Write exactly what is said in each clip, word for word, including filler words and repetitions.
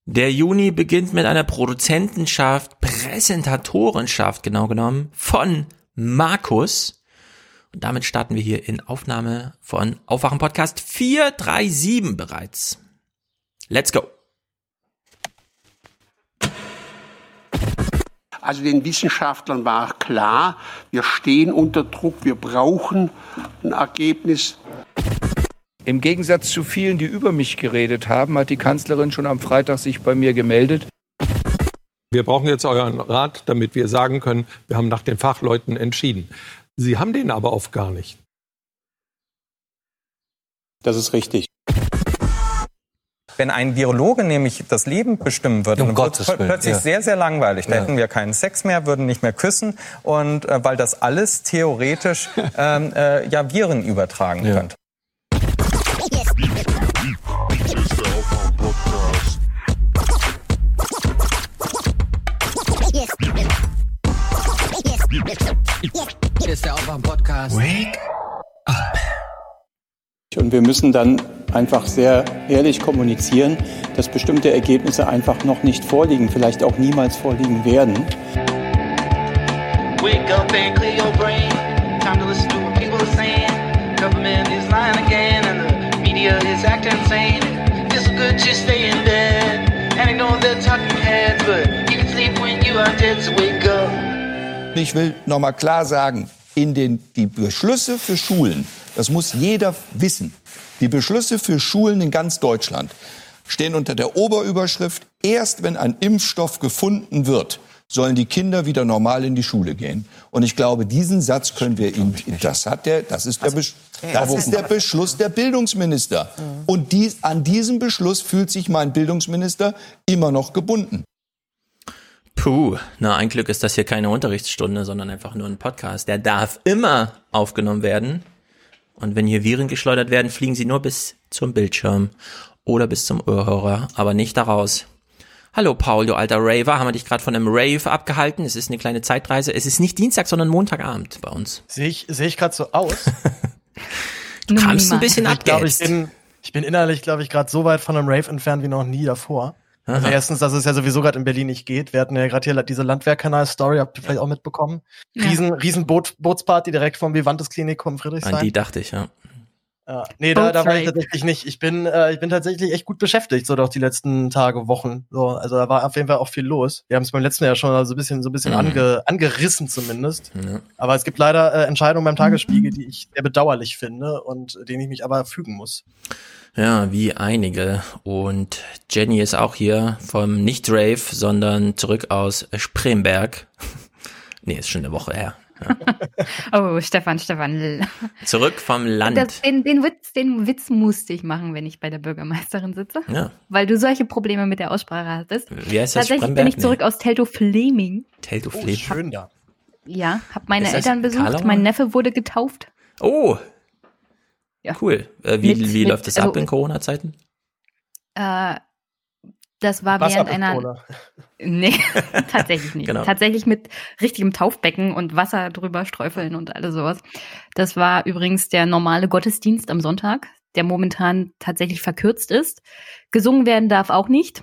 Der Juni beginnt mit einer Produzentenschaft, Präsentatorenschaft genau genommen, von Markus. Und damit starten wir hier in Aufnahme von Aufwachen Podcast vier drei sieben bereits. Let's go. Also den Wissenschaftlern war klar, wir stehen unter Druck, wir brauchen ein Ergebnis. Im Gegensatz zu vielen, die über mich geredet haben, hat die Kanzlerin schon am Freitag sich bei mir gemeldet. Wir brauchen jetzt euren Rat, damit wir sagen können, wir haben nach den Fachleuten entschieden. Sie haben den aber oft gar nicht. Das ist richtig. Wenn ein Virologe nämlich das Leben bestimmen würde, um dann wird es plötzlich ja. sehr, sehr langweilig. Da ja. hätten wir keinen Sex mehr, würden nicht mehr küssen. Und äh, weil das alles theoretisch ähm, äh, ja Viren übertragen ja. könnte. Hier ist der Aufwachen-Podcast. Wake up. Und wir müssen dann einfach sehr ehrlich kommunizieren, dass bestimmte Ergebnisse einfach noch nicht vorliegen, vielleicht auch niemals vorliegen werden. Wake up and clear your brain. Time to listen to what people are saying. Government is lying again and the media is acting insane. It's so good to stay in bed and ignore the talking heads, but you can sleep when you are dead, so wake up. Ich will nochmal klar sagen, in den, die Beschlüsse für Schulen, das muss jeder wissen, die Beschlüsse für Schulen in ganz Deutschland stehen unter der Oberüberschrift, erst wenn ein Impfstoff gefunden wird, sollen die Kinder wieder normal in die Schule gehen. Und ich glaube, diesen Satz können wir Ihnen, das hat der, das ist der, Besch- das ist der Beschluss der Bildungsminister. Und dies, an diesem Beschluss fühlt sich mein Bildungsminister immer noch gebunden. Puh, na ein Glück ist das hier keine Unterrichtsstunde, sondern einfach nur ein Podcast. Der darf immer aufgenommen werden. Und wenn hier Viren geschleudert werden, fliegen sie nur bis zum Bildschirm oder bis zum Ohrhörer, aber nicht daraus. Hallo Paul, du alter Raver, haben wir dich gerade von einem Rave abgehalten? Es ist eine kleine Zeitreise. Es ist nicht Dienstag, sondern Montagabend bei uns. Sehe ich, sehe ich gerade so aus? Du kramst ein bisschen ab. Ich glaube, ich bin, ich bin innerlich, glaube ich, gerade so weit von einem Rave entfernt wie noch nie davor. Also erstens, dass es ja sowieso gerade in Berlin nicht geht. Wir hatten ja gerade hier diese Landwehrkanal-Story, habt ihr vielleicht auch mitbekommen. Riesen, ja. riesen Boot, Bootsparty direkt vom Vivantes-Klinikum Friedrichshain. An die dachte ich, ja. Ja, nee, da, da war ich tatsächlich nicht. Ich bin, äh, ich bin tatsächlich echt gut beschäftigt, so doch die letzten Tage, Wochen. So, also da war auf jeden Fall auch viel los. Wir haben es beim letzten Jahr schon so ein bisschen, so ein bisschen mhm. ange, angerissen zumindest. Ja. Aber es gibt leider äh, Entscheidungen beim Tagesspiegel, die ich sehr bedauerlich finde und denen ich mich aber fügen muss. Ja, wie einige. Und Jenny ist auch hier vom Nicht-Rave, sondern zurück aus Spremberg. Nee, ist schon eine Woche her. Ja. Oh, Stefan, Stefan. Zurück vom Land. Das, den, den, Witz, den Witz musste ich machen, wenn ich bei der Bürgermeisterin sitze. Ja. Weil du solche Probleme mit der Aussprache hattest. Wie heißt das? Tatsächlich Spremberg? bin ich zurück nee. aus Teltow-Fleming. Teltow-Fleming. Oh, schön da. Ja, hab meine Eltern besucht. Karlauer? Mein Neffe wurde getauft. Oh, ja. Cool. Äh, wie mit, wie mit, läuft das also, ab in Corona-Zeiten? Äh, das war Wasser während einer... Nee, tatsächlich nicht. Genau. Tatsächlich mit richtigem Taufbecken und Wasser drüber streufeln und alles sowas. Das war übrigens der normale Gottesdienst am Sonntag, der momentan tatsächlich verkürzt ist. Gesungen werden darf auch nicht.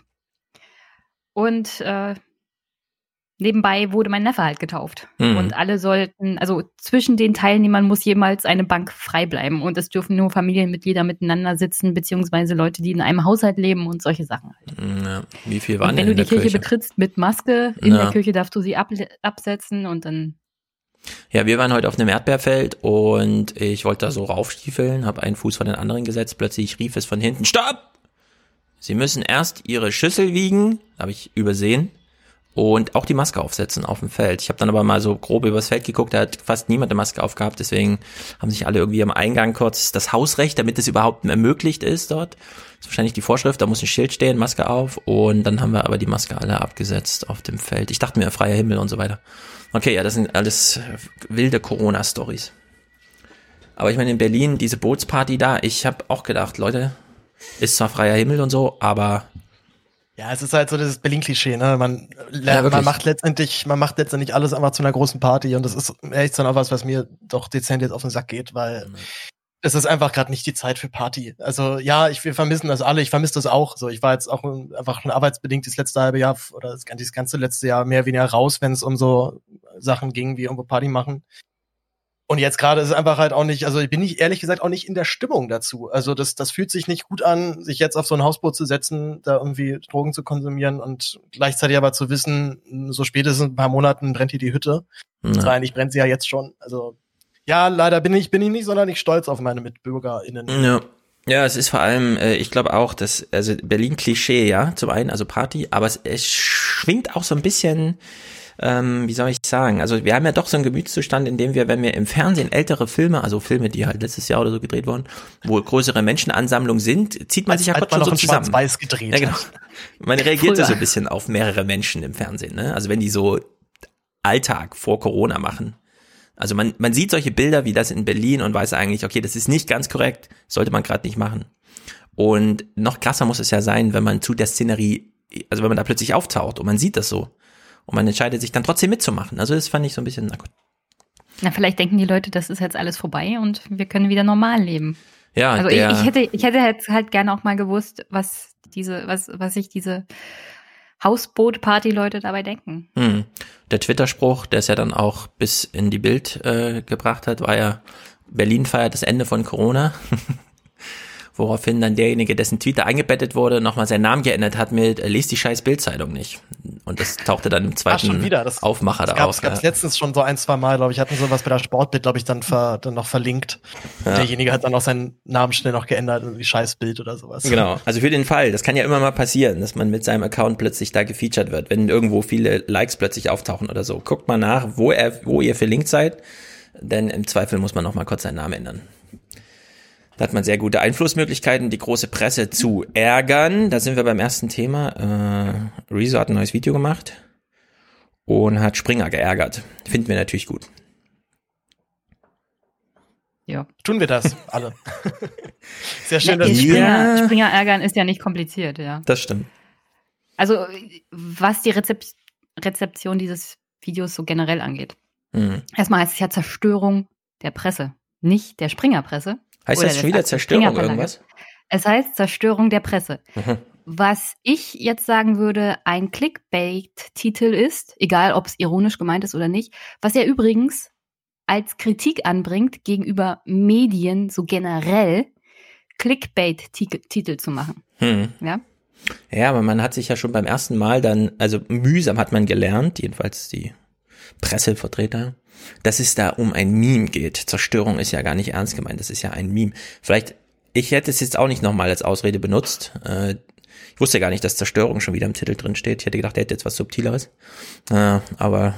Und äh, nebenbei wurde mein Neffe halt getauft. Mhm. Und alle sollten, also zwischen den Teilnehmern muss jemals eine Bank frei bleiben. Und es dürfen nur Familienmitglieder miteinander sitzen, beziehungsweise Leute, die in einem Haushalt leben und solche Sachen halt. Ja, wie viel waren und denn wenn in du der die Kirche, Kirche betrittst mit Maske, in ja. der Kirche darfst du sie ab, absetzen und dann... Ja, wir waren heute auf einem Erdbeerfeld und ich wollte da so raufstiefeln, habe einen Fuß vor den anderen gesetzt. Plötzlich rief es von hinten, Stopp! Sie müssen erst Ihre Schüssel wiegen, habe ich übersehen. Und auch die Maske aufsetzen auf dem Feld. Ich habe dann aber mal so grob übers Feld geguckt, da hat fast niemand eine Maske aufgehabt, deswegen haben sich alle irgendwie am Eingang kurz das Hausrecht, damit es überhaupt ermöglicht ist dort. Das ist wahrscheinlich die Vorschrift, da muss ein Schild stehen, Maske auf, und dann haben wir aber die Maske alle abgesetzt auf dem Feld. Ich dachte mir, freier Himmel und so weiter. Okay, ja, das sind alles wilde Corona-Stories. Aber ich meine, in Berlin, diese Bootsparty da, ich habe auch gedacht, Leute, ist zwar freier Himmel und so, aber... Ja, es ist halt so dieses Berlin-Klischee, ne? Man, ja, man macht letztendlich, man macht letztendlich alles einfach zu einer großen Party und das ist echt dann auch was, was mir doch dezent jetzt auf den Sack geht, weil Es ist einfach gerade nicht die Zeit für Party. Also ja, ich, wir vermissen das alle. Ich vermisse das auch. So, ich war jetzt auch einfach ein arbeitsbedingt das letzte halbe Jahr oder das, das ganze letzte Jahr mehr oder weniger raus, wenn es um so Sachen ging wie irgendwo Party machen. Und jetzt gerade ist es einfach halt auch nicht, also ich bin nicht, ehrlich gesagt, auch nicht in der Stimmung dazu. Also das, das fühlt sich nicht gut an, sich jetzt auf so ein Hausboot zu setzen, da irgendwie Drogen zu konsumieren und gleichzeitig aber zu wissen, so spätestens ein paar Monaten brennt hier die Hütte. Ja. Und eigentlich brennt sie ja jetzt schon. Also ja, leider bin ich, bin ich nicht sonderlich stolz auf meine MitbürgerInnen. Ja. Ja, es ist vor allem, äh, ich glaube auch, dass, also Berlin-Klischee, ja, zum einen, also Party, aber es, es schwingt auch so ein bisschen, ähm, wie soll ich sagen, also wir haben ja doch so einen Gemütszustand, in dem wir, wenn wir im Fernsehen ältere Filme, also Filme, die halt letztes Jahr oder so gedreht wurden, wo größere Menschenansammlungen sind, zieht man als, sich ja kurz schon so noch zusammen. Schwarz-Weiß gedreht. Ja, genau. Man reagiert so ein bisschen auf mehrere Menschen im Fernsehen, ne? Also wenn die so Alltag vor Corona machen. Also man, man sieht solche Bilder wie das in Berlin und weiß eigentlich, okay, das ist nicht ganz korrekt, sollte man gerade nicht machen. Und noch krasser muss es ja sein, wenn man zu der Szenerie, also wenn man da plötzlich auftaucht und man sieht das so und man entscheidet sich dann trotzdem mitzumachen. Also das fand ich so ein bisschen, na gut. Na, vielleicht denken die Leute, das ist jetzt alles vorbei und wir können wieder normal leben. Ja, also der, ich, ich hätte, ich hätte jetzt halt gerne auch mal gewusst, was diese, was, was sich diese Hausboot-Party-Leute dabei denken. Hm. Der Twitter-Spruch, der es ja dann auch bis in die Bild äh, gebracht hat, war ja, Berlin feiert das Ende von Corona. Woraufhin dann derjenige, dessen Tweet da eingebettet wurde, nochmal seinen Namen geändert hat mit, äh, lest die scheiß Bildzeitung nicht. Und das tauchte dann im zweiten Ach, schon wieder. Das, Aufmacher das da gab, auf. Das gab es ja. letztens schon so ein, zwei Mal, glaube ich, hatten sowas bei der Sportbild, glaube ich, dann, ver, dann noch verlinkt. Ja. Derjenige hat dann auch seinen Namen schnell noch geändert, irgendwie Scheißbild oder sowas. Genau, also für den Fall, das kann ja immer mal passieren, dass man mit seinem Account plötzlich da gefeatured wird, wenn irgendwo viele Likes plötzlich auftauchen oder so. Guckt mal nach, wo, er, wo ihr verlinkt seid, denn im Zweifel muss man noch mal kurz seinen Namen ändern. Da hat man sehr gute Einflussmöglichkeiten, die große Presse zu ärgern. Da sind wir beim ersten Thema. Äh, Rezo hat ein neues Video gemacht und hat Springer geärgert. Finden wir natürlich gut. Ja. Tun wir das, alle. Sehr schön, ja, dass Springer, ja. Springer ärgern ist ja nicht kompliziert, ja. Das stimmt. Also, was die Rezep- Rezeption dieses Videos so generell angeht. Mhm. Erstmal heißt es ja Zerstörung der Presse, nicht der Springerpresse. Heißt das schon wieder Zerstörung irgendwas? Es heißt Zerstörung der Presse. Mhm. Was ich jetzt sagen würde, ein Clickbait-Titel ist, egal ob es ironisch gemeint ist oder nicht, was er übrigens als Kritik anbringt gegenüber Medien so generell, Clickbait-Titel zu machen. Mhm. Ja? Ja, aber man hat sich ja schon beim ersten Mal dann, also mühsam hat man gelernt, jedenfalls die Pressevertreter, dass es da um ein Meme geht. Zerstörung ist ja gar nicht ernst gemeint, das ist ja ein Meme. Vielleicht, ich hätte es jetzt auch nicht nochmal als Ausrede benutzt. Äh, ich wusste gar nicht, dass Zerstörung schon wieder im Titel drin steht. Ich hätte gedacht, er hätte jetzt was Subtileres. Äh, aber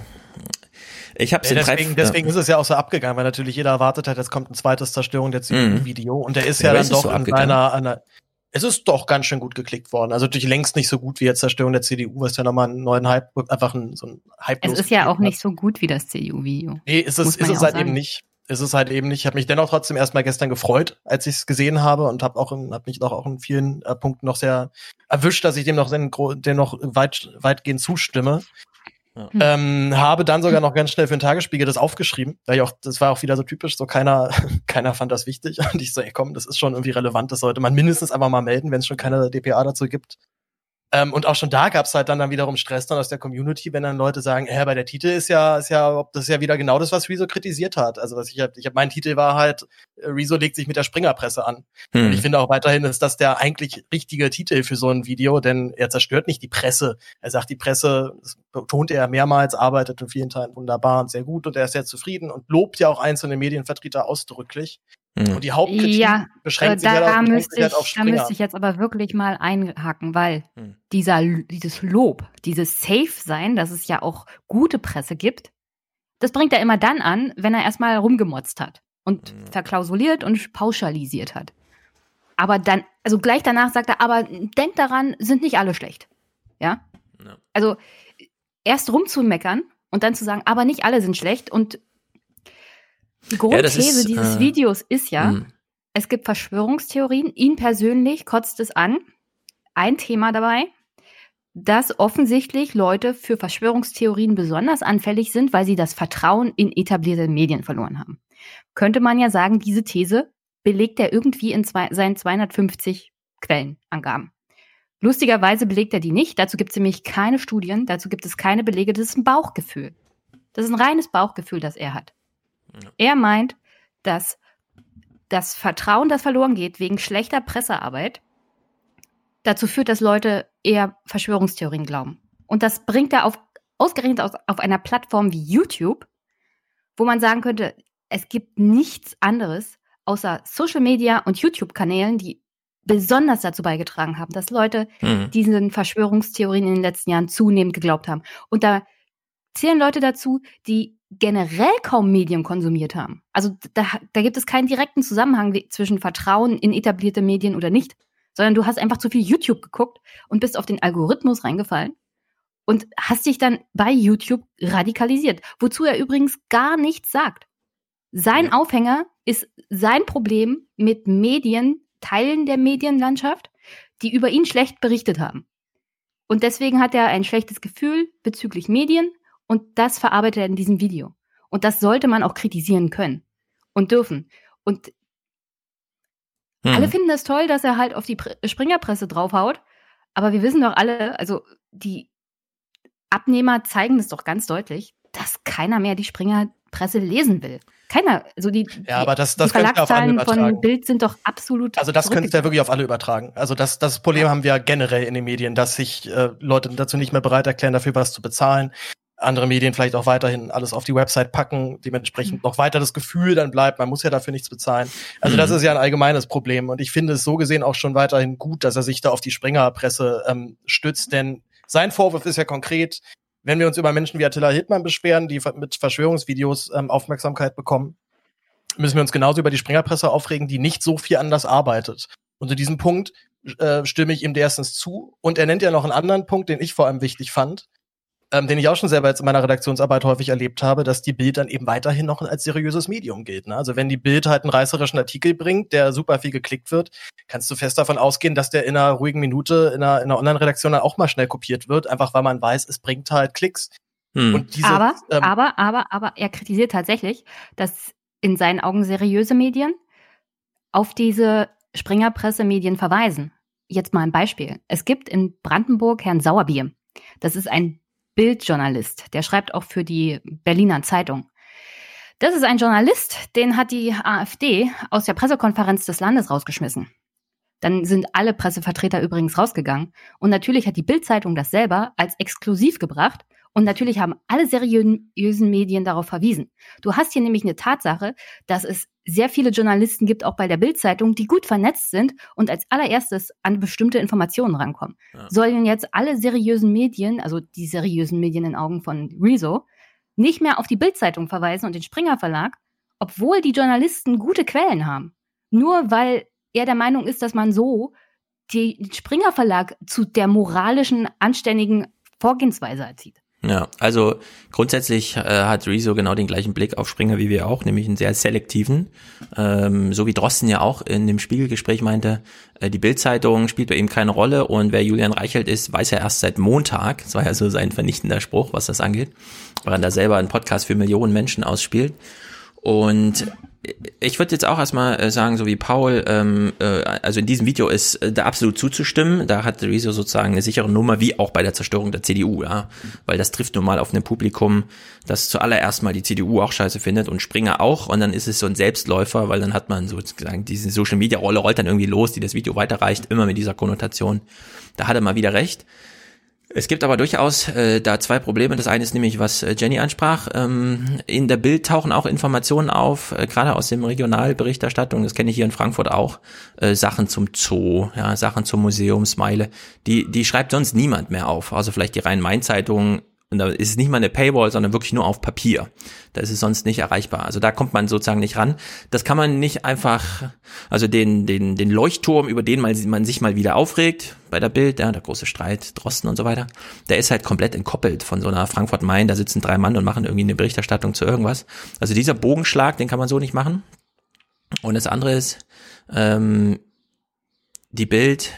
ich habe es ja, in deswegen, drei, deswegen ja. ist es ja auch so abgegangen, weil natürlich jeder erwartet hat, jetzt kommt ein zweites Zerstörung der C D U-Video. Mhm. Und der ist ja, ja dann doch so in einer, einer es ist doch ganz schön gut geklickt worden. Also natürlich längst nicht so gut wie jetzt Zerstörung der C D U, was ja nochmal einen neuen Hype, einfach ein, so ein Hype. Es ist ja auch nicht so gut wie das C D U-Video. Nee, ist es, ist es halt eben nicht. Ist es halt eben nicht. Ich habe mich dennoch trotzdem erstmal gestern gefreut, als ich es gesehen habe und habe auch in, hab mich doch auch in vielen äh, Punkten noch sehr erwischt, dass ich dem noch, dem noch weit, weitgehend zustimme. Ja. Ähm, habe dann sogar noch ganz schnell für den Tagesspiegel das aufgeschrieben, weil ich auch, das war auch wieder so typisch, so keiner, keiner fand das wichtig. Und ich so, ey komm, das ist schon irgendwie relevant, das sollte man mindestens einfach mal melden, wenn es schon keine D P A dazu gibt. Ähm, und auch schon da gab's halt dann, dann wiederum Stress dann aus der Community, wenn dann Leute sagen, äh, bei der Titel ist ja, ist ja, das ist ja wieder genau das, was Rezo kritisiert hat. Also was ich hab, ich hab, mein Titel war halt, Rezo legt sich mit der Springerpresse an. Hm. Und ich finde auch weiterhin, ist das der eigentlich richtige Titel für so ein Video, denn er zerstört nicht die Presse. Er sagt, die Presse, das betont er mehrmals, arbeitet in vielen Teilen wunderbar und sehr gut und er ist sehr zufrieden und lobt ja auch einzelne Medienvertreter ausdrücklich. Und die Hauptkritik ja, beschränkt äh, sich, da halt auf, müsste sich halt ich, auf Springer. Da müsste ich jetzt aber wirklich mal einhaken, weil hm. dieser, dieses Lob, dieses Safe-Sein, dass es ja auch gute Presse gibt, das bringt er immer dann an, wenn er erstmal rumgemotzt hat und hm. verklausuliert und pauschalisiert hat. Aber dann, also gleich danach sagt er, aber denkt daran, sind nicht alle schlecht. Ja? ja. Also erst rumzumeckern und dann zu sagen, aber nicht alle sind schlecht und die Grundthese ja, ist, dieses äh, Videos ist ja, mh. es gibt Verschwörungstheorien, ihn persönlich kotzt es an. Ein Thema dabei, dass offensichtlich Leute für Verschwörungstheorien besonders anfällig sind, weil sie das Vertrauen in etablierte Medien verloren haben. Könnte man ja sagen, diese These belegt er irgendwie in zwei, seinen zweihundertfünfzig Quellenangaben. Lustigerweise belegt er die nicht. Dazu gibt es nämlich keine Studien, dazu gibt es keine Belege. Das ist ein Bauchgefühl. Das ist ein reines Bauchgefühl, das er hat. Ja. Er meint, dass das Vertrauen, das verloren geht wegen schlechter Pressearbeit, dazu führt, dass Leute eher Verschwörungstheorien glauben. Und das bringt er auf, ausgerechnet auf, auf einer Plattform wie YouTube, wo man sagen könnte, es gibt nichts anderes außer Social Media und YouTube-Kanälen, die besonders dazu beigetragen haben, dass Leute mhm. diesen Verschwörungstheorien in den letzten Jahren zunehmend geglaubt haben. Und da zählen Leute dazu, die generell kaum Medien konsumiert haben. Also da, da gibt es keinen direkten Zusammenhang zwischen Vertrauen in etablierte Medien oder nicht, sondern du hast einfach zu viel YouTube geguckt und bist auf den Algorithmus reingefallen und hast dich dann bei YouTube radikalisiert, wozu er übrigens gar nichts sagt. Sein Aufhänger ist sein Problem mit Medien, Teilen der Medienlandschaft, die über ihn schlecht berichtet haben. Und deswegen hat er ein schlechtes Gefühl bezüglich Medien und das verarbeitet er in diesem Video. Und das sollte man auch kritisieren können und dürfen. Und hm. alle finden das toll, dass er halt auf die Springerpresse draufhaut, aber wir wissen doch alle, also die Abnehmer zeigen das doch ganz deutlich, dass keiner mehr die Springerpresse lesen will. Keiner, also die, ja, aber das, das die Verlagszahlen von Bild sind doch absolut. Also das könntest du ja wirklich auf alle übertragen. Also das, das Problem haben wir generell in den Medien, dass sich äh, Leute dazu nicht mehr bereit erklären, dafür was zu bezahlen. Andere Medien vielleicht auch weiterhin alles auf die Website packen, dementsprechend mhm. noch weiter das Gefühl dann bleibt, man muss ja dafür nichts bezahlen. Also mhm. das ist ja ein allgemeines Problem und ich finde es so gesehen auch schon weiterhin gut, dass er sich da auf die Springerpresse ähm, stützt, denn sein Vorwurf ist ja konkret, wenn wir uns über Menschen wie Attila Hildmann beschweren, die mit Verschwörungsvideos ähm, Aufmerksamkeit bekommen, müssen wir uns genauso über die Springerpresse aufregen, die nicht so viel anders arbeitet. Und zu diesem Punkt äh, stimme ich ihm erstens zu. Und er nennt ja noch einen anderen Punkt, den ich vor allem wichtig fand, ähm, den ich auch schon selber jetzt in meiner Redaktionsarbeit häufig erlebt habe, dass die Bild dann eben weiterhin noch als seriöses Medium gilt. Ne? Also wenn die Bild halt einen reißerischen Artikel bringt, der super viel geklickt wird, kannst du fest davon ausgehen, dass der in einer ruhigen Minute in einer, in einer Online-Redaktion dann auch mal schnell kopiert wird, einfach weil man weiß, es bringt halt Klicks. Hm. Und diese, aber, ähm, aber, aber, aber er kritisiert tatsächlich, dass in seinen Augen seriöse Medien auf diese Springerpresse-Medien verweisen. Jetzt mal ein Beispiel. Es gibt in Brandenburg Herrn Sauerbier. Das ist ein Bildjournalist. Der schreibt auch für die Berliner Zeitung. Das ist ein Journalist, den hat die AfD aus der Pressekonferenz des Landes rausgeschmissen. Dann sind alle Pressevertreter übrigens rausgegangen. Und natürlich hat die Bild-Zeitung das selber als exklusiv gebracht. Und natürlich haben alle seriösen Medien darauf verwiesen. Du hast hier nämlich eine Tatsache, dass es sehr viele Journalisten gibt, auch bei der Bild-Zeitung, die gut vernetzt sind und als allererstes an bestimmte Informationen rankommen. Ja. Sollen jetzt alle seriösen Medien, also die seriösen Medien in Augen von Rezo, nicht mehr auf die Bild-Zeitung verweisen und den Springer Verlag, obwohl die Journalisten gute Quellen haben. Nur weil er der Meinung ist, dass man so den Springer Verlag zu der moralischen, anständigen Vorgehensweise erzieht. Ja, also grundsätzlich äh, hat Rezo genau den gleichen Blick auf Springer wie wir auch, nämlich einen sehr selektiven, ähm, so wie Drosten ja auch in dem Spiegelgespräch meinte, äh, die Bild-Zeitung spielt bei ihm keine Rolle und wer Julian Reichelt ist, weiß er erst seit Montag, das war ja so sein vernichtender Spruch, was das angeht, weil er da selber einen Podcast für Millionen Menschen ausspielt. Und ich würde jetzt auch erstmal sagen, so wie Paul, ähm, äh, also in diesem Video ist äh, da absolut zuzustimmen. Da hat Rezo sozusagen eine sichere Nummer, wie auch bei der Zerstörung der C D U, ja, weil das trifft nun mal auf ein Publikum, das zuallererst mal die C D U auch scheiße findet und Springer auch. Und dann ist es so ein Selbstläufer, weil dann hat man sozusagen diese Social-Media-Rolle rollt dann irgendwie los, die das Video weiterreicht, immer mit dieser Konnotation. Da hat er mal wieder recht. Es gibt aber durchaus äh, da zwei Probleme. Das eine ist nämlich, was äh, Jenny ansprach. Ähm, in der Bild tauchen auch Informationen auf, äh, gerade aus dem Regionalberichterstattung, das kenne ich hier in Frankfurt auch, äh, Sachen zum Zoo, ja, Sachen zum Museumsmeile. Die, die schreibt sonst niemand mehr auf, also vielleicht die Rhein-Main-Zeitung. Und da ist es nicht mal eine Paywall, sondern wirklich nur auf Papier. Da ist es sonst nicht erreichbar. Also da kommt man sozusagen nicht ran. Das kann man nicht einfach, also den den den Leuchtturm, über den man, man sich mal wieder aufregt bei der Bild, ja, der große Streit, Drosten und so weiter, der ist halt komplett entkoppelt von so einer Frankfurt-Main, da sitzen drei Mann und machen irgendwie eine Berichterstattung zu irgendwas. Also dieser Bogenschlag, den kann man so nicht machen. Und das andere ist, ähm, die Bild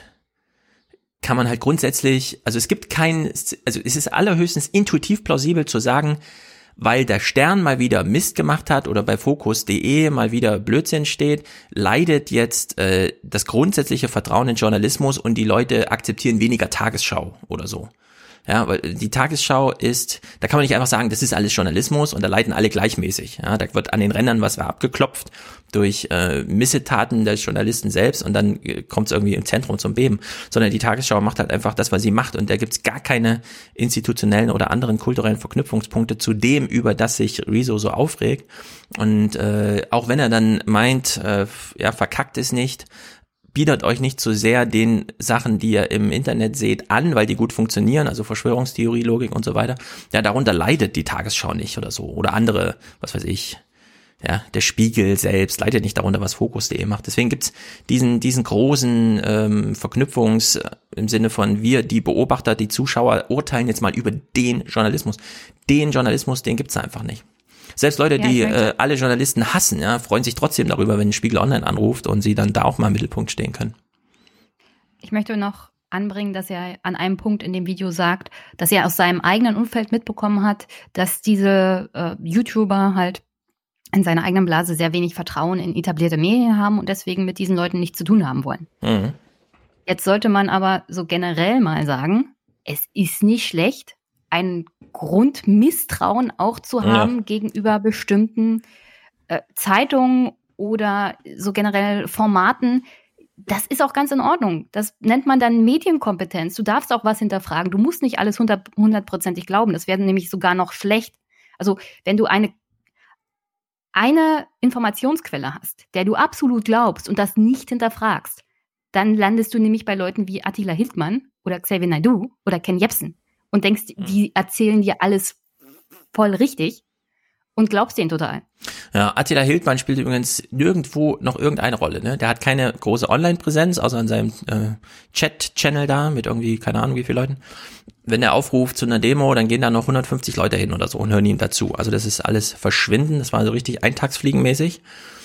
kann man halt grundsätzlich, also es gibt kein, also es ist allerhöchstens intuitiv plausibel zu sagen, weil der Stern mal wieder Mist gemacht hat oder bei Focus punkt de mal wieder Blödsinn steht, leidet jetzt äh, das grundsätzliche Vertrauen in Journalismus und die Leute akzeptieren weniger Tagesschau oder so. Ja, weil die Tagesschau ist, da kann man nicht einfach sagen, das ist alles Journalismus und da leiden alle gleichmäßig. Ja, da wird an den Rändern was abgeklopft durch äh, Missetaten des Journalisten selbst und dann äh, kommt es irgendwie im Zentrum zum Beben. Sondern die Tagesschau macht halt einfach das, was sie macht und da gibt's gar keine institutionellen oder anderen kulturellen Verknüpfungspunkte zu dem, über das sich Rezo so aufregt. Und äh, auch wenn er dann meint, äh, ja, verkackt es nicht, bietet euch nicht so sehr den Sachen, die ihr im Internet seht, an, weil die gut funktionieren, also Verschwörungstheorie, Logik und so weiter. Ja, darunter leidet die Tagesschau nicht oder so. Oder andere, was weiß ich, ja, der Spiegel selbst leidet nicht darunter, was Focus punkt de macht. Deswegen gibt's diesen diesen großen ähm, Verknüpfungs im Sinne von wir, die Beobachter, die Zuschauer, urteilen jetzt mal über den Journalismus. Den Journalismus, den gibt's einfach nicht. Selbst Leute, ja, die äh, alle Journalisten hassen, ja, freuen sich trotzdem darüber, wenn ein Spiegel Online anruft und sie dann da auch mal im Mittelpunkt stehen können. Ich möchte noch anbringen, dass er an einem Punkt in dem Video sagt, dass er aus seinem eigenen Umfeld mitbekommen hat, dass diese äh, YouTuber halt in seiner eigenen Blase sehr wenig Vertrauen in etablierte Medien haben und deswegen mit diesen Leuten nichts zu tun haben wollen. Mhm. Jetzt sollte man aber so generell mal sagen, es ist nicht schlecht, ein Grundmisstrauen auch zu haben ja. gegenüber bestimmten äh, Zeitungen oder so generell Formaten. Das ist auch ganz in Ordnung. Das nennt man dann Medienkompetenz. Du darfst auch was hinterfragen. Du musst nicht alles hundertprozentig glauben. Das wäre nämlich sogar noch schlecht. Also wenn du eine, eine Informationsquelle hast, der du absolut glaubst und das nicht hinterfragst, dann landest du nämlich bei Leuten wie Attila Hildmann oder Xavier Naidoo oder Ken Jebsen. Und denkst, die erzählen dir alles voll richtig und glaubst denen total. Ja, Attila Hildmann spielt übrigens nirgendwo noch irgendeine Rolle. Ne? Der hat keine große Online-Präsenz, außer in seinem äh, Chat-Channel da mit irgendwie, keine Ahnung wie viele Leuten. Wenn er aufruft zu einer Demo, dann gehen da noch hundertfünfzig Leute hin oder so und hören ihm dazu. Also das ist alles verschwinden. Das war so richtig Eintagsfliegenmäßig.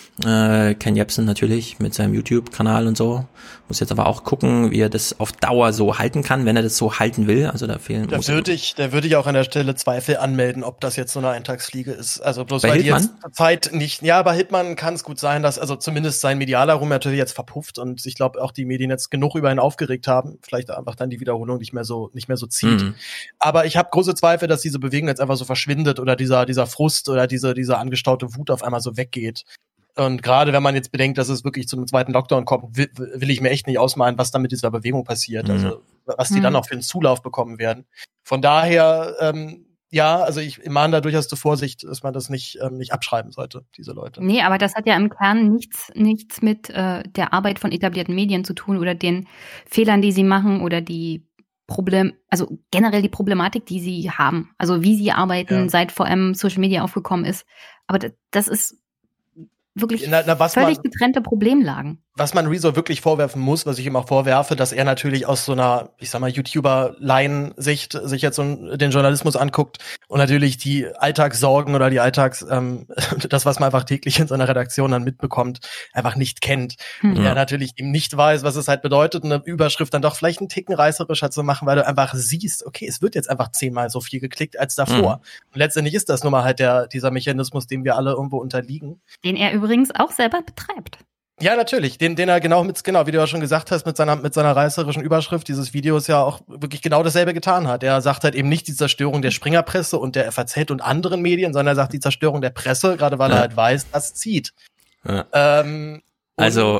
Äh, Ken Jebsen natürlich mit seinem YouTube-Kanal und so. Muss jetzt aber auch gucken, wie er das auf Dauer so halten kann, wenn er das so halten will. Also da fehlen. Da würde ich, da würde ich auch an der Stelle Zweifel anmelden, ob das jetzt so eine Eintagsfliege ist. Also bloß bei weil Hildmann? die jetzt zur Zeit nicht. Ja, bei Hildmann kann es gut sein, dass also zumindest sein medialer Ruhm natürlich jetzt verpufft und ich glaube auch die Medien jetzt genug über ihn aufgeregt haben. Vielleicht einfach dann die Wiederholung nicht mehr so nicht mehr so zieht. Mhm. Aber ich habe große Zweifel, dass diese Bewegung jetzt einfach so verschwindet oder dieser dieser Frust oder diese diese angestaute Wut auf einmal so weggeht. Und gerade wenn man jetzt bedenkt, dass es wirklich zu einem zweiten Lockdown kommt, will, will ich mir echt nicht ausmalen, was dann mit dieser Bewegung passiert. Mhm. Also was die mhm. dann noch für einen Zulauf bekommen werden. Von daher, ähm, ja, also ich mahne da durchaus zur Vorsicht, dass man das nicht ähm, nicht abschreiben sollte, diese Leute. Nee, aber das hat ja im Kern nichts nichts mit äh, der Arbeit von etablierten Medien zu tun oder den Fehlern, die sie machen oder die Problem, also generell die Problematik, die sie haben. Also wie sie arbeiten, ja. seit vor allem Social Media aufgekommen ist. Aber das, das ist wirklich na, na, völlig man, getrennte Problemlagen. Was man Rezo wirklich vorwerfen muss, was ich ihm auch vorwerfe, dass er natürlich aus so einer, ich sag mal, YouTuber-Laien-Sicht sich jetzt so den Journalismus anguckt und natürlich die Alltagssorgen oder die Alltags, ähm, das, was man einfach täglich in seiner Redaktion dann mitbekommt, einfach nicht kennt. Mhm. Und er natürlich eben nicht weiß, was es halt bedeutet, eine Überschrift dann doch vielleicht einen Ticken reißerischer zu machen, weil du einfach siehst, okay, es wird jetzt einfach zehnmal so viel geklickt als davor. Mhm. Und letztendlich ist das nun mal halt der, dieser Mechanismus, dem wir alle irgendwo unterliegen. Den er übrigens auch selber betreibt. Ja, natürlich, den, den er genau mit, genau, wie du ja schon gesagt hast, mit seiner, mit seiner reißerischen Überschrift dieses Videos ja auch wirklich genau dasselbe getan hat. Er sagt halt eben nicht die Zerstörung der Springerpresse und der F A Z und anderen Medien, sondern er sagt die Zerstörung der Presse, gerade weil ja. er halt weiß, das zieht. Ja. Ähm, also,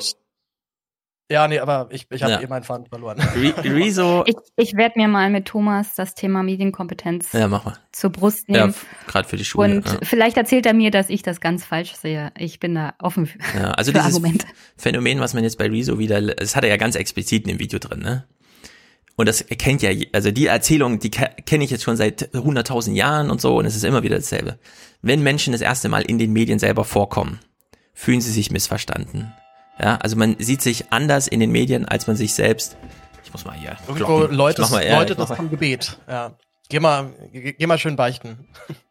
ja, nee, aber ich, ich habe ja. eh meinen Faden verloren. Rezo. Ich, ich werde mir mal mit Thomas das Thema Medienkompetenz ja, mach mal. zur Brust nehmen. Ja, gerade für die Schule. Und ja. vielleicht erzählt er mir, dass ich das ganz falsch sehe. Ich bin da offen für, ja, also für dieses Argumente. Phänomen, was man jetzt bei Rezo wieder, das hat er ja ganz explizit in dem Video drin, ne? Und das kennt ja, also die Erzählung, die kenne ich jetzt schon seit hunderttausend Jahren und so, und es ist immer wieder dasselbe. Wenn Menschen das erste Mal in den Medien selber vorkommen, fühlen sie sich missverstanden. Ja, also man sieht sich anders in den Medien, als man sich selbst. Ich muss mal hier. Irgendwo läutet mal, ja, Leute das vom Gebet. Ja. Geh mal, geh, geh mal schön beichten.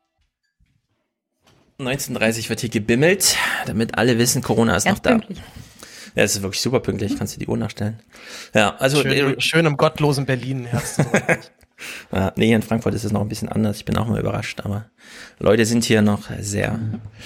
neunzehn Uhr dreißig wird hier gebimmelt, damit alle wissen, Corona ist Ganz noch da. pünktlich. Ja, es ist wirklich super pünktlich. Kannst du die Uhr nachstellen? Ja, also schön, schön im gottlosen Berlin. Ja, nee, hier in Frankfurt ist es noch ein bisschen anders. Ich bin auch mal überrascht, aber Leute sind hier noch sehr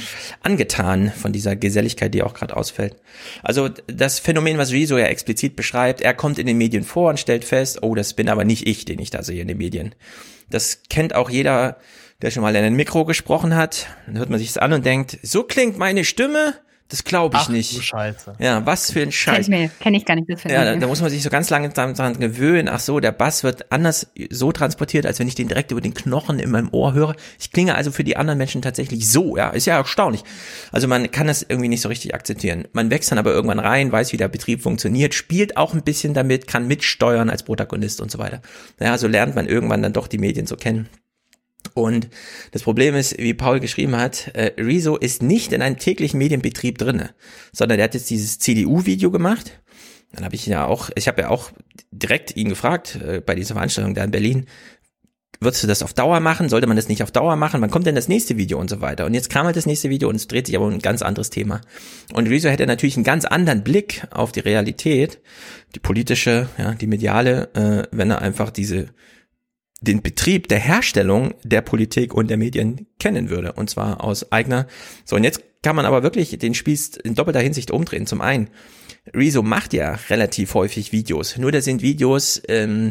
angetan von dieser Geselligkeit, die auch gerade ausfällt. Also das Phänomen, was Rezo ja explizit beschreibt, er kommt in den Medien vor und stellt fest, oh, das bin aber nicht ich, den ich da sehe in den Medien. Das kennt auch jeder, der schon mal in ein Mikro gesprochen hat. Dann hört man sich's an und denkt, so klingt meine Stimme. Das glaube ich Ach, nicht. Du Scheiße. Ja, was für ein Scheiß. Kenn ich, kenn ich gar nicht. Das ja, da, da muss man sich so ganz lange dran, dran gewöhnen. Ach so, der Bass wird anders so transportiert, als wenn ich den direkt über den Knochen in meinem Ohr höre. Ich klinge also für die anderen Menschen tatsächlich so. Ja, ist ja erstaunlich. Also man kann das irgendwie nicht so richtig akzeptieren. Man wächst dann aber irgendwann rein, weiß, wie der Betrieb funktioniert, spielt auch ein bisschen damit, kann mitsteuern als Protagonist und so weiter. Ja, so lernt man irgendwann dann doch die Medien so kennen. Und das Problem ist, wie Paul geschrieben hat, äh, Rezo ist nicht in einem täglichen Medienbetrieb drinne, sondern der hat jetzt dieses C D U-Video gemacht. Dann habe ich ihn ja auch, ich habe ja auch direkt ihn gefragt äh, bei dieser Veranstaltung da in Berlin, würdest du das auf Dauer machen? Sollte man das nicht auf Dauer machen? Wann kommt denn das nächste Video und so weiter? Und jetzt kam halt das nächste Video und es dreht sich aber um ein ganz anderes Thema. Und Rezo hätte natürlich einen ganz anderen Blick auf die Realität, die politische, ja, die mediale, äh, wenn er einfach diese den Betrieb der Herstellung der Politik und der Medien kennen würde. Und zwar aus eigener. So, und jetzt kann man aber wirklich den Spieß in doppelter Hinsicht umdrehen. Zum einen, Rezo macht ja relativ häufig Videos. Nur das sind Videos, ähm,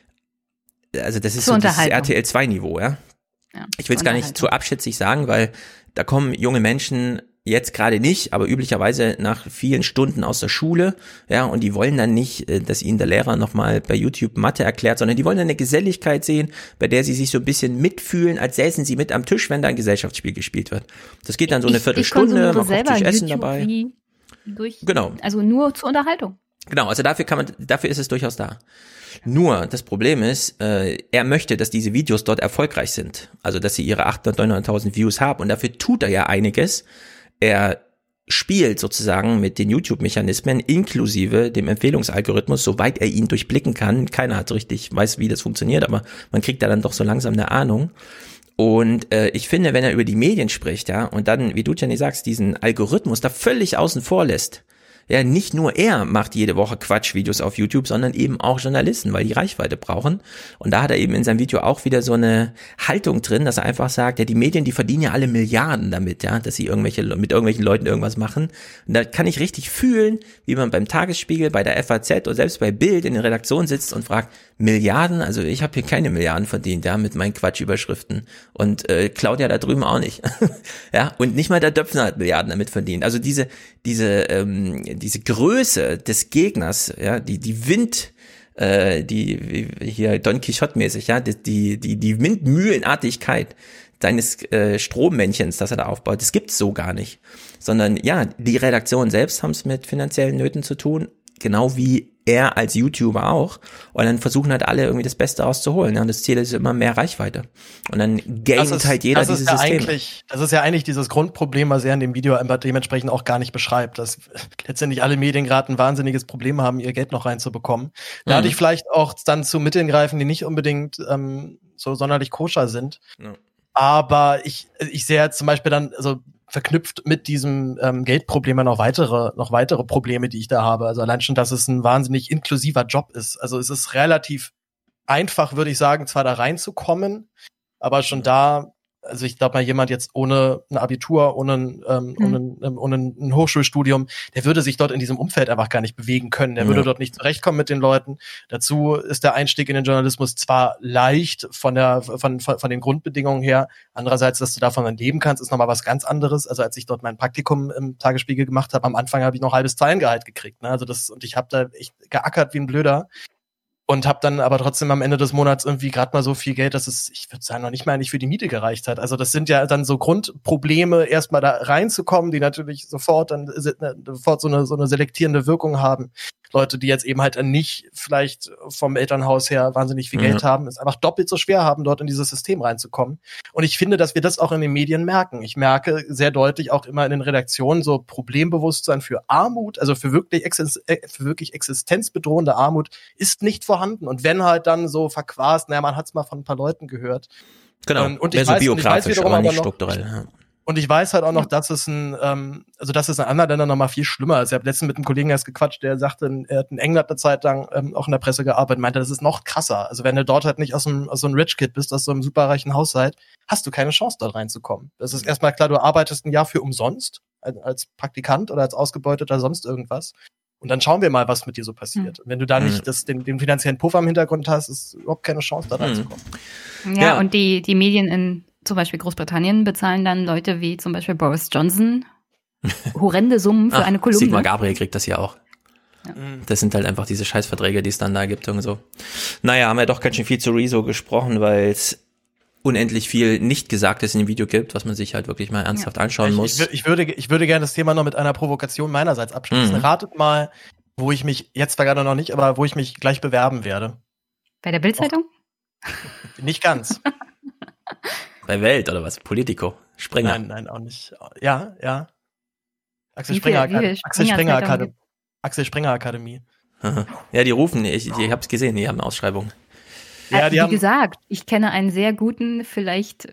also das ist so das R T L zwei Niveau, ja. ja ich will es gar nicht zu abschätzig sagen, weil da kommen junge Menschen jetzt gerade nicht, aber üblicherweise nach vielen Stunden aus der Schule, ja, und die wollen dann nicht, dass ihnen der Lehrer nochmal bei YouTube Mathe erklärt, sondern die wollen dann eine Geselligkeit sehen, bei der sie sich so ein bisschen mitfühlen, als säßen sie mit am Tisch, wenn da ein Gesellschaftsspiel gespielt wird. Das geht dann so eine ich, Viertelstunde, ich man kocht sich Essen YouTube dabei. Wie durch, genau. Also nur zur Unterhaltung. Genau, also dafür kann man, dafür ist es durchaus da. Nur, das Problem ist, äh, er möchte, dass diese Videos dort erfolgreich sind. Also, dass sie ihre achthundert, neunhunderttausend Views haben. Und dafür tut er ja einiges. Er spielt sozusagen mit den YouTube-Mechanismen inklusive dem Empfehlungsalgorithmus, soweit er ihn durchblicken kann. Keiner hat so richtig, weiß, wie das funktioniert, aber man kriegt da dann doch so langsam eine Ahnung. Und äh, ich finde, wenn er über die Medien spricht, ja, und dann, wie du, Jenny, sagst, diesen Algorithmus da völlig außen vor lässt, ja, nicht nur er macht jede Woche Quatschvideos auf YouTube, sondern eben auch Journalisten, weil die Reichweite brauchen. Und da hat er eben in seinem Video auch wieder so eine Haltung drin, dass er einfach sagt, ja, die Medien, die verdienen ja alle Milliarden damit, ja, dass sie irgendwelche mit irgendwelchen Leuten irgendwas machen. Und da kann ich richtig fühlen, wie man beim Tagesspiegel, bei der F A Z oder selbst bei Bild in der Redaktion sitzt und fragt, Milliarden? Also ich habe hier keine Milliarden verdient, ja, mit meinen Quatschüberschriften. Und äh, Claudia da drüben auch nicht. Ja, und nicht mal der Döpfner hat Milliarden damit verdient. Also diese diese ähm, diese Größe des Gegners, ja, die die Wind äh, die hier Don Quixote mäßig, ja, die die die, die Windmühlenartigkeit seines äh, Strommännchens, das er da aufbaut, das gibt's so gar nicht. Sondern ja, die Redaktionen selbst haben es mit finanziellen Nöten zu tun, genau wie er als YouTuber auch. Und dann versuchen halt alle irgendwie das Beste rauszuholen. Ja? Und das Ziel ist immer mehr Reichweite. Und dann gamet halt jeder dieses ja System. Das ist ja eigentlich dieses Grundproblem, was er in dem Video dementsprechend auch gar nicht beschreibt, dass letztendlich alle Medien gerade ein wahnsinniges Problem haben, ihr Geld noch reinzubekommen. Da hatte ich vielleicht auch dann zu Mitteln greifen, die nicht unbedingt ähm, so sonderlich koscher sind. Ja. Aber ich, ich sehe jetzt zum Beispiel dann, also verknüpft mit diesem ähm, Geldproblem noch weitere, noch weitere Probleme, die ich da habe. Also allein schon, dass es ein wahnsinnig inklusiver Job ist. Also es ist relativ einfach, würde ich sagen, zwar da reinzukommen, aber schon da, also ich glaube mal, jemand jetzt ohne ein Abitur, ohne, ein, ähm, mhm. ohne, ähm, ohne ein Hochschulstudium, der würde sich dort in diesem Umfeld einfach gar nicht bewegen können. Der ja. würde dort nicht zurechtkommen mit den Leuten. Dazu ist der Einstieg in den Journalismus zwar leicht von der von von, von den Grundbedingungen her, andererseits, dass du davon dann leben kannst, ist nochmal was ganz anderes. Also als ich dort mein Praktikum im Tagesspiegel gemacht habe, am Anfang habe ich noch halbes Zeilengehalt gekriegt. Ne? Also das und ich habe da echt geackert wie ein Blöder. Und habe dann aber trotzdem am Ende des Monats irgendwie gerade mal so viel Geld, dass es, ich würde sagen, noch nicht mal eigentlich für die Miete gereicht hat. Also das sind ja dann so Grundprobleme, erstmal da reinzukommen, die natürlich sofort dann sofort so eine so eine selektierende Wirkung haben. Leute, die jetzt eben halt nicht vielleicht vom Elternhaus her wahnsinnig viel Geld ja. haben, es einfach doppelt so schwer haben, dort in dieses System reinzukommen. Und ich finde, dass wir das auch in den Medien merken. Ich merke sehr deutlich auch immer in den Redaktionen so Problembewusstsein für Armut, also für wirklich, Existen- für wirklich existenzbedrohende Armut ist nicht vorhanden. Und wenn halt dann so verquast, naja, man hat es mal von ein paar Leuten gehört. Genau, und, und mehr ich so weiß, biografisch, und ich weiß aber nicht aber noch, strukturell. Ja. Und ich weiß halt auch noch, dass es ein, ähm, also dass es in anderen Ländern noch mal viel schlimmer ist. Ich habe letztens mit einem Kollegen erst gequatscht, der sagte, er hat in England eine Zeit lang ähm, auch in der Presse gearbeitet, meinte, das ist noch krasser. Also wenn du dort halt nicht aus, einem, aus so einem Rich Kid bist, aus so einem superreichen Haushalt, hast du keine Chance, dort reinzukommen. Das ist erstmal klar, du arbeitest ein Jahr für umsonst, als Praktikant oder als Ausgebeuteter sonst irgendwas. Und dann schauen wir mal, was mit dir so passiert. Und wenn du da Mhm. nicht das, den, den finanziellen Puffer im Hintergrund hast, ist überhaupt keine Chance, da reinzukommen. Ja, Ja. und die, die Medien in zum Beispiel Großbritannien bezahlen dann Leute wie zum Beispiel Boris Johnson horrende Summen für Ach, eine Kolumne. Sigmar Gabriel kriegt das ja auch. Ja. Das sind halt einfach diese Scheißverträge, die es dann da gibt und so. Naja, haben wir doch ganz schön viel zu Rezo gesprochen, weil es unendlich viel nicht Gesagtes in dem Video gibt, was man sich halt wirklich mal ernsthaft anschauen Ich, muss. ich, wür- ich, würde, ich würde gerne das Thema noch mit einer Provokation meinerseits abschließen. Mhm. Ratet mal, wo ich mich, jetzt zwar gerade noch nicht, aber wo ich mich gleich bewerben werde. Bei der Bild-Zeitung? Nicht ganz. Bei Welt oder was? Politico? Springer? Nein, nein, auch nicht. Ja, ja. Axel Wie Springer, viel- wie viel Akademie. Axel Springer Springer-Zeitung Akademie. Axel Springer Akademie. Ja, die rufen, ich, ich hab's gesehen, die haben eine Ausschreibung. Ja, Äh, die Wie haben, gesagt, ich kenne einen sehr guten, vielleicht,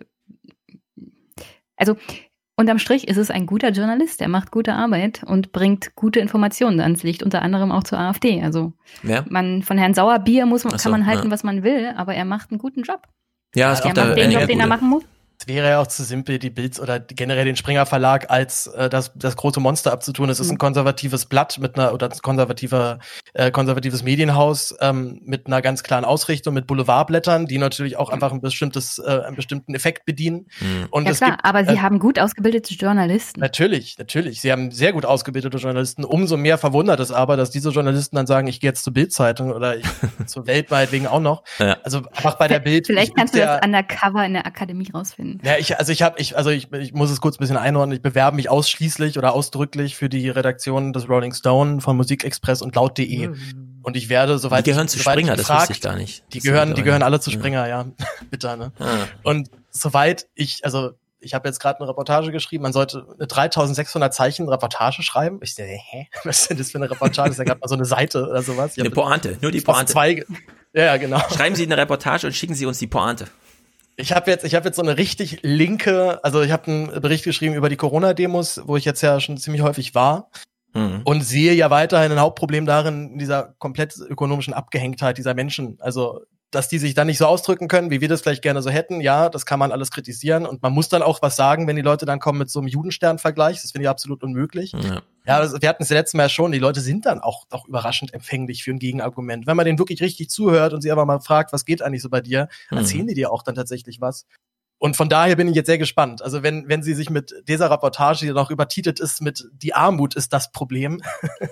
also unterm Strich ist es ein guter Journalist, der macht gute Arbeit und bringt gute Informationen ans Licht, unter anderem auch zur AfD. Also Wer? man von Herrn Sauerbier muss man, Ach so, kann man halten, ja. was man will, aber er macht einen guten Job. Ja, es Er gibt da macht den einige Job, den er gute. machen muss. es wäre ja auch zu simpel, die Bild oder generell den Springer Verlag als äh, das, das große Monster abzutun. Es ist ein konservatives Blatt mit einer, oder ein konservativer, äh, konservatives Medienhaus ähm, mit einer ganz klaren Ausrichtung, mit Boulevardblättern, die natürlich auch einfach ein bestimmtes, äh, einen bestimmten Effekt bedienen. Mhm. Und Ja es klar, gibt, aber sie äh, haben gut ausgebildete Journalisten. Natürlich, natürlich. Sie haben sehr gut ausgebildete Journalisten. Umso mehr verwundert es aber, dass diese Journalisten dann sagen, ich gehe jetzt zur Bild-Zeitung oder ich zur Welt meinetwegen auch noch. Ja. Also einfach bei der Bild. Vielleicht ich- kannst du der, das undercover in der Akademie rausfinden. Ja, ich, also ich habe, ich, also ich, ich muss es kurz ein bisschen einordnen. Ich bewerbe mich ausschließlich oder ausdrücklich für die Redaktion des Rolling Stone, von Musikexpress und laut punkt de. Und ich werde, soweit Die gehören ich, zu soweit Springer, ich das gefragt, wusste ich gar nicht. Die Das gehören, ist die aber- gehören alle zu ja. Springer, ja. Bitter, ne? Ah. Und soweit ich, also ich habe jetzt gerade eine Reportage geschrieben, man sollte eine dreitausendsechshundert Zeichen Reportage schreiben. Ich dachte, hä? Was ist denn das für eine Reportage? Das ist ja gerade mal so eine Seite oder sowas. Ich Eine hab Pointe, nur die fast Pointe. Zwei, ja, ja, genau. Schreiben Sie eine Reportage und schicken Sie uns die Pointe. Ich habe jetzt, ich habe jetzt so eine richtig linke, also ich habe einen Bericht geschrieben über die Corona-Demos, wo ich jetzt ja schon ziemlich häufig war. Mhm. Und sehe ja weiterhin ein Hauptproblem darin, in dieser komplett ökonomischen Abgehängtheit dieser Menschen. Also, dass die sich dann nicht so ausdrücken können, wie wir das vielleicht gerne so hätten. Ja, das kann man alles kritisieren. Und man muss dann auch was sagen, wenn die Leute dann kommen mit so einem Judenstern-Vergleich. Das finde ich absolut unmöglich. Ja. Ja, also wir hatten es ja letztes Mal ja schon. Die Leute sind dann auch, auch überraschend empfänglich für ein Gegenargument. Wenn man denen wirklich richtig zuhört und sie einfach mal fragt, was geht eigentlich so bei dir, Mhm. erzählen die dir auch dann tatsächlich was. Und von daher bin ich jetzt sehr gespannt. Also wenn, wenn sie sich mit dieser Reportage, die noch übertitelt ist mit Die Armut ist das Problem,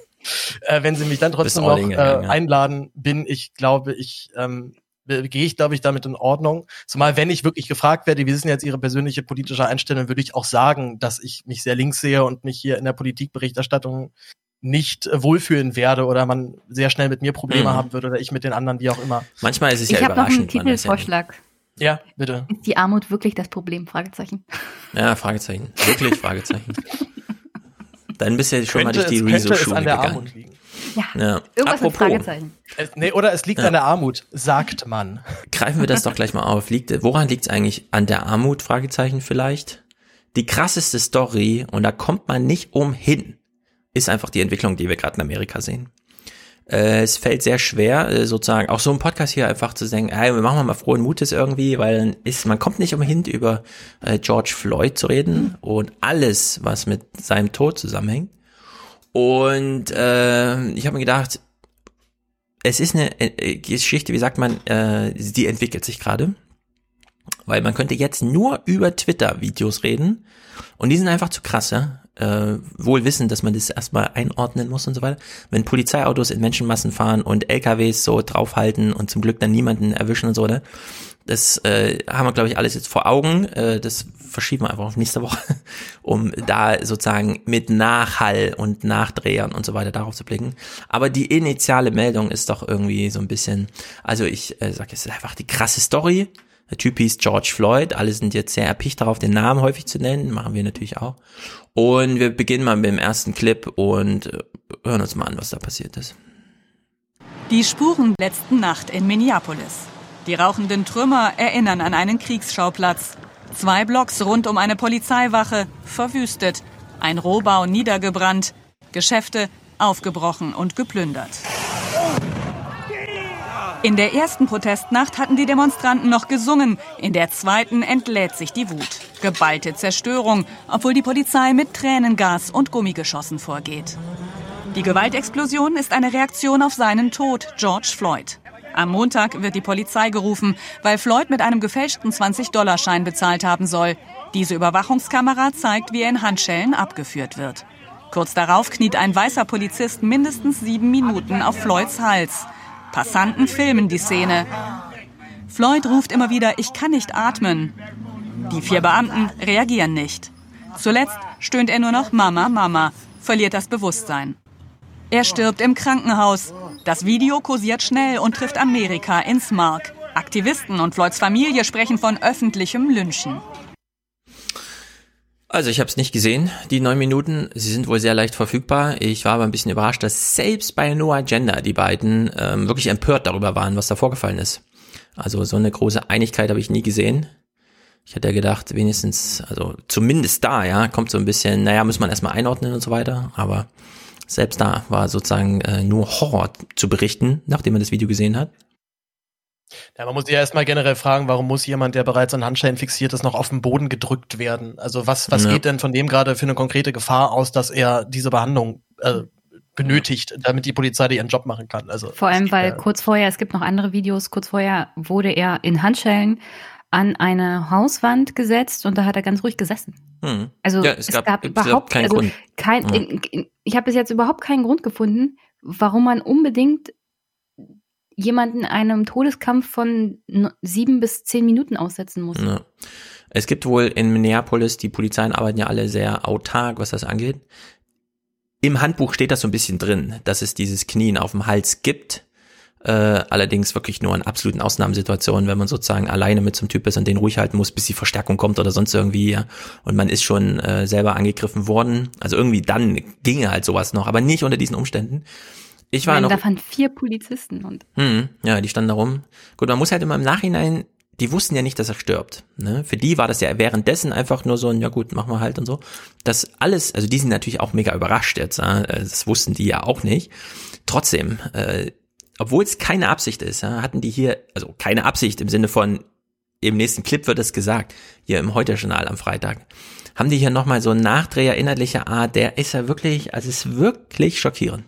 äh, wenn sie mich dann trotzdem all noch in äh, gegangen, ja. einladen, bin ich, glaube ich, ähm, gehe ich, glaube ich, damit in Ordnung. Zumal, wenn ich wirklich gefragt werde, wie ist denn jetzt Ihre persönliche politische Einstellung, würde ich auch sagen, dass ich mich sehr links sehe und mich hier in der Politikberichterstattung nicht äh, wohlfühlen werde oder man sehr schnell mit mir Probleme Mhm. haben würde oder ich mit den anderen, wie auch immer. Manchmal ist es Ich ja habe noch einen überraschend. man weiß ja nicht. Titelvorschlag. Ja, bitte. Ist die Armut wirklich das Problem? Fragezeichen. Ja, Fragezeichen. Wirklich Fragezeichen. Dann bist du ja schon mal Könnte durch die es, könnte es Rezo-Schule an der gegangen. Armut liegen. Ja, Ja. irgendwas mit Apropos, Fragezeichen. Es, nee, oder es liegt Ja. an der Armut, sagt man. greifen wir das doch gleich mal auf. Liegt, woran liegt es eigentlich? An der Armut? Fragezeichen vielleicht? Die krasseste Story, und da kommt man nicht umhin, ist einfach die Entwicklung, die wir gerade in Amerika sehen. Äh, es fällt sehr schwer, äh, sozusagen, auch so ein Podcast hier einfach zu sagen, hey, wir machen mal frohen Mutes irgendwie, weil dann ist, man kommt nicht umhin, über äh, George Floyd zu reden und alles, was mit seinem Tod zusammenhängt. Und äh, ich habe mir gedacht, es ist eine äh, Geschichte, wie sagt man, äh, die entwickelt sich gerade. Weil man könnte jetzt nur über Twitter-Videos reden und die sind einfach zu krass, ja. Äh, wohl wissen, dass man das erstmal einordnen muss und so weiter. Wenn Polizeiautos in Menschenmassen fahren und L K Ws so draufhalten und zum Glück dann niemanden erwischen und so, ne? Das äh, haben wir, glaube ich, alles jetzt vor Augen. Äh, das verschieben wir einfach auf nächste Woche, um da sozusagen mit Nachhall und Nachdrehern und so weiter darauf zu blicken. Aber die initiale Meldung ist doch irgendwie so ein bisschen, also ich äh, sage, es ist einfach die krasse Story. Der Typ hieß George Floyd. Alle sind jetzt sehr erpicht darauf, den Namen häufig zu nennen. Machen wir natürlich auch. Und wir beginnen mal mit dem ersten Clip und äh, hören uns mal an, was da passiert ist. Die Spuren letzten Nacht in Minneapolis. Die rauchenden Trümmer erinnern an einen Kriegsschauplatz. Zwei Blocks rund um eine Polizeiwache verwüstet. Ein Rohbau niedergebrannt. Geschäfte aufgebrochen und geplündert. In der ersten Protestnacht hatten die Demonstranten noch gesungen. In der zweiten entlädt sich die Wut. Geballte Zerstörung, obwohl die Polizei mit Tränengas und Gummigeschossen vorgeht. Die Gewaltexplosion ist eine Reaktion auf seinen Tod, George Floyd. Am Montag wird die Polizei gerufen, weil Floyd mit einem gefälschten zwanzig-Dollar-Schein bezahlt haben soll. Diese Überwachungskamera zeigt, wie er in Handschellen abgeführt wird. Kurz darauf kniet ein weißer Polizist mindestens sieben Minuten auf Floyds Hals. Passanten filmen die Szene. Floyd ruft immer wieder, ich kann nicht atmen. Die vier Beamten reagieren nicht. Zuletzt stöhnt er nur noch Mama, Mama, verliert das Bewusstsein. Er stirbt im Krankenhaus. Das Video kursiert schnell und trifft Amerika ins Mark. Aktivisten und Floyds Familie sprechen von öffentlichem Lynchen. Also ich habe es nicht gesehen, die neun Minuten. Sie sind wohl sehr leicht verfügbar. Ich war aber ein bisschen überrascht, dass selbst bei No Agenda die beiden ähm, wirklich empört darüber waren, was da vorgefallen ist. Also so eine große Einigkeit habe ich nie gesehen. Ich hätte ja gedacht, wenigstens, also zumindest da, ja, kommt so ein bisschen, naja, muss man erstmal einordnen und so weiter. Aber selbst da war sozusagen äh, nur Horror zu berichten, nachdem man das Video gesehen hat. Ja, man muss sich ja erstmal generell fragen, warum muss jemand, der bereits an Handschellen fixiert ist, noch auf den Boden gedrückt werden? Also was, was ja. geht denn von dem gerade für eine konkrete Gefahr aus, dass er diese Behandlung äh, benötigt, damit die Polizei ihren Job machen kann? Also vor allem, weil äh, kurz vorher, es gibt noch andere Videos, kurz vorher wurde er in Handschellen an eine Hauswand gesetzt und da hat er ganz ruhig gesessen. Hm. Also ja, es, es gab, gab überhaupt keinen also Grund. Kein, hm. in, in, ich habe bis jetzt überhaupt keinen Grund gefunden, warum man unbedingt jemanden einem Todeskampf von sieben bis zehn Minuten aussetzen muss. Ja. Es gibt wohl in Minneapolis, die Polizeien arbeiten ja alle sehr autark, was das angeht. Im Handbuch steht das so ein bisschen drin, dass es dieses Knien auf dem Hals gibt. Äh, allerdings wirklich nur in absoluten Ausnahmesituationen, wenn man sozusagen alleine mit so einem Typ ist und den ruhig halten muss, bis die Verstärkung kommt oder sonst irgendwie. Ja. Und man ist schon äh, selber angegriffen worden. Also irgendwie dann ginge halt sowas noch, aber nicht unter diesen Umständen. Ich war noch. Da waren vier Polizisten und. Hm, ja, die standen da rum. Gut, man muss halt immer im Nachhinein, die wussten ja nicht, dass er stirbt. Ne? Für die war das ja währenddessen einfach nur so ein, ja gut, machen wir halt und so. Das alles, also die sind natürlich auch mega überrascht jetzt. Ja? Das wussten die ja auch nicht. Trotzdem, äh, obwohl es keine Absicht ist, ja, hatten die hier, also keine Absicht im Sinne von, im nächsten Clip wird es gesagt, hier im Heute-Journal am Freitag, haben die hier nochmal so einen Nachdreher inhaltlicher Art, der ist ja wirklich, also ist wirklich schockierend.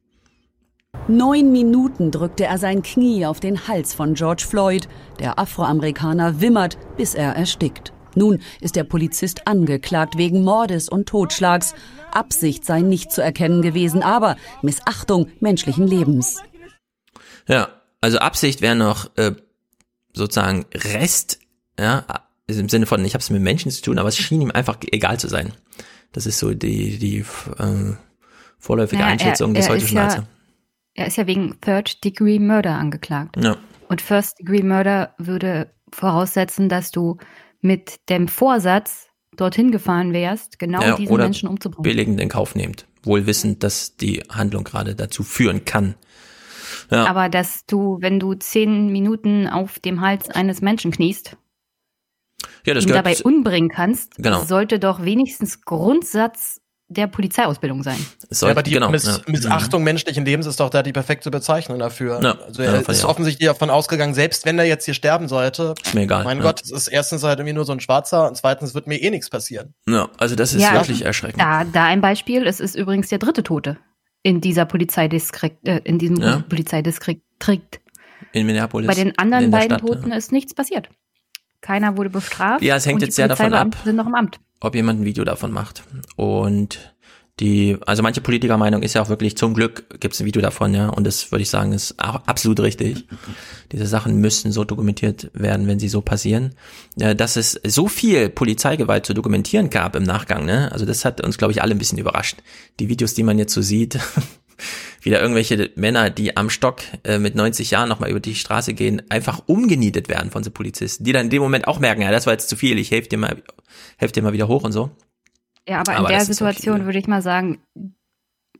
Neun Minuten drückte er sein Knie auf den Hals von George Floyd. Der Afroamerikaner wimmert, bis er erstickt. Nun ist der Polizist angeklagt wegen Mordes und Totschlags. Absicht sei nicht zu erkennen gewesen, aber Missachtung menschlichen Lebens. Ja, also Absicht wäre noch äh, sozusagen Rest, ja, im Sinne von, ich habe es mit Menschen zu tun, aber es schien ihm einfach egal zu sein. Das ist so die die äh, vorläufige naja, Einschätzung er, er des Heute-Journals. Ja, er ist ja wegen Third-Degree-Murder angeklagt. Ja. Und First-Degree-Murder würde voraussetzen, dass du mit dem Vorsatz dorthin gefahren wärst, genau ja, diesen Menschen umzubringen. Billigend in Kauf nehmt, wohl wissend, dass die Handlung gerade dazu führen kann. Ja. Aber dass du, wenn du zehn Minuten auf dem Hals eines Menschen kniest, ja, das ihn gehört, dabei umbringen kannst, genau. sollte doch wenigstens Grundsatz der Polizeiausbildung sein. Sollte, ja, aber die genau, Miss, ja. Missachtung menschlichen Lebens ist doch da die perfekte Bezeichnung dafür. Ja, also er ja, ist offensichtlich davon ausgegangen, selbst wenn er jetzt hier sterben sollte, ist mir egal. Mein ja. Gott, es ist erstens halt irgendwie nur so ein Schwarzer und zweitens wird mir eh nichts passieren. Ja, also das ist ja, wirklich erschreckend. Da, da ein Beispiel, es ist übrigens der dritte Tote in dieser Polizeidistrikt, äh, in diesem ja. Polizeidistrikt. In Minneapolis. Bei den anderen beiden Stadt, Toten ja. ist nichts passiert. Keiner wurde bestraft. Ja, es hängt jetzt sehr davon ab, sind noch im Amt. ob jemand ein Video davon macht. Und die, also manche Politikermeinung ist ja auch wirklich, zum Glück gibt es ein Video davon, ja, und das würde ich sagen, ist auch absolut richtig. Diese Sachen müssen so dokumentiert werden, wenn sie so passieren. Ja, dass es so viel Polizeigewalt zu dokumentieren gab im Nachgang, ne, also das hat uns, glaube ich, alle ein bisschen überrascht. Die Videos, die man jetzt so sieht, wieder irgendwelche Männer, die am Stock äh, mit neunzig Jahren nochmal über die Straße gehen, einfach umgenietet werden von so Polizisten, die dann in dem Moment auch merken, ja, das war jetzt zu viel, ich helfe dir mal, helfe dir mal wieder hoch und so. Ja, aber in aber der Situation okay. würde ich mal sagen,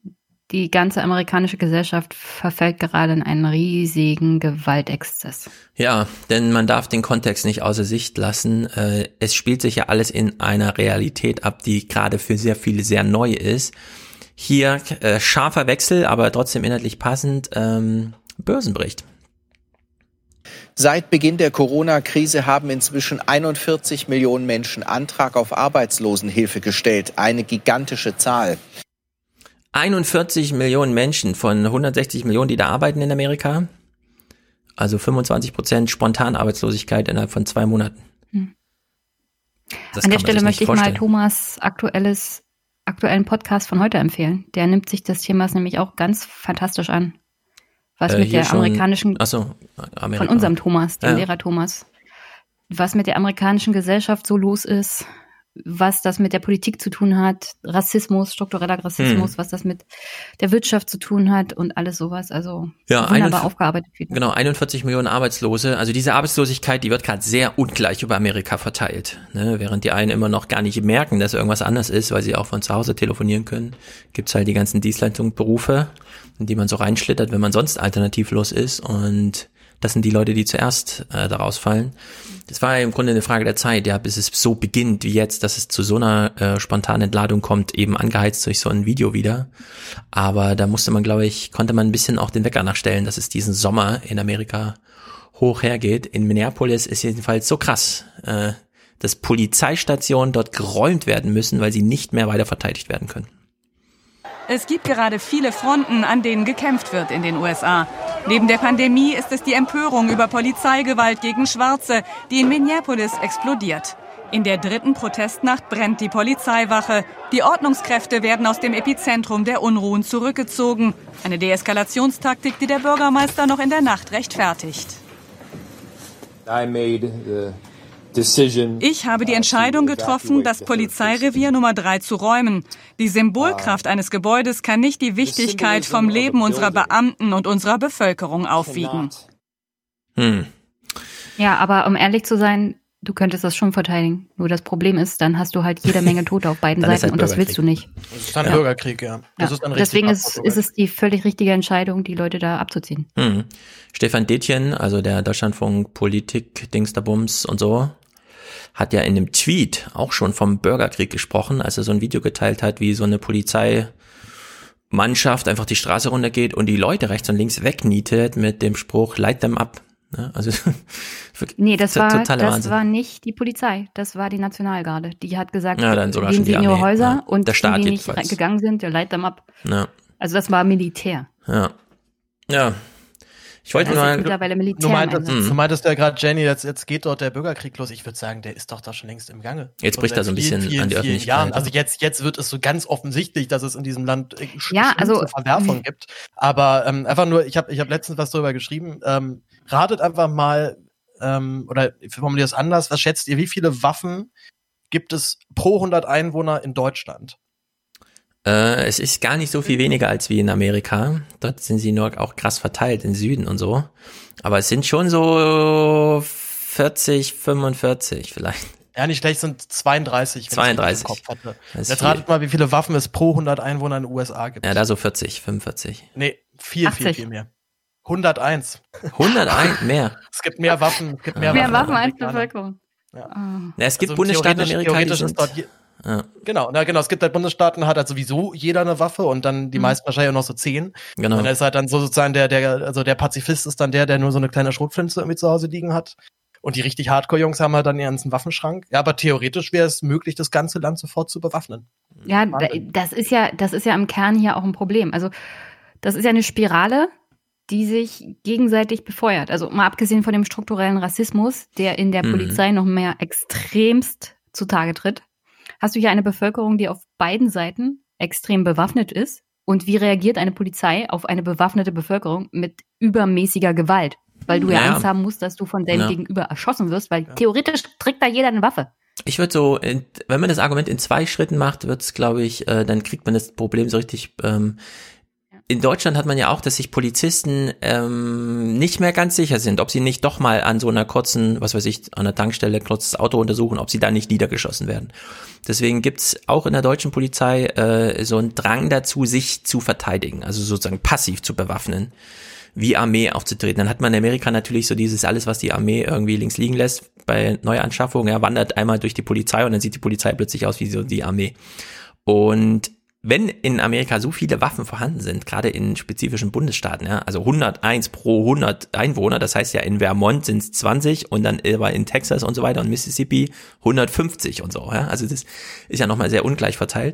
Die ganze amerikanische Gesellschaft verfällt gerade in einen riesigen Gewaltexzess. Ja, denn man darf den Kontext nicht außer Sicht lassen. Es spielt sich ja alles in einer Realität ab, die gerade für sehr viele sehr neu ist. Hier äh, scharfer Wechsel, aber trotzdem inhaltlich passend, ähm, Börsenbericht. Seit Beginn der Corona-Krise haben inzwischen einundvierzig Millionen Menschen Antrag auf Arbeitslosenhilfe gestellt. Eine gigantische Zahl. einundvierzig Millionen Menschen von hundertsechzig Millionen, die da arbeiten in Amerika. Also fünfundzwanzig Prozent Spontanarbeitslosigkeit innerhalb von zwei Monaten. Hm. An der Stelle möchte ich vorstellen. mal Thomas aktuelles, aktuellen Podcast von heute empfehlen. Der nimmt sich des Themas nämlich auch ganz fantastisch an. Was äh, mit der schon, amerikanischen, ach so, Amerika. von unserem Thomas, dem ja. Lehrer Thomas, was mit der amerikanischen Gesellschaft so los ist, was das mit der Politik zu tun hat, Rassismus, struktureller Rassismus, hm. was das mit der Wirtschaft zu tun hat und alles sowas. Also ja, wunderbar einundvierzig, aufgearbeitet. Genau, einundvierzig Millionen Arbeitslose. Also diese Arbeitslosigkeit, die wird gerade sehr ungleich über Amerika verteilt. Ne? Während die einen immer noch gar nicht merken, dass irgendwas anders ist, weil sie auch von zu Hause telefonieren können, gibt's halt die ganzen Dienstleistungsberufe, in die man so reinschlittert, wenn man sonst alternativlos ist. Und das sind die Leute, die zuerst äh, daraus fallen. Das war ja im Grunde eine Frage der Zeit, ja, bis es so beginnt wie jetzt, dass es zu so einer äh, spontanen Entladung kommt, eben angeheizt durch so ein Video wieder. Aber da musste man, glaube ich, konnte man ein bisschen auch den Wecker nachstellen, dass es diesen Sommer in Amerika hoch hergeht. In Minneapolis ist jedenfalls so krass, äh, dass Polizeistationen dort geräumt werden müssen, weil sie nicht mehr weiter verteidigt werden können. Es gibt gerade viele Fronten, an denen gekämpft wird in den U S A. Neben der Pandemie ist es die Empörung über Polizeigewalt gegen Schwarze, die in Minneapolis explodiert. In der dritten Protestnacht brennt die Polizeiwache. Die Ordnungskräfte werden aus dem Epizentrum der Unruhen zurückgezogen. Eine Deeskalationstaktik, die der Bürgermeister noch in der Nacht rechtfertigt. I made the Ich habe die Entscheidung getroffen, das Polizeirevier Nummer drei zu räumen. Die Symbolkraft eines Gebäudes kann nicht die Wichtigkeit vom Leben unserer Beamten und unserer Bevölkerung aufwiegen. Hm. Ja, aber um ehrlich zu sein, du könntest das schon verteidigen. Nur das Problem ist, dann hast du halt jede Menge Tote auf beiden Seiten halt und das willst du nicht. Das ist dann ja. Bürgerkrieg, ja. Das ja. ist dann Deswegen ist, ist es die völlig richtige Entscheidung, die Leute da abzuziehen. Hm. Stefan Detjen, also der Deutschlandfunk Politik, Dingsterbums und so, hat ja in einem Tweet auch schon vom Bürgerkrieg gesprochen, als er so ein Video geteilt hat, wie so eine Polizeimannschaft einfach die Straße runtergeht und die Leute rechts und links wegnietet mit dem Spruch, light them up. Also nee, das war das Wahnsinn. war nicht die Polizei, das war die Nationalgarde. Die hat gesagt, ja, dann sogar gehen schon Sie in Ihre Häuser ja. und der Staat die, die nicht jedenfalls. gegangen sind, light them up. Ja. Also das war Militär. Ja. Ja. Ich wollte nur mittlerweile Militär. Du meintest, mhm. du meintest ja gerade, Jenny, jetzt, jetzt geht dort der Bürgerkrieg los. Ich würde sagen, der ist doch da schon längst im Gange. Jetzt bricht er so ein bisschen vielen, an die Öffentlichkeit. Jahren. Also jetzt, jetzt wird es so ganz offensichtlich, dass es in diesem Land ja, also, Verwerfung gibt. Aber ähm, einfach nur, ich habe ich hab letztens was darüber geschrieben. Ähm, ratet einfach mal, ähm, oder formuliert es anders, was schätzt ihr, wie viele Waffen gibt es pro hundert Einwohner in Deutschland? Äh, es ist gar nicht so viel weniger als wie in Amerika. Dort sind sie nur auch krass verteilt im Süden und so. Aber es sind schon so vierzig, fünfundvierzig vielleicht. Ja, nicht schlecht, sind zweiunddreißig. Wenn zweiunddreißig. Ich das im Kopf hatte. Jetzt ratet mal, wie viele Waffen es pro hundert Einwohner in den U S A gibt. Ja, da so vierzig, fünfundvierzig. Nee, viel, achtzig. viel, viel mehr. hunderteins. hunderteins mehr? Es gibt mehr Waffen. Es gibt mehr, mehr Waffen, Waffen als Bevölkerung. Ja. Oh. Ja, es gibt also Bundesstaaten in Amerika, die sind... Dort je- ja. Genau, na genau, es gibt halt Bundesstaaten, hat halt sowieso jeder eine Waffe und dann die mhm. meisten wahrscheinlich auch noch so zehn. Genau. Und dann ist halt dann so sozusagen der, der, also der Pazifist ist dann der, der nur so eine kleine Schrotflinte irgendwie zu Hause liegen hat. Und die richtig Hardcore-Jungs haben halt dann ihren ganzen Waffenschrank. Ja, aber theoretisch wäre es möglich, das ganze Land sofort zu bewaffnen. Ja, das ist ja, das ist ja im Kern hier auch ein Problem. Also, das ist ja eine Spirale, die sich gegenseitig befeuert. Also, mal abgesehen von dem strukturellen Rassismus, der in der mhm. Polizei noch mehr extremst zutage tritt, hast du hier eine Bevölkerung, die auf beiden Seiten extrem bewaffnet ist. Und wie reagiert eine Polizei auf eine bewaffnete Bevölkerung mit übermäßiger Gewalt? Weil du ja, ja Angst haben musst, dass du von deinem ja. Gegenüber erschossen wirst, weil ja. theoretisch trägt da jeder eine Waffe. Ich würde so, in, wenn man das Argument in zwei Schritten macht, wird's, glaube ich, äh, dann kriegt man das Problem so richtig ähm, in Deutschland hat man ja auch, dass sich Polizisten ähm, nicht mehr ganz sicher sind, ob sie nicht doch mal an so einer kurzen, was weiß ich, an der Tankstelle kurzes Auto untersuchen, ob sie da nicht niedergeschossen werden. Deswegen gibt's auch in der deutschen Polizei äh, so einen Drang dazu, sich zu verteidigen, also sozusagen passiv zu bewaffnen, wie Armee aufzutreten. Dann hat man in Amerika natürlich so dieses alles, was die Armee irgendwie links liegen lässt bei Neuanschaffungen, ja, wandert einmal durch die Polizei und dann sieht die Polizei plötzlich aus wie so die Armee. Und wenn in Amerika so viele Waffen vorhanden sind, gerade in spezifischen Bundesstaaten, ja, also hunderteins pro hundert Einwohner, das heißt ja in Vermont sind es zwanzig und dann aber in Texas und so weiter und Mississippi hundertfünfzig und so, ja, also das ist ja nochmal sehr ungleich verteilt.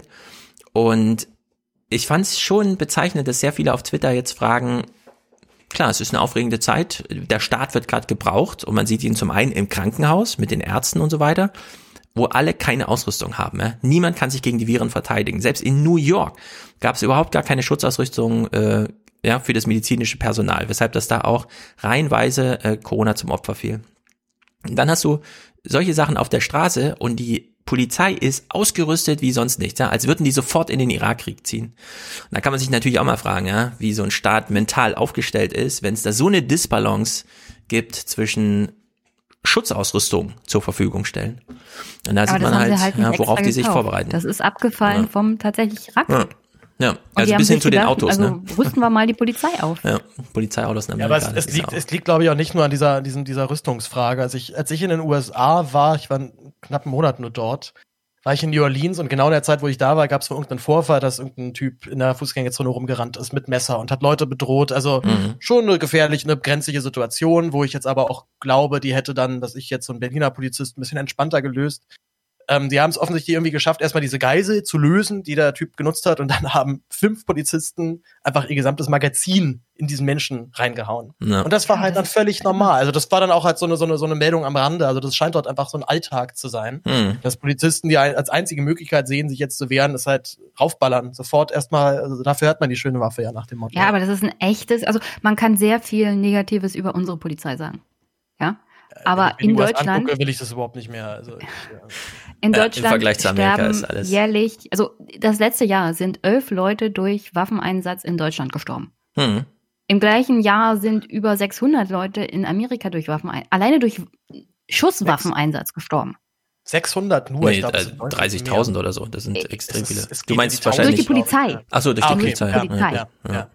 Und ich fand es schon bezeichnend, dass sehr viele auf Twitter jetzt fragen, klar, es ist eine aufregende Zeit, der Staat wird gerade gebraucht und man sieht ihn zum einen im Krankenhaus mit den Ärzten und so weiter, wo alle keine Ausrüstung haben. Ja? Niemand kann sich gegen die Viren verteidigen. Selbst in New York gab es überhaupt gar keine Schutzausrüstung äh, ja, für das medizinische Personal, weshalb das da auch reihenweise äh, Corona zum Opfer fiel. Und dann hast du solche Sachen auf der Straße und die Polizei ist ausgerüstet wie sonst nichts, ja? Als würden die sofort in den Irakkrieg ziehen. Und da kann man sich natürlich auch mal fragen, ja, wie so ein Staat mental aufgestellt ist, wenn es da so eine Disbalance gibt zwischen Schutzausrüstung zur Verfügung stellen. Und da sieht man halt, halt ja, worauf die sich gekauft. vorbereiten. Das ist abgefallen ja. vom tatsächlich Irakkrieg. Ja. Ja, also bis hin zu den gedacht, Autos. Also ne? rüsten wir mal die Polizei auf. Ja, Polizeiautos in Amerika. Ja, aber es, es liegt, auch. es liegt, glaube ich, auch nicht nur an dieser, diesen, dieser Rüstungsfrage. Also ich, als ich in den U S A war, ich war knapp einen Monat nur dort, war ich in New Orleans und genau in der Zeit, wo ich da war, gab es irgendeinen Vorfall, dass irgendein Typ in der Fußgängerzone rumgerannt ist mit Messer und hat Leute bedroht. Also mhm. schon eine gefährliche, eine brenzlige Situation, wo ich jetzt aber auch glaube, die hätte dann, dass ich jetzt so ein Berliner Polizist ein bisschen entspannter gelöst. Ähm, die haben es offensichtlich irgendwie geschafft, erstmal diese Geisel zu lösen, die der Typ genutzt hat, und dann haben fünf Polizisten einfach ihr gesamtes Magazin in diesen Menschen reingehauen. Ja. Und das war halt dann völlig normal. Also das war dann auch halt so eine, so eine, so eine Meldung am Rande. Also das scheint dort einfach so ein Alltag zu sein. Mhm. Dass Polizisten, die als einzige Möglichkeit sehen, sich jetzt zu wehren, ist halt raufballern. Sofort erstmal, also dafür hat man die schöne Waffe ja nach dem Motto. Ja, aber das ist ein echtes, also man kann sehr viel Negatives über unsere Polizei sagen. Ja? Aber Wenn ich in mir Deutschland angucke, will ich das überhaupt nicht mehr. Also ich, ja. In ja, Deutschland im Vergleich zu Amerika sterben ist alles. jährlich, also das letzte Jahr sind elf Leute durch Waffeneinsatz in Deutschland gestorben. Hm. Im gleichen Jahr sind über sechshundert Leute in Amerika durch Waffeneinsatz, alleine durch Schusswaffeneinsatz gestorben. sechshundert nur? Nee, ich glaub, äh, dreißigtausend oder so, das sind äh, extrem es, viele. es du meinst wahrscheinlich durch die Polizei. Ach so, durch ah, die okay. Polizei. Ja, Polizei. Ja, ja, ja, ja.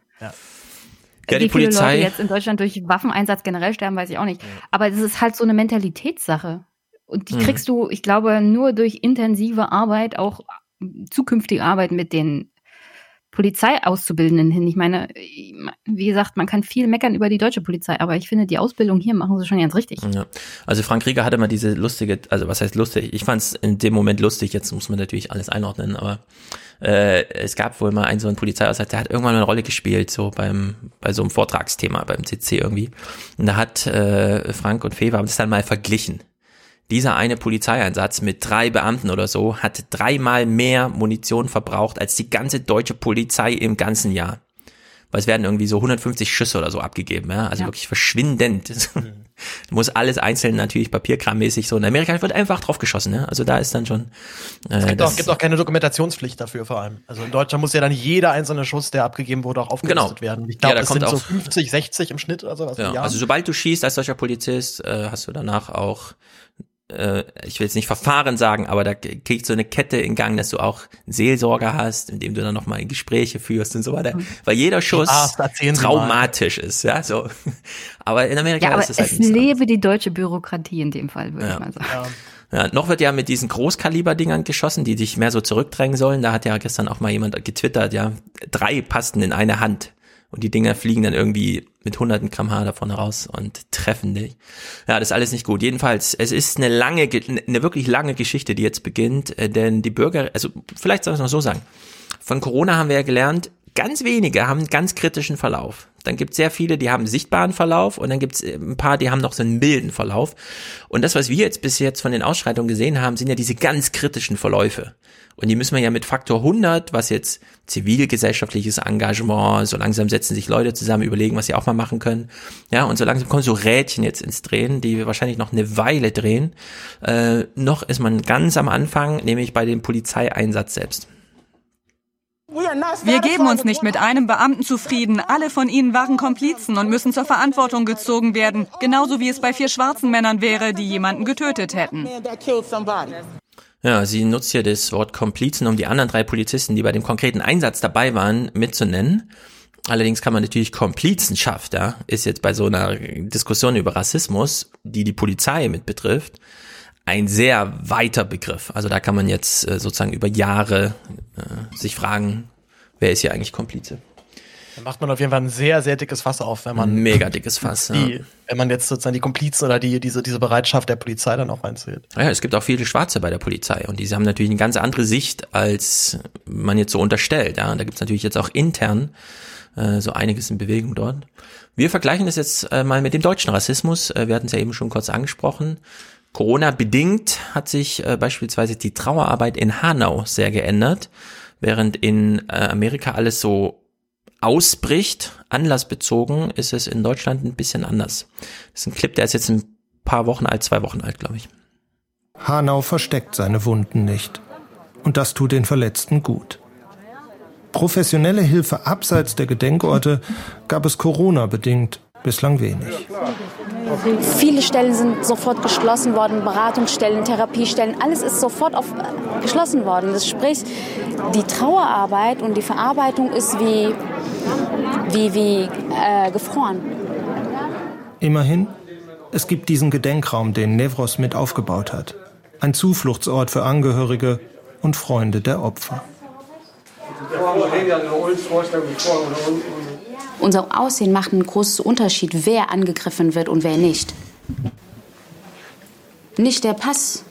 Ja, die Wie viele Polizei. Leute jetzt in Deutschland durch Waffeneinsatz generell sterben, weiß ich auch nicht. Aber das ist halt so eine Mentalitätssache. Und die kriegst du, ich glaube, nur durch intensive Arbeit, auch zukünftige Arbeit mit den Polizeiauszubildenden hin. Ich meine, wie gesagt, man kann viel meckern über die deutsche Polizei, aber ich finde, die Ausbildung hier machen sie schon ganz richtig. Ja. Also Frank Rieger hatte mal diese lustige, also was heißt lustig? Ich fand es in dem Moment lustig, jetzt muss man natürlich alles einordnen, aber äh, es gab wohl mal einen so einen Polizeiaussatz, der hat irgendwann eine Rolle gespielt, so beim bei so einem Vortragsthema, beim C C irgendwie. Und da hat äh, Frank und Fever haben das dann mal verglichen. Dieser eine Polizeieinsatz mit drei Beamten oder so hat dreimal mehr Munition verbraucht als die ganze deutsche Polizei im ganzen Jahr. Weil es werden irgendwie so hundertfünfzig Schüsse oder so abgegeben, ja, also ja. wirklich verschwindend. Mhm. Muss alles einzeln natürlich papierkrammäßig so. In Amerika wird einfach drauf geschossen, ja, also da ist dann schon. Äh, es gibt auch, gibt auch keine Dokumentationspflicht dafür vor allem. Also in Deutschland muss ja dann jeder einzelne Schuss, der abgegeben wurde, auch aufgelistet genau. werden. Ich glaube, ja, es sind so fünfzig, sechzig im Schnitt oder sowas. Ja, also sobald du schießt als solcher Polizist, äh, hast du danach auch ich will jetzt nicht Verfahren sagen, aber da kriegt so eine Kette in Gang, dass du auch einen Seelsorger hast, in dem du dann nochmal Gespräche führst und so weiter, weil jeder Schuss ah, traumatisch ist, ja, so. Aber in Amerika ja, aber ist es halt es nicht so. lebe die deutsche Bürokratie in dem Fall, würde ja. ich mal sagen. Ja. Ja, noch wird ja mit diesen Großkaliber-Dingern geschossen, die dich mehr so zurückdrängen sollen. Da hat ja gestern auch mal jemand getwittert, ja, drei passten in eine Hand. Und die Dinger fliegen dann irgendwie mit hunderten Gramm Haar davon raus und treffen dich. Ja, das ist alles nicht gut. Jedenfalls, es ist eine lange, eine wirklich lange Geschichte, die jetzt beginnt, denn die Bürger, also vielleicht soll ich es noch so sagen, von Corona haben wir ja gelernt, ganz wenige haben einen ganz kritischen Verlauf. Dann gibt es sehr viele, die haben einen sichtbaren Verlauf und dann gibt es ein paar, die haben noch so einen milden Verlauf. Und das, was wir jetzt bis jetzt von den Ausschreitungen gesehen haben, sind ja diese ganz kritischen Verläufe. Und die müssen wir ja mit Faktor hundert, was jetzt zivilgesellschaftliches Engagement, so langsam setzen sich Leute zusammen, überlegen, was sie auch mal machen können. Ja, und so langsam kommen so Rädchen jetzt ins Drehen, die wir wahrscheinlich noch eine Weile drehen. Äh, noch ist man ganz am Anfang, nämlich bei dem Polizeieinsatz selbst. Wir geben uns nicht mit einem Beamten zufrieden. Alle von ihnen waren Komplizen und müssen zur Verantwortung gezogen werden. Genauso wie es bei vier schwarzen Männern wäre, die jemanden getötet hätten. Ja, sie nutzt hier das Wort Komplizen, um die anderen drei Polizisten, die bei dem konkreten Einsatz dabei waren, mitzunennen. Allerdings kann man natürlich Komplizenschaft, ja, ist jetzt bei so einer Diskussion über Rassismus, die die Polizei mit betrifft, ein sehr weiter Begriff. Also da kann man jetzt äh, sozusagen über Jahre äh, sich fragen, wer ist hier eigentlich Komplize? Da macht man auf jeden Fall ein sehr, sehr dickes Fass auf, wenn man mega dickes Fass, die, ja. wenn man jetzt sozusagen die Komplizen oder die diese diese Bereitschaft der Polizei dann auch einzählt. Ja, es gibt auch viele Schwarze bei der Polizei und diese haben natürlich eine ganz andere Sicht, als man jetzt so unterstellt. Ja, und da gibt's natürlich jetzt auch intern äh, so einiges in Bewegung dort. Wir vergleichen das jetzt äh, mal mit dem deutschen Rassismus. Äh, wir hatten es ja eben schon kurz angesprochen. Corona-bedingt hat sich äh, beispielsweise die Trauerarbeit in Hanau sehr geändert, während in äh, Amerika alles so ausbricht, anlassbezogen, ist es in Deutschland ein bisschen anders. Das ist ein Clip, der ist jetzt ein paar Wochen alt, zwei Wochen alt, glaube ich. Hanau versteckt seine Wunden nicht. Und das tut den Verletzten gut. Professionelle Hilfe abseits der Gedenkorte gab es Corona-bedingt bislang wenig. Viele Stellen sind sofort geschlossen worden, Beratungsstellen, Therapiestellen, alles ist sofort auf, äh, geschlossen worden. Das sprich, die Trauerarbeit und die Verarbeitung ist wie, wie, wie äh, gefroren. Immerhin, es gibt diesen Gedenkraum, den Nevros mit aufgebaut hat. Ein Zufluchtsort für Angehörige und Freunde der Opfer. Unser Aussehen macht einen großen Unterschied, wer angegriffen wird und wer nicht. Nicht der Pass.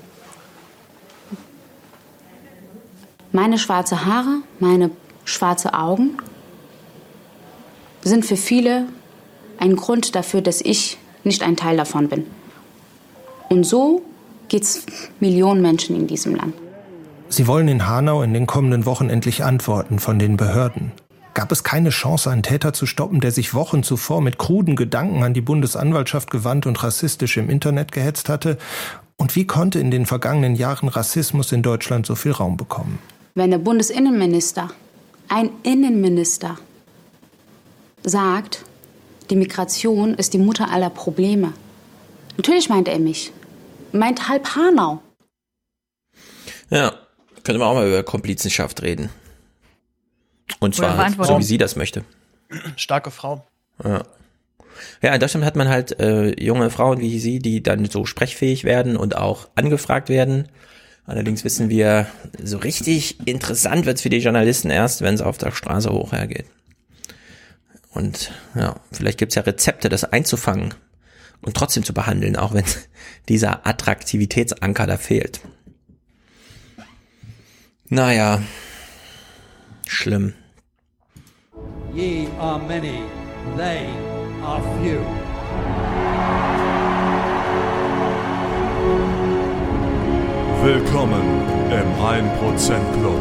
Meine schwarze Haare, meine schwarze Augen sind für viele ein Grund dafür, dass ich nicht ein Teil davon bin. Und so geht es Millionen Menschen in diesem Land. Sie wollen in Hanau in den kommenden Wochen endlich Antworten von den Behörden. Gab es keine Chance, einen Täter zu stoppen, der sich Wochen zuvor mit kruden Gedanken an die Bundesanwaltschaft gewandt und rassistisch im Internet gehetzt hatte? Und wie konnte in den vergangenen Jahren Rassismus in Deutschland so viel Raum bekommen? Wenn der Bundesinnenminister, ein Innenminister, sagt, die Migration ist die Mutter aller Probleme. Natürlich meint er mich. Meint halb Hanau. Ja, könnte man auch mal über Komplizenschaft reden. Und zwar so, wie sie das möchte. Starke Frau. Ja. Ja, in Deutschland hat man halt äh, junge Frauen wie sie, die dann so sprechfähig werden und auch angefragt werden. Allerdings wissen wir, so richtig interessant wird's für die Journalisten erst, wenn es auf der Straße hoch hergeht. Und ja, vielleicht gibt's ja Rezepte, das einzufangen und trotzdem zu behandeln, auch wenn dieser Attraktivitätsanker da fehlt. Naja, schlimm. Ye are many, they are few. Willkommen im ein Prozent Club.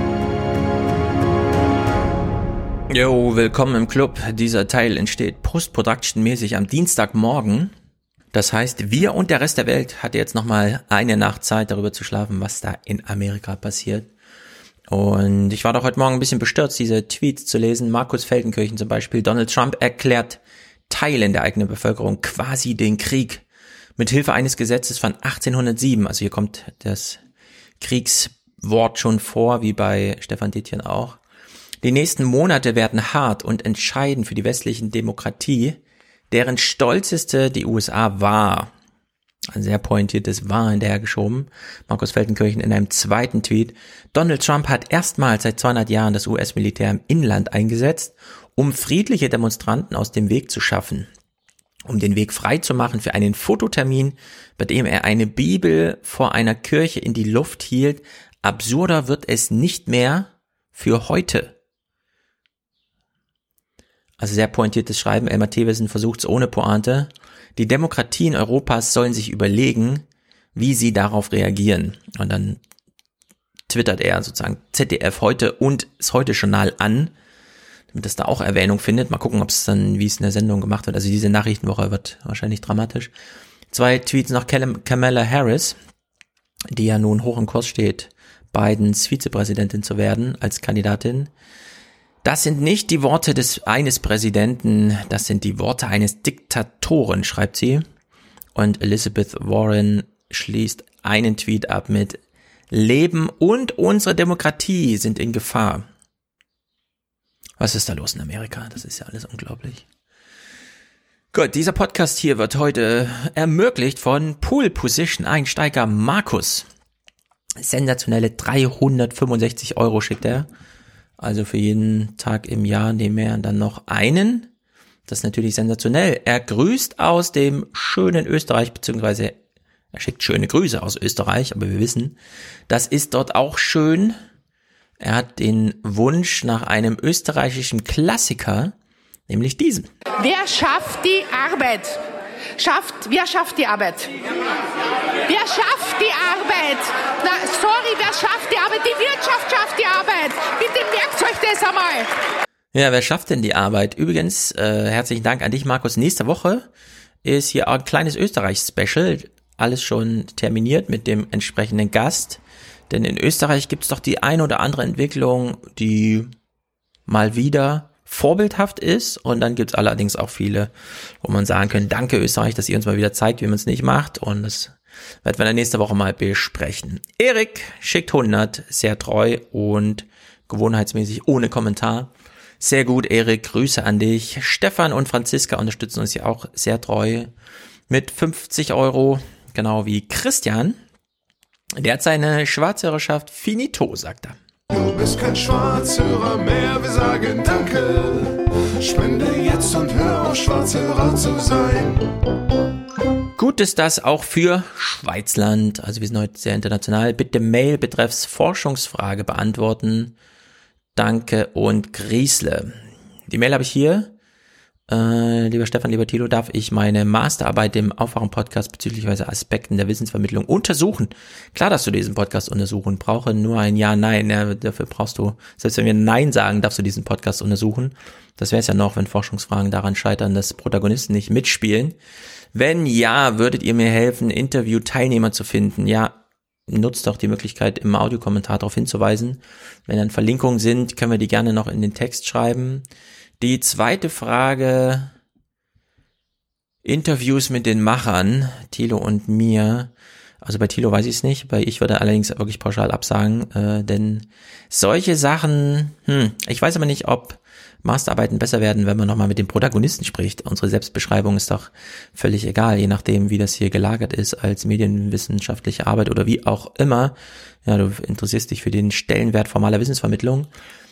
Jo, willkommen im Club. Dieser Teil entsteht Post-Production-mäßig am Dienstagmorgen. Das heißt, wir und der Rest der Welt hatte jetzt nochmal eine Nacht Zeit, darüber zu schlafen, was da in Amerika passiert. Und ich war doch heute Morgen ein bisschen bestürzt, diese Tweets zu lesen. Markus Feldenkirchen zum Beispiel. Donald Trump erklärt Teilen der eigenen Bevölkerung quasi den Krieg mit Hilfe eines Gesetzes von achtzehnhundertsieben. Also hier kommt das Kriegswort schon vor, wie bei Stefan Detjen auch. Die nächsten Monate werden hart und entscheidend für die westlichen Demokratie, deren stolzeste die U S A war. Ein sehr pointiertes war hinterhergeschoben. Markus Feldenkirchen in einem zweiten Tweet. Donald Trump hat erstmals seit zweihundert Jahren das U S-Militär im Inland eingesetzt, um friedliche Demonstranten aus dem Weg zu schaffen. Um den Weg frei zu machen für einen Fototermin, bei dem er eine Bibel vor einer Kirche in die Luft hielt. Absurder wird es nicht mehr für heute. Also sehr pointiertes Schreiben. Elmar Thewissen versucht es ohne Pointe. Die Demokratien Europas sollen sich überlegen, wie sie darauf reagieren. Und dann twittert er sozusagen Z D F heute und das Heute-Journal an, damit das da auch Erwähnung findet. Mal gucken, ob es dann, wie es in der Sendung gemacht wird. Also diese Nachrichtenwoche wird wahrscheinlich dramatisch. Zwei Tweets noch Kamala Harris, die ja nun hoch im Kurs steht Bidens Vizepräsidentin zu werden als Kandidatin. Das sind nicht die Worte des eines Präsidenten, das sind die Worte eines Diktatoren, schreibt sie. Und Elizabeth Warren schließt einen Tweet ab mit: Leben und unsere Demokratie sind in Gefahr. Was ist da los in Amerika? Das ist ja alles unglaublich. Gut, dieser Podcast hier wird heute ermöglicht von Pole Position Einsteiger Markus. Sensationelle dreihundertfünfundsechzig Euro schickt er. Also für jeden Tag im Jahr nehmen wir dann noch einen. Das ist natürlich sensationell. Er grüßt aus dem schönen Österreich, beziehungsweise er schickt schöne Grüße aus Österreich, aber wir wissen, das ist dort auch schön. Er hat den Wunsch nach einem österreichischen Klassiker, nämlich diesem. Wer schafft die Arbeit? Schafft, wer schafft die Arbeit? Wer schafft die Arbeit? Na, sorry, wer schafft die Arbeit? Die Wirtschaft schafft die Arbeit. Bitte merkt euch das einmal. Ja, wer schafft denn die Arbeit? Übrigens, äh, herzlichen Dank an dich, Markus. Nächste Woche ist hier ein kleines Österreich-Special. Alles schon terminiert mit dem entsprechenden Gast. Denn in Österreich gibt es doch die ein oder andere Entwicklung, die mal wieder vorbildhaft ist. Und dann gibt es allerdings auch viele, wo man sagen kann, danke Österreich, dass ihr uns mal wieder zeigt, wie man es nicht macht. Und das werden wir dann nächste Woche mal besprechen. Erik schickt hundert, sehr treu und gewohnheitsmäßig ohne Kommentar. Sehr gut, Erik, Grüße an dich. Stefan und Franziska unterstützen uns ja auch sehr treu mit fünfzig Euro, genau wie Christian. Der hat seine Schwarzhörerschaft finito, sagt er. Du bist kein Schwarzhörer mehr, wir sagen Danke. Spende jetzt und hör auf, Schwarzhörer zu sein. Gut ist das auch für Schweizland. Also wir sind heute sehr international. Bitte Mail betreffs Forschungsfrage beantworten. Danke und Griesle. Die Mail habe ich hier. Äh, lieber Stefan, lieber Thilo, darf ich meine Masterarbeit im Aufwachen-Podcast bezüglich Aspekten der Wissensvermittlung untersuchen? Klar, dass du diesen Podcast untersuchen. Brauche nur ein Ja, Nein. Ja, dafür brauchst du, selbst wenn wir Nein sagen, darfst du diesen Podcast untersuchen. Das wäre es ja noch, wenn Forschungsfragen daran scheitern, dass Protagonisten nicht mitspielen. Wenn ja, würdet ihr mir helfen, Interview-Teilnehmer zu finden? Ja, nutzt doch die Möglichkeit, im Audiokommentar darauf hinzuweisen. Wenn dann Verlinkungen sind, können wir die gerne noch in den Text schreiben. Die zweite Frage, Interviews mit den Machern, Thilo und mir. Also bei Thilo weiß ich es nicht, bei ich würde allerdings wirklich pauschal absagen, äh, denn solche Sachen, hm, ich weiß aber nicht, ob Masterarbeiten besser werden, wenn man nochmal mit dem Protagonisten spricht. Unsere Selbstbeschreibung ist doch völlig egal, je nachdem, wie das hier gelagert ist als medienwissenschaftliche Arbeit oder wie auch immer. Ja, du interessierst dich für den Stellenwert formaler Wissensvermittlung.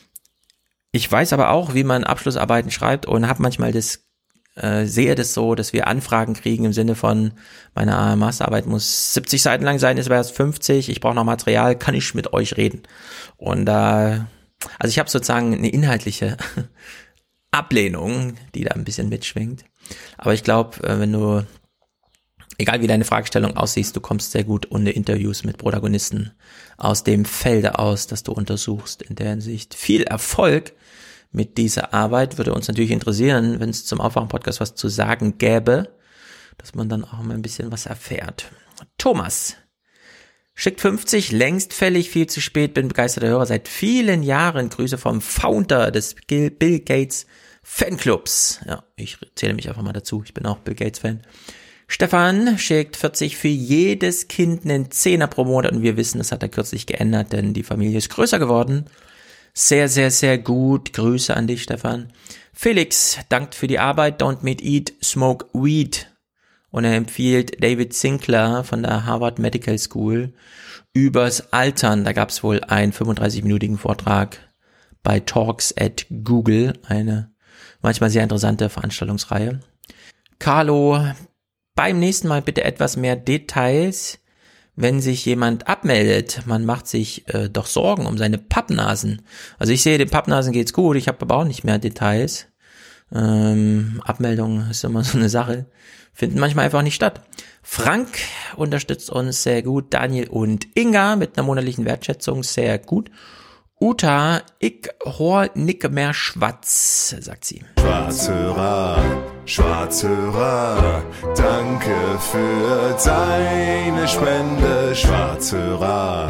Ich weiß aber auch, wie man Abschlussarbeiten schreibt und habe manchmal das, äh, sehe das so, dass wir Anfragen kriegen im Sinne von, meine Masterarbeit muss siebzig Seiten lang sein, ist aber erst fünfzig, ich brauche noch Material, kann ich mit euch reden? Und da, äh, also ich habe sozusagen eine inhaltliche Ablehnung, die da ein bisschen mitschwingt. Aber ich glaube, äh, wenn du, egal wie deine Fragestellung aussieht, du kommst sehr gut ohne Interviews mit Protagonisten aus dem Felde aus, das du untersuchst. In der Hinsicht viel Erfolg mit dieser Arbeit. Würde uns natürlich interessieren, wenn es zum Aufwachen-Podcast was zu sagen gäbe, dass man dann auch mal ein bisschen was erfährt. Thomas schickt fünfzig, längst fällig, viel zu spät, bin begeisterter Hörer seit vielen Jahren. Grüße vom Founder des Bill Gates Fanclubs. Ja, ich zähle mich einfach mal dazu, ich bin auch Bill Gates Fan. Stefan schickt vierzig, für jedes Kind einen Zehner pro Monat und wir wissen, das hat er kürzlich geändert, denn die Familie ist größer geworden. Sehr, sehr, sehr gut. Grüße an dich, Stefan. Felix dankt für die Arbeit. Don't meet, eat, smoke weed. Und er empfiehlt David Sinclair von der Harvard Medical School übers Altern. Da gab es wohl einen fünfunddreißig-minütigen Vortrag bei Talks at Google. Eine manchmal sehr interessante Veranstaltungsreihe. Carlo, beim nächsten Mal bitte etwas mehr Details, wenn sich jemand abmeldet. Man macht sich äh, doch Sorgen um seine Pappnasen. Also ich sehe, den Pappnasen geht's gut, ich habe aber auch nicht mehr Details. Ähm, Abmeldung ist immer so eine Sache. Finden manchmal einfach nicht statt. Frank unterstützt uns sehr gut. Daniel und Inga mit einer monatlichen Wertschätzung sehr gut. Uta, ich hor nick mehr Schwatz, sagt sie. Schwarzhörer, Schwarzhörer, danke für deine Spende, Schwarzhörer.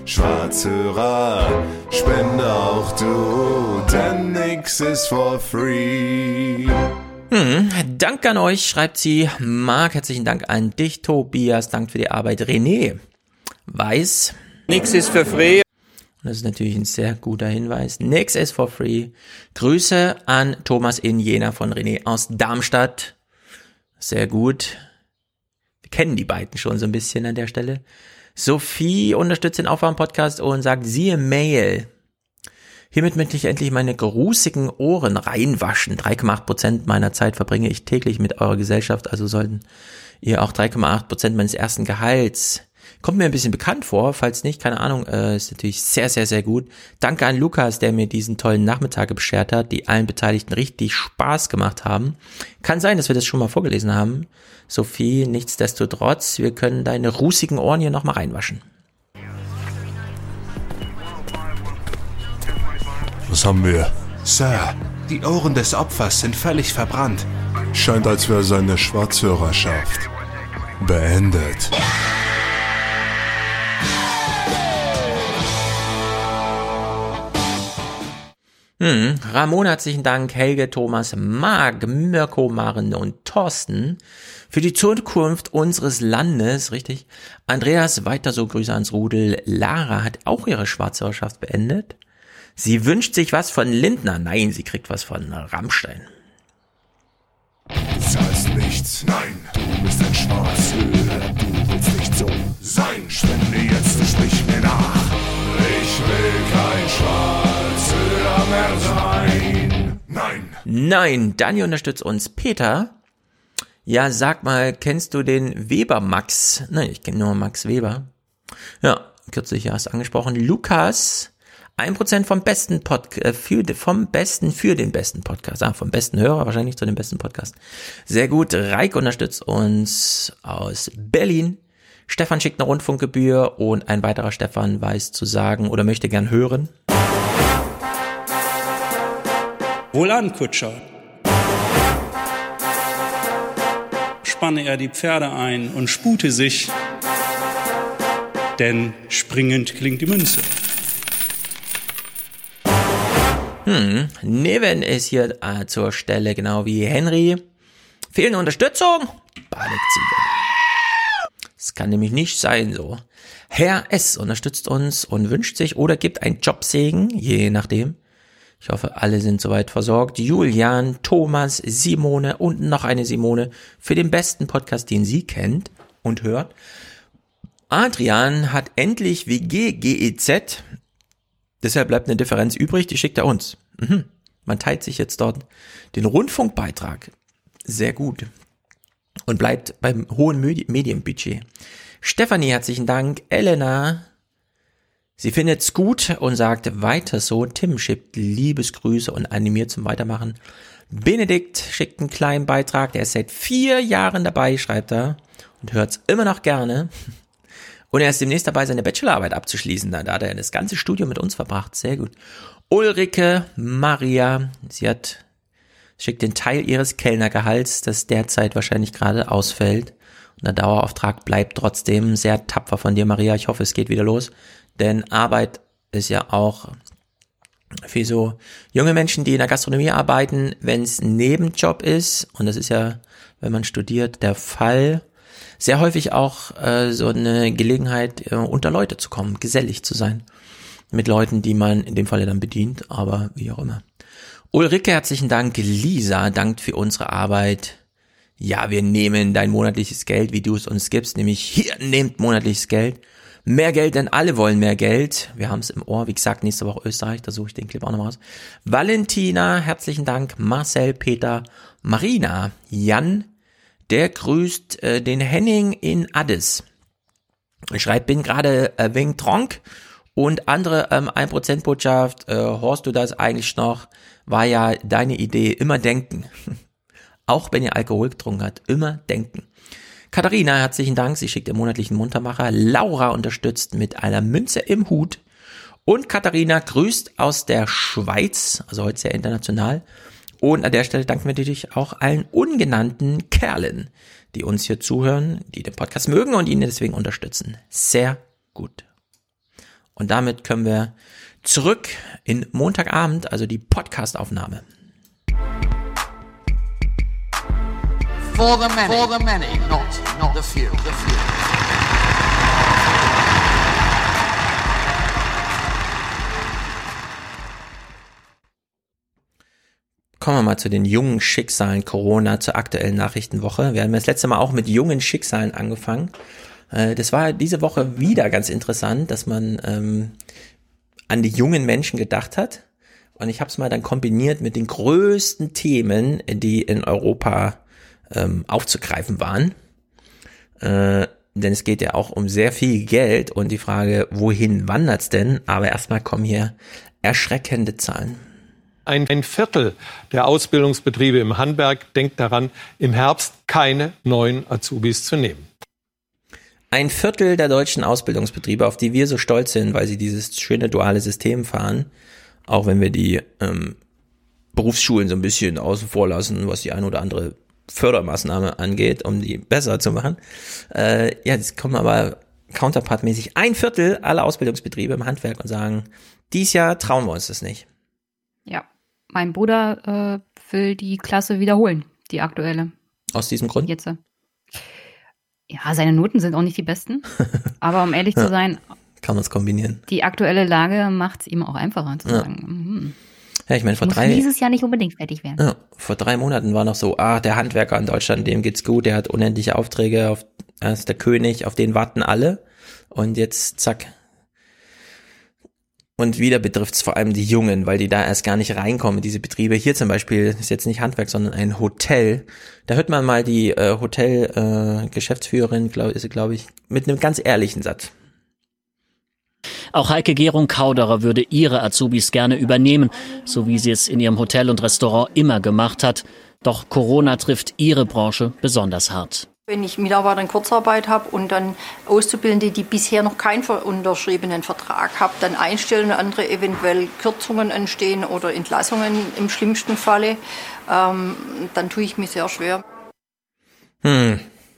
Schwarzhörer, spende auch du, denn nix ist for free. Hm, Dank an euch, schreibt sie. Marc, herzlichen Dank an dich, Tobias. Dank für die Arbeit, René. Weiß. Nix ist for free. Und das ist natürlich ein sehr guter Hinweis. Nix is for free. Grüße an Thomas in Jena von René aus Darmstadt. Sehr gut. Wir kennen die beiden schon so ein bisschen an der Stelle. Sophie unterstützt den Aufwärm-Podcast und sagt, siehe Mail. Hiermit möchte ich endlich meine grusigen Ohren reinwaschen. drei Komma acht Prozent meiner Zeit verbringe ich täglich mit eurer Gesellschaft, also sollten ihr auch drei Komma acht Prozent meines ersten Gehalts. Kommt mir ein bisschen bekannt vor, falls nicht, keine Ahnung, äh, ist natürlich sehr, sehr, sehr gut. Danke an Lukas, der mir diesen tollen Nachmittag beschert hat, die allen Beteiligten richtig Spaß gemacht haben. Kann sein, dass wir das schon mal vorgelesen haben. Sophie, nichtsdestotrotz, wir können deine rußigen Ohren hier nochmal reinwaschen. Was haben wir? Sir, die Ohren des Opfers sind völlig verbrannt. Scheint, als wäre seine Schwarzhörerschaft beendet. Hm, Ramon, herzlichen Dank, Helge, Thomas, Marc, Mirko, Maren und Thorsten für die Zukunft unseres Landes, richtig. Andreas, weiter so, Grüße ans Rudel. Lara hat auch ihre Schwarzhörerschaft beendet. Sie wünscht sich was von Lindner. Nein, sie kriegt was von Rammstein. Du zahlst nichts, nein, du bist ein Schwarzhörer, du willst nicht so sein. Spende jetzt, du sprich mir nach. Ich will kein Schwarzhörer mehr sein. Nein. Nein, Dani unterstützt uns. Peter, ja, sag mal, kennst du den Weber Max? Nein, ich kenne nur Max Weber. Ja, kürzlich erst angesprochen. Lukas, ein Prozent vom besten Pod, äh, für, vom besten für den besten Podcast. Ah, vom besten Hörer wahrscheinlich zu dem besten Podcast. Sehr gut. Reik unterstützt uns aus Berlin. Stefan schickt eine Rundfunkgebühr und ein weiterer Stefan weiß zu sagen oder möchte gern hören. Wohlan, Kutscher. Spanne er die Pferde ein und spute sich, denn springend klingt die Münze. Hm, Neven ist hier äh, zur Stelle, genau wie Henry. Fehlende Unterstützung? Badeziege. Das kann nämlich nicht sein so. Herr S. unterstützt uns und wünscht sich oder gibt einen Jobsegen, je nachdem. Ich hoffe, alle sind soweit versorgt. Julian, Thomas, Simone und noch eine Simone für den besten Podcast, den sie kennt und hört. Adrian hat endlich W G G E Z. Deshalb bleibt eine Differenz übrig, die schickt er uns. Mhm. Man teilt sich jetzt dort den Rundfunkbeitrag. Sehr gut. Und bleibt beim hohen Medi- Medienbudget. Stefanie, herzlichen Dank. Elena, sie findet's gut und sagt weiter so. Tim schickt Liebesgrüße und animiert zum Weitermachen. Benedikt schickt einen kleinen Beitrag. Der ist seit vier Jahren dabei, schreibt er. Und hört's immer noch gerne. Und er ist demnächst dabei, seine Bachelorarbeit abzuschließen. Da hat er das ganze Studium mit uns verbracht. Sehr gut. Ulrike Maria, sie hat, schickt den Teil ihres Kellnergehalts, das derzeit wahrscheinlich gerade ausfällt. Und der Dauerauftrag bleibt trotzdem sehr tapfer von dir, Maria. Ich hoffe, es geht wieder los. Denn Arbeit ist ja auch für so junge Menschen, die in der Gastronomie arbeiten, wenn es ein Nebenjob ist. Und das ist ja, wenn man studiert, der Fall. Sehr häufig auch äh, so eine Gelegenheit, äh, unter Leute zu kommen, gesellig zu sein. Mit Leuten, die man in dem Falle dann bedient, aber wie auch immer. Ulrike, herzlichen Dank. Lisa dankt für unsere Arbeit. Ja, wir nehmen dein monatliches Geld, wie du es uns gibst, nämlich hier, nehmt monatliches Geld. Mehr Geld, denn alle wollen mehr Geld. Wir haben es im Ohr. Wie gesagt, nächste Woche Österreich, da suche ich den Clip auch nochmal raus. Valentina, herzlichen Dank. Marcel, Peter, Marina, Jan, der grüßt äh, den Henning in Addis. Schreibt, bin gerade äh, wegen Tronk und andere ähm, ein Prozent Botschaft. Äh, horst du das eigentlich noch? War ja deine Idee. Immer denken. Auch wenn ihr Alkohol getrunken habt. Immer denken. Katharina, herzlichen Dank. Sie schickt den monatlichen Muntermacher. Laura unterstützt mit einer Münze im Hut. Und Katharina grüßt aus der Schweiz. Also heute sehr international. Und an der Stelle danken wir natürlich auch allen ungenannten Kerlen, die uns hier zuhören, die den Podcast mögen und ihn deswegen unterstützen. Sehr gut. Und damit können wir zurück in Montagabend, also die Podcast-Aufnahme. For the many, for the many, not, not the few, the few. Kommen wir mal zu den jungen Schicksalen Corona, zur aktuellen Nachrichtenwoche. Wir haben das letzte Mal auch mit jungen Schicksalen angefangen. Das war diese Woche wieder ganz interessant, dass man ähm, an die jungen Menschen gedacht hat. Und ich habe es mal dann kombiniert mit den größten Themen, die in Europa ähm, aufzugreifen waren. Äh, denn es geht ja auch um sehr viel Geld und die Frage, wohin wandert's denn? Aber erstmal kommen hier erschreckende Zahlen. Ein, ein Viertel der Ausbildungsbetriebe im Handwerk denkt daran, im Herbst keine neuen Azubis zu nehmen. Ein Viertel der deutschen Ausbildungsbetriebe, auf die wir so stolz sind, weil sie dieses schöne duale System fahren, auch wenn wir die ähm, Berufsschulen so ein bisschen außen vor lassen, was die eine oder andere Fördermaßnahme angeht, um die besser zu machen. Äh, ja, jetzt kommen aber counterpartmäßig ein Viertel aller Ausbildungsbetriebe im Handwerk und sagen, dies Jahr trauen wir uns das nicht. Ja, mein Bruder äh, will die Klasse wiederholen, die aktuelle. Aus diesem Grund? Jetzt. Ja, seine Noten sind auch nicht die besten, aber um ehrlich ja, zu sein, kann man es kombinieren. Die aktuelle Lage macht es ihm auch einfacher zu ja. sagen. Mhm. Ja, ich meine, vor muss drei dieses Jahr nicht unbedingt fertig werden. Ja, vor drei Monaten war noch so, ah, der Handwerker in Deutschland, dem geht's gut, der hat unendliche Aufträge, auf, er ist der König, auf den warten alle. Und jetzt zack. Und wieder betrifft es vor allem die Jungen, weil die da erst gar nicht reinkommen in diese Betriebe. Hier zum Beispiel ist jetzt nicht Handwerk, sondern ein Hotel. Da hört man mal die äh, Hotel-Geschäftsführerin, äh, glaube glaub ich, mit einem ganz ehrlichen Satz. Auch Heike Gerung-Kauderer würde ihre Azubis gerne übernehmen, so wie sie es in ihrem Hotel und Restaurant immer gemacht hat. Doch Corona trifft ihre Branche besonders hart. Wenn ich Mitarbeiter in Kurzarbeit habe und dann Auszubildende, die bisher noch keinen unterschriebenen Vertrag haben, dann einstellen und andere eventuell Kürzungen entstehen oder Entlassungen im schlimmsten Falle, ähm, dann tue ich mich sehr schwer. Hm.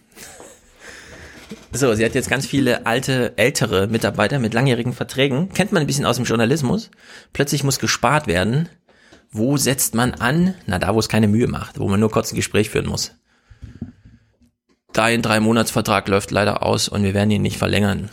So, sie hat jetzt ganz viele alte, ältere Mitarbeiter mit langjährigen Verträgen. Kennt man ein bisschen aus dem Journalismus. Plötzlich muss gespart werden. Wo setzt man an? Na, da, wo es keine Mühe macht, wo man nur kurz ein Gespräch führen muss. Dein Drei-Monats-Vertrag läuft leider aus und wir werden ihn nicht verlängern.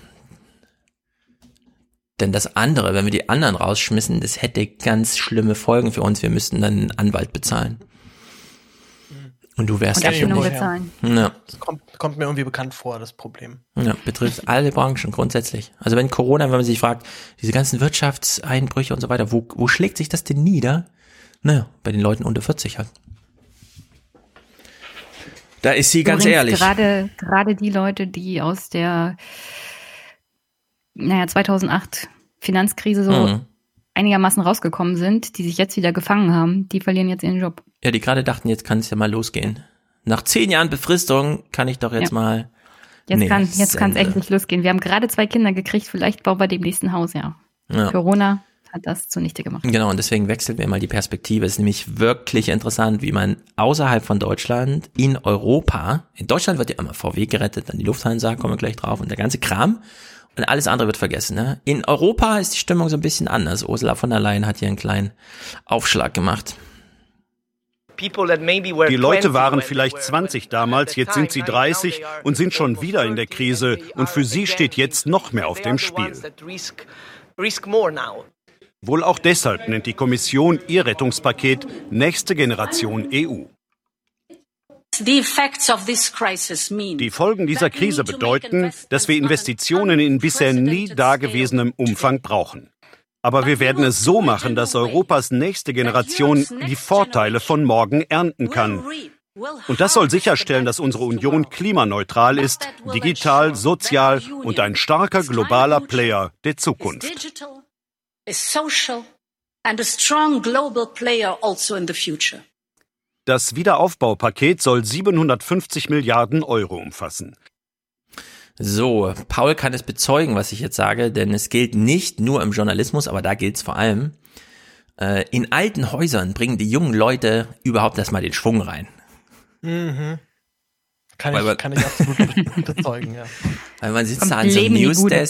Denn das andere, wenn wir die anderen rausschmissen, das hätte ganz schlimme Folgen für uns. Wir müssten dann einen Anwalt bezahlen. Und du wärst dafür bezahlen. Ja. Das kommt, kommt mir irgendwie bekannt vor, das Problem. Ja, betrifft alle Branchen grundsätzlich. Also wenn Corona, wenn man sich fragt, diese ganzen Wirtschaftseinbrüche und so weiter, wo, wo schlägt sich das denn nieder? Naja, bei den Leuten unter vierzig halt. Da ist sie ganz Übrigens ehrlich. Gerade, gerade die Leute, die aus der, naja, zweitausendacht Finanzkrise so mhm. einigermaßen rausgekommen sind, die sich jetzt wieder gefangen haben, die verlieren jetzt ihren Job. Ja, die gerade dachten, jetzt kann es ja mal losgehen. Nach zehn Jahren Befristung kann ich doch jetzt ja. mal. Jetzt nee, kann jetzt kann es endlich losgehen. Wir haben gerade zwei Kinder gekriegt, vielleicht bauen wir dem nächsten Haus, ja. ja. Corona hat das zunichte gemacht. Genau, und deswegen wechseln wir mal die Perspektive. Es ist nämlich wirklich interessant, wie man außerhalb von Deutschland in Europa, in Deutschland wird ja immer V W gerettet, dann die Lufthansa, kommen wir gleich drauf, und der ganze Kram. Und alles andere wird vergessen. Ne? In Europa ist die Stimmung so ein bisschen anders. Ursula von der Leyen hat hier einen kleinen Aufschlag gemacht. Die Leute waren vielleicht zwanzig damals, jetzt sind sie dreißig und sind schon wieder in der Krise. Und für sie steht jetzt noch mehr auf dem Spiel. Wohl auch deshalb nennt die Kommission ihr Rettungspaket Nächste Generation E U. Die Folgen dieser Krise bedeuten, dass wir Investitionen in bisher nie dagewesenem Umfang brauchen. Aber wir werden es so machen, dass Europas nächste Generation die Vorteile von morgen ernten kann. Und das soll sicherstellen, dass unsere Union klimaneutral ist, digital, sozial und ein starker globaler Player der Zukunft. Das Wiederaufbaupaket soll siebenhundertfünfzig Milliarden Euro umfassen. So, Paul kann es bezeugen, was ich jetzt sage, denn es gilt nicht nur im Journalismus, aber da gilt es vor allem. Äh, in alten Häusern bringen die jungen Leute überhaupt erstmal den Schwung rein. Mhm. Kann, ich, kann ich absolut bezeugen, ja. Weil man sitzt da an so einem Newsdesk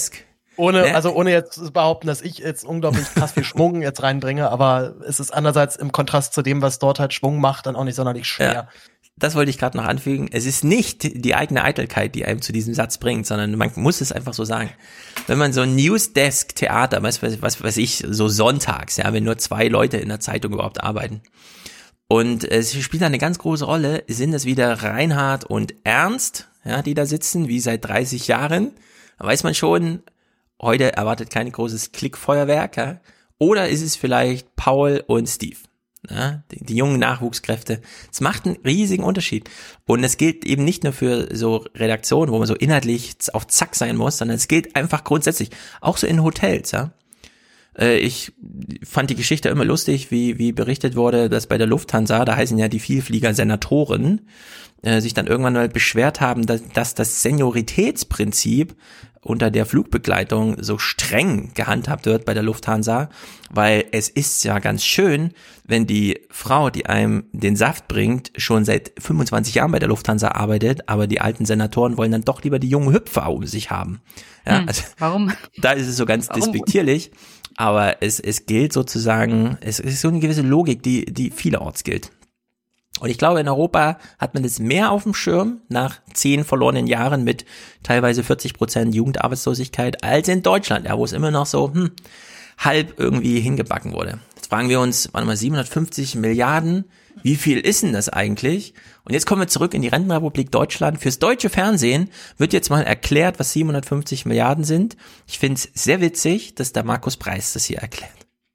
Ohne, Ne? also ohne jetzt zu behaupten, dass ich jetzt unglaublich krass viel Schwung jetzt reinbringe, aber es ist andererseits im Kontrast zu dem, was dort halt Schwung macht, dann auch nicht sonderlich schwer. Ja. Das wollte ich gerade noch anfügen. Es ist nicht die eigene Eitelkeit, die einem zu diesem Satz bringt, sondern man muss es einfach so sagen. Wenn man so ein Newsdesk-Theater, was, was, was weiß ich, so sonntags, ja, wenn nur zwei Leute in der Zeitung überhaupt arbeiten, und es spielt eine ganz große Rolle, sind es wieder Reinhard und Ernst, ja, die da sitzen, wie seit dreißig Jahren, da weiß man schon, heute erwartet kein großes Klickfeuerwerk, ja, oder ist es vielleicht Paul und Steve? Ja, die, die jungen Nachwuchskräfte. Es macht einen riesigen Unterschied. Und es gilt eben nicht nur für so Redaktionen, wo man so inhaltlich auf Zack sein muss, sondern es gilt einfach grundsätzlich. Auch so in Hotels, ja. Äh, ich fand die Geschichte immer lustig, wie, wie berichtet wurde, dass bei der Lufthansa, da heißen ja die Vielflieger Senatoren, äh, sich dann irgendwann mal beschwert haben, dass, dass das Senioritätsprinzip unter der Flugbegleitung so streng gehandhabt wird bei der Lufthansa, weil es ist ja ganz schön, wenn die Frau, die einem den Saft bringt, schon seit fünfundzwanzig Jahren bei der Lufthansa arbeitet, aber die alten Senatoren wollen dann doch lieber die jungen Hüpfer um sich haben. Ja, Hm, also warum? da ist es so ganz Warum? despektierlich, aber es, es gilt sozusagen, es ist so eine gewisse Logik, die, die vielerorts gilt. Und ich glaube, in Europa hat man das mehr auf dem Schirm nach zehn verlorenen Jahren mit teilweise vierzig Prozent Jugendarbeitslosigkeit als in Deutschland, ja, wo es immer noch so hm, halb irgendwie hingebacken wurde. Jetzt fragen wir uns, warte mal, siebenhundertfünfzig Milliarden, wie viel ist denn das eigentlich? Und jetzt kommen wir zurück in die Rentenrepublik Deutschland. Fürs deutsche Fernsehen wird jetzt mal erklärt, was siebenhundertfünfzig Milliarden sind. Ich finde es sehr witzig, dass der Markus Preis das hier erklärt.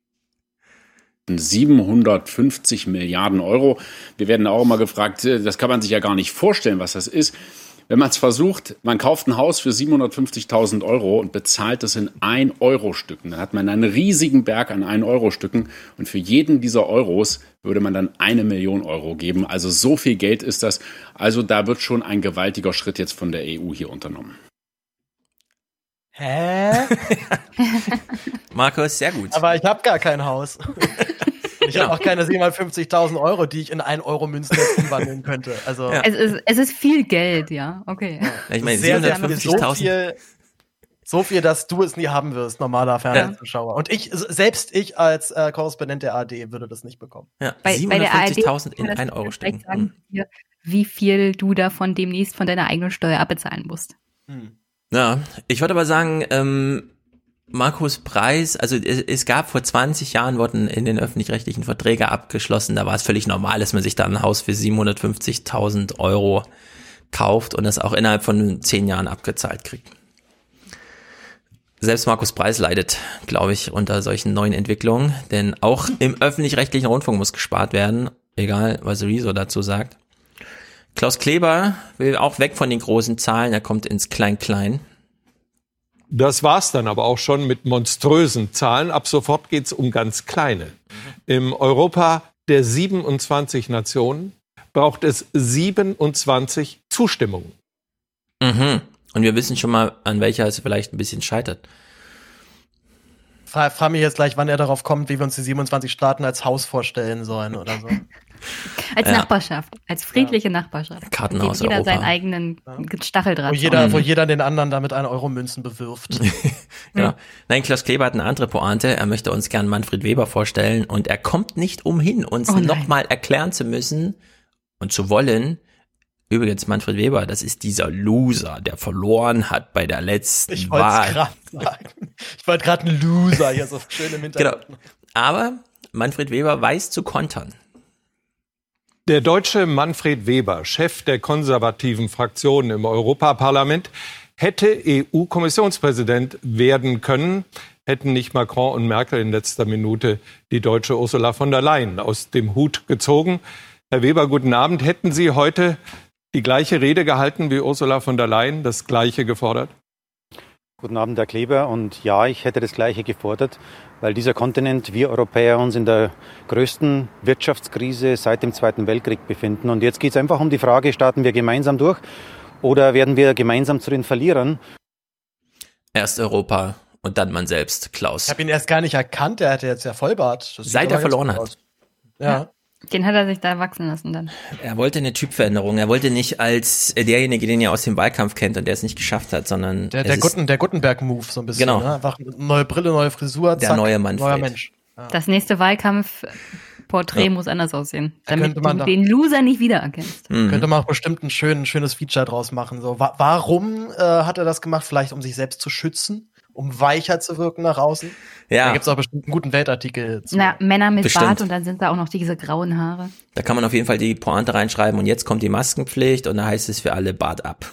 siebenhundertfünfzig Milliarden Euro. Wir werden auch immer gefragt, das kann man sich ja gar nicht vorstellen, was das ist. Wenn man es versucht, man kauft ein Haus für siebenhundertfünfzigtausend Euro und bezahlt es in ein Euro Stücken. Dann hat man einen riesigen Berg an ein Euro Stücken und für jeden dieser Euros würde man dann eine Million Euro geben. Also so viel Geld ist das. Also da wird schon ein gewaltiger Schritt jetzt von der E U hier unternommen. Hä? Markus, sehr gut. Aber ich habe gar kein Haus. Ich Genau. habe auch keine siebenhundertfünfzigtausend Euro, die ich in ein Euro Münzen jetzt umwandeln könnte. Also Es ist, es ist viel Geld, ja, okay. Ich meine, sehr, sehr viel, so siebenhundertfünfzigtausend. viel, so viel, dass du es nie haben wirst, normaler Fernsehzuschauer. Und ich, selbst ich als äh, Korrespondent der A R D würde das nicht bekommen. Ja, Bei, bei der A R D siebenhundertfünfzigtausend in kann das ein Euro vielleicht stecken. sagen, dir, wie viel du davon demnächst von deiner eigenen Steuer abbezahlen musst. Hm. Ja, ich würde aber sagen, ähm, Markus Preis, also es, es gab vor zwanzig Jahren, wurden in den öffentlich-rechtlichen Verträge abgeschlossen, da war es völlig normal, dass man sich da ein Haus für siebenhundertfünfzigtausend Euro kauft und das auch innerhalb von zehn Jahren abgezahlt kriegt. Selbst Markus Preis leidet, glaube ich, unter solchen neuen Entwicklungen, denn auch im öffentlich-rechtlichen Rundfunk muss gespart werden, egal was Rezo dazu sagt. Klaus Kleber will auch weg von den großen Zahlen, er kommt ins Klein-Klein. Das war's dann aber auch schon mit monströsen Zahlen. Ab sofort geht's um ganz kleine. Im Europa der siebenundzwanzig Nationen braucht es siebenundzwanzig Zustimmungen. Mhm. Und wir wissen schon mal, an welcher es vielleicht ein bisschen scheitert. Frage frag mich jetzt gleich, wann er darauf kommt, wie wir uns die siebenundzwanzig Staaten als Haus vorstellen sollen oder so. Als Ja. Nachbarschaft, als friedliche Nachbarschaft. Kartenhaus in dem jeder Europa. seinen eigenen Stacheldraht. Wo jeder, Mhm. wo jeder den anderen damit eine Euro-Münzen bewirft. Genau. Nein, Klaus Kleber hat eine andere Pointe. Er möchte uns gern Manfred Weber vorstellen und er kommt nicht umhin, uns Oh nein. nochmal erklären zu müssen und zu wollen. Übrigens, Manfred Weber, das ist dieser Loser, der verloren hat bei der letzten Ich wollte es Wahl. gerade sagen. Ich wollte gerade einen Loser hier so schön im Hintergrund. Genau. Aber Manfred Weber weiß zu kontern. Der deutsche Manfred Weber, Chef der konservativen Fraktion im Europaparlament, hätte E U-Kommissionspräsident werden können, hätten nicht Macron und Merkel in letzter Minute die deutsche Ursula von der Leyen aus dem Hut gezogen. Herr Weber, guten Abend. Hätten Sie heute die gleiche Rede gehalten wie Ursula von der Leyen, das Gleiche gefordert? Guten Abend, Herr Kleber. Und ja, ich hätte das Gleiche gefordert, weil dieser Kontinent, wir Europäer, uns in der größten Wirtschaftskrise seit dem Zweiten Weltkrieg befinden. Und jetzt geht es einfach um die Frage, starten wir gemeinsam durch oder werden wir gemeinsam zu den Verlierern? Erst Europa und dann man selbst, Klaus. Ich habe ihn erst gar nicht erkannt, der hatte jetzt ja Vollbart. Das sieht Seit aber er ganz verloren gut hat. aus. Ja. Den hat er sich da wachsen lassen dann. Er wollte eine Typveränderung. Er wollte nicht als derjenige, den ihr aus dem Wahlkampf kennt und der es nicht geschafft hat, sondern der, der, Gutten, der Gutenberg-Move so ein bisschen. Genau. Ne? Einfach neue Brille, neue Frisur, der zack, neue Manfred. neuer Mensch. Ja. Das nächste Wahlkampfporträt ja. muss anders aussehen, damit man du den Loser nicht wiedererkennst. Mhm. Könnte man auch bestimmt ein, schön, ein schönes Feature draus machen. So, wa- warum äh, hat er das gemacht? Vielleicht um sich selbst zu schützen? Um weicher zu wirken nach außen? Ja. Da gibt's auch bestimmt einen guten Weltartikel zu. Na, Männer mit Bestimmt. Bart und dann sind da auch noch diese grauen Haare. Da kann man auf jeden Fall die Pointe reinschreiben und jetzt kommt die Maskenpflicht und da heißt es für alle Bart ab.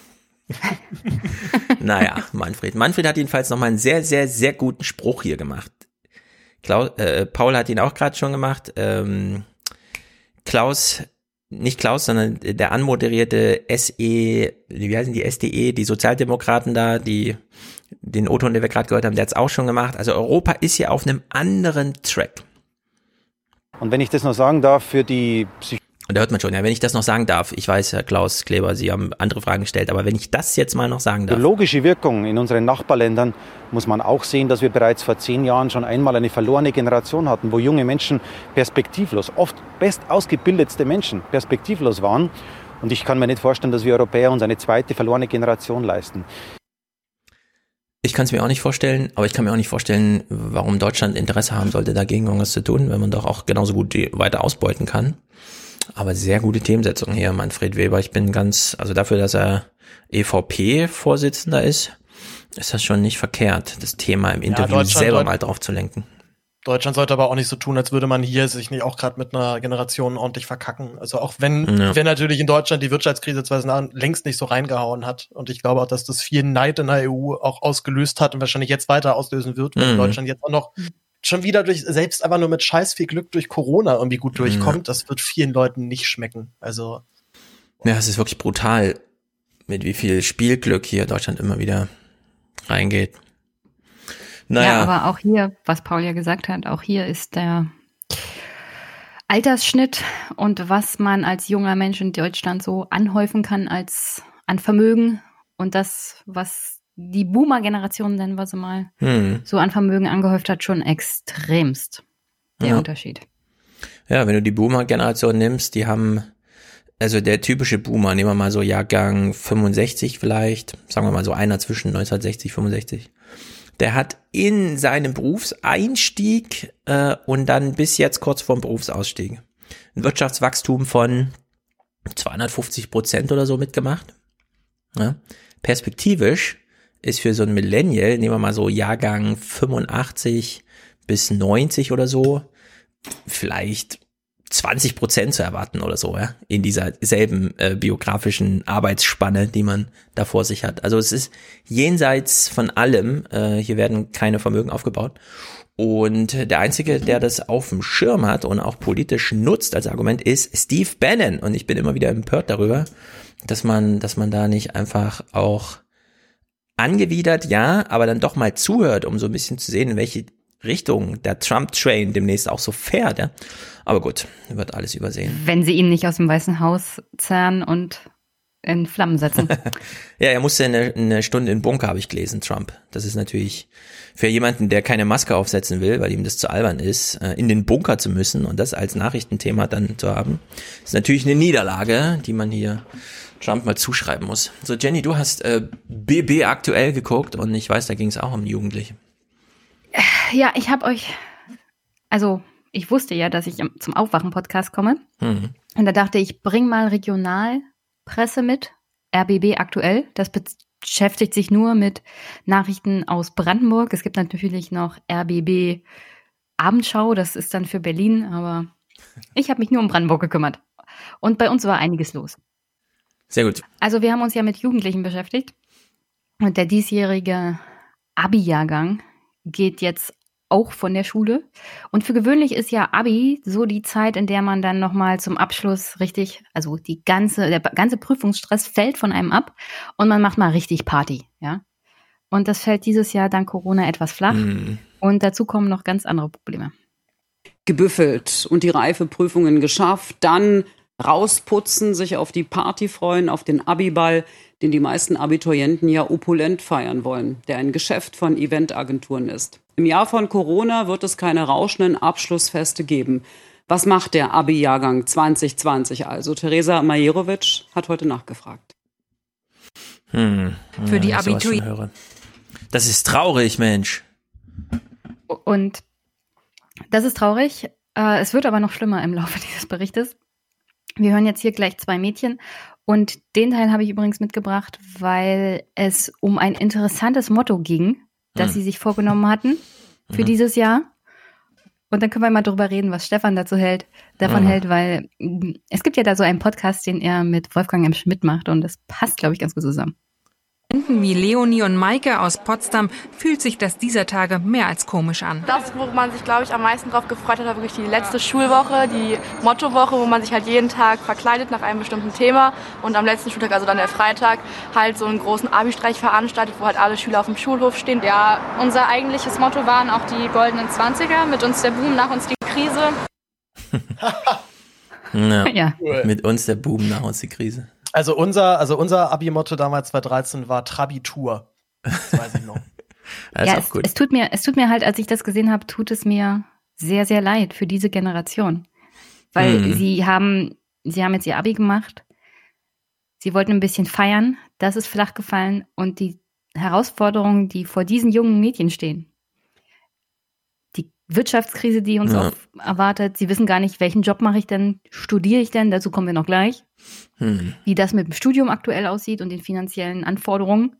Naja, Manfred. Manfred hat jedenfalls nochmal einen sehr, sehr, sehr guten Spruch hier gemacht. Klaus, äh, Paul hat ihn auch gerade schon gemacht. Ähm, Klaus, nicht Klaus, sondern der anmoderierte S E, wie heißen die, S D E, die Sozialdemokraten da, die den O-Ton, den wir gerade gehört haben, der hat's auch schon gemacht. Also Europa ist hier auf einem anderen Track. Und wenn ich das noch sagen darf, für die Psych- Und da hört man schon, ja, wenn ich das noch sagen darf, ich weiß, Herr Klaus Kleber, Sie haben andere Fragen gestellt, aber wenn ich das jetzt mal noch sagen darf. Die logische Wirkung in unseren Nachbarländern muss man auch sehen, dass wir bereits vor zehn Jahren schon einmal eine verlorene Generation hatten, wo junge Menschen perspektivlos, oft best ausgebildetste Menschen perspektivlos waren. Und ich kann mir nicht vorstellen, dass wir Europäer uns eine zweite verlorene Generation leisten. Ich kann es mir auch nicht vorstellen, aber ich kann mir auch nicht vorstellen, warum Deutschland Interesse haben sollte, dagegen irgendwas zu tun, wenn man doch auch genauso gut die weiter ausbeuten kann. Aber sehr gute Themensetzung hier, Manfred Weber. Ich bin ganz, also dafür, dass er E V P-Vorsitzender ist, ist das schon nicht verkehrt, das Thema im Interview ja, selber mal drauf zu lenken. Deutschland sollte aber auch nicht so tun, als würde man hier sich nicht auch gerade mit einer Generation ordentlich verkacken. Also auch wenn, ja. wenn natürlich in Deutschland die Wirtschaftskrise zweitausendachtzehn längst nicht so reingehauen hat. Und ich glaube auch, dass das viel Neid in der E U auch ausgelöst hat und wahrscheinlich jetzt weiter auslösen wird, wenn mhm. Deutschland jetzt auch noch schon wieder durch, selbst einfach nur mit scheiß viel Glück durch Corona irgendwie gut durchkommt. Mhm. Das wird vielen Leuten nicht schmecken. Also. Ja, es ist wirklich brutal, mit wie viel Spielglück hier Deutschland immer wieder reingeht. Naja. Ja, aber auch hier, was Paul ja gesagt hat, auch hier ist der Altersschnitt und was man als junger Mensch in Deutschland so anhäufen kann als an Vermögen und das, was die Boomer-Generation, nennen wir sie mal, hm. so an Vermögen angehäuft hat, schon extremst der ja. Unterschied. Ja, wenn du die Boomer-Generation nimmst, die haben, also der typische Boomer, nehmen wir mal so Jahrgang fünfundsechzig vielleicht, sagen wir mal so einer zwischen neunzehnhundertsechzig, fünfundsechzig, der hat in seinem Berufseinstieg äh, und dann bis jetzt kurz vorm Berufsausstieg ein Wirtschaftswachstum von zweihundertfünfzig Prozent oder so mitgemacht. Ja. Perspektivisch ist für so ein Millennial, nehmen wir mal so Jahrgang fünfundachtzig bis neunzig oder so, vielleicht zwanzig Prozent zu erwarten oder so, ja, in dieser selben äh, biografischen Arbeitsspanne, die man da vor sich hat. Also es ist jenseits von allem, äh, hier werden keine Vermögen aufgebaut. Und der Einzige, der das auf dem Schirm hat und auch politisch nutzt als Argument, ist Steve Bannon. Und ich bin immer wieder empört darüber, dass man, dass man da nicht einfach auch angewidert, ja, aber dann doch mal zuhört, um so ein bisschen zu sehen, in welche Richtung der Trump-Train demnächst auch so fährt, ja. Aber gut, wird alles übersehen. Wenn sie ihn nicht aus dem Weißen Haus zerren und in Flammen setzen. Ja, er musste eine, eine Stunde in den Bunker, habe ich gelesen, Trump. Das ist natürlich für jemanden, der keine Maske aufsetzen will, weil ihm das zu albern ist, in den Bunker zu müssen und das als Nachrichtenthema dann zu haben, ist natürlich eine Niederlage, die man hier Trump mal zuschreiben muss. So, Jenny, du hast äh, B B aktuell geguckt und ich weiß, da ging es auch um Jugendliche. Ja, ich habe euch, also ich wusste ja, dass ich zum Aufwachen-Podcast komme. Mhm. Und da dachte ich, bring mal Regionalpresse mit, R B B aktuell. Das beschäftigt sich nur mit Nachrichten aus Brandenburg. Es gibt natürlich noch R B B Abendschau, das ist dann für Berlin, aber ich habe mich nur um Brandenburg gekümmert. Und bei uns war einiges los. Sehr gut. Also wir haben uns ja mit Jugendlichen beschäftigt. Und der diesjährige Abi-Jahrgang geht jetzt auch von der Schule. Und für gewöhnlich ist ja Abi so die Zeit, in der man dann nochmal zum Abschluss richtig, also die ganze, der ganze Prüfungsstress fällt von einem ab und man macht mal richtig Party, ja. Und das fällt dieses Jahr dank Corona etwas flach. Mhm. Und dazu kommen noch ganz andere Probleme. Gebüffelt und die Reifeprüfungen geschafft, dann rausputzen, sich auf die Party freuen, auf den Abiball, den die meisten Abiturienten ja opulent feiern wollen, der ein Geschäft von Eventagenturen ist. Im Jahr von Corona wird es keine rauschenden Abschlussfeste geben. Was macht der Abi-Jahrgang zwanzig zwanzig also? Theresa Majerovic hat heute nachgefragt. Hm. Für ja, die Abitur. Das ist traurig, Mensch. Und das ist traurig. Äh, es wird aber noch schlimmer im Laufe dieses Berichtes. Wir hören jetzt hier gleich zwei Mädchen. Und den Teil habe ich übrigens mitgebracht, weil es um ein interessantes Motto ging, das hm. sie sich vorgenommen hatten für mhm. dieses Jahr. Und dann können wir mal drüber reden, was Stefan dazu hält, davon mhm. hält, weil es gibt ja da so einen Podcast, den er mit Wolfgang M. Schmidt macht und das passt, glaube ich, ganz gut zusammen. Wie Leonie und Maike aus Potsdam fühlt sich das dieser Tage mehr als komisch an. Das, wo man sich, glaube ich, am meisten drauf gefreut hat, war wirklich die letzte Schulwoche, die Mottowoche, wo man sich halt jeden Tag verkleidet nach einem bestimmten Thema und am letzten Schultag, also dann der Freitag, halt so einen großen Abi-Streich veranstaltet, wo halt alle Schüler auf dem Schulhof stehen. Ja, unser eigentliches Motto waren auch die goldenen Zwanziger, mit uns der Boom, nach uns die Krise. ja, ja. Mit uns der Boom, nach uns die Krise. Also unser, also unser Abi-Motto damals zwanzig dreizehn war Trabitur. Das weiß ich noch. Das ja, ist auch es, gut. Es tut mir, es tut mir halt, als ich das gesehen habe, tut es mir sehr, sehr leid für diese Generation. Weil mhm. sie haben, sie haben jetzt ihr Abi gemacht. Sie wollten ein bisschen feiern. Das ist flach gefallen. Und die Herausforderungen, die vor diesen jungen Mädchen stehen, die Wirtschaftskrise, die uns ja. auf, erwartet, sie wissen gar nicht, welchen Job mache ich denn, studiere ich denn, dazu kommen wir noch gleich. Hm. Wie das mit dem Studium aktuell aussieht und den finanziellen Anforderungen.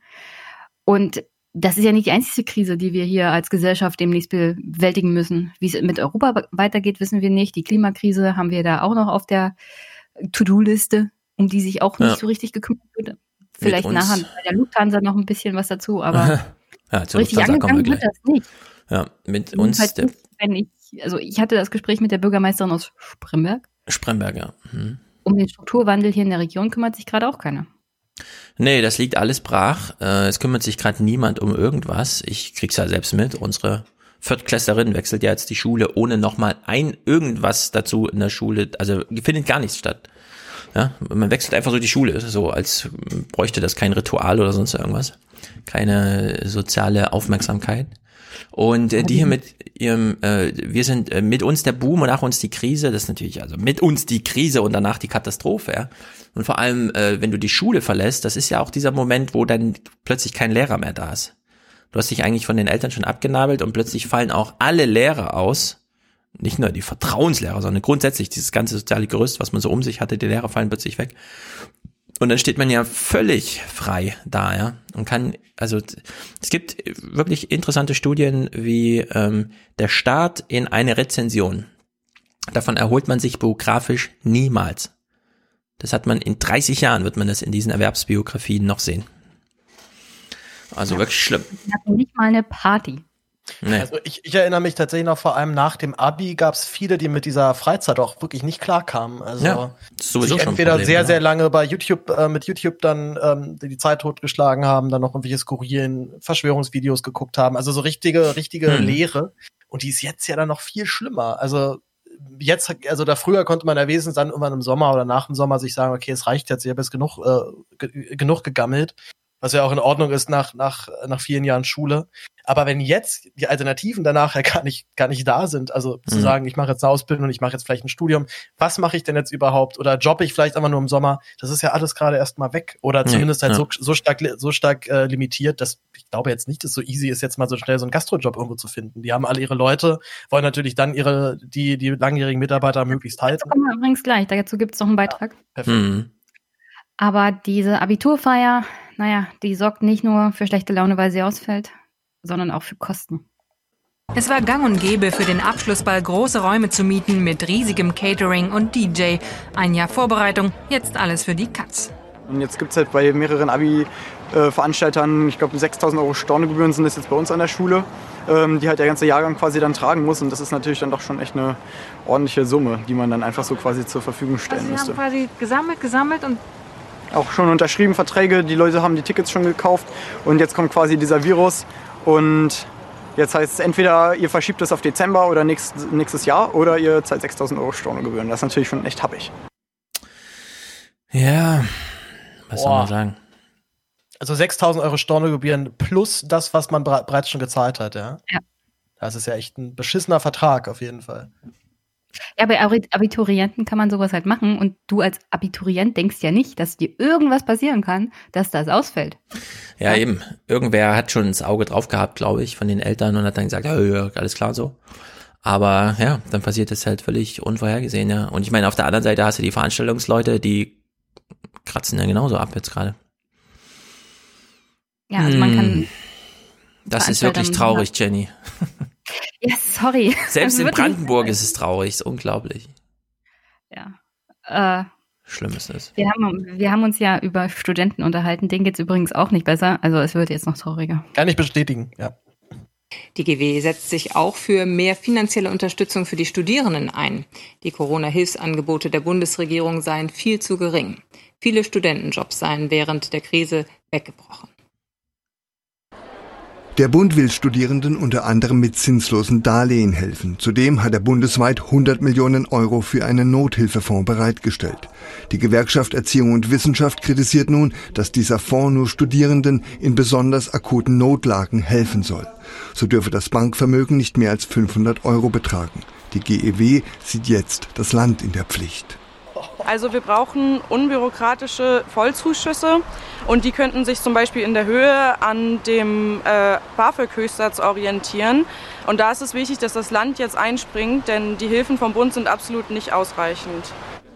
Und das ist ja nicht die einzige Krise, die wir hier als Gesellschaft demnächst bewältigen müssen. Wie es mit Europa weitergeht, wissen wir nicht. Die Klimakrise haben wir da auch noch auf der To-Do-Liste, um die sich auch nicht ja. so richtig gekümmert wird. Vielleicht nachher bei der Lufthansa noch ein bisschen was dazu, aber ja, so richtig angegangen wird das nicht. Ja, mit uns. Halt nicht, wenn ich, also ich hatte das Gespräch mit der Bürgermeisterin aus Spremberg. Spremberg, ja. Mhm. Um den Strukturwandel hier in der Region kümmert sich gerade auch keiner. Nee, das liegt alles brach. Es kümmert sich gerade niemand um irgendwas. Ich krieg's ja selbst mit. Unsere Viertklässlerin wechselt ja jetzt die Schule, ohne nochmal ein irgendwas dazu in der Schule. Also findet gar nichts statt. Ja, man wechselt einfach so die Schule, so als bräuchte das kein Ritual oder sonst irgendwas. Keine soziale Aufmerksamkeit. Und äh, die hier mit ihrem, äh, wir sind äh, mit uns der Boom und nach uns die Krise, das ist natürlich, also mit uns die Krise und danach die Katastrophe, ja. Und vor allem, äh, wenn du die Schule verlässt, das ist ja auch dieser Moment, wo dann plötzlich kein Lehrer mehr da ist. Du hast dich eigentlich von den Eltern schon abgenabelt und plötzlich fallen auch alle Lehrer aus. Nicht nur die Vertrauenslehrer, sondern grundsätzlich dieses ganze soziale Gerüst, was man so um sich hatte, die Lehrer fallen plötzlich weg. Und dann steht man ja völlig frei da, ja, und kann, also es gibt wirklich interessante Studien wie ähm, der Start in eine Rezension. Davon erholt man sich biografisch niemals. Das hat man in dreißig Jahren, wird man das in diesen Erwerbsbiografien noch sehen. Also ja, wirklich schlimm. Nicht mal eine Party. Nee. Also ich, ich erinnere mich tatsächlich noch, vor allem nach dem Abi gab es viele, die mit dieser Freizeit auch wirklich nicht klarkamen. Also ja, sowieso sich entweder Problem, sehr, ja. sehr lange bei YouTube, äh, mit YouTube dann ähm, die Zeit totgeschlagen haben, dann noch irgendwelche skurrilen Verschwörungsvideos geguckt haben. Also so richtige, richtige hm. Lehre. Und die ist jetzt ja dann noch viel schlimmer. Also jetzt, also da früher konnte man erwesen dann irgendwann im Sommer oder nach dem Sommer sich sagen, okay, es reicht jetzt, ich habe jetzt genug, äh, ge- genug gegammelt. Was ja auch in Ordnung ist nach, nach, nach vielen Jahren Schule. Aber wenn jetzt die Alternativen danach ja gar nicht, gar nicht da sind, also mhm. zu sagen, ich mache jetzt eine Ausbildung und ich mache jetzt vielleicht ein Studium, was mache ich denn jetzt überhaupt? Oder jobbe ich vielleicht einfach nur im Sommer? Das ist ja alles gerade erstmal weg. Oder zumindest ja, halt ja. so, so stark, so stark äh, limitiert, dass ich glaube jetzt nicht, dass es so easy ist, jetzt mal so schnell so einen Gastrojob irgendwo zu finden. Die haben alle ihre Leute, wollen natürlich dann ihre, die, die langjährigen Mitarbeiter möglichst halten. Das kommen wir übrigens gleich, dazu gibt es noch einen Beitrag. Ja, perfekt. Mhm. Aber diese Abiturfeier, naja, die sorgt nicht nur für schlechte Laune, weil sie ausfällt, sondern auch für Kosten. Es war gang und gäbe, für den Abschlussball große Räume zu mieten mit riesigem Catering und D J. Ein Jahr Vorbereitung, jetzt alles für die Katz. Und jetzt gibt es halt bei mehreren Abi-Veranstaltern, ich glaube sechstausend Euro Stornogebühren sind das jetzt bei uns an der Schule, die halt der ganze Jahrgang quasi dann tragen muss. Und das ist natürlich dann doch schon echt eine ordentliche Summe, die man dann einfach so quasi zur Verfügung stellen müsste. Also Sie haben quasi gesammelt, gesammelt und auch schon unterschrieben Verträge, die Leute haben die Tickets schon gekauft und jetzt kommt quasi dieser Virus und jetzt heißt es entweder ihr verschiebt es auf Dezember oder nächst, nächstes Jahr oder ihr zahlt sechstausend Euro Stornogebühren. Das ist natürlich schon echt happig. Ja, was Boah. soll man sagen? Also sechstausend Euro Stornogebühren plus das, was man bereits schon gezahlt hat, ja? Ja. Das ist ja echt ein beschissener Vertrag auf jeden Fall. Ja, bei Abiturienten kann man sowas halt machen und du als Abiturient denkst ja nicht, dass dir irgendwas passieren kann, dass das ausfällt. Ja, ja, eben. Irgendwer hat schon ins Auge drauf gehabt, glaube ich, von den Eltern und hat dann gesagt, ja, ja, alles klar so. Aber ja, dann passiert das halt völlig unvorhergesehen, ja. Und ich meine, auf der anderen Seite hast du die Veranstaltungsleute, die kratzen ja genauso ab jetzt gerade. Ja, also man kann... Das ist wirklich traurig, Jenny. Ja, sorry. Selbst in Brandenburg ist es traurig, ist unglaublich. Ja. Äh, Schlimm ist es. Wir haben, wir haben uns ja über Studenten unterhalten, denen geht es übrigens auch nicht besser, also es wird jetzt noch trauriger. Kann ich bestätigen, ja. Die G W setzt sich auch für mehr finanzielle Unterstützung für die Studierenden ein. Die Corona-Hilfsangebote der Bundesregierung seien viel zu gering. Viele Studentenjobs seien während der Krise weggebrochen. Der Bund will Studierenden unter anderem mit zinslosen Darlehen helfen. Zudem hat er bundesweit hundert Millionen Euro für einen Nothilfefonds bereitgestellt. Die Gewerkschaft Erziehung und Wissenschaft kritisiert nun, dass dieser Fonds nur Studierenden in besonders akuten Notlagen helfen soll. So dürfe das Bankvermögen nicht mehr als fünfhundert Euro betragen. Die G E W sieht jetzt das Land in der Pflicht. Also wir brauchen unbürokratische Vollzuschüsse und die könnten sich zum Beispiel in der Höhe an dem äh, BAföG-Höchstsatz orientieren. Und da ist es wichtig, dass das Land jetzt einspringt, denn die Hilfen vom Bund sind absolut nicht ausreichend.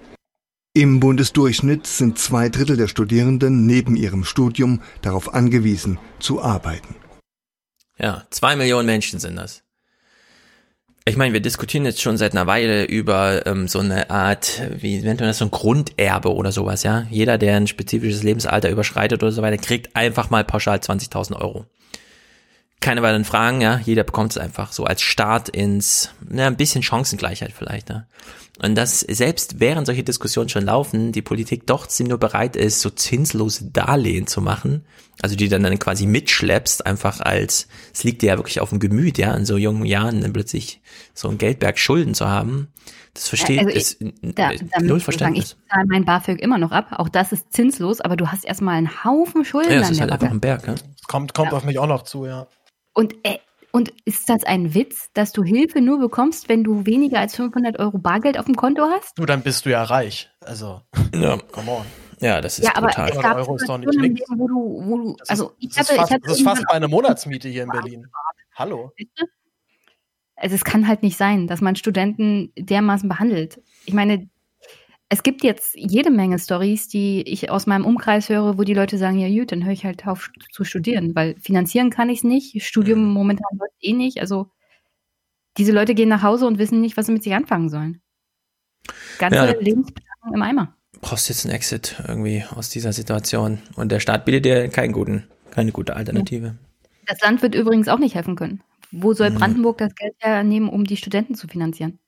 Im Bundesdurchschnitt sind zwei Drittel der Studierenden neben ihrem Studium darauf angewiesen, zu arbeiten. Ja, zwei Millionen Menschen sind das. Ich meine, wir diskutieren jetzt schon seit einer Weile über ähm, so eine Art, wie nennt man das, so ein Grunderbe oder sowas, ja. Jeder, der ein spezifisches Lebensalter überschreitet oder so weiter, kriegt einfach mal pauschal zwanzigtausend Euro. Keine weiteren Fragen, ja. Jeder bekommt es einfach so als Start ins, na, ein bisschen Chancengleichheit vielleicht, ne. Und dass selbst während solche Diskussionen schon laufen, die Politik doch nur bereit ist, so zinslose Darlehen zu machen, also die dann dann quasi mitschleppst, einfach als, es liegt dir ja wirklich auf dem Gemüt, ja, in so jungen Jahren dann plötzlich so ein Geldberg Schulden zu haben, das versteht, also ist da, da null Verständnis. Sagen, ich zahle mein BAföG immer noch ab, auch das ist zinslos, aber du hast erstmal einen Haufen Schulden. Ja, das ist halt einfach ein Berg, ja. Kommt, kommt ja. auf mich auch noch zu, ja. Und äh, Und ist das ein Witz, dass du Hilfe nur bekommst, wenn du weniger als fünfhundert Euro Bargeld auf dem Konto hast? Du, dann bist du ja reich. Also, ja. come on. Ja, das ist ja, aber brutal. es gab Euro ist doch nicht Leben, nix. wo du, wo du, Das also ist, ich das hatte, ist fast, ich hatte das ist fast meine Monatsmiete hier in Berlin. Hallo. Also es kann halt nicht sein, dass man Studenten dermaßen behandelt. Ich meine, es gibt jetzt jede Menge Storys, die ich aus meinem Umkreis höre, wo die Leute sagen, ja gut, dann höre ich halt auf zu studieren, weil finanzieren kann ich es nicht, Studium momentan läuft eh nicht, also diese Leute gehen nach Hause und wissen nicht, was sie mit sich anfangen sollen. Ganze ja, Lebensplanung im Eimer. Brauchst jetzt einen Exit irgendwie aus dieser Situation und der Staat bietet dir keinen guten, keine gute Alternative. Das Land wird übrigens auch nicht helfen können. Wo soll Brandenburg das Geld hernehmen, um die Studenten zu finanzieren?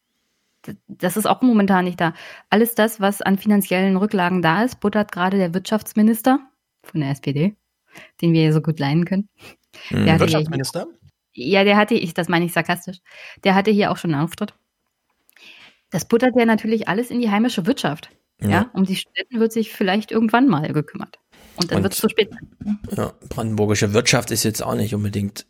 Das ist auch momentan nicht da. Alles das, was an finanziellen Rücklagen da ist, buttert gerade der Wirtschaftsminister von der S P D, den wir ja so gut leiden können. Mhm. Der Wirtschaftsminister? Ja, der hatte, ich, das meine ich sarkastisch, der hatte hier auch schon einen Auftritt. Das buttert ja natürlich alles in die heimische Wirtschaft. Ja. Ja, um die Studenten wird sich vielleicht irgendwann mal gekümmert. Und dann wird es zu spät sein. Ja, brandenburgische Wirtschaft ist jetzt auch nicht unbedingt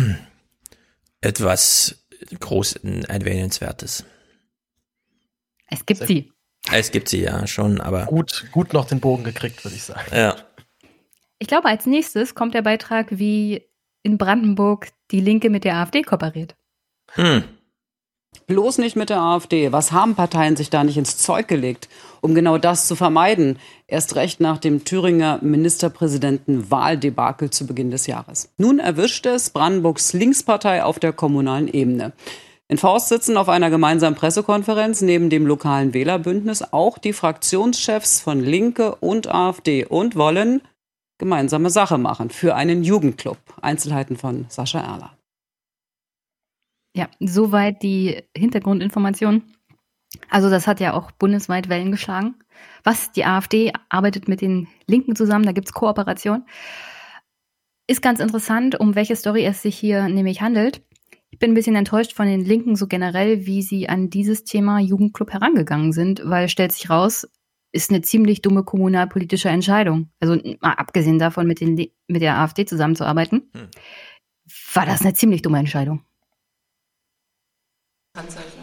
etwas groß Erwähnenswertes. Es gibt sie. Es gibt sie ja schon, aber. Gut, gut noch den Bogen gekriegt, würde ich sagen. Ja. Ich glaube, als nächstes kommt der Beitrag, wie in Brandenburg die Linke mit der AfD kooperiert. Hm. Bloß nicht mit der AfD. Was haben Parteien sich da nicht ins Zeug gelegt, um genau das zu vermeiden? Erst recht nach dem Thüringer Ministerpräsidenten-Wahldebakel zu Beginn des Jahres. Nun erwischt es Brandenburgs Linkspartei auf der kommunalen Ebene. In Forst sitzen auf einer gemeinsamen Pressekonferenz neben dem lokalen Wählerbündnis auch die Fraktionschefs von Linke und AfD und wollen gemeinsame Sache machen für einen Jugendclub. Einzelheiten von Sascha Erler. Ja, soweit die Hintergrundinformation. Also das hat ja auch bundesweit Wellen geschlagen. Was? Die AfD arbeitet mit den Linken zusammen, da gibt es Kooperation. Ist ganz interessant, um welche Story es sich hier nämlich handelt. Ich bin ein bisschen enttäuscht von den Linken so generell, wie sie an dieses Thema Jugendclub herangegangen sind, weil stellt sich raus, ist eine ziemlich dumme kommunalpolitische Entscheidung. Also mal abgesehen davon, mit, den, mit der AfD zusammenzuarbeiten, hm. war das eine ziemlich dumme Entscheidung.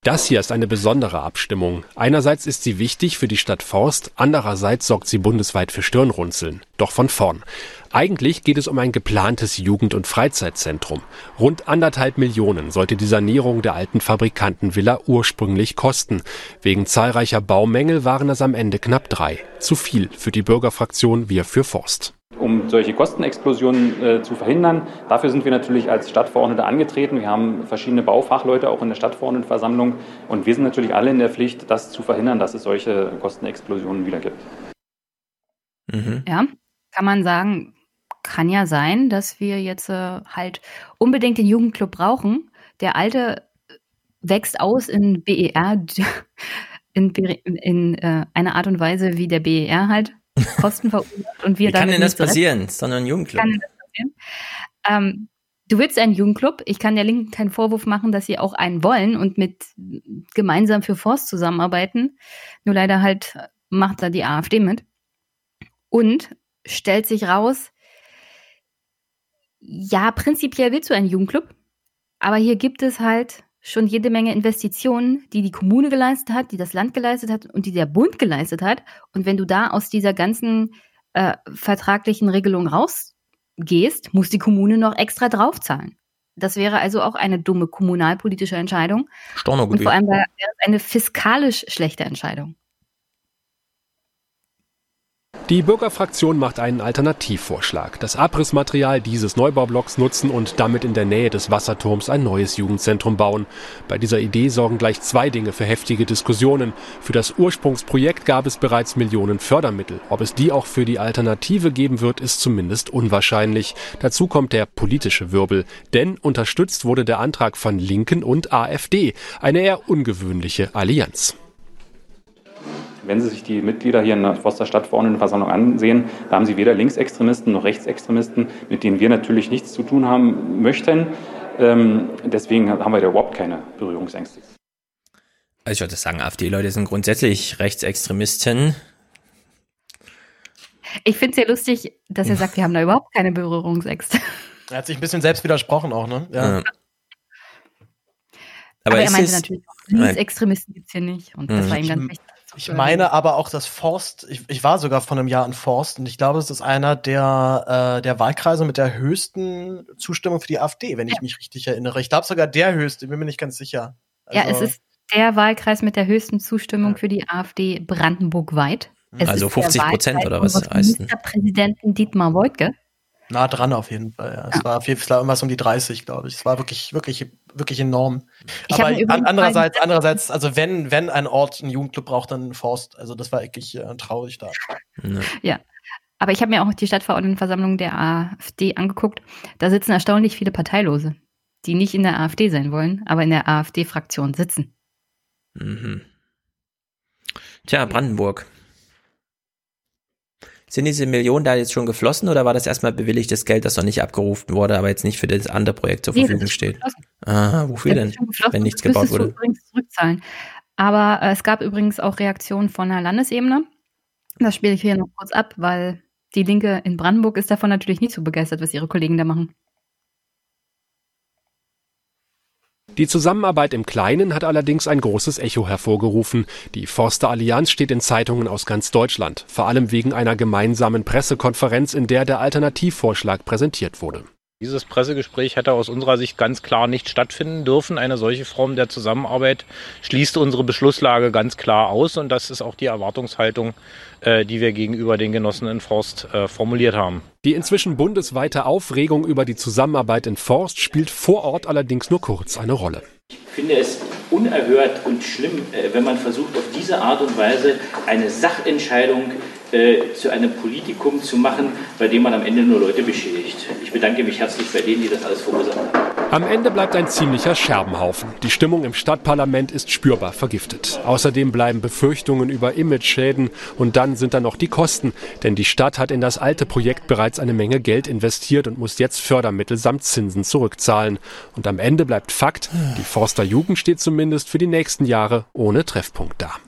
Das hier ist eine besondere Abstimmung. Einerseits ist sie wichtig für die Stadt Forst, andererseits sorgt sie bundesweit für Stirnrunzeln. Doch von vorn. Eigentlich geht es um ein geplantes Jugend- und Freizeitzentrum. Rund anderthalb Millionen sollte die Sanierung der alten Fabrikantenvilla ursprünglich kosten. Wegen zahlreicher Baumängel waren es am Ende knapp drei. Zu viel für die Bürgerfraktion Wir für Forst. Um solche Kostenexplosionen äh, zu verhindern, dafür sind wir natürlich als Stadtverordnete angetreten. Wir haben verschiedene Baufachleute auch in der Stadtverordnetenversammlung und wir sind natürlich alle in der Pflicht, das zu verhindern, dass es solche Kostenexplosionen wieder gibt. Mhm. Ja, kann man sagen, kann ja sein, dass wir jetzt äh, halt unbedingt den Jugendclub brauchen. Der alte wächst aus in B E R, in, in, in äh, einer Art und Weise, wie der B E R halt Kosten verursacht und wir Wie damit kann denn das nicht zurecht- passieren? Das ist doch nur ein Jugendclub. Kann denn das passieren? Ähm, du willst einen Jugendclub. Ich kann der Linken keinen Vorwurf machen, dass sie auch einen wollen und mit gemeinsam für Forst zusammenarbeiten. Nur leider halt macht da die AfD mit. Und stellt sich raus, ja, prinzipiell willst du einen Jugendclub, aber hier gibt es halt schon jede Menge Investitionen, die die Kommune geleistet hat, die das Land geleistet hat und die der Bund geleistet hat. Und wenn du da aus dieser ganzen äh, vertraglichen Regelung rausgehst, muss die Kommune noch extra draufzahlen. Das wäre also auch eine dumme kommunalpolitische Entscheidung. Und vor allem wäre es eine fiskalisch schlechte Entscheidung. Die Bürgerfraktion macht einen Alternativvorschlag. Das Abrissmaterial dieses Neubaublocks nutzen und damit in der Nähe des Wasserturms ein neues Jugendzentrum bauen. Bei dieser Idee sorgen gleich zwei Dinge für heftige Diskussionen. Für das Ursprungsprojekt gab es bereits Millionen Fördermittel. Ob es die auch für die Alternative geben wird, ist zumindest unwahrscheinlich. Dazu kommt der politische Wirbel. Denn unterstützt wurde der Antrag von Linken und AfD. Eine eher ungewöhnliche Allianz. Wenn Sie sich die Mitglieder hier in der Forster Stadtverordnetenversammlung ansehen, da haben Sie weder Linksextremisten noch Rechtsextremisten, mit denen wir natürlich nichts zu tun haben möchten. Ähm, deswegen haben wir da überhaupt keine Berührungsängste. Also ich würde sagen, AfD-Leute sind grundsätzlich Rechtsextremisten. Ich finde es sehr lustig, dass er sagt, wir haben da überhaupt keine Berührungsängste. Er hat sich ein bisschen selbst widersprochen auch, ne? Ja. Ja. Aber, Aber er ist meinte es- natürlich, auch, Linksextremisten gibt es hier nicht. Und das Mhm. war ihm ganz wichtig. Ich meine aber auch, dass Forst, ich, ich war sogar vor einem Jahr in Forst und ich glaube, es ist einer der, äh, der Wahlkreise mit der höchsten Zustimmung für die AfD, wenn ich mich richtig erinnere. Ich glaube sogar der höchste, bin mir nicht ganz sicher. Ja, es ist der Wahlkreis mit der höchsten Zustimmung für die AfD brandenburgweit. Es Also ist der fünfzig Prozent Wahlkreis oder was unseres heißt denn? Ministerpräsidenten Dietmar Woidke. Nah dran auf jeden Fall, ja. Es war auf jeden Fall irgendwas um die dreißig, glaube ich. Es war wirklich, wirklich, wirklich enorm. Ich Aber hab mir übrigens an, andererseits, mal- andererseits, also wenn, wenn ein Ort einen Jugendclub braucht, dann ein Forst. Also das war wirklich äh, traurig da. Ja, aber ich habe mir auch die Stadtverordnetenversammlung der AfD angeguckt. Da sitzen erstaunlich viele Parteilose, die nicht in der AfD sein wollen, aber in der AfD-Fraktion sitzen. Mhm. Tja, Brandenburg. Sind diese Millionen da jetzt schon geflossen oder war das erstmal bewilligtes Geld, das noch nicht abgerufen wurde, aber jetzt nicht für das andere Projekt zur Nee, das Verfügung ist steht? geflossen. Ah, wofür Das denn? ist schon geflossen. Wenn nichts Das müsstest gebaut du wurde. übrigens zurückzahlen. Aber äh, es gab übrigens auch Reaktionen von der Landesebene. Das spiele ich hier noch kurz ab, weil die Linke in Brandenburg ist davon natürlich nicht so begeistert, was ihre Kollegen da machen. Die Zusammenarbeit im Kleinen hat allerdings ein großes Echo hervorgerufen. Die Forster Allianz steht in Zeitungen aus ganz Deutschland, vor allem wegen einer gemeinsamen Pressekonferenz, in der der Alternativvorschlag präsentiert wurde. Dieses Pressegespräch hätte aus unserer Sicht ganz klar nicht stattfinden dürfen. Eine solche Form der Zusammenarbeit schließt unsere Beschlusslage ganz klar aus. Und das ist auch die Erwartungshaltung, äh, die wir gegenüber den Genossen in Forst äh, formuliert haben. Die inzwischen bundesweite Aufregung über die Zusammenarbeit in Forst spielt vor Ort allerdings nur kurz eine Rolle. Ich finde es unerhört und schlimm, äh, wenn man versucht, auf diese Art und Weise eine Sachentscheidung äh, zu einem Politikum zu machen, bei dem man am Ende nur Leute beschädigt. Ich bedanke mich herzlich bei denen, die das alles verursacht haben. Am Ende bleibt ein ziemlicher Scherbenhaufen. Die Stimmung im Stadtparlament ist spürbar vergiftet. Außerdem bleiben Befürchtungen über Imageschäden und dann sind da noch die Kosten. Denn die Stadt hat in das alte Projekt bereits eine Menge Geld investiert und muss jetzt Fördermittel samt Zinsen zurückzahlen. Und am Ende bleibt Fakt, die Forster Jugend steht zumindest für die nächsten Jahre ohne Treffpunkt da.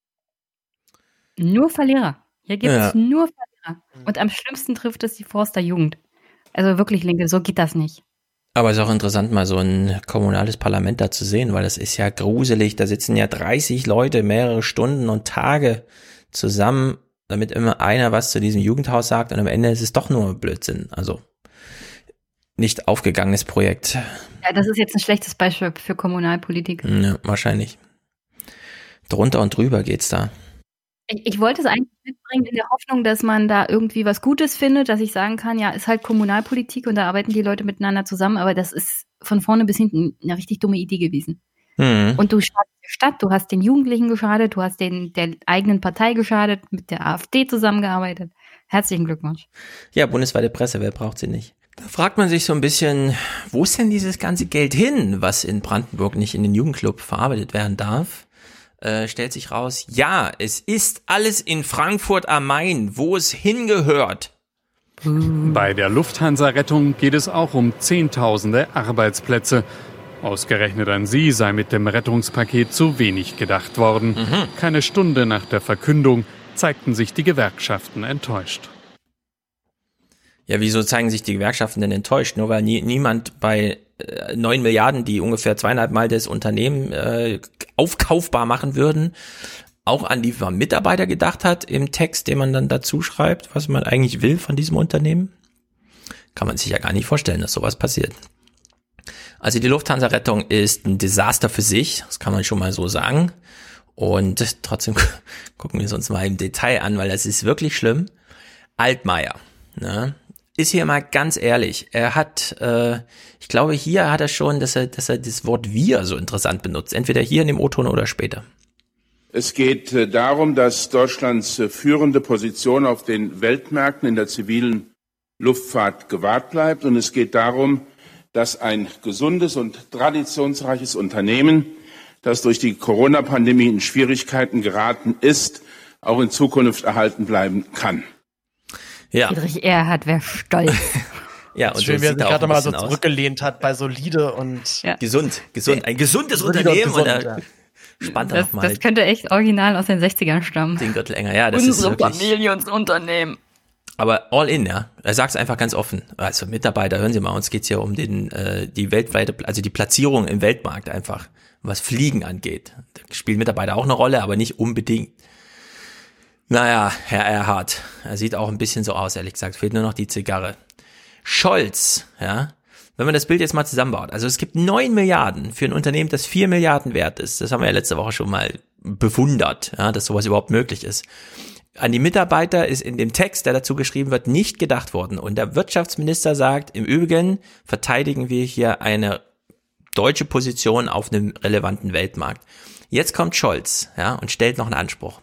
Nur Verlierer. Hier gibt Ja. es nur Verlierer. Und am schlimmsten trifft es die Forster Jugend. Also wirklich, Linke, so geht das nicht. Aber es ist auch interessant, mal so ein kommunales Parlament da zu sehen, weil das ist ja gruselig. Da sitzen ja dreißig Leute mehrere Stunden und Tage zusammen, damit immer einer was zu diesem Jugendhaus sagt und am Ende ist es doch nur Blödsinn. Also nicht aufgegangenes Projekt. Ja, das ist jetzt ein schlechtes Beispiel für Kommunalpolitik. Ja, wahrscheinlich. Drunter und drüber geht's da. Ich, ich wollte es eigentlich mitbringen in der Hoffnung, dass man da irgendwie was Gutes findet, dass ich sagen kann, ja, ist halt Kommunalpolitik und da arbeiten die Leute miteinander zusammen, aber das ist von vorne bis hinten eine richtig dumme Idee gewesen. Mhm. Und du schadest der Stadt, du hast den Jugendlichen geschadet, du hast den der eigenen Partei geschadet, mit der AfD zusammengearbeitet. Herzlichen Glückwunsch. Ja, bundesweite Presse, wer braucht sie nicht? Da fragt man sich so ein bisschen, wo ist denn dieses ganze Geld hin, was in Brandenburg nicht in den Jugendclub verarbeitet werden darf? Äh, stellt sich raus, ja, es ist alles in Frankfurt am Main, wo es hingehört. Bei der Lufthansa-Rettung geht es auch um Zehntausende Arbeitsplätze. Ausgerechnet an sie sei mit dem Rettungspaket zu wenig gedacht worden. Mhm. Keine Stunde nach der Verkündung zeigten sich die Gewerkschaften enttäuscht. Ja, wieso zeigen sich die Gewerkschaften denn enttäuscht? Nur weil nie, niemand bei neun Milliarden, die ungefähr zweieinhalb Mal das Unternehmen äh, aufkaufbar machen würden, auch an die Mitarbeiter gedacht hat im Text, den man dann dazu schreibt, was man eigentlich will von diesem Unternehmen. Kann man sich ja gar nicht vorstellen, dass sowas passiert. Also die Lufthansa-Rettung ist ein Desaster für sich, das kann man schon mal so sagen. Und trotzdem gucken wir es uns mal im Detail an, weil das ist wirklich schlimm. Altmaier, ne? Ist hier mal ganz ehrlich, er hat, äh, ich glaube, hier hat er schon, dass er, dass er das Wort wir so interessant benutzt. Entweder hier in dem O-Ton oder später. Es geht äh, darum, dass Deutschlands äh, führende Position auf den Weltmärkten in der zivilen Luftfahrt gewahrt bleibt. Und es geht darum, dass ein gesundes und traditionsreiches Unternehmen, das durch die Corona-Pandemie in Schwierigkeiten geraten ist, auch in Zukunft erhalten bleiben kann. Ja. Friedrich Erhard wäre stolz. Ja, und schön, so wie er sich gerade mal so aus. zurückgelehnt hat bei solide und ja. gesund, gesund, ein gesundes Unternehmen. Und, gesund, und ja. Spannt er das, noch mal. Das könnte echt original aus den sechzigern stammen. Den Gürtel enger, ja, das Unsere ist wirklich. Familie, unser Unternehmen. Aber all in, ja. Er sagt es einfach ganz offen. Also Mitarbeiter, hören Sie mal, uns geht's hier um den, äh, die weltweite, also die Platzierung im Weltmarkt einfach, was Fliegen angeht. Da spielen Mitarbeiter auch eine Rolle, aber nicht unbedingt. Naja, Herr Erhard, er sieht auch ein bisschen so aus, ehrlich gesagt, fehlt nur noch die Zigarre. Scholz, ja, wenn man das Bild jetzt mal zusammenbaut, also es gibt neun Milliarden für ein Unternehmen, das vier Milliarden wert ist, das haben wir ja letzte Woche schon mal bewundert, ja, dass sowas überhaupt möglich ist. An die Mitarbeiter ist in dem Text, der dazu geschrieben wird, nicht gedacht worden und der Wirtschaftsminister sagt, im Übrigen verteidigen wir hier eine deutsche Position auf einem relevanten Weltmarkt. Jetzt kommt Scholz, ja, und stellt noch einen Anspruch.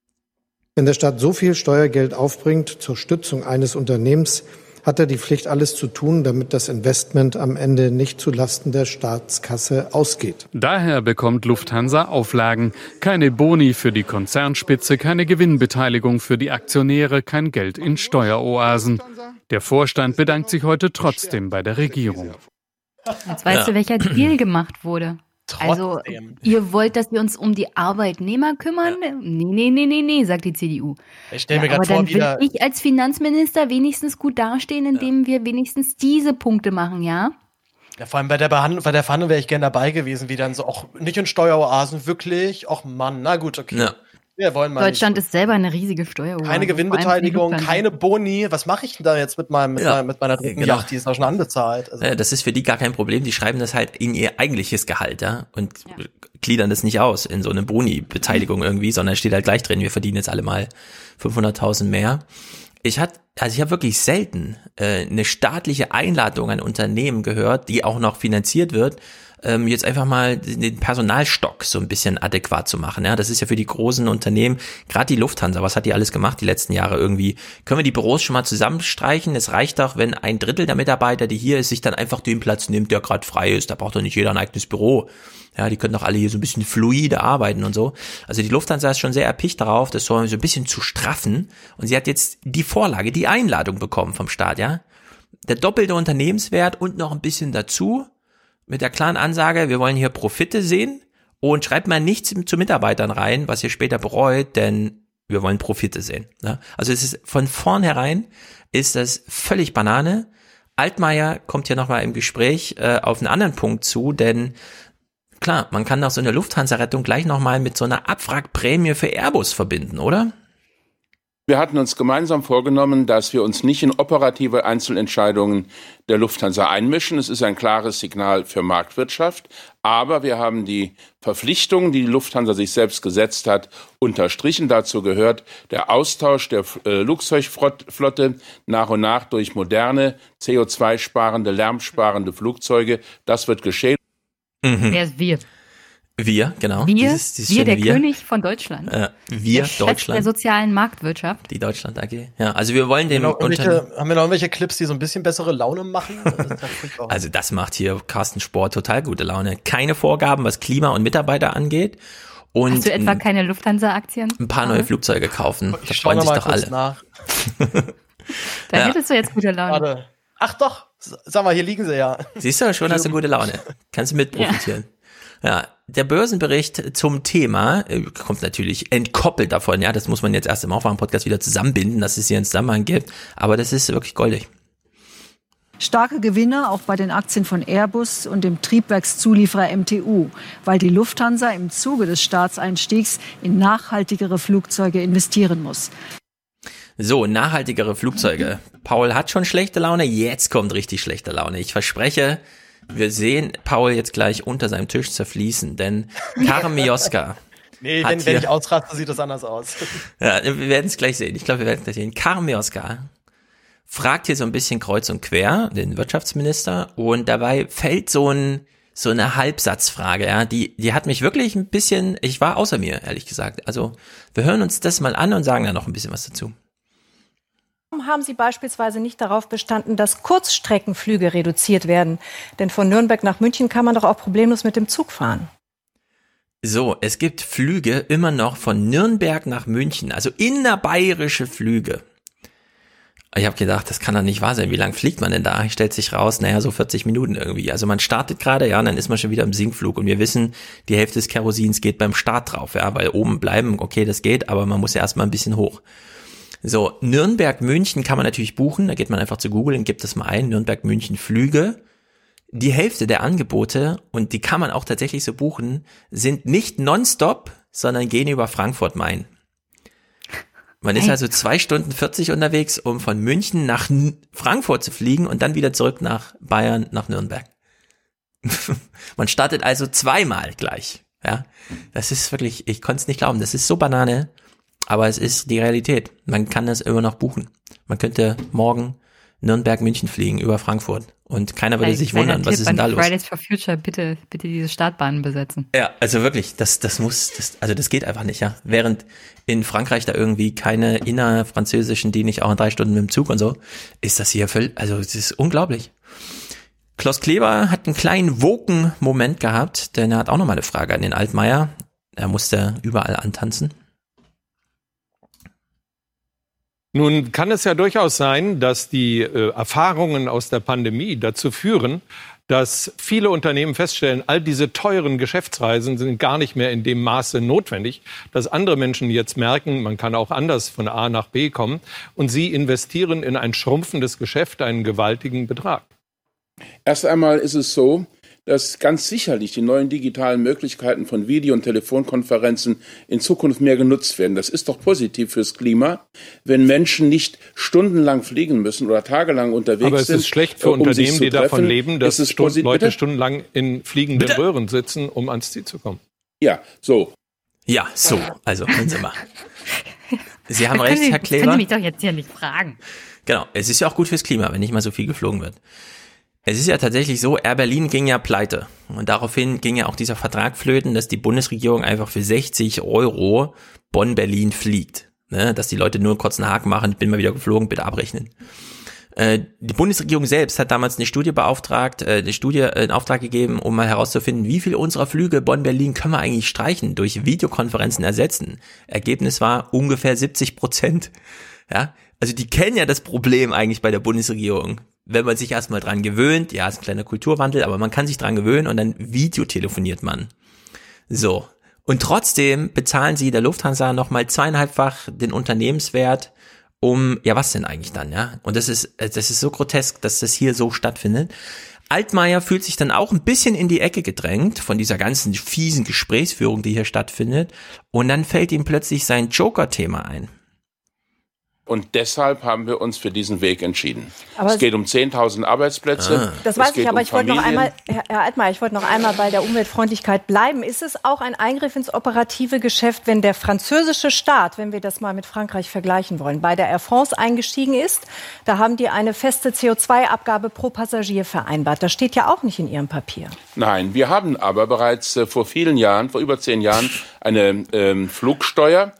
Wenn der Staat so viel Steuergeld aufbringt zur Stützung eines Unternehmens, hat er die Pflicht, alles zu tun, damit das Investment am Ende nicht zulasten der Staatskasse ausgeht. Daher bekommt Lufthansa Auflagen. Keine Boni für die Konzernspitze, keine Gewinnbeteiligung für die Aktionäre, kein Geld in Steueroasen. Der Vorstand bedankt sich heute trotzdem bei der Regierung. Jetzt weißt ja. du, welcher Deal gemacht wurde. Trotzdem. Also, ihr wollt, dass wir uns um die Arbeitnehmer kümmern? Ja. Nee, nee, nee, nee, nee, sagt die C D U. Ich stelle mir ja, gerade vor, dann wieder will ich als Finanzminister wenigstens gut dastehen, indem ja. wir wenigstens diese Punkte machen, ja? Ja, vor allem bei der, Behandlung, bei der Verhandlung wäre ich gerne dabei gewesen, wie dann so, auch nicht in Steueroasen, wirklich, ach Mann, na gut, okay. Ja. Wir wollen mal Deutschland nicht. ist selber eine riesige Steueroase. Keine Gewinnbeteiligung, keine Boni. Was mache ich denn da jetzt mit meinem mit, ja. meiner, mit meiner dritten genau. Yacht? Die ist auch schon anbezahlt. Also. Ja, das ist für die gar kein Problem. Die schreiben das halt in ihr eigentliches Gehalt, ja, und ja. gliedern das nicht aus in so eine Boni-Beteiligung mhm. irgendwie, sondern steht halt gleich drin, wir verdienen jetzt alle mal fünfhunderttausend mehr. Ich hatte, also ich habe wirklich selten äh, eine staatliche Einladung an Unternehmen gehört, die auch noch finanziert wird, ähm, jetzt einfach mal den Personalstock so ein bisschen adäquat zu machen. Ja, das ist ja für die großen Unternehmen, gerade die Lufthansa, was hat die alles gemacht die letzten Jahre irgendwie? Können wir die Büros schon mal zusammenstreichen? Es reicht doch, wenn ein Drittel der Mitarbeiter, die hier ist, sich dann einfach den Platz nimmt, der gerade frei ist. Da braucht doch nicht jeder ein eigenes Büro. Ja, die können doch alle hier so ein bisschen fluide arbeiten und so. Also die Lufthansa ist schon sehr erpicht darauf, das so ein bisschen zu straffen. Und sie hat jetzt die Vorlage, die Einladung bekommen vom Staat, ja. Der doppelte Unternehmenswert und noch ein bisschen dazu mit der klaren Ansage, wir wollen hier Profite sehen und schreibt mal nichts zu Mitarbeitern rein, was ihr später bereut, denn wir wollen Profite sehen. Ja? Also es ist von vornherein ist das völlig Banane. Altmaier kommt hier nochmal im Gespräch äh, auf einen anderen Punkt zu, denn klar, man kann doch so eine Lufthansa-Rettung gleich nochmal mit so einer Abwrackprämie für Airbus verbinden, oder? Wir hatten uns gemeinsam vorgenommen, dass wir uns nicht in operative Einzelentscheidungen der Lufthansa einmischen. Es ist ein klares Signal für Marktwirtschaft. Aber wir haben die Verpflichtungen, die die Lufthansa sich selbst gesetzt hat, unterstrichen. Dazu gehört der Austausch der äh, Flugzeugflotte nach und nach durch moderne, C O zwei sparende, lärmsparende Flugzeuge. Das wird geschehen. Mhm. Wer ist wir? Wir, genau. Wir, dieses, dieses wir der wir. König von Deutschland. Äh, wir, der Chef Deutschland. der sozialen Marktwirtschaft. Die Deutschland A G. Ja, also wir wollen den haben wir, Unter- noch haben wir noch irgendwelche Clips, die so ein bisschen bessere Laune machen? Also das macht hier Carsten Spohr total gute Laune. Keine Vorgaben, was Klima und Mitarbeiter angeht. Und Hast du etwa keine Lufthansa-Aktien? Ein paar neue Flugzeuge kaufen. Ich Da schau freuen noch sich mal doch kurz alle. nach. Da Ja. hättest du jetzt gute Laune. Warte. Ach doch, sag mal, hier liegen sie ja. Siehst du, schon hast du gute Laune. Kannst du mit profitieren. Ja. ja, der Börsenbericht zum Thema äh, kommt natürlich entkoppelt davon. Ja, das muss man jetzt erst im Aufwachen-Podcast wieder zusammenbinden, dass es hier einen Zusammenhang gibt. Aber das ist wirklich goldig. Starke Gewinne auch bei den Aktien von Airbus und dem Triebwerkszulieferer M T U, weil die Lufthansa im Zuge des Staatseinstiegs in nachhaltigere Flugzeuge investieren muss. So, nachhaltigere Flugzeuge. Paul hat schon schlechte Laune, jetzt kommt richtig schlechte Laune. Ich verspreche, wir sehen Paul jetzt gleich unter seinem Tisch zerfließen, denn Karen Mioska Nee, hat wenn, hier, wenn ich ausraste, sieht das anders aus. Ja, wir werden es gleich sehen. Ich glaube, wir werden es gleich sehen. Karen Mioska fragt hier so ein bisschen kreuz und quer den Wirtschaftsminister und dabei fällt so ein so eine Halbsatzfrage, ja, die die hat mich wirklich ein bisschen, ich war außer mir, ehrlich gesagt. Also, wir hören uns das mal an und sagen dann noch ein bisschen was dazu. Warum haben Sie beispielsweise nicht darauf bestanden, dass Kurzstreckenflüge reduziert werden? Denn von Nürnberg nach München kann man doch auch problemlos mit dem Zug fahren. So, es gibt Flüge immer noch von Nürnberg nach München, also innerbayerische Flüge. Ich habe gedacht, das kann doch nicht wahr sein. Wie lang fliegt man denn da? Stellt sich raus, naja, so vierzig Minuten irgendwie. Also man startet gerade, ja, und dann ist man schon wieder im Sinkflug. Und wir wissen, die Hälfte des Kerosins geht beim Start drauf, ja, weil oben bleiben, okay, das geht, aber man muss ja erstmal ein bisschen hoch. So, Nürnberg-München kann man natürlich buchen. Da geht man einfach zu Google und gibt das mal ein. Nürnberg-München-Flüge. Die Hälfte der Angebote, und die kann man auch tatsächlich so buchen, sind nicht nonstop, sondern gehen über Frankfurt-Main. Man ist also zwei Stunden vierzig unterwegs, um von München nach N- Frankfurt zu fliegen und dann wieder zurück nach Bayern, nach Nürnberg. Man startet also zweimal gleich. Ja, das ist wirklich, ich konnte es nicht glauben. Das ist so Banane, aber es ist die Realität. Man kann das immer noch buchen. Man könnte morgen Nürnberg, München fliegen über Frankfurt und keiner würde sich wundern, was ist denn da los? Fridays for Future, bitte, bitte diese Startbahnen besetzen. Ja, also wirklich, das, das muss, das, also das geht einfach nicht, ja. Während in Frankreich da irgendwie keine innerfranzösischen, die nicht auch in drei Stunden mit dem Zug und so, ist das hier völlig, also es ist unglaublich. Klaus Kleber hat einen kleinen Woken-Moment gehabt, denn er hat auch nochmal eine Frage an den Altmaier. Er musste überall antanzen. Nun kann es ja durchaus sein, dass die äh, Erfahrungen aus der Pandemie dazu führen, dass viele Unternehmen feststellen, all diese teuren Geschäftsreisen sind gar nicht mehr in dem Maße notwendig, dass andere Menschen jetzt merken, man kann auch anders von A nach B kommen und sie investieren in ein schrumpfendes Geschäft einen gewaltigen Betrag. Erst einmal ist es so, dass ganz sicherlich die neuen digitalen Möglichkeiten von Video- und Telefonkonferenzen in Zukunft mehr genutzt werden. Das ist doch positiv fürs Klima, wenn Menschen nicht stundenlang fliegen müssen oder tagelang unterwegs sind. Aber es ist schlecht für um Unternehmen, die treffen. davon leben, dass es Stunden, posit- Leute bitte? stundenlang in fliegenden Bitte? Röhren sitzen, um ans Ziel zu kommen. Ja, so. Ja, so, also, hören Sie mal. Sie haben Das recht, können Sie- Herr das können Kleber. Sie mich doch jetzt hier nicht fragen. Genau, es ist ja auch gut fürs Klima, wenn nicht mal so viel geflogen wird. Es ist ja tatsächlich so, Air Berlin ging ja pleite. Und daraufhin ging ja auch dieser Vertrag flöten, dass die Bundesregierung einfach für sechzig Euro Bonn-Berlin fliegt. Ne? Dass die Leute nur einen kurzen Haken machen, ich bin mal wieder geflogen, bitte abrechnen. Äh, die Bundesregierung selbst hat damals eine Studie beauftragt, äh, eine Studie äh, in Auftrag gegeben, um mal herauszufinden, wie viel unserer Flüge Bonn-Berlin können wir eigentlich streichen, durch Videokonferenzen ersetzen. Ergebnis war ungefähr siebzig Prozent. Ja, also die kennen ja das Problem eigentlich bei der Bundesregierung. Wenn man sich erstmal dran gewöhnt, ja, ist ein kleiner Kulturwandel, aber man kann sich dran gewöhnen und dann videotelefoniert man. So. Und trotzdem bezahlen sie der Lufthansa nochmal zweieinhalbfach den Unternehmenswert um, ja, was denn eigentlich dann, ja? Und das ist, das ist so grotesk, dass das hier so stattfindet. Altmaier fühlt sich dann auch ein bisschen in die Ecke gedrängt von dieser ganzen fiesen Gesprächsführung, die hier stattfindet. Und dann fällt ihm plötzlich sein Joker-Thema ein. Und deshalb haben wir uns für diesen Weg entschieden. Aber es geht um zehntausend Arbeitsplätze. Ah. Das weiß ich, aber um ich wollte noch einmal, Herr Altmaier, ich wollte noch einmal bei der Umweltfreundlichkeit bleiben. Ist es auch ein Eingriff ins operative Geschäft, wenn der französische Staat, wenn wir das mal mit Frankreich vergleichen wollen, bei der Air France eingestiegen ist? Da haben die eine feste C O zwei Abgabe pro Passagier vereinbart. Das steht ja auch nicht in Ihrem Papier. Nein, wir haben aber bereits äh, vor vielen Jahren, vor über zehn Jahren, eine ähm, Flugsteuer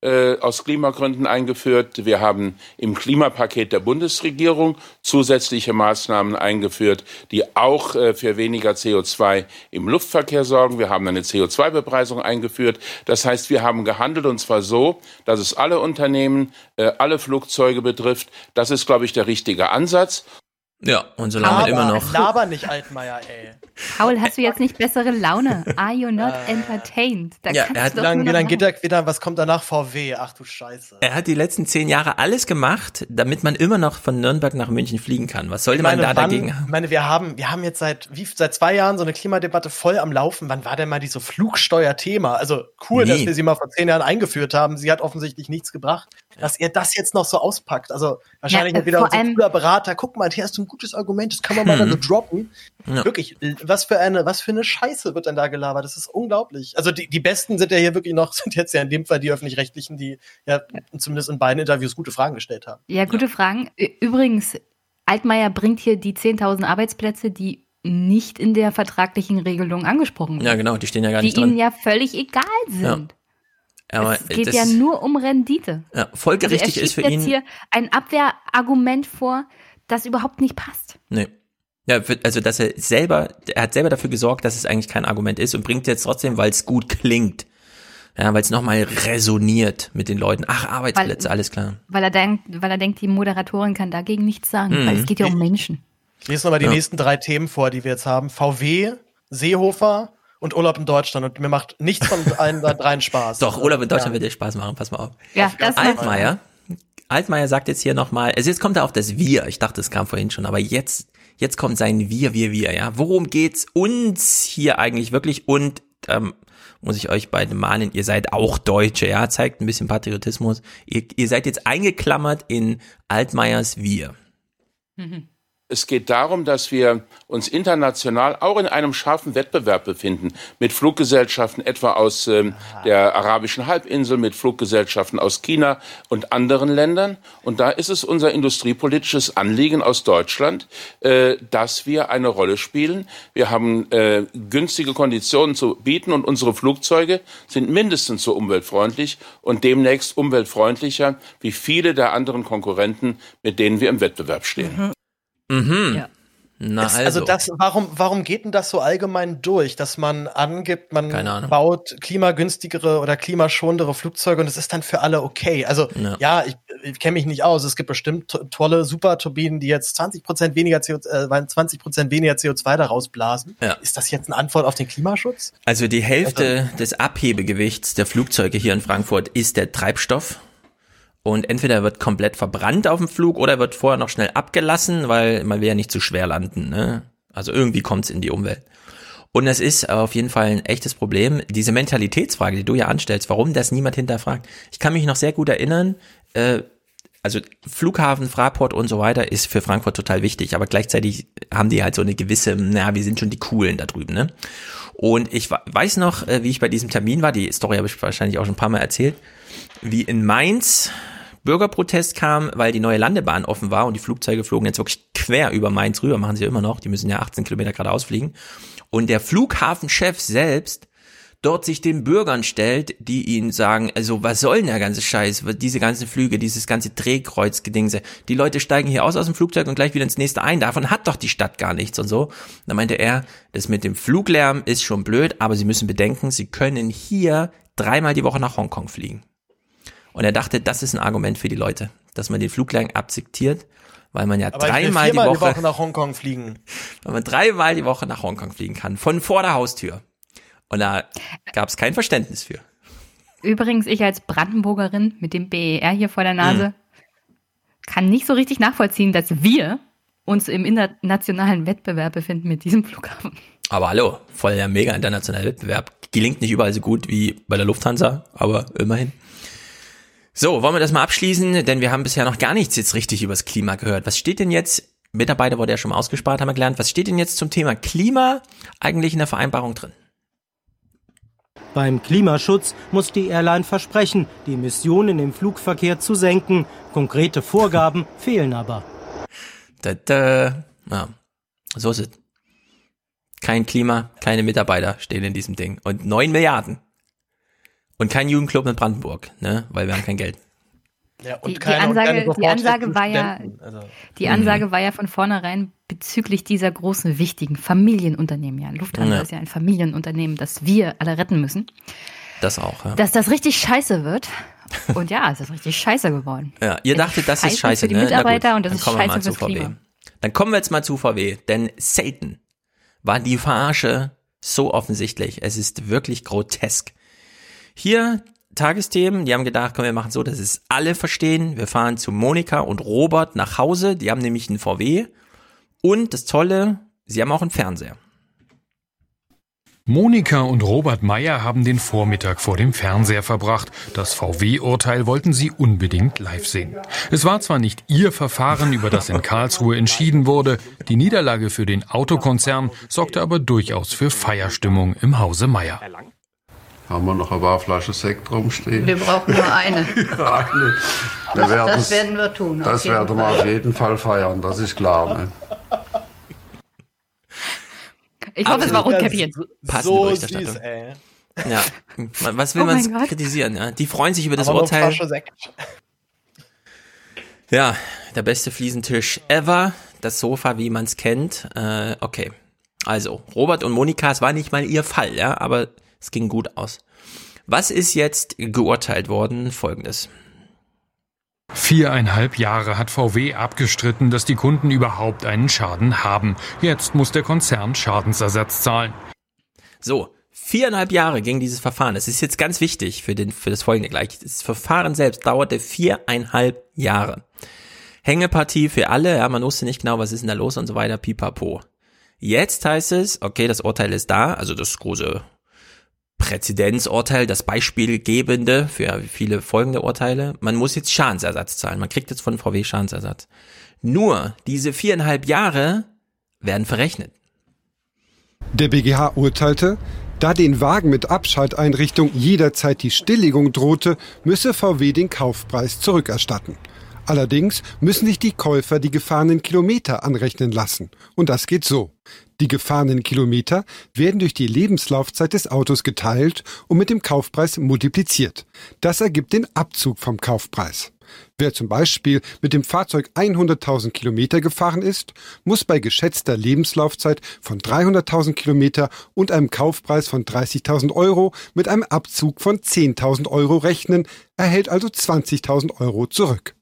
aus Klimagründen eingeführt. Wir haben im Klimapaket der Bundesregierung zusätzliche Maßnahmen eingeführt, die auch äh, für weniger C O zwei im Luftverkehr sorgen. Wir haben eine C O zwei Bepreisung eingeführt. Das heißt, wir haben gehandelt, und zwar so, dass es alle Unternehmen, äh, alle Flugzeuge betrifft. Das ist, glaube ich, der richtige Ansatz. Ja, und solange man immer noch... Laber nicht, Altmaier, ey. Paul, hast du jetzt nicht bessere Laune? Are you not entertained? Da ja, er hat wie lange lang geht er wieder, was kommt danach? V W, ach du Scheiße. Er hat die letzten zehn Jahre alles gemacht, damit man immer noch von Nürnberg nach München fliegen kann. Was sollte meine, man da wann, dagegen haben? Ich meine, wir haben, wir haben jetzt seit, wie, seit zwei Jahren so eine Klimadebatte voll am Laufen. Wann war denn mal diese Flugsteuer-Thema? Also cool, nee. dass wir sie mal vor zehn Jahren eingeführt haben. Sie hat offensichtlich nichts gebracht. Dass ihr das jetzt noch so auspackt. Also wahrscheinlich ja, äh, wieder unser cooler Berater. Guck mal, hier hast du ein gutes Argument, das kann man mal hm. dann so droppen. Ja. Wirklich, was für eine, was für eine Scheiße wird denn da gelabert? Das ist unglaublich. Also die, die Besten sind ja hier wirklich noch, sind jetzt ja in dem Fall die Öffentlich-Rechtlichen, die ja zumindest in beiden Interviews gute Fragen gestellt haben. Ja, gute ja. Fragen. Übrigens, Altmaier bringt hier die zehntausend Arbeitsplätze, die nicht in der vertraglichen Regelung angesprochen werden. Ja, genau, die stehen ja gar nicht die drin. Die ihnen ja völlig egal sind. Ja. Aber es geht ja nur um Rendite. Ja, folgerichtig also ist für ihn. Er schiebt jetzt hier ein Abwehrargument vor, das überhaupt nicht passt. Nee. Ja, also dass er selber, er hat selber dafür gesorgt, dass es eigentlich kein Argument ist und bringt jetzt trotzdem, weil es gut klingt. Ja, weil es nochmal resoniert mit den Leuten. Ach, Arbeitsplätze, weil, alles klar. Weil er denkt, weil er denkt, die Moderatorin kann dagegen nichts sagen, mhm. weil es geht ja um Menschen. Ich lese nochmal die ja. nächsten drei Themen vor, die wir jetzt haben. V W, Seehofer und Urlaub in Deutschland. Und mir macht nichts von allen dreien Spaß. Doch, Urlaub in Deutschland ja. wird dir Spaß machen, pass mal auf. Ja, das Altmaier, Altmaier sagt jetzt hier nochmal, also jetzt kommt er auf das Wir. Ich dachte, es kam vorhin schon, aber jetzt, jetzt kommt sein Wir, Wir, Wir, ja. Worum geht's uns hier eigentlich wirklich? Und, ähm, muss ich euch beide mahnen, ihr seid auch Deutsche, ja, zeigt ein bisschen Patriotismus. Ihr, ihr seid jetzt eingeklammert in Altmaiers Wir. Mhm. Es geht darum, dass wir uns international auch in einem scharfen Wettbewerb befinden mit Fluggesellschaften etwa aus äh, der arabischen Halbinsel, mit Fluggesellschaften aus China und anderen Ländern. Und da ist es unser industriepolitisches Anliegen aus Deutschland, äh, dass wir eine Rolle spielen. Wir haben äh, günstige Konditionen zu bieten und unsere Flugzeuge sind mindestens so umweltfreundlich und demnächst umweltfreundlicher wie viele der anderen Konkurrenten, mit denen wir im Wettbewerb stehen. Mhm. Mhm. Ja. Na das, also, also das, warum, warum geht denn das so allgemein durch, dass man angibt, man baut klimagünstigere oder klimaschonendere Flugzeuge und es ist dann für alle okay? Also ja, ja ich, ich kenne mich nicht aus. Es gibt bestimmt to- tolle Superturbinen, die jetzt zwanzig Prozent weniger C O zwei, äh, zwanzig Prozent weniger C O zwei daraus blasen. Ja. Ist das jetzt eine Antwort auf den Klimaschutz? Also die Hälfte also, des Abhebegewichts der Flugzeuge hier in Frankfurt ist der Treibstoff. Und entweder wird komplett verbrannt auf dem Flug oder wird vorher noch schnell abgelassen, weil man will ja nicht zu schwer landen, ne? Also irgendwie kommt's in die Umwelt. Und es ist auf jeden Fall ein echtes Problem. Diese Mentalitätsfrage, die du ja anstellst, warum das niemand hinterfragt. Ich kann mich noch sehr gut erinnern, äh, also Flughafen, Fraport und so weiter ist für Frankfurt total wichtig, aber gleichzeitig haben die halt so eine gewisse, na, wir sind schon die Coolen da drüben, ne? Und ich weiß noch, wie ich bei diesem Termin war, die Story habe ich wahrscheinlich auch schon ein paar Mal erzählt, wie in Mainz Bürgerprotest kam, weil die neue Landebahn offen war und die Flugzeuge flogen jetzt wirklich quer über Mainz rüber, machen sie ja immer noch, die müssen ja achtzehn Kilometer geradeaus fliegen. Und der Flughafenchef selbst dort sich den Bürgern stellt, die ihnen sagen, also was soll denn der ganze Scheiß, diese ganzen Flüge, dieses ganze Drehkreuzgedingse, die Leute steigen hier aus aus dem Flugzeug und gleich wieder ins nächste ein, davon hat doch die Stadt gar nichts und so. Da meinte er, das mit dem Fluglärm ist schon blöd, aber sie müssen bedenken, sie können hier dreimal die Woche nach Hongkong fliegen. Und er dachte, das ist ein Argument für die Leute, dass man den Fluglärm akzeptiert, weil man ja aber dreimal die Woche, die Woche nach Hongkong fliegen. Weil man dreimal die Woche nach Hongkong fliegen kann, von vor der Haustür. Und da gab es kein Verständnis für. Übrigens, ich als Brandenburgerin mit dem B E R hier vor der Nase, kann nicht so richtig nachvollziehen, dass wir uns im internationalen Wettbewerb befinden mit diesem Flughafen. Aber hallo, voll der mega internationale Wettbewerb. Gelingt nicht überall so gut wie bei der Lufthansa, aber immerhin. So, wollen wir das mal abschließen, denn wir haben bisher noch gar nichts jetzt richtig übers Klima gehört. Was steht denn jetzt, Mitarbeiter wurde ja schon mal ausgespart, haben wir gelernt, was steht denn jetzt zum Thema Klima eigentlich in der Vereinbarung drin? Beim Klimaschutz muss die Airline versprechen, die Emissionen im Flugverkehr zu senken. Konkrete Vorgaben fehlen aber. Da, da. Ja, so ist es. Kein Klima, keine Mitarbeiter stehen in diesem Ding. Und neun Milliarden. Und kein Jugendclub in Brandenburg, ne, weil wir haben kein Geld. Ja, und die, die keine, Ansage, und die Ansage war ja, also. die Ansage mhm. war ja von vornherein bezüglich dieser großen, wichtigen Familienunternehmen. Ja, Lufthansa ja. ist ja ein Familienunternehmen, das wir alle retten müssen. Das auch, ja. Dass das richtig scheiße wird. Und ja, es ist richtig scheiße geworden. Ja, ihr dachtet, das ist scheiße, für die ne? Mitarbeiter und das dann ist kommen wir scheiße mal zu fürs V W. Klima. Dann kommen wir jetzt mal zu V W, denn selten war die Verarsche so offensichtlich. Es ist wirklich grotesk. Hier Tagesthemen, die haben gedacht, komm, wir machen so, dass es alle verstehen. Wir fahren zu Monika und Robert nach Hause, die haben nämlich einen V W. Und das Tolle, sie haben auch einen Fernseher. Monika und Robert Meyer haben den Vormittag vor dem Fernseher verbracht. Das V W-Urteil wollten sie unbedingt live sehen. Es war zwar nicht ihr Verfahren, über das in Karlsruhe entschieden wurde. Die Niederlage für den Autokonzern sorgte aber durchaus für Feierstimmung im Hause Meyer. Haben wir noch ein paar Flaschen Sekt rumstehen? Wir brauchen nur eine. eine. Das, das werden wir tun. Das werden wir auf jeden Fall feiern, das ist klar. Ne? Ich hoffe, es war Rotkäppchen. Passende so Berichterstattung. Süß, ey. Ja, was will oh man kritisieren? Ja? Die freuen sich über das Aber Urteil. Ja, der beste Fliesentisch ever. Das Sofa, wie man es kennt. Äh, okay, also Robert und Monika, es war nicht mal ihr Fall, ja, aber es ging gut aus. Was ist jetzt geurteilt worden? Folgendes. Viereinhalb Jahre hat V W abgestritten, dass die Kunden überhaupt einen Schaden haben. Jetzt muss der Konzern Schadensersatz zahlen. So, viereinhalb Jahre ging dieses Verfahren. Das ist jetzt ganz wichtig für, den, für das Folgende gleich. Das Verfahren selbst dauerte viereinhalb Jahre. Hängepartie für alle, ja, man wusste nicht genau, was ist denn da los und so weiter, pipapo. Jetzt heißt es, okay, das Urteil ist da, also das große Präzedenzurteil, das Beispielgebende für viele folgende Urteile. Man muss jetzt Schadensersatz zahlen. Man kriegt jetzt von V W Schadensersatz. Nur diese viereinhalb Jahre werden verrechnet. Der B G H urteilte, da den Wagen mit Abschalteinrichtung jederzeit die Stilllegung drohte, müsse V W den Kaufpreis zurückerstatten. Allerdings müssen sich die Käufer die gefahrenen Kilometer anrechnen lassen. Und das geht so. Die gefahrenen Kilometer werden durch die Lebenslaufzeit des Autos geteilt und mit dem Kaufpreis multipliziert. Das ergibt den Abzug vom Kaufpreis. Wer zum Beispiel mit dem Fahrzeug hunderttausend Kilometer gefahren ist, muss bei geschätzter Lebenslaufzeit von dreihunderttausend Kilometer und einem Kaufpreis von dreißigtausend Euro mit einem Abzug von zehntausend Euro rechnen, erhält also zwanzigtausend Euro zurück.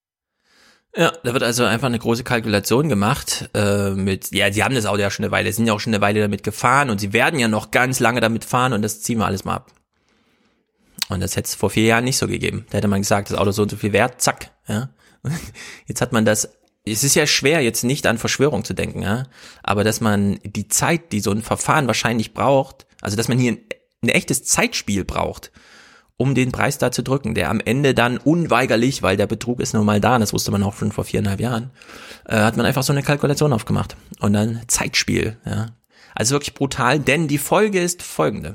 Ja, da wird also einfach eine große Kalkulation gemacht äh, mit, ja, sie haben das Auto ja schon eine Weile, sind ja auch schon eine Weile damit gefahren und sie werden ja noch ganz lange damit fahren und das ziehen wir alles mal ab. Und das hätte es vor vier Jahren nicht so gegeben. Da hätte man gesagt, das Auto ist so und so viel wert, zack. Ja. Jetzt hat man das, es ist ja schwer, jetzt nicht an Verschwörung zu denken, ja, aber dass man die Zeit, die so ein Verfahren wahrscheinlich braucht, also dass man hier ein, ein echtes Zeitspiel braucht, um den Preis da zu drücken, der am Ende dann unweigerlich, weil der Betrug ist nun mal da, das wusste man auch schon vor viereinhalb Jahren, äh, hat man einfach so eine Kalkulation aufgemacht. Und dann Zeitspiel, ja. Also wirklich brutal, denn die Folge ist folgende.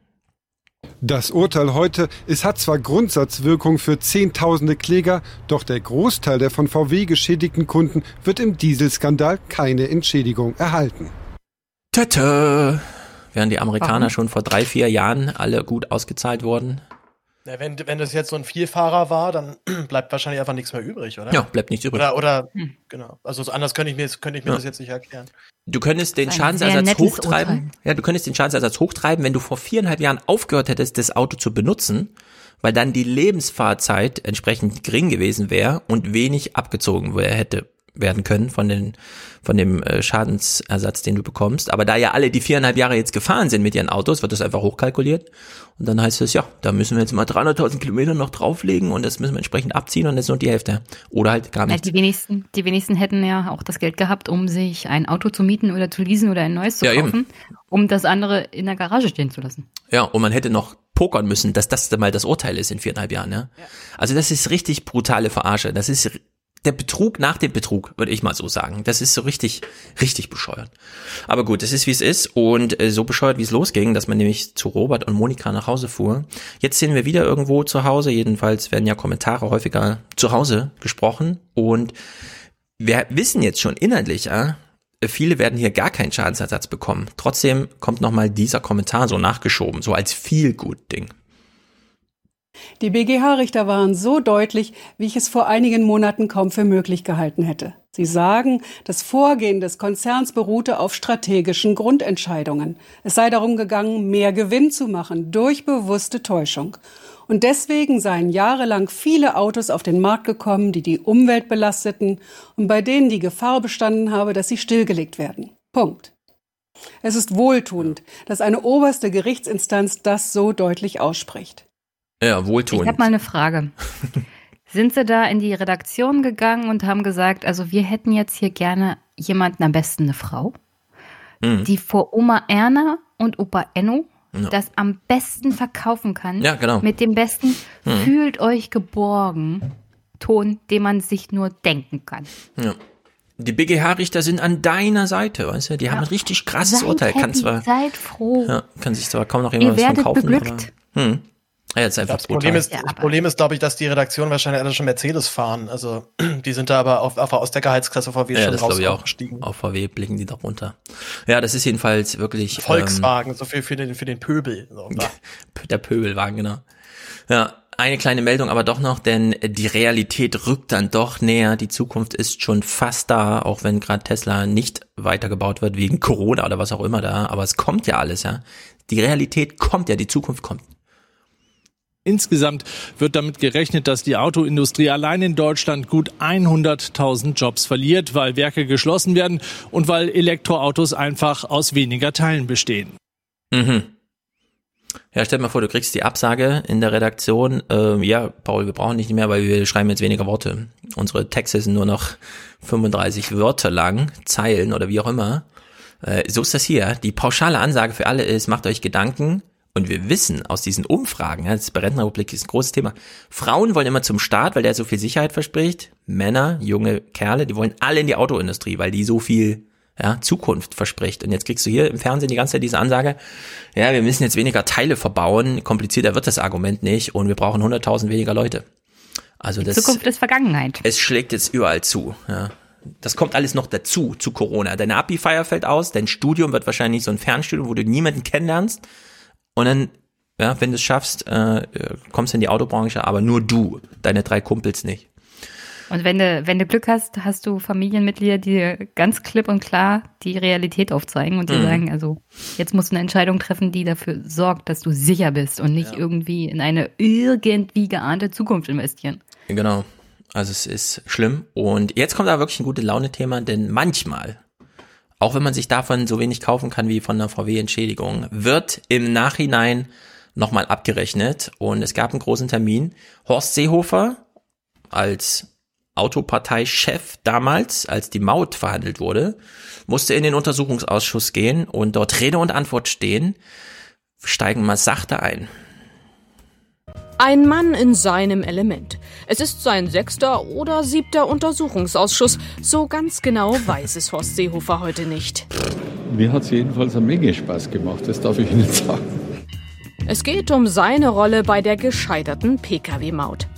Das Urteil heute, es hat zwar Grundsatzwirkung für Zehntausende Kläger, doch der Großteil der von V W geschädigten Kunden wird im Dieselskandal keine Entschädigung erhalten. Tata! Während die Amerikaner Ach. schon vor drei, vier Jahren alle gut ausgezahlt wurden. Ja, wenn, wenn das jetzt so ein Vielfahrer war, dann bleibt wahrscheinlich einfach nichts mehr übrig, oder? Ja, bleibt nichts übrig. Oder, oder hm. genau. Also so anders könnte ich mir, könnte ich mir ja. das jetzt nicht erklären. Du könntest den Schadensersatz hochtreiben. Urteil. Ja, du könntest den Schadensersatz hochtreiben, wenn du vor viereinhalb Jahren aufgehört hättest, das Auto zu benutzen, weil dann die Lebensfahrzeit entsprechend gering gewesen wäre und wenig abgezogen wäre hätte werden können von den von dem äh, Schadensersatz, den du bekommst. Aber da ja alle die viereinhalb Jahre jetzt gefahren sind mit ihren Autos, wird das einfach hochkalkuliert. Und dann heißt es, ja, da müssen wir jetzt mal dreihunderttausend Kilometer noch drauflegen und das müssen wir entsprechend abziehen und das ist nur die Hälfte. Oder halt gar nicht. Die wenigsten, die wenigsten hätten ja auch das Geld gehabt, um sich ein Auto zu mieten oder zu leasen oder ein neues zu ja, kaufen, eben. um das andere in der Garage stehen zu lassen. Ja, und man hätte noch pokern müssen, dass das mal das Urteil ist in viereinhalb Jahren. Ja? Ja. Also das ist richtig brutale Verarsche. Das ist der Betrug nach dem Betrug, würde ich mal so sagen. Das ist so richtig, richtig bescheuert. Aber gut, es ist, wie es ist. Und äh, so bescheuert, wie es losging, dass man nämlich zu Robert und Monika nach Hause fuhr. Jetzt sind wir wieder irgendwo zu Hause. Jedenfalls werden ja Kommentare häufiger zu Hause gesprochen. Und wir wissen jetzt schon inhaltlich, ja, viele werden hier gar keinen Schadensersatz bekommen. Trotzdem kommt nochmal dieser Kommentar so nachgeschoben, so als Feel-Good-Ding. Die B G H-Richter waren so deutlich, wie ich es vor einigen Monaten kaum für möglich gehalten hätte. Sie sagen, das Vorgehen des Konzerns beruhte auf strategischen Grundentscheidungen. Es sei darum gegangen, mehr Gewinn zu machen durch bewusste Täuschung. Und deswegen seien jahrelang viele Autos auf den Markt gekommen, die die Umwelt belasteten und bei denen die Gefahr bestanden habe, dass sie stillgelegt werden. Punkt. Es ist wohltuend, dass eine oberste Gerichtsinstanz das so deutlich ausspricht. Ja, wohltuend. Ich habe mal eine Frage. Sind Sie da in die Redaktion gegangen und haben gesagt, also wir hätten jetzt hier gerne jemanden, am besten eine Frau, mhm. die vor Oma Erna und Opa Enno ja. das am besten verkaufen kann. Ja, genau. Mit dem besten mhm. fühlt euch geborgen Ton, den man sich nur denken kann. Ja. Die B G H-Richter sind an deiner Seite, weißt du? Die ja. haben ein richtig krasses seid Urteil. Happy, Kann zwar, seid froh. Ja, kann sich zwar kaum noch jemand was von kaufen. Beglückt. Aber, hm. Ja, jetzt einfach das Problem ist, ja, das Problem ist, glaube ich, dass die Redaktion wahrscheinlich alle schon Mercedes fahren. Also die sind da aber auf, aus der Gehaltsklasse V W ja, schon das rausgestiegen. Auf V W blicken die da runter. Ja, das ist jedenfalls wirklich Volkswagen, ähm, so viel für den für den Pöbel. So, der Pöbelwagen, genau. Ja, eine kleine Meldung aber doch noch, denn die Realität rückt dann doch näher. Die Zukunft ist schon fast da, auch wenn gerade Tesla nicht weitergebaut wird wegen Corona oder was auch immer da. Aber es kommt ja alles, ja. Die Realität kommt ja, die Zukunft kommt. Insgesamt wird damit gerechnet, dass die Autoindustrie allein in Deutschland gut hunderttausend Jobs verliert, weil Werke geschlossen werden und weil Elektroautos einfach aus weniger Teilen bestehen. Mhm. Ja, stell dir mal vor, du kriegst die Absage in der Redaktion. Ähm, ja, Paul, wir brauchen dich nicht mehr, weil wir schreiben jetzt weniger Worte. Unsere Texte sind nur noch fünfunddreißig Wörter lang, Zeilen oder wie auch immer. Äh, so ist das hier. Die pauschale Ansage für alle ist, macht euch Gedanken. Und wir wissen aus diesen Umfragen, ja, das bei Rentenrepublik ist ein großes Thema, Frauen wollen immer zum Staat, weil der so viel Sicherheit verspricht. Männer, junge Kerle, die wollen alle in die Autoindustrie, weil die so viel ja, Zukunft verspricht. Und jetzt kriegst du hier im Fernsehen die ganze Zeit diese Ansage, ja, wir müssen jetzt weniger Teile verbauen, komplizierter wird das Argument nicht und wir brauchen hunderttausend weniger Leute. Also die das, Zukunft ist Vergangenheit. Es schlägt jetzt überall zu, ja. Das kommt alles noch dazu, zu Corona. Deine Abi-Feier fällt aus, dein Studium wird wahrscheinlich so ein Fernstudium, wo du niemanden kennenlernst. Und dann, ja, wenn du es schaffst, äh, kommst du in die Autobranche, aber nur du, deine drei Kumpels nicht. Und wenn du, wenn du Glück hast, hast du Familienmitglieder, die ganz klipp und klar die Realität aufzeigen und dir mhm. sagen, also jetzt musst du eine Entscheidung treffen, die dafür sorgt, dass du sicher bist und nicht ja. irgendwie in eine irgendwie geahnte Zukunft investieren. Genau, also es ist schlimm. Und jetzt kommt aber wirklich ein gute Laune-Thema, denn manchmal, auch wenn man sich davon so wenig kaufen kann wie von einer V W-Entschädigung, wird im Nachhinein nochmal abgerechnet. Und es gab einen großen Termin. Horst Seehofer als Autoparteichef damals, als die Maut verhandelt wurde, musste in den Untersuchungsausschuss gehen und dort Rede und Antwort stehen. Wir steigen mal sachte ein. Ein Mann in seinem Element. Es ist sein sechster oder siebter Untersuchungsausschuss. So ganz genau weiß es Horst Seehofer heute nicht. Mir hat es jedenfalls eine Menge Spaß gemacht, das darf ich Ihnen sagen. Es geht um seine Rolle bei der gescheiterten P K W-Maut.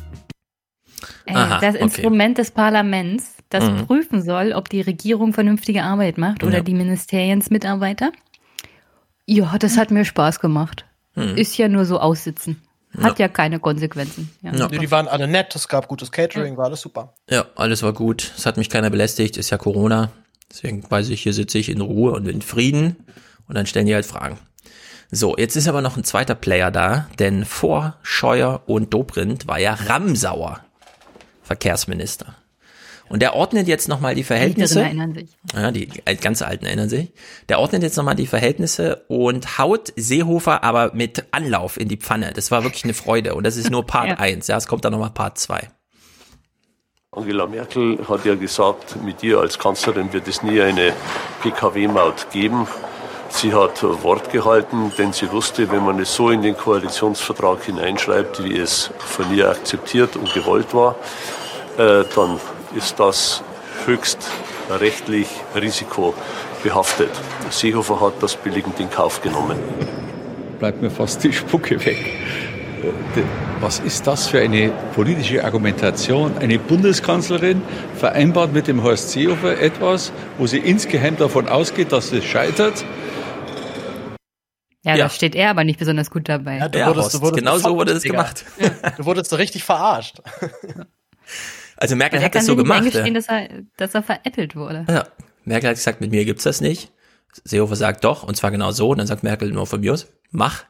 Aha, das Instrument okay. des Parlaments, das mhm. prüfen soll, ob die Regierung vernünftige Arbeit macht oder ja. die Ministeriensmitarbeiter. Ja, das hat mir Spaß gemacht. Mhm. Ist ja nur so aussitzen. Hat ja, ja keine Konsequenzen. Ja. Ja. Die waren alle nett, es gab gutes Catering, war alles super. Ja, alles war gut. Es hat mich keiner belästigt, ist ja Corona. Deswegen weiß ich, hier sitze ich in Ruhe und in Frieden. Und dann stellen die halt Fragen. So, jetzt ist aber noch ein zweiter Player da, denn vor Scheuer und Dobrindt war ja Ramsauer Verkehrsminister. Und der ordnet jetzt nochmal die Verhältnisse. Die erinnern sich. Ja, die ganz Alten erinnern sich. Der ordnet jetzt nochmal die Verhältnisse und haut Seehofer aber mit Anlauf in die Pfanne. Das war wirklich eine Freude. Und das ist nur Part eins. Ja. ja, es kommt dann nochmal Part zwei. Angela Merkel hat ja gesagt, mit ihr als Kanzlerin wird es nie eine P K W-Maut geben. Sie hat Wort gehalten, denn sie wusste, wenn man es so in den Koalitionsvertrag hineinschreibt, wie es von ihr akzeptiert und gewollt war, äh, dann ist das höchst rechtlich risikobehaftet. Seehofer hat das billigend in Kauf genommen. Bleibt mir fast die Spucke weg. Was ist das für eine politische Argumentation? Eine Bundeskanzlerin vereinbart mit dem Horst Seehofer etwas, wo sie insgeheim davon ausgeht, dass es scheitert. Ja, ja, da steht er aber nicht besonders gut dabei. Ja, du ja, wurdest, Horst, du wurdest genau so wurde das gemacht. Ja. Du wurdest so richtig verarscht. Also Merkel er hat das so gemacht. Er kann ja. dass er, dass er veräppelt wurde. Ja, Merkel hat gesagt, mit mir gibt's das nicht. Seehofer sagt doch, und zwar genau so. Und dann sagt Merkel nur von mir aus, mach.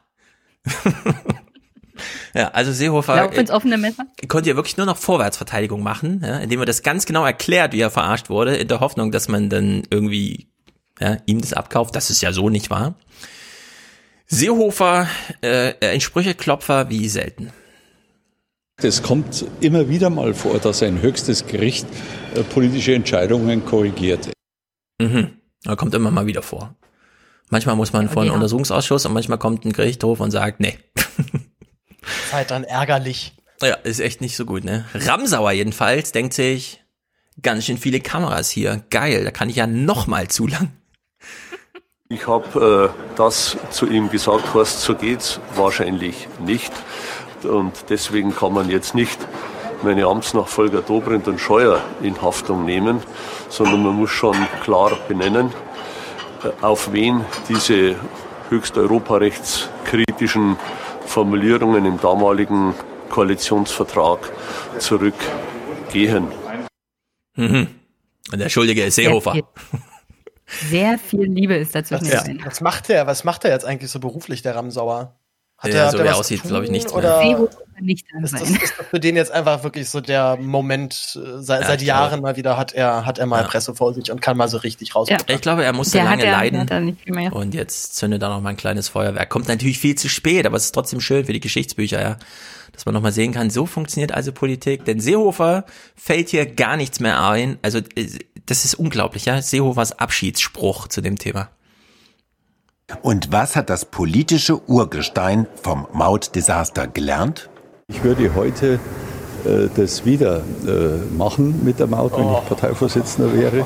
Ja, also Seehofer Lauf ins offene Messer. konnte ja wirklich nur noch Vorwärtsverteidigung machen, ja, indem er das ganz genau erklärt, wie er verarscht wurde, in der Hoffnung, dass man dann irgendwie ja, ihm das abkauft, dass es ja so nicht war. Seehofer, äh, ein Sprücheklopfer wie selten. Es kommt immer wieder mal vor, dass ein höchstes Gericht äh, politische Entscheidungen korrigiert. Mhm. Das kommt immer mal wieder vor. Manchmal muss man vor einen Untersuchungsausschuss und manchmal kommt ein Gerichtshof und sagt, nee. Das ist halt dann ärgerlich. Ja, ist echt nicht so gut, ne? Ramsauer jedenfalls denkt sich, ganz schön viele Kameras hier. Geil, da kann ich ja noch mal zu lang. Ich habe äh, das zu ihm gesagt, Horst, so geht's wahrscheinlich nicht. Und deswegen kann man jetzt nicht meine Amtsnachfolger Dobrindt und Scheuer in Haftung nehmen, sondern man muss schon klar benennen, äh, auf wen diese höchst europarechtskritischen Formulierungen im damaligen Koalitionsvertrag zurückgehen. Mhm. Und der Schuldige ist Seehofer. Sehr viel, sehr viel Liebe ist dazwischen. Was, was macht der? Was macht der jetzt eigentlich so beruflich, der Ramsauer? Hat ja, der, so hat wie der er aussieht, glaube ich, nichts oder mehr. Nicht ist, das, ist das für den jetzt einfach wirklich so der Moment, äh, seit, ja, seit Jahren glaube. mal wieder hat er, hat er mal Ja. Presse vor sich und kann mal so richtig raus. Ja. Ich glaube, er musste Der lange hat er- leiden der hat er nicht mehr. und jetzt zündet er noch mal ein kleines Feuerwerk. Kommt natürlich viel zu spät, aber es ist trotzdem schön für die Geschichtsbücher, ja, dass man noch mal sehen kann, so funktioniert also Politik. Denn Seehofer fällt hier gar nichts mehr ein. Also das ist unglaublich, ja, Seehofers Abschiedsspruch zu dem Thema. Und was hat das politische Urgestein vom Mautdesaster gelernt? Ich würde heute äh, das wieder äh, machen mit der Maut, wenn ich Parteivorsitzender wäre.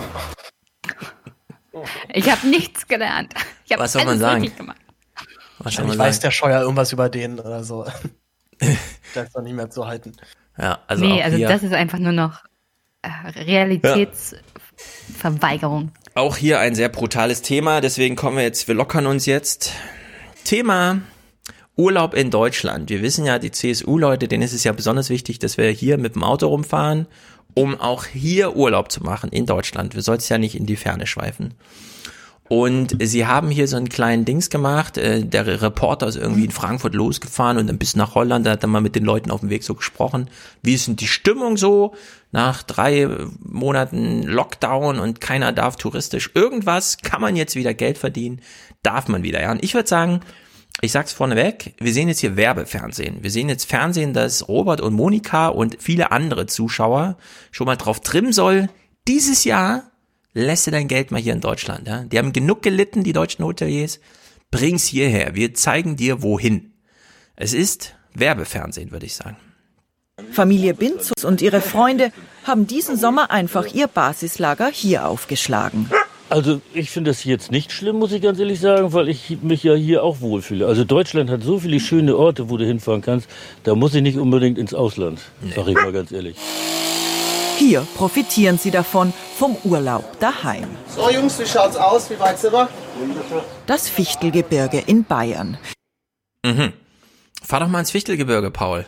Ich habe nichts gelernt. Ich habe Was soll man alles sagen? richtig gemacht. Was soll man Wahrscheinlich weiß sagen? der Scheuer irgendwas über den oder so. Der ist doch nicht mehr zu halten. Ja, also nee, auch also hier, das ist einfach nur noch äh, Realitätsverweigerung. auch hier ein sehr brutales Thema, deswegen kommen wir jetzt, wir lockern uns jetzt. Thema Urlaub in Deutschland. Wir wissen ja, die C S U-Leute, denen ist es ja besonders wichtig, dass wir hier mit dem Auto rumfahren, um auch hier Urlaub zu machen in Deutschland. Wir sollten es ja nicht in die Ferne schweifen. Und sie haben hier so einen kleinen Dings gemacht. Der Reporter ist irgendwie in Frankfurt losgefahren und dann bis nach Holland. Da hat er mal mit den Leuten auf dem Weg so gesprochen. Wie ist denn die Stimmung so nach drei Monaten Lockdown und keiner darf touristisch irgendwas? Kann man jetzt wieder Geld verdienen? Darf man wieder? Ja, und ich würde sagen, ich sag's vorneweg, wir sehen jetzt hier Werbefernsehen. Wir sehen jetzt Fernsehen, das Robert und Monika und viele andere Zuschauer schon mal drauf trimmen soll. Dieses Jahr lässt du dein Geld mal hier in Deutschland. Ja? Die haben genug gelitten, die deutschen Hoteliers. Bring's hierher. Wir zeigen dir, wohin. Es ist Werbefernsehen, würde ich sagen. Familie Binzus und ihre Freunde haben diesen Sommer einfach ihr Basislager hier aufgeschlagen. Also ich finde das jetzt nicht schlimm, muss ich ganz ehrlich sagen, weil ich mich ja hier auch wohlfühle. Also Deutschland hat so viele schöne Orte, wo du hinfahren kannst, da muss ich nicht unbedingt ins Ausland, nee. Sag ich mal ganz ehrlich. Hier profitieren sie davon, vom Urlaub daheim. So Jungs, wie schaut's aus? Wie weit sind wir? Das Fichtelgebirge in Bayern. Mhm. Fahr doch mal ins Fichtelgebirge, Paul.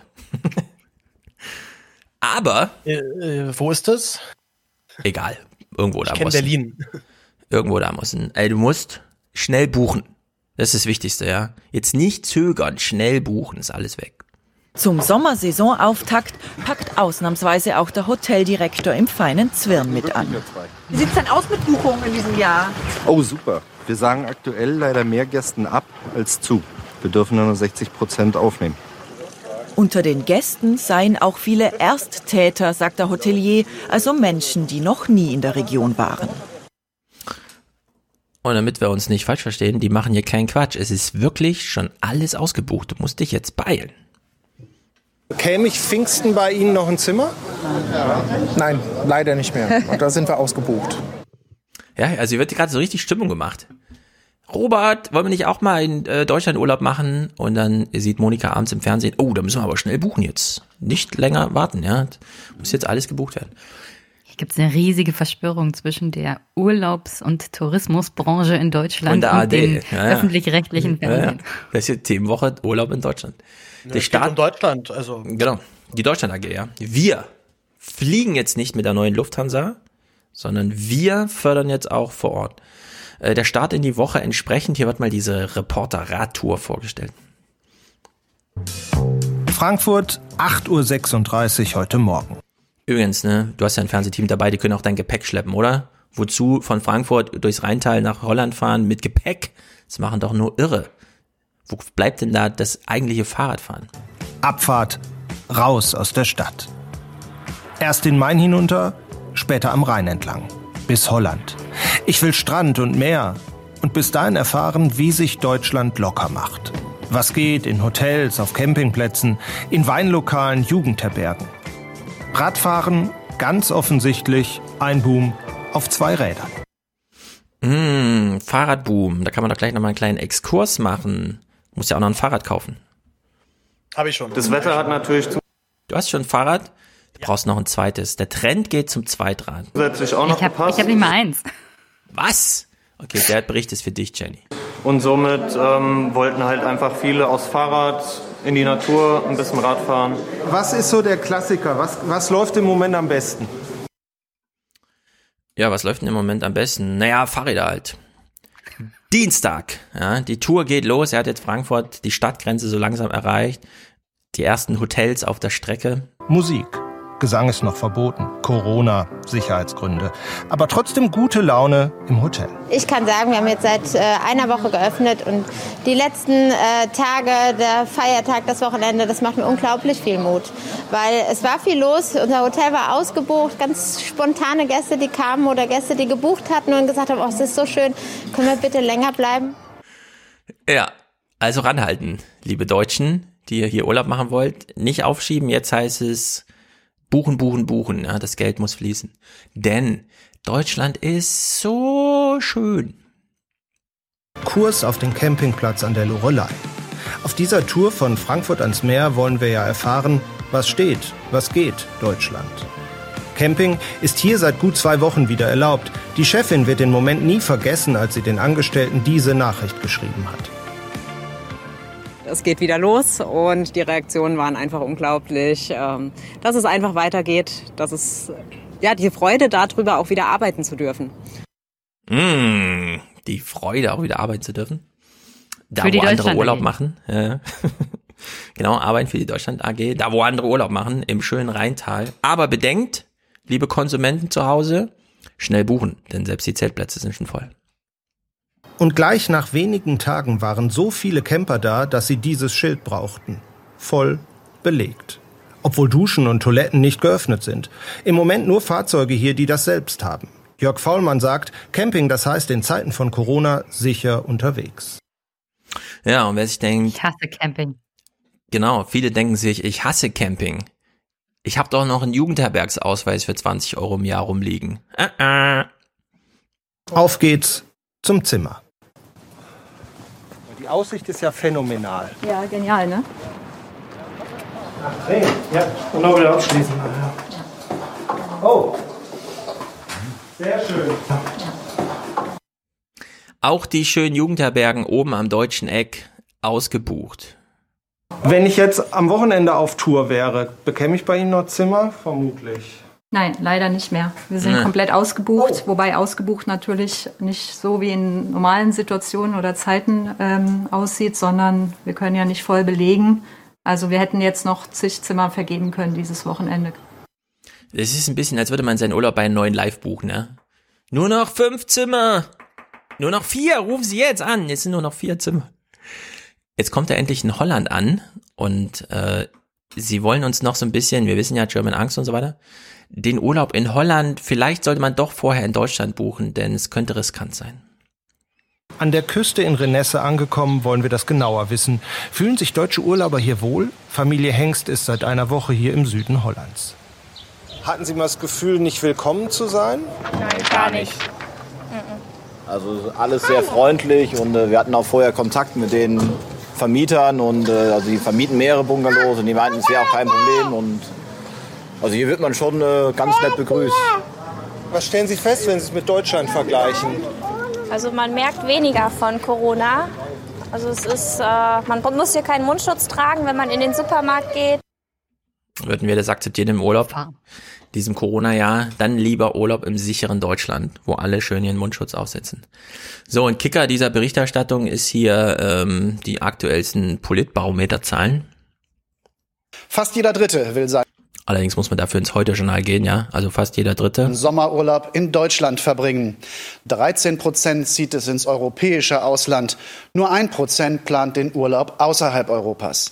Aber... Äh, äh, wo ist das? Egal. Irgendwo da ich kenn muss. Berlin. Irgendwo da muss. Ey, du musst schnell buchen. Das ist das Wichtigste, ja. Jetzt nicht zögern, schnell buchen, ist alles weg. Zum Sommersaisonauftakt packt ausnahmsweise auch der Hoteldirektor im feinen Zwirn mit an. Wie sieht es denn aus mit Buchungen in diesem Jahr? Oh, super. Wir sagen aktuell leider mehr Gästen ab als zu. Wir dürfen nur sechzig Prozent aufnehmen. Unter den Gästen seien auch viele Ersttäter, sagt der Hotelier, also Menschen, die noch nie in der Region waren. Und damit wir uns nicht falsch verstehen, die machen hier keinen Quatsch. Es ist wirklich schon alles ausgebucht. Du musst dich jetzt beeilen. Käme ich Pfingsten bei Ihnen noch ein Zimmer? Nein, leider nicht mehr. Und da sind wir ausgebucht. Ja, also hier wird gerade so richtig Stimmung gemacht. Robert, wollen wir nicht auch mal in äh, Deutschland Urlaub machen? Und dann sieht Monika abends im Fernsehen, oh, da müssen wir aber schnell buchen jetzt. Nicht länger warten, ja. Muss jetzt alles gebucht werden. Hier gibt es eine riesige Verschwörung zwischen der Urlaubs- und Tourismusbranche in Deutschland und, der und A D. den ja, ja. öffentlich-rechtlichen Fernsehen. Ja, ja. Das ist jetzt Themenwoche Urlaub in Deutschland. Ja, der Staat um Deutschland, also. Genau, die Deutschland A G, ja. Wir fliegen jetzt nicht mit der neuen Lufthansa, sondern wir fördern jetzt auch vor Ort. Äh, der Start in die Woche entsprechend, hier wird mal diese Reporter-Radtour vorgestellt. Frankfurt, acht Uhr sechsunddreißig heute Morgen. Übrigens, ne, du hast ja ein Fernsehteam dabei, die können auch dein Gepäck schleppen, oder? Wozu von Frankfurt durchs Rheintal nach Holland fahren mit Gepäck? Das machen doch nur Irre. Wo bleibt denn da das eigentliche Fahrradfahren? Abfahrt, raus aus der Stadt. Erst den Main hinunter, später am Rhein entlang. Bis Holland. Ich will Strand und Meer. Und bis dahin erfahren, wie sich Deutschland locker macht. Was geht in Hotels, auf Campingplätzen, in Weinlokalen, Jugendherbergen. Radfahren, ganz offensichtlich ein Boom auf zwei Rädern. Mmh, Fahrradboom. Da kann man doch gleich nochmal einen kleinen Exkurs machen. Muss ja auch noch ein Fahrrad kaufen. Habe ich schon. Das Wetter hat natürlich... Du hast schon ein Fahrrad? Du brauchst noch ein zweites. Der Trend geht zum Zweitrad. Zusätzlich auch noch ich habe hab nicht mal eins. Was? Okay, der Bericht ist für dich, Jenny. Und somit ähm, wollten halt einfach viele aufs Fahrrad, in die Natur, ein bisschen Rad fahren. Was ist so der Klassiker? Was, was läuft im Moment am besten? Ja, was läuft denn im Moment am besten? Naja, Fahrräder halt. Dienstag, ja, die Tour geht los. Er hat jetzt Frankfurt die Stadtgrenze so langsam erreicht. Die ersten Hotels auf der Strecke. Musik. Gesang ist noch verboten. Corona, Sicherheitsgründe. Aber trotzdem gute Laune im Hotel. Ich kann sagen, wir haben jetzt seit äh, einer Woche geöffnet und die letzten äh, Tage, der Feiertag, das Wochenende, das macht mir unglaublich viel Mut. Weil es war viel los, unser Hotel war ausgebucht, ganz spontane Gäste, die kamen oder Gäste, die gebucht hatten und gesagt haben, oh, es ist so schön, können wir bitte länger bleiben? Ja, also ranhalten, liebe Deutschen, die ihr hier Urlaub machen wollt. Nicht aufschieben, jetzt heißt es buchen, buchen, buchen. Ja, das Geld muss fließen. Denn Deutschland ist so schön. Kurs auf den Campingplatz an der Loreley. Auf dieser Tour von Frankfurt ans Meer wollen wir ja erfahren, was steht, was geht, Deutschland. Camping ist hier seit gut zwei Wochen wieder erlaubt. Die Chefin wird den Moment nie vergessen, als sie den Angestellten diese Nachricht geschrieben hat. Es geht wieder los und die Reaktionen waren einfach unglaublich, dass es einfach weitergeht, dass es, ja, die Freude darüber, auch wieder arbeiten zu dürfen. Mm, die Freude, auch wieder arbeiten zu dürfen. Da, wo andere Urlaub machen. Ja. Genau, arbeiten für die Deutschland A G. Da, wo andere Urlaub machen, im schönen Rheintal. Aber bedenkt, liebe Konsumenten zu Hause, schnell buchen, denn selbst die Zeltplätze sind schon voll. Und gleich nach wenigen Tagen waren so viele Camper da, dass sie dieses Schild brauchten. Voll belegt. Obwohl Duschen und Toiletten nicht geöffnet sind. Im Moment nur Fahrzeuge hier, die das selbst haben. Jörg Faulmann sagt, Camping, das heißt in Zeiten von Corona sicher unterwegs. Ja, und wer sich denkt... Ich hasse Camping. Genau, viele denken sich, ich hasse Camping. Ich habe doch noch einen Jugendherbergsausweis für zwanzig Euro im Jahr rumliegen. Äh, äh. Auf geht's zum Zimmer. Die Aussicht ist ja phänomenal. Ja, genial, ne? Hey, ja, und noch wieder abschließen. Oh, sehr schön. Auch die schönen Jugendherbergen oben am deutschen Eck ausgebucht. Wenn ich jetzt am Wochenende auf Tour wäre, bekäme ich bei Ihnen noch Zimmer? Vermutlich. Nein, leider nicht mehr. Wir sind Nee. komplett ausgebucht, oh. wobei ausgebucht natürlich nicht so wie in normalen Situationen oder Zeiten ähm, aussieht, sondern wir können ja nicht voll belegen. Also wir hätten jetzt noch zig Zimmer vergeben können dieses Wochenende. Es ist ein bisschen, als würde man seinen Urlaub bei einem neuen Live buchen, ne? Nur noch fünf Zimmer. Nur noch vier. Rufen Sie jetzt an. Jetzt sind nur noch vier Zimmer. Jetzt kommt er endlich in Holland an und äh, sie wollen uns noch so ein bisschen, wir wissen ja, German Angst und so weiter, den Urlaub in Holland, vielleicht sollte man doch vorher in Deutschland buchen, denn es könnte riskant sein. An der Küste in Renesse angekommen, wollen wir das genauer wissen. Fühlen sich deutsche Urlauber hier wohl? Familie Hengst ist seit einer Woche hier im Süden Hollands. Hatten Sie mal das Gefühl, nicht willkommen zu sein? Nein, gar nicht. Also alles sehr freundlich und äh, wir hatten auch vorher Kontakt mit den Vermietern und äh, also die vermieten mehrere Bungalows und die meinten, es wäre auch kein Problem und also hier wird man schon äh, ganz nett begrüßt. Was stellen Sie fest, wenn Sie es mit Deutschland vergleichen? Also man merkt weniger von Corona. Also es ist, äh, man muss hier keinen Mundschutz tragen, wenn man in den Supermarkt geht. Würden wir das akzeptieren im Urlaub? Diesem Corona-Jahr, dann lieber Urlaub im sicheren Deutschland, wo alle schön ihren Mundschutz aufsetzen. So, und Kicker dieser Berichterstattung ist hier ähm, die aktuellsten Politbarometerzahlen. Fast jeder Dritte will sein. Allerdings muss man dafür ins Heute-Journal gehen, ja, also fast jeder Dritte. Sommerurlaub in Deutschland verbringen. dreizehn Prozent zieht es ins europäische Ausland. Nur ein Prozent plant den Urlaub außerhalb Europas.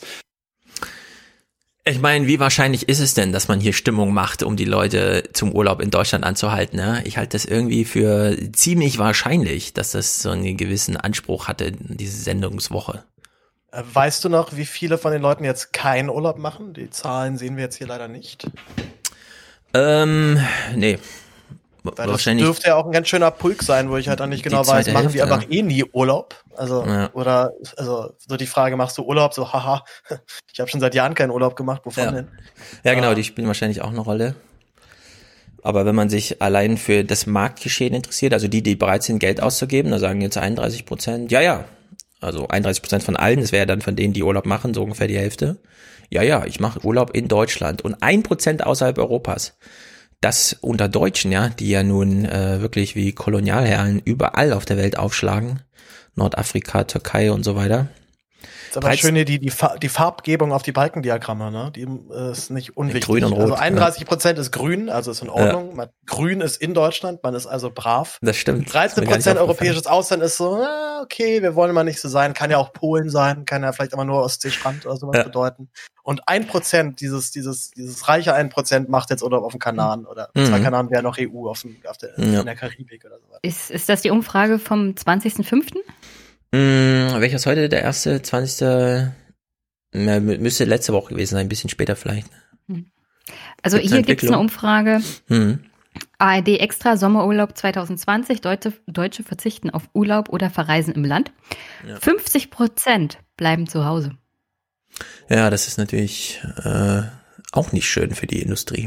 Ich meine, wie wahrscheinlich ist es denn, dass man hier Stimmung macht, um die Leute zum Urlaub in Deutschland anzuhalten? Ne? Ich halte das irgendwie für ziemlich wahrscheinlich, dass das so einen gewissen Anspruch hatte, diese Sendungswoche. Weißt du noch, wie viele von den Leuten jetzt keinen Urlaub machen? Die Zahlen sehen wir jetzt hier leider nicht. Ähm, nee. Weil das dürfte ja auch ein ganz schöner Pulk sein, wo ich halt auch nicht genau weiß, machen die einfach eh nie Urlaub? Also, ja. Oder, also, so die Frage, machst du Urlaub? So, haha, ich habe schon seit Jahren keinen Urlaub gemacht, wovon ja. denn? Ja, genau, die spielen wahrscheinlich auch eine Rolle. Aber wenn man sich allein für das Marktgeschehen interessiert, also die, die bereit sind, Geld auszugeben, da sagen jetzt einunddreißig Prozent, ja, ja, also einunddreißig Prozent von allen, das wäre ja dann von denen, die Urlaub machen, so ungefähr die Hälfte. Ja, ja, ich mache Urlaub in Deutschland und ein Prozent außerhalb Europas. Das unter Deutschen, ja, die ja nun äh, wirklich wie Kolonialherren überall auf der Welt aufschlagen, Nordafrika, Türkei und so weiter. Das ist aber schön hier die, die, die Farbgebung auf die Balkendiagramme, ne? Die äh, ist nicht unwichtig. Grün und Rot. Also einunddreißig Prozent ja. ist grün, also ist in Ordnung. Ja. Man, grün ist in Deutschland, man ist also brav. Das stimmt. dreizehn Prozent europäisches Ausland ist so, ah, okay, wir wollen mal nicht so sein. Kann ja auch Polen sein, kann ja vielleicht aber nur Ostseestrand oder sowas ja. bedeuten. Und ein Prozent, dieses, dieses, dieses reiche ein Prozent macht jetzt Urlaub auf dem Kanaren oder mhm. zwei Kanaren wären noch E U auf, dem, auf der, ja. in der Karibik oder so. Ist, ist das die Umfrage vom zwanzigsten fünften? Hm, welcher ist heute der erste, zwanzigste Müsste letzte Woche gewesen sein, ein bisschen später vielleicht. Also gibt's hier gibt es eine Umfrage. Hm. A R D Extra Sommerurlaub zwanzig zwanzig. Deutsche, Deutsche verzichten auf Urlaub oder verreisen im Land. Ja. fünfzig Prozent bleiben zu Hause. Ja, das ist natürlich äh, auch nicht schön für die Industrie.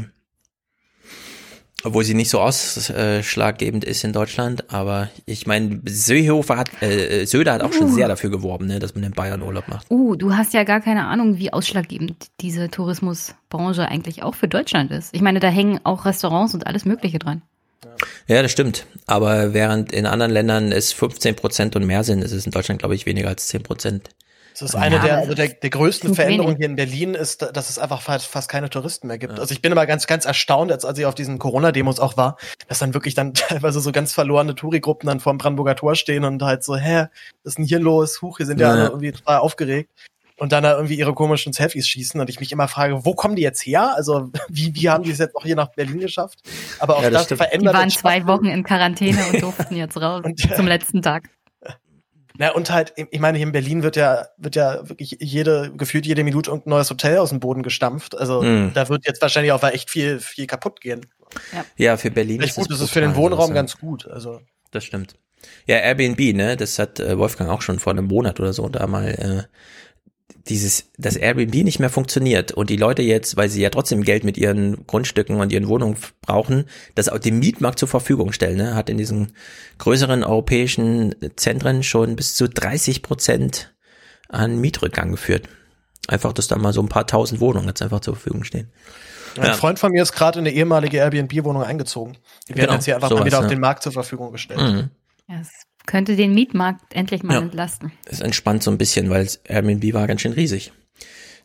Obwohl sie nicht so ausschlaggebend ist in Deutschland, aber ich meine, Seehofer hat, äh, Söder hat auch uh. schon sehr dafür geworben, ne, dass man in Bayern Urlaub macht. Uh, du hast ja gar keine Ahnung, wie ausschlaggebend diese Tourismusbranche eigentlich auch für Deutschland ist. Ich meine, da hängen auch Restaurants und alles Mögliche dran. Ja, das stimmt. Aber während in anderen Ländern es fünfzehn Prozent und mehr sind, ist es in Deutschland, glaube ich, weniger als zehn Prozent. Das ist eine ja, der, also der, der größten Veränderungen hier in Berlin ist, dass es einfach fast, fast keine Touristen mehr gibt. Ja. Also ich bin immer ganz, ganz erstaunt, als, als ich auf diesen Corona-Demos auch war, dass dann wirklich dann teilweise so ganz verlorene Touri-Gruppen dann vor dem Brandenburger Tor stehen und halt so, hä, was ist denn hier los? Huch, hier sind ja, ja alle irgendwie total aufgeregt. Und dann da irgendwie ihre komischen Selfies schießen und ich mich immer frage, wo kommen die jetzt her? Also wie, wie haben die es jetzt noch hier nach Berlin geschafft? Aber auch ja, das, das verändert. Die waren zwei Wochen in Quarantäne und durften jetzt raus und, zum letzten Tag. Na, und halt, ich meine, hier in Berlin wird ja, wird ja wirklich jede, gefühlt jede Minute irgendein neues Hotel aus dem Boden gestampft. Also, mm. da wird jetzt wahrscheinlich auch echt viel, viel kaputt gehen. Ja, ja für Berlin ist gut, das ist für den Wohnraum ganz gut, also. Das stimmt. Ja, Airbnb, ne, das hat äh, Wolfgang auch schon vor einem Monat oder so da mal, äh, dieses, das Airbnb nicht mehr funktioniert und die Leute jetzt, weil sie ja trotzdem Geld mit ihren Grundstücken und ihren Wohnungen brauchen, das auch dem Mietmarkt zur Verfügung stellen, ne? Hat in diesen größeren europäischen Zentren schon bis zu dreißig Prozent an Mietrückgang geführt. Einfach, dass da mal so ein paar tausend Wohnungen jetzt einfach zur Verfügung stehen. Ein ja. Freund von mir ist gerade in eine ehemalige Airbnb-Wohnung eingezogen. Die werden genau, jetzt hier einfach sowas, mal wieder ja. auf den Markt zur Verfügung gestellt. Mhm. Yes. Könnte den Mietmarkt endlich mal ja. entlasten. Es entspannt so ein bisschen, weil Airbnb war ganz schön riesig.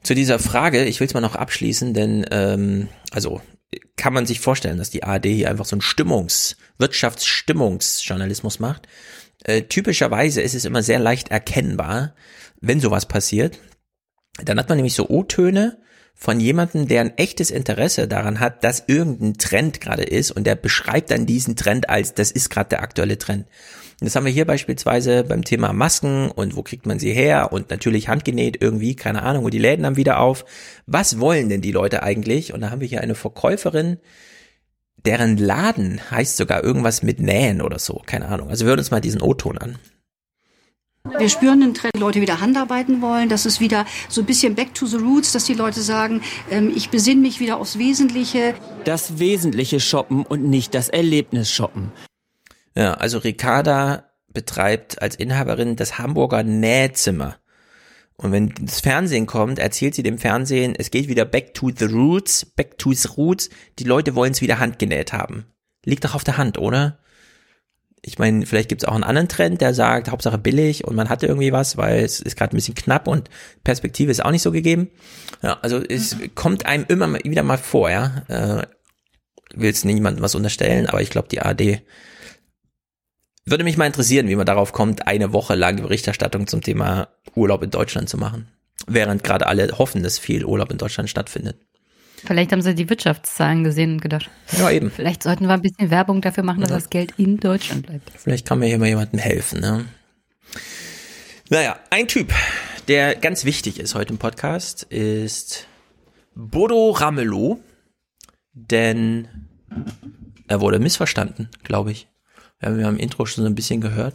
Zu dieser Frage, ich will es mal noch abschließen, denn ähm, also kann man sich vorstellen, dass die A R D hier einfach so einen Stimmungs-, Wirtschaftsstimmungsjournalismus macht. Äh, typischerweise ist es immer sehr leicht erkennbar, wenn sowas passiert. Dann hat man nämlich so O-Töne von jemandem, der ein echtes Interesse daran hat, dass irgendein Trend gerade ist und der beschreibt dann diesen Trend als, das ist gerade der aktuelle Trend. Und das haben wir hier beispielsweise beim Thema Masken und wo kriegt man sie her und natürlich handgenäht irgendwie, keine Ahnung, und die Läden haben wieder auf. Was wollen denn die Leute eigentlich? Und da haben wir hier eine Verkäuferin, deren Laden heißt sogar irgendwas mit Nähen oder so, keine Ahnung. Also wir hören uns mal diesen O-Ton an. Wir spüren den Trend, Leute wieder Handarbeiten wollen. Das ist wieder so ein bisschen back to the roots, dass die Leute sagen, ähm, ich besinne mich wieder aufs Wesentliche. Das wesentliche Shoppen und nicht das Erlebnis shoppen. Ja, also Ricarda betreibt als Inhaberin das Hamburger Nähzimmer. Und wenn das Fernsehen kommt, erzählt sie dem Fernsehen, es geht wieder back to the roots, back to the roots. Die Leute wollen es wieder handgenäht haben. Liegt doch auf der Hand, oder? Ich meine, vielleicht gibt es auch einen anderen Trend, der sagt, Hauptsache billig und man hatte irgendwie was, weil es ist gerade ein bisschen knapp und Perspektive ist auch nicht so gegeben. Ja, also es mhm. kommt einem immer mal, wieder mal vor, ja. Äh, will es niemandem was unterstellen, aber ich glaube, die A R D würde mich mal interessieren, wie man darauf kommt, eine Woche lang Berichterstattung zum Thema Urlaub in Deutschland zu machen. Während gerade alle hoffen, dass viel Urlaub in Deutschland stattfindet. Vielleicht haben sie die Wirtschaftszahlen gesehen und gedacht, ja, eben. Vielleicht sollten wir ein bisschen Werbung dafür machen, dass ja. das Geld in Deutschland bleibt. Vielleicht kann mir hier mal jemandem helfen. Ne? Naja, ein Typ, der ganz wichtig ist heute im Podcast, ist Bodo Ramelow, denn er wurde missverstanden, glaube ich. Wir haben ja im Intro schon so ein bisschen gehört.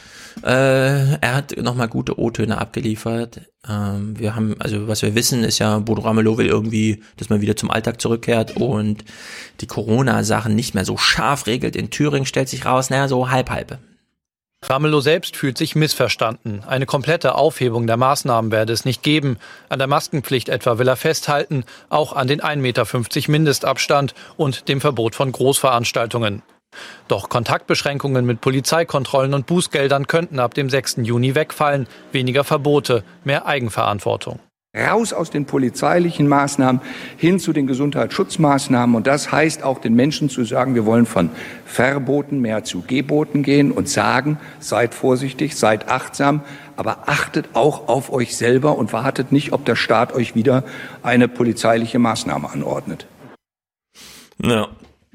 Äh, er hat nochmal gute O-Töne abgeliefert. Ähm, wir haben, also was wir wissen, ist ja, Bodo Ramelow will irgendwie, dass man wieder zum Alltag zurückkehrt und die Corona-Sachen nicht mehr so scharf regelt. In Thüringen stellt sich raus, naja, so halb-halbe. Ramelow selbst fühlt sich missverstanden. Eine komplette Aufhebung der Maßnahmen werde es nicht geben. An der Maskenpflicht etwa will er festhalten, auch an den ein Meter fünfzig Mindestabstand und dem Verbot von Großveranstaltungen. Doch Kontaktbeschränkungen mit Polizeikontrollen und Bußgeldern könnten ab dem sechsten Juni wegfallen. Weniger Verbote, mehr Eigenverantwortung. Raus aus den polizeilichen Maßnahmen hin zu den Gesundheitsschutzmaßnahmen. Und das heißt auch den Menschen zu sagen, wir wollen von Verboten mehr zu Geboten gehen und sagen, seid vorsichtig, seid achtsam, aber achtet auch auf euch selber und wartet nicht, ob der Staat euch wieder eine polizeiliche Maßnahme anordnet. Ja.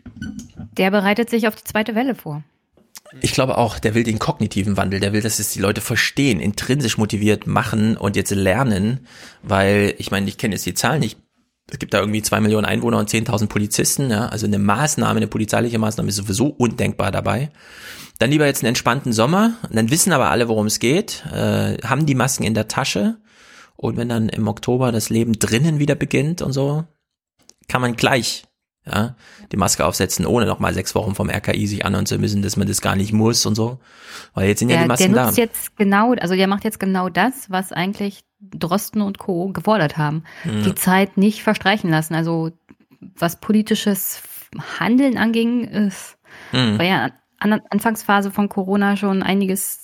Der bereitet sich auf die zweite Welle vor. Ich glaube auch, der will den kognitiven Wandel, der will, dass es die Leute verstehen, intrinsisch motiviert machen und jetzt lernen, weil, ich meine, ich kenne jetzt die Zahlen nicht, es gibt da irgendwie zwei Millionen Einwohner und zehntausend Polizisten, ja, also eine Maßnahme, eine polizeiliche Maßnahme ist sowieso undenkbar dabei. Dann lieber jetzt einen entspannten Sommer, dann wissen aber alle, worum es geht, äh, haben die Masken in der Tasche und wenn dann im Oktober das Leben drinnen wieder beginnt und so, kann man gleich ja, die Maske aufsetzen, ohne noch mal sechs Wochen vom R K I sich anhören zu müssen, dass man das gar nicht muss und so. Weil jetzt sind der, ja die Masken da. Der nutzt da. jetzt genau, also der macht jetzt genau das, was eigentlich Drosten und Co. gefordert haben. Ja. Die Zeit nicht verstreichen lassen. Also was politisches Handeln anging, ist, mhm. war ja an der Anfangsphase von Corona schon einiges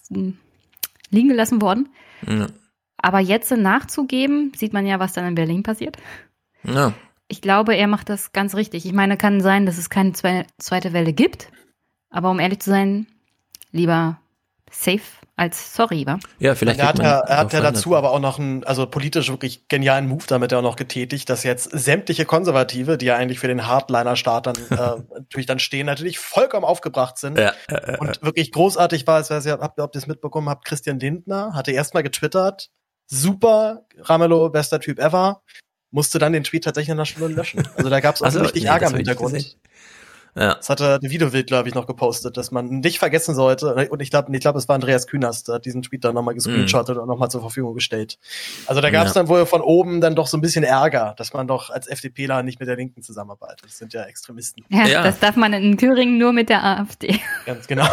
liegen gelassen worden. Ja. Aber jetzt nachzugeben, sieht man ja, was dann in Berlin passiert. Ja. Ich glaube, er macht das ganz richtig. Ich meine, kann sein, dass es keine zweite Welle gibt. Aber um ehrlich zu sein, lieber safe als sorry, wa? Ja, vielleicht. Er hat ja, er hat ja dazu aber auch noch einen, also politisch wirklich genialen Move damit er auch noch getätigt, dass jetzt sämtliche Konservative, die ja eigentlich für den Hardliner-Staat dann äh, natürlich dann stehen, natürlich vollkommen aufgebracht sind. Ja, äh, äh, und wirklich großartig war, ich weiß nicht, ob ihr das mitbekommen habt, Christian Lindner hatte erstmal getwittert, super, Ramelow, bester Typ ever. Musste dann den Tweet tatsächlich in einer Stunde löschen. Also da gab es auch also, richtig nee, Ärger im Hintergrund. Ja. Das hatte der Videowild, glaube ich, noch gepostet, dass man nicht vergessen sollte. Und ich glaube, ich glaube, es war Andreas Künast, der hat diesen Tweet dann nochmal gescreenshottet mm. und nochmal zur Verfügung gestellt. Also da gab es ja. dann wohl von oben dann doch so ein bisschen Ärger, dass man doch als FDPler nicht mit der Linken zusammenarbeitet. Das sind ja Extremisten. Ja, ja. Das darf man in Thüringen nur mit der AfD. Ganz genau.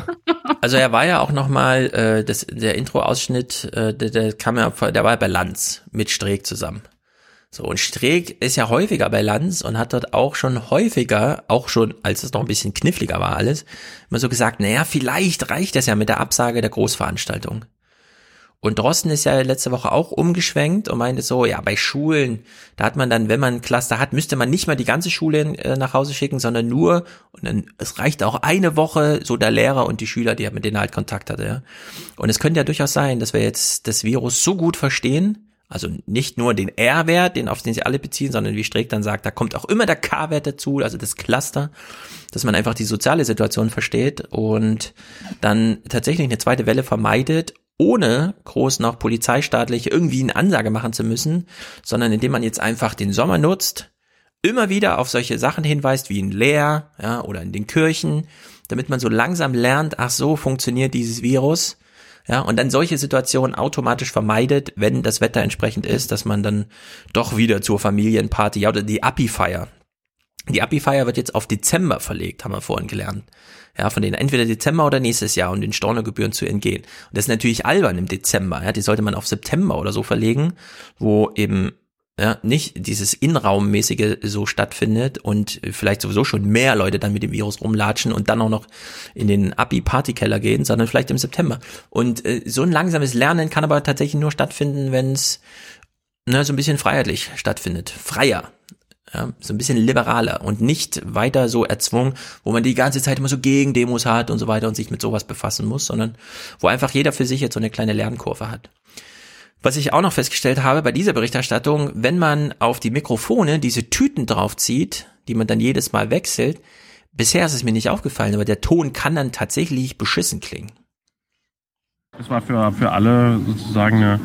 Also er war ja auch nochmal, äh, das, der Intro-Ausschnitt, äh, der, der kam ja, der war ja bei Lanz mit Streeck zusammen. So, und Streeck ist ja häufiger bei Lanz und hat dort auch schon häufiger, auch schon, als es noch ein bisschen kniffliger war alles, immer so gesagt, naja, vielleicht reicht das ja mit der Absage der Großveranstaltung. Und Drosten ist ja letzte Woche auch umgeschwenkt und meinte so, ja, bei Schulen, da hat man dann, wenn man ein Cluster hat, müsste man nicht mal die ganze Schule äh, nach Hause schicken, sondern nur, und dann, es reicht auch eine Woche, so der Lehrer und die Schüler, die mit denen halt Kontakt hatte, ja. Und es könnte ja durchaus sein, dass wir jetzt das Virus so gut verstehen, also nicht nur den R-Wert, den, auf den sie alle beziehen, sondern wie Streeck dann sagt, da kommt auch immer der K-Wert dazu, also das Cluster, dass man einfach die soziale Situation versteht und dann tatsächlich eine zweite Welle vermeidet, ohne groß noch polizeistaatlich irgendwie eine Ansage machen zu müssen, sondern indem man jetzt einfach den Sommer nutzt, immer wieder auf solche Sachen hinweist, wie in Leer, ja, oder in den Kirchen, damit man so langsam lernt, ach so funktioniert dieses Virus, ja, und dann solche Situationen automatisch vermeidet, wenn das Wetter entsprechend ist, dass man dann doch wieder zur Familienparty, ja, oder die Abi-Feier. Die Abi-Feier wird jetzt auf Dezember verlegt, haben wir vorhin gelernt. Ja, von denen entweder Dezember oder nächstes Jahr, um den Stornogebühren zu entgehen. Und das ist natürlich albern im Dezember, ja, die sollte man auf September oder so verlegen, wo eben ja nicht dieses Innenraummäßige so stattfindet und vielleicht sowieso schon mehr Leute dann mit dem Virus rumlatschen und dann auch noch in den Abi-Partykeller gehen, sondern vielleicht im September. Und äh, so ein langsames Lernen kann aber tatsächlich nur stattfinden, wenn es ne, so ein bisschen freiheitlich stattfindet, freier. Ja, so ein bisschen liberaler und nicht weiter so erzwungen, wo man die ganze Zeit immer so Gegendemos hat und so weiter und sich mit sowas befassen muss, sondern wo einfach jeder für sich jetzt so eine kleine Lernkurve hat. Was ich auch noch festgestellt habe bei dieser Berichterstattung, wenn man auf die Mikrofone diese Tüten draufzieht, die man dann jedes Mal wechselt, bisher ist es mir nicht aufgefallen, aber der Ton kann dann tatsächlich beschissen klingen. Es war für, für alle sozusagen eine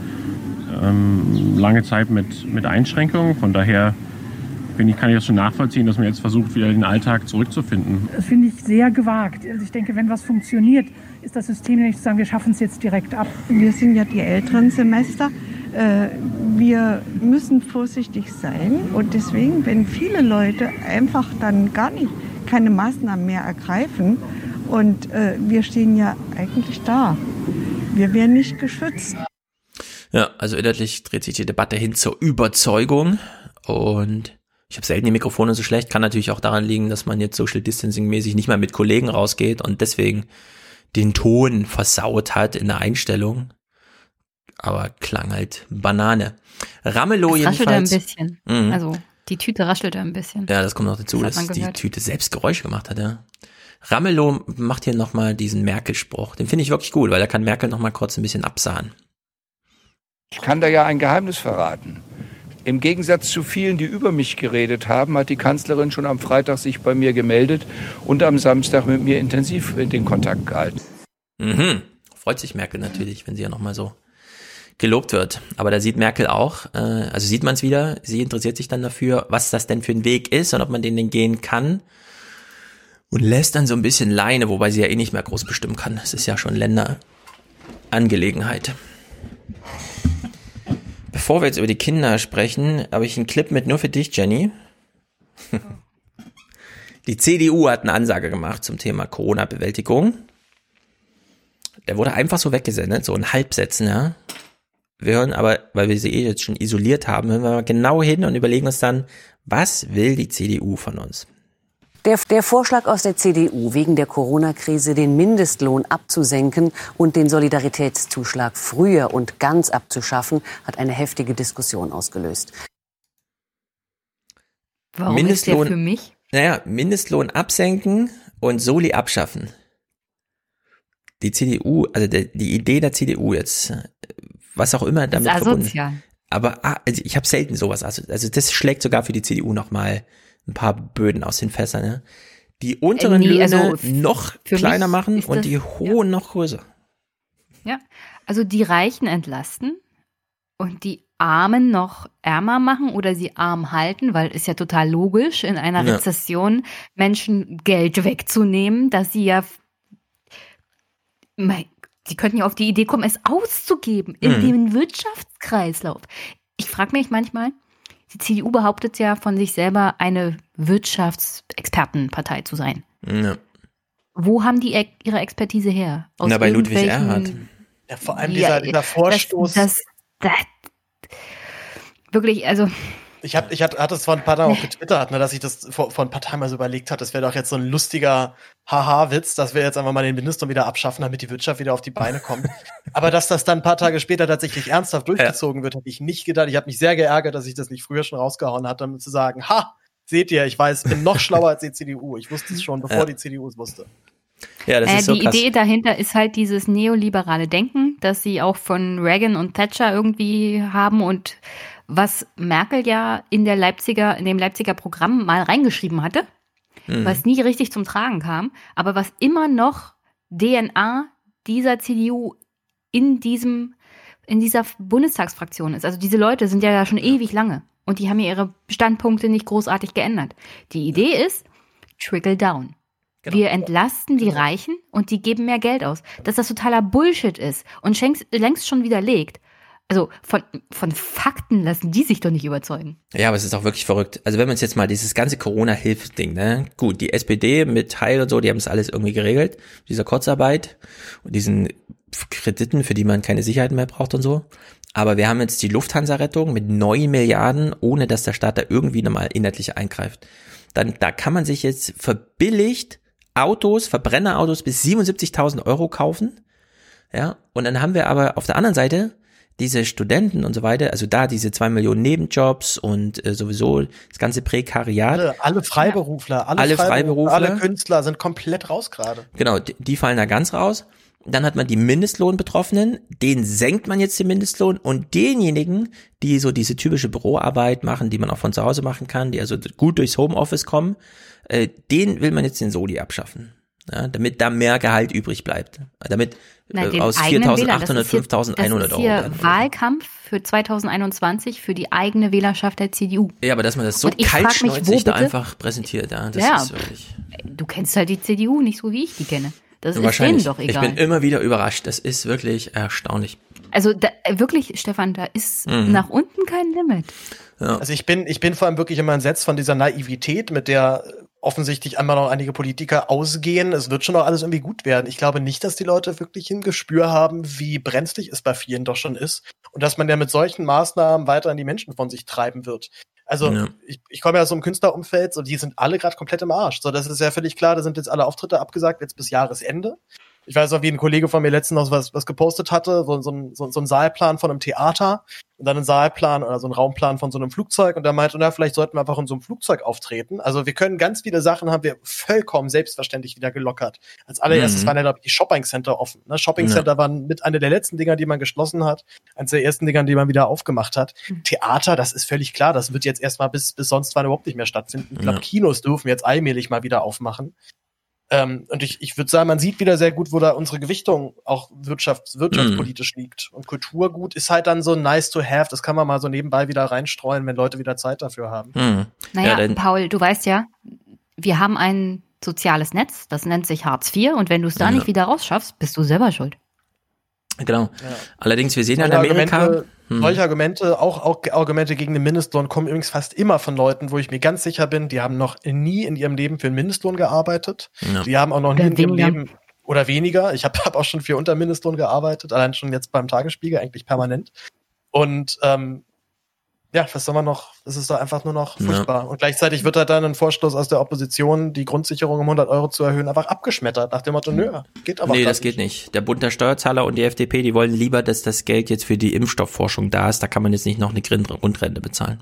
ähm, lange Zeit mit, mit Einschränkungen, von daher finde ich, kann ich das schon nachvollziehen, dass man jetzt versucht, wieder den Alltag zurückzufinden. Das finde ich sehr gewagt. Also ich denke, wenn was funktioniert, ist das System nicht zu sagen, wir schaffen es jetzt direkt ab. Wir sind ja die älteren Semester. Wir müssen vorsichtig sein. Und deswegen, wenn viele Leute einfach dann gar nicht keine Maßnahmen mehr ergreifen, und wir stehen ja eigentlich da, wir werden nicht geschützt. Ja, also inhaltlich dreht sich die Debatte hin zur Überzeugung und ich habe selten die Mikrofone so schlecht, kann natürlich auch daran liegen, dass man jetzt Social Distancing mäßig nicht mehr mit Kollegen rausgeht und deswegen den Ton versaut hat in der Einstellung. Aber klang halt Banane. Ramelow es jedenfalls. Raschelte ein bisschen. Mhm. Also die Tüte raschelte ein bisschen. Ja, das kommt noch dazu, das dass die Tüte selbst Geräusche gemacht hat. Ja. Ramelow macht hier nochmal diesen Merkel-Spruch. Den finde ich wirklich gut, weil da kann Merkel nochmal kurz ein bisschen absahen. Ich kann da ja ein Geheimnis verraten. Im Gegensatz zu vielen, die über mich geredet haben, hat die Kanzlerin schon am Freitag sich bei mir gemeldet und am Samstag mit mir intensiv den Kontakt gehalten. Mhm. Freut sich Merkel natürlich, wenn sie ja nochmal so gelobt wird. Aber da sieht Merkel auch, äh, also sieht man es wieder, sie interessiert sich dann dafür, was das denn für ein Weg ist und ob man den denn gehen kann. Und lässt dann so ein bisschen Leine, wobei sie ja eh nicht mehr groß bestimmen kann. Es ist ja schon Länderangelegenheit. Bevor wir jetzt über die Kinder sprechen, habe ich einen Clip mit nur für dich, Jenny. Die C D U hat eine Ansage gemacht zum Thema Corona-Bewältigung. Der wurde einfach so weggesendet, so in Halbsätzen, ja. Wir hören aber, weil wir sie eh jetzt schon isoliert haben, hören wir mal genau hin und überlegen uns dann, was will die C D U von uns? Der, der Vorschlag aus der C D U, wegen der Corona-Krise den Mindestlohn abzusenken und den Solidaritätszuschlag früher und ganz abzuschaffen, hat eine heftige Diskussion ausgelöst. Warum Mindestlohn, ist der für mich? Naja, Mindestlohn absenken und Soli abschaffen. Die C D U, also der, die Idee der C D U jetzt, was auch immer damit verbunden ist. Aber also ich habe selten sowas. Also, also das schlägt sogar für die C D U nochmal ein paar Böden aus den Fässern, ne? Die unteren nee, Löhne also noch kleiner machen und das, die hohen ja. noch größer. Ja, also die Reichen entlasten und die Armen noch ärmer machen oder sie arm halten, weil ist ja total logisch, in einer ja. Rezession Menschen Geld wegzunehmen, dass sie ja, sie könnten ja auf die Idee kommen, es auszugeben in mhm. dem Wirtschaftskreislauf. Ich frage mich manchmal, die C D U behauptet ja von sich selber, eine Wirtschaftsexpertenpartei zu sein. Ja. Wo haben die e- ihre Expertise her? Aus Na, bei Ludwig Erhard. Ja, vor allem dieser, ja, dieser Vorstoß. Das, das, das, wirklich, also Ich hab, ich hatte es vor ein paar Tagen auch getwittert, ne, dass ich das vor, vor ein paar Tagen mal so überlegt habe, das wäre doch jetzt so ein lustiger Haha-Witz, dass wir jetzt einfach mal den Mindestlohn wieder abschaffen, damit die Wirtschaft wieder auf die Beine kommt. Aber dass das dann ein paar Tage später tatsächlich ernsthaft durchgezogen ja. wird, habe ich nicht gedacht. Ich habe mich sehr geärgert, dass ich das nicht früher schon rausgehauen hatte, um zu sagen, ha, seht ihr, ich weiß, bin noch schlauer als die C D U. Ich wusste es schon, bevor ja. die C D U es wusste. Ja, das äh, ist so die krass. Idee dahinter ist halt dieses neoliberale Denken, das sie auch von Reagan und Thatcher irgendwie haben und was Merkel ja in der Leipziger, in dem Leipziger Programm mal reingeschrieben hatte, mhm. was nie richtig zum Tragen kam, aber was immer noch D N A dieser C D U in diesem, in dieser Bundestagsfraktion ist. Also diese Leute sind ja da schon ewig lange und die haben ja ihre Standpunkte nicht großartig geändert. Die Idee ist Trickle Down. Genau. Wir entlasten die Reichen und die geben mehr Geld aus. Dass das totaler Bullshit ist und längst schon widerlegt. Also von, von Fakten lassen die sich doch nicht überzeugen. Ja, aber es ist auch wirklich verrückt. Also wenn wir uns jetzt mal dieses ganze Corona-Hilfsding, ne, gut, die S P D mit Heil und so, die haben das alles irgendwie geregelt, dieser Kurzarbeit und diesen Krediten, für die man keine Sicherheit mehr braucht und so. Aber wir haben jetzt die Lufthansa-Rettung mit neun Milliarden, ohne dass der Staat da irgendwie nochmal inhaltlich eingreift. Dann, da kann man sich jetzt verbilligt Autos, Verbrennerautos bis siebenundsiebzigtausend Euro kaufen. Ja, und dann haben wir aber auf der anderen Seite diese Studenten und so weiter, also da diese zwei Millionen Nebenjobs und äh, sowieso das ganze Prekariat. Alle, alle Freiberufler, alle, alle Freiberufler, Freiberufler, alle Künstler sind komplett raus gerade. Genau, die, die fallen da ganz raus. Dann hat man die Mindestlohnbetroffenen, denen senkt man jetzt den Mindestlohn und denjenigen, die so diese typische Büroarbeit machen, die man auch von zu Hause machen kann, die also gut durchs Homeoffice kommen, äh, denen will man jetzt den Soli abschaffen. Ja, damit da mehr Gehalt übrig bleibt. Damit Nein, äh, aus viertausendachthundert, fünftausendeinhundert Euro. Das ist hier Wahlkampf für zweitausendeinundzwanzig für die eigene Wählerschaft der C D U. Ja, aber dass man das so kaltschnäuzig da einfach präsentiert, ja, das ja, ist wirklich... Du kennst halt die C D U nicht so, wie ich die kenne. Das ist denen doch egal. Ich bin immer wieder überrascht. Das ist wirklich erstaunlich. Also da, wirklich, Stefan, da ist mhm. nach unten kein Limit. Ja. Also ich bin, ich bin vor allem wirklich immer entsetzt von dieser Naivität, mit der offensichtlich einmal noch einige Politiker ausgehen. Es wird schon noch alles irgendwie gut werden. Ich glaube nicht, dass die Leute wirklich ein Gespür haben, wie brenzlig es bei vielen doch schon ist. Und dass man ja mit solchen Maßnahmen weiter an die Menschen von sich treiben wird. Also ja. ich, ich komme ja aus so einem Künstlerumfeld, so die sind alle gerade komplett im Arsch. So, das ist ja völlig klar, da sind jetzt alle Auftritte abgesagt, jetzt bis Jahresende. Ich weiß auch, wie ein Kollege von mir letztens noch was, was gepostet hatte, so, so, ein, so, so ein Saalplan von einem Theater und dann ein Saalplan oder so ein Raumplan von so einem Flugzeug und der meinte, na, vielleicht sollten wir einfach in so einem Flugzeug auftreten. Also wir können ganz viele Sachen, haben wir vollkommen selbstverständlich wieder gelockert. Als allererstes mhm. waren ja, glaube ich, die Shopping-Center offen. Ne? Shopping-Center ja. waren mit einer der letzten Dinger, die man geschlossen hat, eines der ersten Dinger, die man wieder aufgemacht hat. Mhm. Theater, das ist völlig klar, das wird jetzt erstmal bis, bis sonst wann überhaupt nicht mehr stattfinden. Ich glaube, ja. Kinos dürfen jetzt allmählich mal wieder aufmachen. Ähm, und ich, ich würde sagen, man sieht wieder sehr gut, wo da unsere Gewichtung auch wirtschafts-, wirtschaftspolitisch mm. liegt. Und Kulturgut ist halt dann so nice to have, das kann man mal so nebenbei wieder reinstreuen, wenn Leute wieder Zeit dafür haben. Mm. Naja, ja, Paul, du weißt ja, wir haben ein soziales Netz, das nennt sich Hartz vier und wenn du es da ja. nicht wieder rausschaffst, bist du selber schuld. Genau. Ja. Allerdings, wir sehen ja in Amerika... Argumente, hm. Solche Argumente, auch, auch Argumente gegen den Mindestlohn, kommen übrigens fast immer von Leuten, wo ich mir ganz sicher bin, die haben noch nie in ihrem Leben für einen Mindestlohn gearbeitet. Ja. Die haben auch noch nie in ihrem Leben... Oder weniger. Ich habe hab auch schon für unter Mindestlohn gearbeitet, allein schon jetzt beim Tagesspiegel, eigentlich permanent. Und ähm, ja, was soll man noch, es ist doch einfach nur noch furchtbar. Ja. Und gleichzeitig wird halt dann ein Vorstoß aus der Opposition, die Grundsicherung um hundert Euro zu erhöhen, einfach abgeschmettert, nach dem Motto, nö, geht aber Nee, das geht nicht. Der Bund der Steuerzahler und die F D P, die wollen lieber, dass das Geld jetzt für die Impfstoffforschung da ist, da kann man jetzt nicht noch eine Grundrente bezahlen.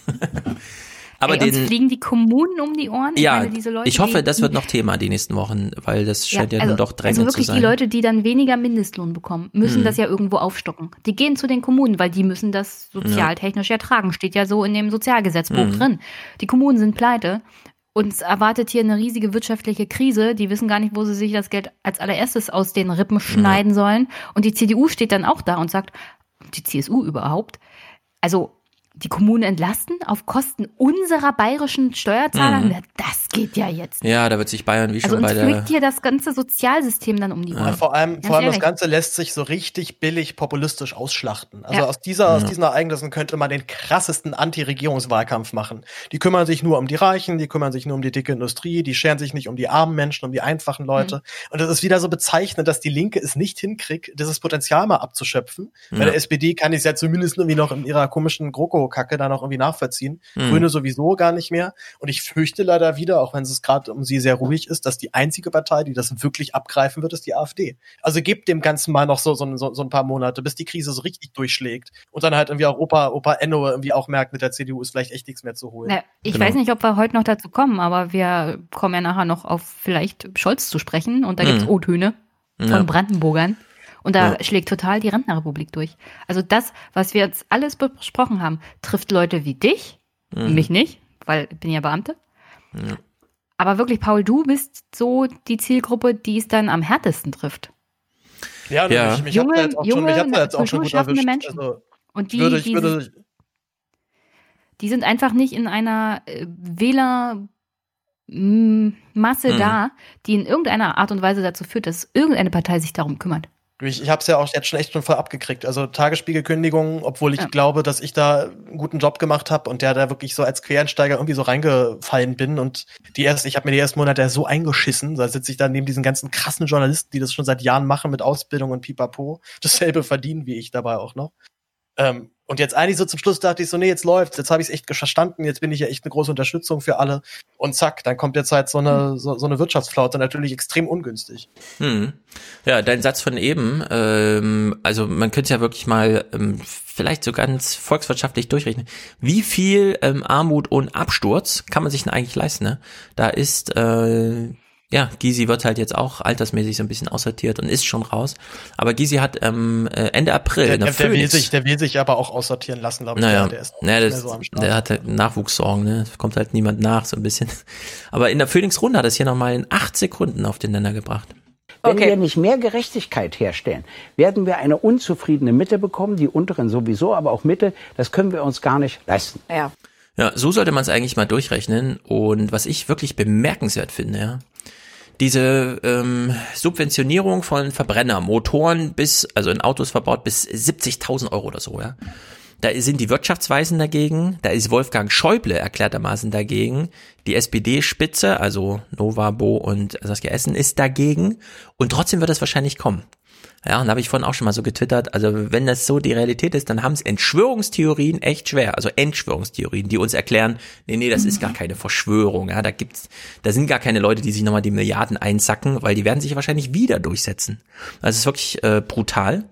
Aber Ey, den, uns fliegen die Kommunen um die Ohren. Ja, ich, meine, diese Leute, ich hoffe, die, das wird noch Thema die nächsten Wochen, weil das scheint ja, ja also, nun doch drängend also wirklich zu sein. Die Leute, die dann weniger Mindestlohn bekommen, müssen hm. das ja irgendwo aufstocken. Die gehen zu den Kommunen, weil die müssen das sozialtechnisch ja, ja tragen. Steht ja so in dem Sozialgesetzbuch hm. drin. Die Kommunen sind pleite. Uns erwartet hier eine riesige wirtschaftliche Krise. Die wissen gar nicht, wo sie sich das Geld als allererstes aus den Rippen schneiden ja. sollen. Und die C D U steht dann auch da und sagt, die C S U überhaupt, also die Kommunen entlasten auf Kosten unserer bayerischen Steuerzahler? Mhm. Das geht ja jetzt nicht. Ja, da wird sich Bayern wie also schon bei der... Also uns fliegt hier das ganze Sozialsystem dann um die Ohren. Ja. Vor allem, vor allem das Ganze lässt sich so richtig billig populistisch ausschlachten. Also ja. aus dieser, ja. aus diesen Ereignissen könnte man den krassesten Anti-Regierungswahlkampf machen. Die kümmern sich nur um die Reichen, die kümmern sich nur um die dicke Industrie, die scheren sich nicht um die armen Menschen, um die einfachen Leute. Mhm. Und das ist wieder so bezeichnend, dass die Linke es nicht hinkriegt, dieses Potenzial mal abzuschöpfen. Ja. Bei der S P D kann ich es ja zumindest irgendwie noch in ihrer komischen GroKo Öko-Kacke da noch irgendwie nachvollziehen. Mhm. Grüne sowieso gar nicht mehr. Und ich fürchte leider wieder, auch wenn es gerade um sie sehr ruhig ist, dass die einzige Partei, die das wirklich abgreifen wird, ist die AfD. Also gebt dem Ganzen mal noch so, so, so, so ein paar Monate, bis die Krise so richtig durchschlägt. Und dann halt irgendwie auch Opa, Opa Enno irgendwie auch merkt, mit der C D U ist vielleicht echt nichts mehr zu holen. Na, ich Genau. weiß nicht, ob wir heute noch dazu kommen, aber wir kommen ja nachher noch auf vielleicht Scholz zu sprechen. Und da gibt's Mhm. O-Töne von Ja. Brandenburgern. Und da Ja. schlägt total die Rentnerrepublik durch. Also das, was wir jetzt alles besprochen haben, trifft Leute wie dich, Mhm. mich nicht, weil ich bin ja Beamte. Ja. Aber wirklich, Paul, du bist so die Zielgruppe, die es dann am härtesten trifft. Ja, Ja. mich, mich hat Junge- er jetzt auch schon, mich hat er jetzt auch schon gut kulturschaffende erwischt. Menschen. Also, Und ich die, würde, ich die, würde, die sind einfach nicht in einer äh, Wähler m, Masse Mhm. da, die in irgendeiner Art und Weise dazu führt, dass irgendeine Partei sich darum kümmert. Ich, ich habe es ja auch jetzt schon echt schon voll abgekriegt. Also Tagesspiegelkündigung, obwohl ich Ja. glaube, dass ich da einen guten Job gemacht habe und der da wirklich so als Quereinsteiger irgendwie so reingefallen bin. Und die erst, ich habe mir die ersten Monate so eingeschissen. Da sitze ich dann neben diesen ganzen krassen Journalisten, die das schon seit Jahren machen mit Ausbildung und Pipapo, dasselbe verdienen wie ich dabei auch noch. Ähm, und jetzt eigentlich so zum Schluss dachte ich so, nee, jetzt läuft's, jetzt habe ich es echt verstanden, jetzt bin ich ja echt eine große Unterstützung für alle. Und zack, dann kommt jetzt halt so eine, so, so eine Wirtschaftsflaute, natürlich extrem ungünstig. Hm. Ja, dein Satz von eben, ähm, also man könnte ja wirklich mal ähm, vielleicht so ganz volkswirtschaftlich durchrechnen. Wie viel ähm, Armut und Absturz kann man sich denn eigentlich leisten? Ne? Da ist, äh, ja, Gysi wird halt jetzt auch altersmäßig so ein bisschen aussortiert und ist schon raus. Aber Gysi hat ähm, Ende April Der, in der, der, der, will Phoenix, sich, der will sich aber auch aussortieren lassen, glaube ich. naja, Der ist naja nicht das, mehr so am Start. der hat halt Nachwuchssorgen, ne? Es kommt halt niemand nach, so ein bisschen. Aber in der Phoenix-Runde hat es hier nochmal in acht Sekunden auf den Nenner gebracht. Wenn wir nicht mehr Gerechtigkeit herstellen, werden wir eine unzufriedene Mitte bekommen, die unteren sowieso, aber auch Mitte, das können wir uns gar nicht leisten. Ja. Ja, so sollte man es eigentlich mal durchrechnen. Und was ich wirklich bemerkenswert finde, ja, diese ähm, Subventionierung von Verbrennermotoren bis, also in Autos verbaut, bis siebzigtausend Euro oder so, ja. Da sind die Wirtschaftsweisen dagegen, da ist Wolfgang Schäuble erklärtermaßen dagegen, die S P D-Spitze, also Nova, Bo und Saskia Essen ist dagegen und trotzdem wird es wahrscheinlich kommen. Ja, und da habe ich vorhin auch schon mal so getwittert, also wenn das so die Realität ist, dann haben es Entschwörungstheorien echt schwer, also Entschwörungstheorien, die uns erklären, nee, nee, das ist gar keine Verschwörung, ja, da gibt's, da sind gar keine Leute, die sich nochmal die Milliarden einsacken, weil die werden sich wahrscheinlich wieder durchsetzen. Also es ist wirklich äh, brutal.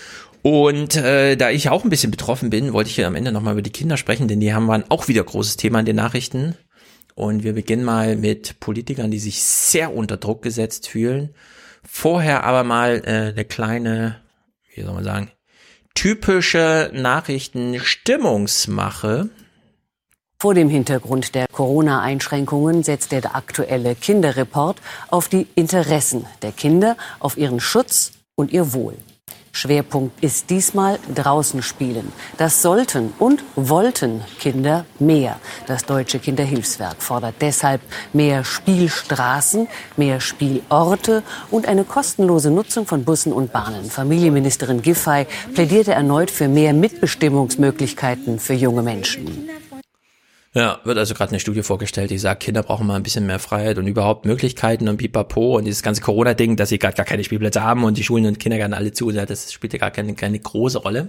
Und äh, da ich auch ein bisschen betroffen bin, wollte ich hier am Ende nochmal über die Kinder sprechen, denn die haben waren auch wieder großes Thema in den Nachrichten. Und wir beginnen mal mit Politikern, die sich sehr unter Druck gesetzt fühlen. Vorher aber mal äh, eine kleine, wie soll man sagen, typische Nachrichtenstimmungsmache. Vor dem Hintergrund der Corona-Einschränkungen setzt der aktuelle Kinderreport auf die Interessen der Kinder, auf ihren Schutz und ihr Wohl. Schwerpunkt ist diesmal draußen spielen. Das sollten und wollten Kinder mehr. Das Deutsche Kinderhilfswerk fordert deshalb mehr Spielstraßen, mehr Spielorte und eine kostenlose Nutzung von Bussen und Bahnen. Familienministerin Giffey plädierte erneut für mehr Mitbestimmungsmöglichkeiten für junge Menschen. Ja, wird also gerade eine Studie vorgestellt, die sagt, Kinder brauchen mal ein bisschen mehr Freiheit und überhaupt Möglichkeiten und pipapo und dieses ganze Corona-Ding, dass sie gerade gar keine Spielplätze haben und die Schulen und Kindergärten alle zu, das spielt ja gar keine, keine große Rolle.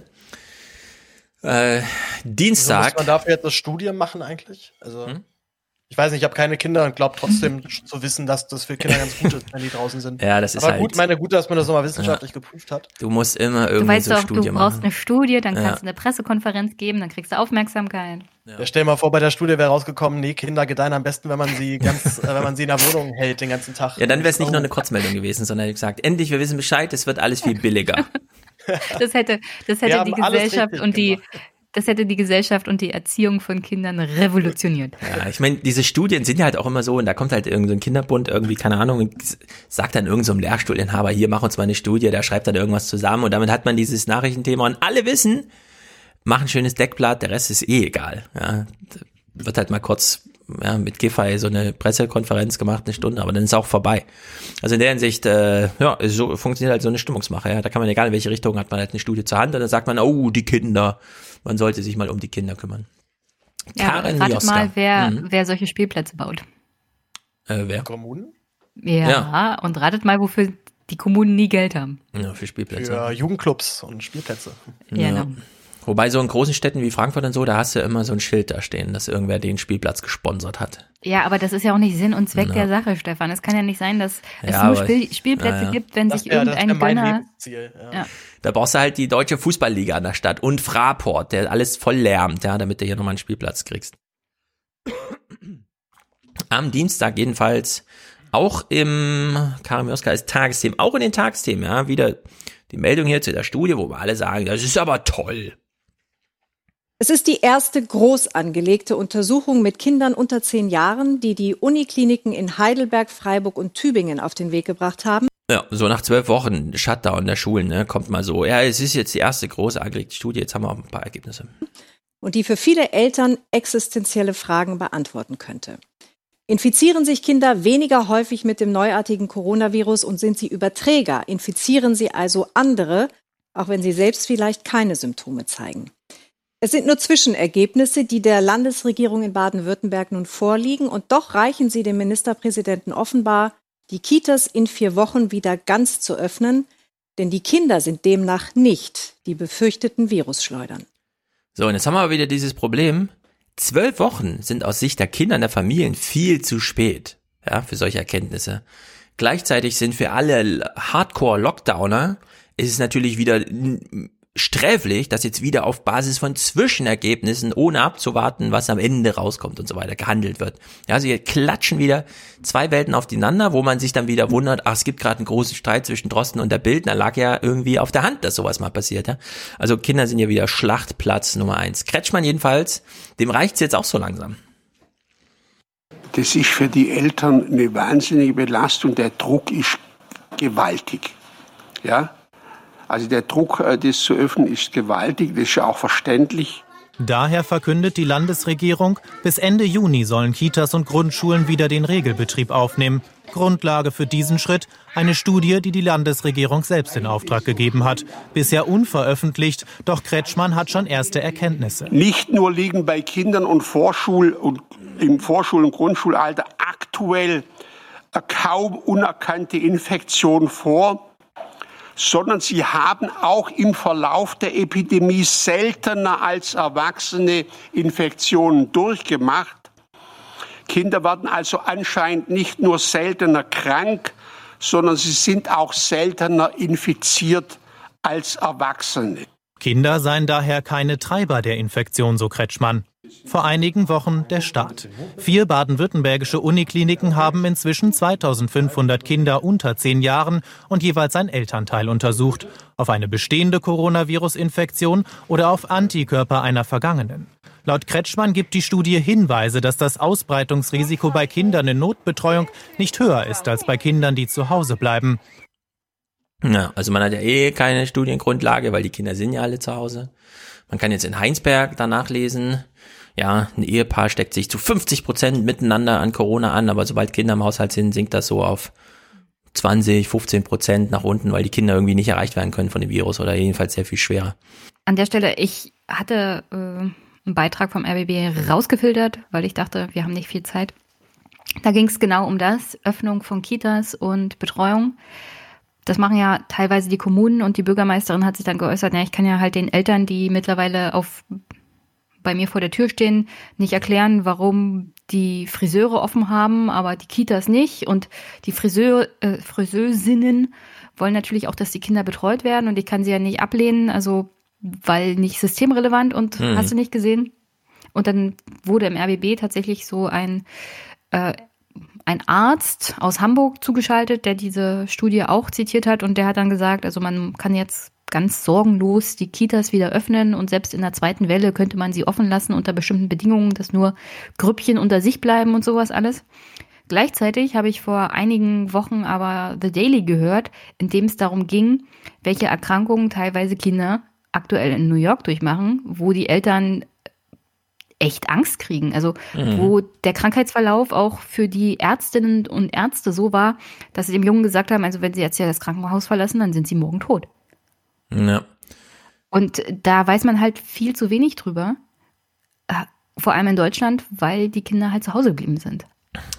Äh, Dienstag. Also muss man dafür jetzt eine Studie machen eigentlich? Also hm? Ich weiß nicht, ich habe keine Kinder und glaube trotzdem zu wissen, dass das für Kinder ganz gut ist, wenn die draußen sind. Ja, das ist Aber halt, gut, meine gut, dass man das nochmal wissenschaftlich ja. geprüft hat. Du musst immer irgendwie du weißt so doch, Studie du brauchst machen. eine Studie, dann kannst ja. du eine Pressekonferenz geben, dann kriegst du Aufmerksamkeit. Ja. Ja, stell dir mal vor, bei der Studie wäre rausgekommen, nee, Kinder gedeihen am besten, wenn man sie ganz, äh, wenn man sie in der Wohnung hält den ganzen Tag. Ja, dann wäre es nicht nur eine Kurzmeldung gewesen, sondern gesagt, endlich, wir wissen Bescheid, es wird alles viel billiger. Das hätte, das hätte die Gesellschaft und die Das hätte die Gesellschaft und die Erziehung von Kindern revolutioniert. Ja, ich meine, diese Studien sind ja halt auch immer so, und da kommt halt irgend so ein Kinderbund irgendwie, keine Ahnung, und sagt dann irgend so ein Lehrstuhlinhaber, hier, mach uns mal eine Studie, der schreibt dann irgendwas zusammen und damit hat man dieses Nachrichtenthema und alle wissen, mach ein schönes Deckblatt, der Rest ist eh egal. Ja, wird halt mal kurz ja, mit Giffey so eine Pressekonferenz gemacht, eine Stunde, aber dann ist auch vorbei. Also in der Hinsicht, äh, ja, so funktioniert halt so eine Stimmungsmache. Ja, da kann man, egal in welche Richtung, hat man halt eine Studie zur Hand und dann sagt man, oh, die Kinder, man sollte sich mal um die Kinder kümmern. Ja, Karin ratet Mioska. mal, wer, mhm. wer solche Spielplätze baut. Äh, wer? Kommunen? Ja, ja, und ratet mal, wofür die Kommunen nie Geld haben. Ja, für Spielplätze. Für Jugendclubs und Spielplätze. Ja, ja. Wobei so in großen Städten wie Frankfurt und so, da hast du immer so ein Schild da stehen, dass irgendwer den Spielplatz gesponsert hat. Ja, aber das ist ja auch nicht Sinn und Zweck ja. der Sache, Stefan. Es kann ja nicht sein, dass es ja, nur Spiel- Spielplätze ja, ja. gibt, wenn das, sich ja, irgendein das Gönner... Lebensziel, ja. Ja. Da brauchst du halt die deutsche Fußballliga an der Stadt und Fraport, der alles voll lärmt, ja, damit du hier nochmal einen Spielplatz kriegst. Am Dienstag jedenfalls auch im Karin Mioska ist Tagesthemen, auch in den Tagesthemen, ja, wieder die Meldung hier zu der Studie, wo wir alle sagen, das ist aber toll. Es ist die erste groß angelegte Untersuchung mit Kindern unter zehn Jahren, die die Unikliniken in Heidelberg, Freiburg und Tübingen auf den Weg gebracht haben. Ja, so nach zwölf Wochen Shutdown der Schulen, ne, kommt mal so, ja, es ist jetzt die erste groß angelegte Studie, jetzt haben wir auch ein paar Ergebnisse. Und die für viele Eltern existenzielle Fragen beantworten könnte. Infizieren sich Kinder weniger häufig mit dem neuartigen Coronavirus und sind sie Überträger? Infizieren sie also andere, auch wenn sie selbst vielleicht keine Symptome zeigen? Es sind nur Zwischenergebnisse, die der Landesregierung in Baden-Württemberg nun vorliegen. Und doch reichen sie dem Ministerpräsidenten offenbar, die Kitas in vier Wochen wieder ganz zu öffnen. Denn die Kinder sind demnach nicht die befürchteten Virusschleudern. So, und jetzt haben wir aber wieder dieses Problem. Zwölf Wochen sind aus Sicht der Kinder und der Familien viel zu spät, ja, für solche Erkenntnisse. Gleichzeitig sind für alle Hardcore-Lockdowner ist es natürlich wieder sträflich, dass jetzt wieder auf Basis von Zwischenergebnissen, ohne abzuwarten, was am Ende rauskommt und so weiter, gehandelt wird. Ja, also hier klatschen wieder zwei Welten aufeinander, wo man sich dann wieder wundert, ach, es gibt gerade einen großen Streit zwischen Drosten und der Bild, da lag ja irgendwie auf der Hand, dass sowas mal passiert. Ja? Also Kinder sind ja wieder Schlachtplatz Nummer eins. Kretschmann jedenfalls, dem reicht's jetzt auch so langsam. Das ist für die Eltern eine wahnsinnige Belastung, der Druck ist gewaltig, ja. Also der Druck, das zu öffnen, ist gewaltig, das ist ja auch verständlich. Daher verkündet die Landesregierung, bis Ende Juni sollen Kitas und Grundschulen wieder den Regelbetrieb aufnehmen. Grundlage für diesen Schritt eine Studie, die die Landesregierung selbst in Auftrag gegeben hat. Bisher unveröffentlicht, doch Kretschmann hat schon erste Erkenntnisse. Nicht nur liegen bei Kindern und Vorschul- und im Vorschul- und Grundschulalter aktuell kaum unerkannte Infektionen vor, sondern sie haben auch im Verlauf der Epidemie seltener als Erwachsene Infektionen durchgemacht. Kinder werden also anscheinend nicht nur seltener krank, sondern sie sind auch seltener infiziert als Erwachsene. Kinder seien daher keine Treiber der Infektion, so Kretschmann. Vor einigen Wochen der Start. Vier baden-württembergische Unikliniken haben inzwischen zweitausendfünfhundert Kinder unter zehn Jahren und jeweils ein Elternteil untersucht. Auf eine bestehende Coronavirus-Infektion oder auf Antikörper einer vergangenen. Laut Kretschmann gibt die Studie Hinweise, dass das Ausbreitungsrisiko bei Kindern in Notbetreuung nicht höher ist als bei Kindern, die zu Hause bleiben. Ja, also man hat ja eh keine Studiengrundlage, weil die Kinder sind ja alle zu Hause. Man kann jetzt in Heinsberg danach lesen, ja, ein Ehepaar steckt sich zu fünfzig Prozent miteinander an Corona an, aber sobald Kinder im Haushalt sind, sinkt das so auf zwanzig, fünfzehn Prozent nach unten, weil die Kinder irgendwie nicht erreicht werden können von dem Virus oder jedenfalls sehr viel schwerer. An der Stelle, ich hatte äh, einen Beitrag vom R B B rausgefiltert, weil ich dachte, wir haben nicht viel Zeit. Da ging es genau um das, Öffnung von Kitas und Betreuung. Das machen ja teilweise die Kommunen und die Bürgermeisterin hat sich dann geäußert, ja, ich kann ja halt den Eltern, die mittlerweile auf bei mir vor der Tür stehen, nicht erklären, warum die Friseure offen haben, aber die Kitas nicht. Und die Friseur, äh, Friseursinnen wollen natürlich auch, dass die Kinder betreut werden und ich kann sie ja nicht ablehnen, also weil nicht systemrelevant und mhm. hast du nicht gesehen. Und dann wurde im R B B tatsächlich so ein äh, ein Arzt aus Hamburg zugeschaltet, der diese Studie auch zitiert hat und der hat dann gesagt, also man kann jetzt ganz sorgenlos die Kitas wieder öffnen und selbst in der zweiten Welle könnte man sie offen lassen unter bestimmten Bedingungen, dass nur Grüppchen unter sich bleiben und sowas alles. Gleichzeitig habe ich vor einigen Wochen aber The Daily gehört, in dem es darum ging, welche Erkrankungen teilweise Kinder aktuell in New York durchmachen, wo die Eltern echt Angst kriegen. Also mhm. wo der Krankheitsverlauf auch für die Ärztinnen und Ärzte so war, dass sie dem Jungen gesagt haben, also wenn sie jetzt ja das Krankenhaus verlassen, dann sind sie morgen tot. Ja. Und da weiß man halt viel zu wenig drüber, vor allem in Deutschland, weil die Kinder halt zu Hause geblieben sind.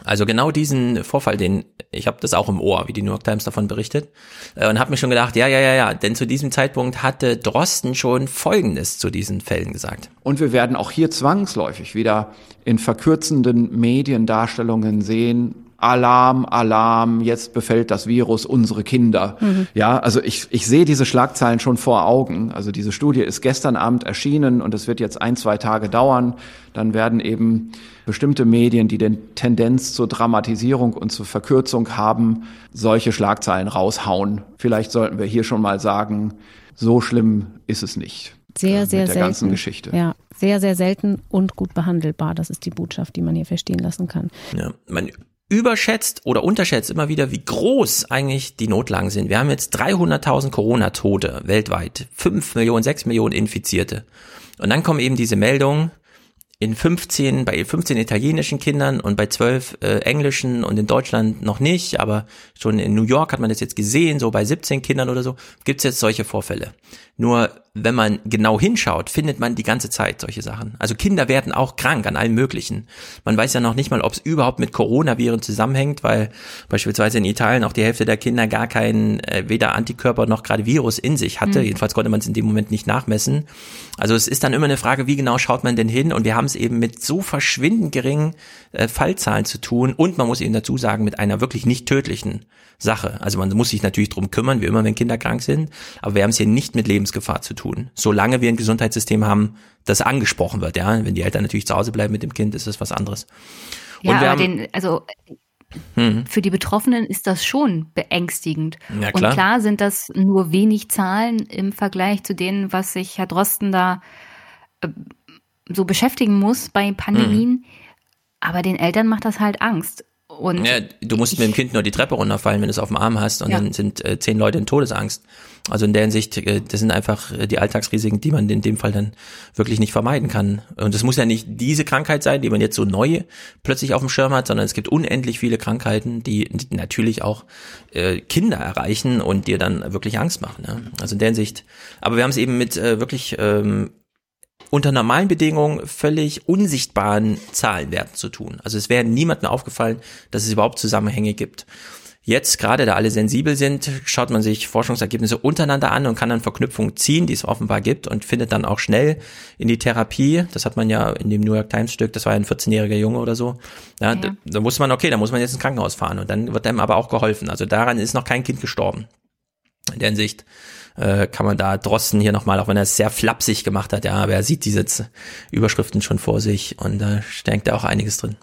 Also genau diesen Vorfall, den ich habe das auch im Ohr, wie die New York Times davon berichtet, äh, und habe mir schon gedacht, ja, ja, ja, ja, denn zu diesem Zeitpunkt hatte Drosten schon Folgendes zu diesen Fällen gesagt. Und wir werden auch hier zwangsläufig wieder in verkürzenden Mediendarstellungen sehen, Alarm, Alarm, jetzt befällt das Virus unsere Kinder. Mhm. Ja, also ich, ich sehe diese Schlagzeilen schon vor Augen. Also diese Studie ist gestern Abend erschienen und es wird jetzt ein, zwei Tage dauern. Dann werden eben bestimmte Medien, die den Tendenz zur Dramatisierung und zur Verkürzung haben, solche Schlagzeilen raushauen. Vielleicht sollten wir hier schon mal sagen, so schlimm ist es nicht. Sehr, sehr mit der selten. ganzen Geschichte. Ja, sehr, sehr selten und gut behandelbar. Das ist die Botschaft, die man hier verstehen lassen kann. Ja, man überschätzt oder unterschätzt immer wieder, wie groß eigentlich die Notlagen sind. Wir haben jetzt dreihunderttausend Corona-Tote weltweit, fünf Millionen, sechs Millionen Infizierte. Und dann kommen eben diese Meldungen, in fünfzehn, bei fünfzehn italienischen Kindern und bei zwölf äh, englischen und in Deutschland noch nicht, aber schon in New York hat man das jetzt gesehen, so bei siebzehn Kindern oder so, gibt's jetzt solche Vorfälle. Nur wenn man genau hinschaut, findet man die ganze Zeit solche Sachen. Also Kinder werden auch krank an allem Möglichen. Man weiß ja noch nicht mal, ob es überhaupt mit Coronaviren zusammenhängt, weil beispielsweise in Italien auch die Hälfte der Kinder gar keinen, äh, weder Antikörper noch gerade Virus in sich hatte. Mhm. Jedenfalls konnte man es in dem Moment nicht nachmessen. Also es ist dann immer eine Frage, wie genau schaut man denn hin? Und wir haben es eben mit so verschwindend geringen äh, Fallzahlen zu tun. Und man muss eben dazu sagen, mit einer wirklich nicht tödlichen Sache. Also man muss sich natürlich drum kümmern, wie immer, wenn Kinder krank sind. Aber wir haben es hier nicht mit Lebensgefahr zu tun. Solange wir ein Gesundheitssystem haben, das angesprochen wird. Ja, wenn die Eltern natürlich zu Hause bleiben mit dem Kind, ist das was anderes. Ja, und wir aber haben, den, also hm. für die Betroffenen ist das schon beängstigend. Ja, klar. Und klar sind das nur wenig Zahlen im Vergleich zu denen, was sich Herr Drosten da äh, so beschäftigen muss bei Pandemien. Hm. Aber den Eltern macht das halt Angst. Und ja, du musst ich, mit dem Kind nur die Treppe runterfallen, wenn du es auf dem Arm hast, und ja. dann sind äh, zehn Leute in Todesangst. Also in der Hinsicht, äh, das sind einfach äh, die Alltagsrisiken, die man in dem Fall dann wirklich nicht vermeiden kann. Und es muss ja nicht diese Krankheit sein, die man jetzt so neu plötzlich auf dem Schirm hat, sondern es gibt unendlich viele Krankheiten, die, die natürlich auch äh, Kinder erreichen und dir dann wirklich Angst machen. Ja? Also in der Hinsicht, aber wir haben es eben mit äh, wirklich ähm, unter normalen Bedingungen völlig unsichtbaren Zahlenwerten zu tun. Also es wäre niemandem aufgefallen, dass es überhaupt Zusammenhänge gibt. Jetzt, gerade da alle sensibel sind, schaut man sich Forschungsergebnisse untereinander an und kann dann Verknüpfungen ziehen, die es offenbar gibt, und findet dann auch schnell in die Therapie. Das hat man ja in dem New York Times Stück, das war ja ein vierzehnjähriger Junge oder so. Ja, ja. Da, da muss man, okay, da muss man jetzt ins Krankenhaus fahren, und dann wird einem aber auch geholfen. Also daran ist noch kein Kind gestorben. In der Hinsicht äh, kann man da Drosten hier nochmal, auch wenn er es sehr flapsig gemacht hat, ja, aber er sieht diese Überschriften schon vor sich, und da steckt da auch einiges drin.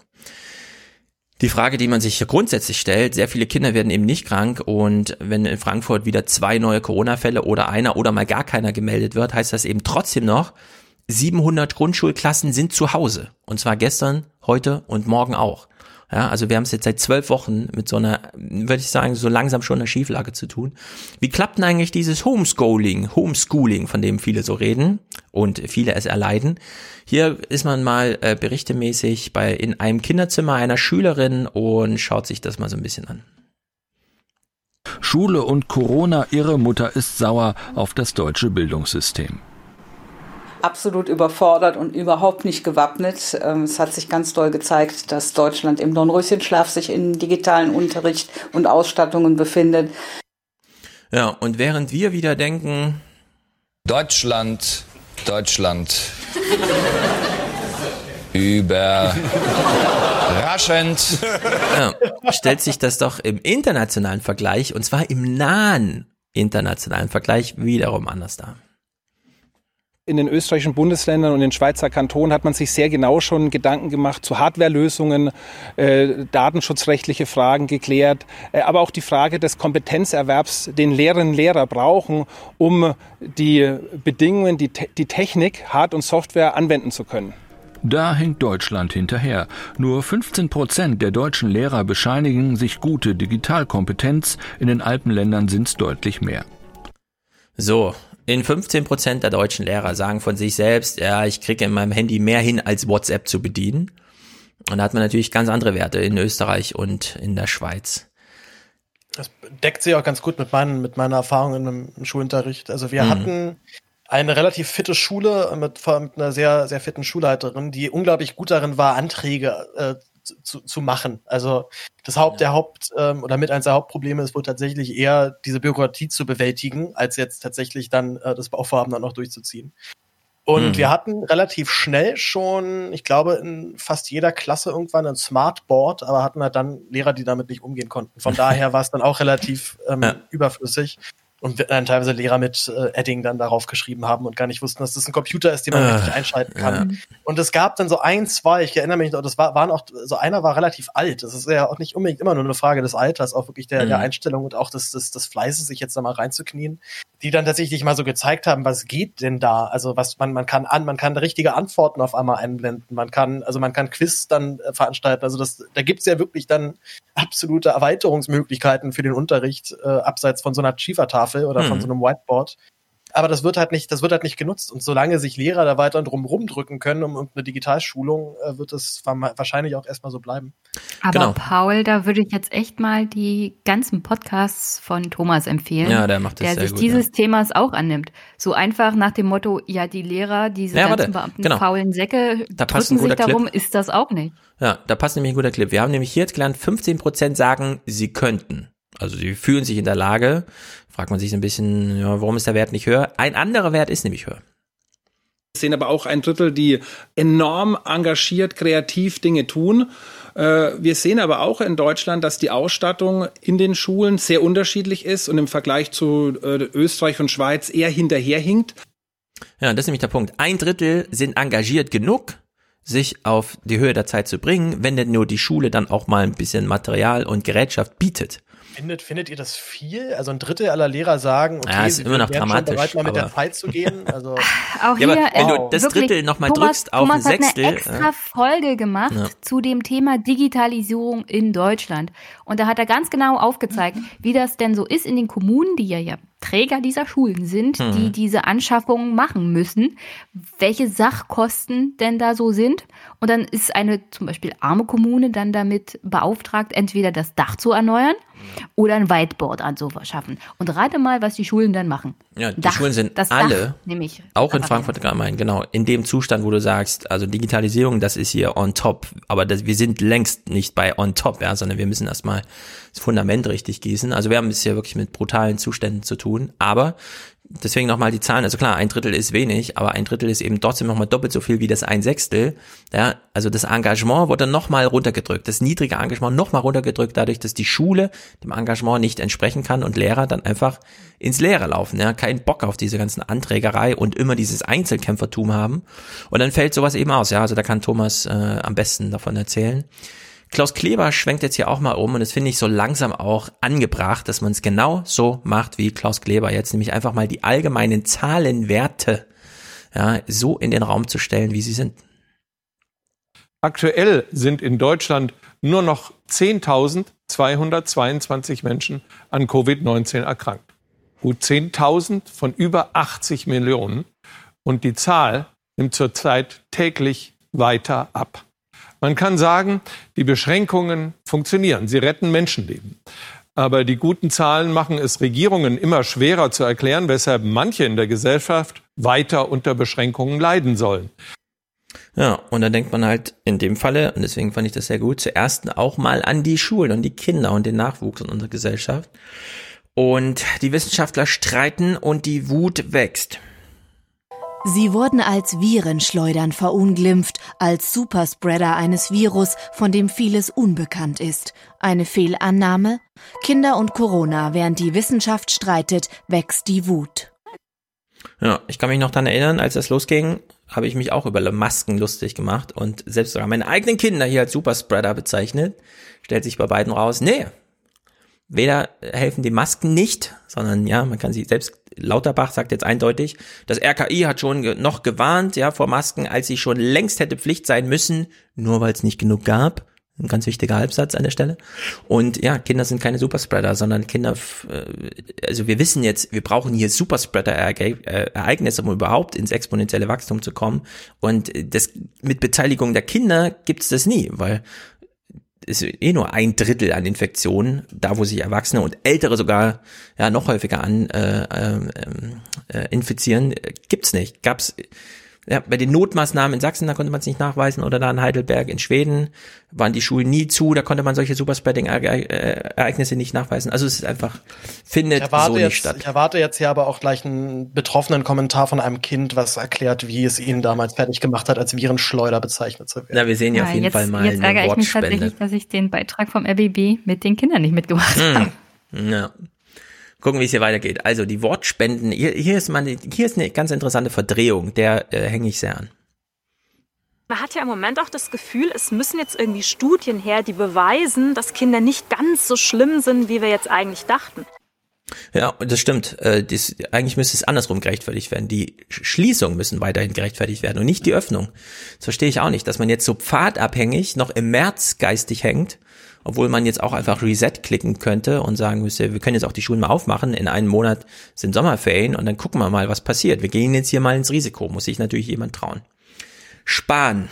Die Frage, die man sich hier grundsätzlich stellt, sehr viele Kinder werden eben nicht krank, und wenn in Frankfurt wieder zwei neue Corona-Fälle oder einer oder mal gar keiner gemeldet wird, heißt das eben trotzdem noch, siebenhundert Grundschulklassen sind zu Hause, und zwar gestern, heute und morgen auch. Ja, also wir haben es jetzt seit zwölf Wochen mit so einer, würde ich sagen, so langsam schon einer Schieflage zu tun. Wie klappt denn eigentlich dieses Homeschooling, Homeschooling, von dem viele so reden und viele es erleiden? Hier ist man mal äh, berichtemäßig bei in einem Kinderzimmer einer Schülerin und schaut sich das mal so ein bisschen an. Schule und Corona, ihre Mutter ist sauer auf das deutsche Bildungssystem. Absolut überfordert und überhaupt nicht gewappnet. Es hat sich ganz doll gezeigt, dass Deutschland im Dornröschenschlaf sich in digitalen Unterricht und Ausstattungen befindet. Ja, und während wir wieder denken, Deutschland, Deutschland, überraschend, ja, stellt sich das doch im internationalen Vergleich, und zwar im nahen internationalen Vergleich, wiederum anders dar. In den österreichischen Bundesländern und den Schweizer Kantonen hat man sich sehr genau schon Gedanken gemacht zu Hardwarelösungen, äh, datenschutzrechtliche Fragen geklärt, äh, aber auch die Frage des Kompetenzerwerbs, den Lehrerinnen und Lehrer brauchen, um die Bedingungen, die, Te- die Technik, Hard- und Software anwenden zu können. Da hinkt Deutschland hinterher. Nur fünfzehn Prozent der deutschen Lehrer bescheinigen sich gute Digitalkompetenz. In den Alpenländern sind es deutlich mehr. So, in fünfzehn Prozent der deutschen Lehrer sagen von sich selbst, ja, ich kriege in meinem Handy mehr hin, als WhatsApp zu bedienen. Und da hat man natürlich ganz andere Werte in Österreich und in der Schweiz. Das deckt sich auch ganz gut mit, meinen, mit meiner Erfahrung im, im Schulunterricht. Also wir mhm. hatten eine relativ fitte Schule mit, mit einer sehr, sehr fitten Schulleiterin, die unglaublich gut darin war, Anträge äh, zu, zu machen. Also das Haupt, der Haupt ähm, oder mit eines der Hauptprobleme ist wohl tatsächlich eher diese Bürokratie zu bewältigen, als jetzt tatsächlich dann äh, das Bauvorhaben dann noch durchzuziehen. Und mhm. wir hatten relativ schnell schon, ich glaube, in fast jeder Klasse irgendwann ein Smartboard, aber hatten halt dann Lehrer, die damit nicht umgehen konnten. Von daher war es dann auch relativ ähm, ja. überflüssig. Und wir dann teilweise Lehrer mit äh, Edding dann darauf geschrieben haben und gar nicht wussten, dass das ein Computer ist, den man äh, richtig einschalten kann. Ja. Und es gab dann so ein, zwei, ich erinnere mich noch, das war, waren auch, so einer war relativ alt. Das ist ja auch nicht unbedingt immer nur eine Frage des Alters, auch wirklich der, mhm. der Einstellung und auch des, des, des Fleißes, sich jetzt da mal reinzuknien, die dann tatsächlich mal so gezeigt haben, was geht denn da? Also was man, man kann an, man kann richtige Antworten auf einmal einblenden. Man kann, also man kann Quiz dann äh, veranstalten. Also das, da gibt's ja wirklich dann absolute Erweiterungsmöglichkeiten für den Unterricht, äh, abseits von so einer Schiefertafel oder hm. von so einem Whiteboard. Aber das wird halt nicht, das wird halt nicht genutzt. Und solange sich Lehrer da weiter drum rumdrücken können um irgendeine Digitalschulung, äh, wird es wahrscheinlich auch erstmal so bleiben. Aber genau. Paul, da würde ich jetzt echt mal die ganzen Podcasts von Thomas empfehlen. Ja, der macht das der sehr sich gut, dieses ja. Themas auch annimmt. So einfach nach dem Motto, ja, die Lehrer, diese ja, ganzen warte. Beamten, genau. faulen Säcke, da passt drücken ein sich guter darum, Clip. ist das auch nicht. Ja, da passt nämlich ein guter Clip. Wir haben nämlich hier jetzt gelernt, fünfzehn Prozent sagen, sie könnten. Also sie fühlen sich in der Lage. Fragt man sich so ein bisschen, ja, warum ist der Wert nicht höher? Ein anderer Wert ist nämlich höher. Wir sehen aber auch ein Drittel, die enorm engagiert, kreativ Dinge tun. Wir sehen aber auch in Deutschland, dass die Ausstattung in den Schulen sehr unterschiedlich ist und im Vergleich zu Österreich und Schweiz eher hinterherhinkt. Ja, das ist nämlich der Punkt. Ein Drittel sind engagiert genug, sich auf die Höhe der Zeit zu bringen, wenn denn nur die Schule dann auch mal ein bisschen Material und Gerätschaft bietet. Findet, findet ihr das viel? Also ein Drittel aller Lehrer sagen, okay, ja, ist sie immer noch wären dramatisch, schon bereit, mal mit aber der Zeit zu gehen. Also auch ja, hier, aber wenn wow. du das wirklich, Drittel nochmal Thomas, drückst auf Thomas ein Sechstel. hat eine extra Folge gemacht ja. zu dem Thema Digitalisierung in Deutschland. Und da hat er ganz genau aufgezeigt, wie das denn so ist in den Kommunen, die ja, ja Träger dieser Schulen sind, hm. die diese Anschaffungen machen müssen, welche Sachkosten denn da so sind. Und dann ist eine zum Beispiel arme Kommune dann damit beauftragt, entweder das Dach zu erneuern oder ein Whiteboard anzuschaffen. Und rate mal, was die Schulen dann machen. Ja, die Dach, Schulen sind das alle, Dach, nämlich, auch in Frankfurt am Main, genau, in dem Zustand, wo du sagst, also Digitalisierung, das ist hier on top, aber das, wir sind längst nicht bei on top, ja, sondern wir müssen erstmal das Fundament richtig gießen. Also wir haben es hier wirklich mit brutalen Zuständen zu tun, aber deswegen nochmal die Zahlen, also klar, ein Drittel ist wenig, aber ein Drittel ist eben trotzdem nochmal doppelt so viel wie das ein Sechstel. Ja, also das Engagement wurde nochmal runtergedrückt, das niedrige Engagement nochmal runtergedrückt, dadurch, dass die Schule dem Engagement nicht entsprechen kann und Lehrer dann einfach ins Leere laufen, ja, keinen Bock auf diese ganzen Anträgerei und immer dieses Einzelkämpfertum haben. Und dann fällt sowas eben aus, ja, also da kann Thomas äh, am besten davon erzählen. Klaus Kleber schwenkt jetzt hier auch mal um und das finde ich so langsam auch angebracht, dass man es genau so macht wie Klaus Kleber jetzt, nämlich einfach mal die allgemeinen Zahlenwerte ja, so in den Raum zu stellen, wie sie sind. Aktuell sind in Deutschland nur noch zehntausendzweihundertzweiundzwanzig Menschen an Covid neunzehn erkrankt. Gut zehntausend von über achtzig Millionen und die Zahl nimmt zurzeit täglich weiter ab. Man kann sagen, die Beschränkungen funktionieren, sie retten Menschenleben. Aber die guten Zahlen machen es Regierungen immer schwerer zu erklären, weshalb manche in der Gesellschaft weiter unter Beschränkungen leiden sollen. Ja, und dann denkt man halt in dem Falle, und deswegen fand ich das sehr gut, zuerst auch mal an die Schulen und die Kinder und den Nachwuchs in unserer Gesellschaft. Und die Wissenschaftler streiten und die Wut wächst. Sie wurden als Virenschleudern verunglimpft, als Superspreader eines Virus, von dem vieles unbekannt ist. Eine Fehlannahme? Kinder und Corona, während die Wissenschaft streitet, wächst die Wut. Ja, ich kann mich noch daran erinnern, als das losging, habe ich mich auch über Masken lustig gemacht und selbst sogar meine eigenen Kinder hier als Superspreader bezeichnet. Stellt sich bei beiden raus, nee, weder helfen die Masken nicht, sondern ja, man kann sie selbst, Lauterbach sagt jetzt eindeutig, das R K I hat schon ge- noch gewarnt, ja, vor Masken, als sie schon längst hätte Pflicht sein müssen, nur weil es nicht genug gab. Ein ganz wichtiger Halbsatz an der Stelle. Und ja, Kinder sind keine Superspreader, sondern Kinder, also wir wissen jetzt, wir brauchen hier Superspreader-Ereignisse, um überhaupt ins exponentielle Wachstum zu kommen. Und das mit Beteiligung der Kinder gibt's das nie, weil ist eh nur ein Drittel an Infektionen, da wo sich Erwachsene und Ältere sogar ja noch häufiger an äh, äh, äh, infizieren, gibt's nicht. Gab's Ja, bei den Notmaßnahmen in Sachsen, da konnte man es nicht nachweisen, oder da in Heidelberg in Schweden waren die Schulen nie zu, da konnte man solche Superspreading-Ereignisse nicht nachweisen. Also es ist einfach, findet so jetzt, nicht statt. Ich erwarte jetzt hier aber auch gleich einen betroffenen Kommentar von einem Kind, was erklärt, wie es ihn damals fertig gemacht hat, als Virenschleuder bezeichnet zu werden. Na, wir sehen ja, ja auf jeden jetzt, Fall mal jetzt eine ärgere ich mich Wortspende. tatsächlich, dass ich den Beitrag vom R B B mit den Kindern nicht mitgemacht hm. habe. Ja. Gucken, wie es hier weitergeht. Also die Wortspenden, hier, hier ist mal, hier ist eine ganz interessante Verdrehung, der äh, hänge ich sehr an. Man hat ja im Moment auch das Gefühl, es müssen jetzt irgendwie Studien her, die beweisen, dass Kinder nicht ganz so schlimm sind, wie wir jetzt eigentlich dachten. Ja, das stimmt. Äh, das, eigentlich müsste es andersrum gerechtfertigt werden. Die Schließungen müssen weiterhin gerechtfertigt werden und nicht die Öffnung. Das verstehe ich auch nicht, dass man jetzt so pfadabhängig noch im März geistig hängt, obwohl man jetzt auch einfach Reset klicken könnte und sagen müsste, wir können jetzt auch die Schulen mal aufmachen, in einem Monat sind Sommerferien und dann gucken wir mal, was passiert. Wir gehen jetzt hier mal ins Risiko, muss sich natürlich jemand trauen. Spahn.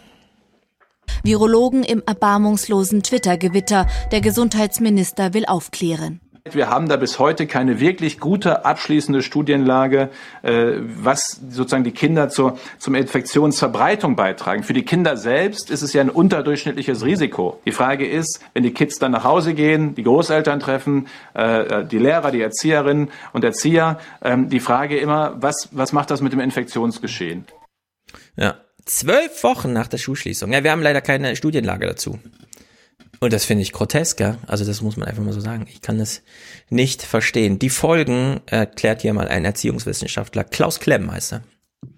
Virologen im erbarmungslosen Twitter-Gewitter. Der Gesundheitsminister will aufklären. Wir haben da bis heute keine wirklich gute abschließende Studienlage, äh, was sozusagen die Kinder zur zum Infektionsverbreitung beitragen. Für die Kinder selbst ist es ja ein unterdurchschnittliches Risiko. Die Frage ist, wenn die Kids dann nach Hause gehen, die Großeltern treffen, äh, die Lehrer, die Erzieherinnen und Erzieher, äh, die Frage immer, was was macht das mit dem Infektionsgeschehen? Ja, zwölf Wochen nach der Schulschließung. Ja, wir haben leider keine Studienlage dazu. Und das finde ich grotesk, ja. Also das muss man einfach mal so sagen. Ich kann das nicht verstehen. Die Folgen erklärt hier mal ein Erziehungswissenschaftler. Klaus Klemm heißt er.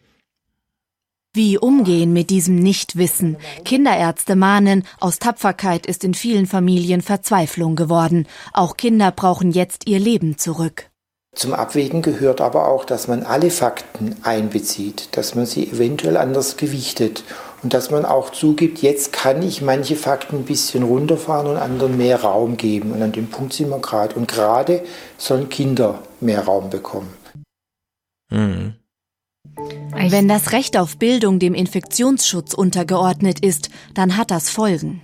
Wie umgehen mit diesem Nichtwissen? Kinderärzte mahnen, aus Tapferkeit ist in vielen Familien Verzweiflung geworden. Auch Kinder brauchen jetzt ihr Leben zurück. Zum Abwägen gehört aber auch, dass man alle Fakten einbezieht, dass man sie eventuell anders gewichtet und dass man auch zugibt, jetzt kann ich manche Fakten ein bisschen runterfahren und anderen mehr Raum geben. Und an dem Punkt sind wir gerade. Und gerade sollen Kinder mehr Raum bekommen. Mhm. Wenn das Recht auf Bildung dem Infektionsschutz untergeordnet ist, dann hat das Folgen.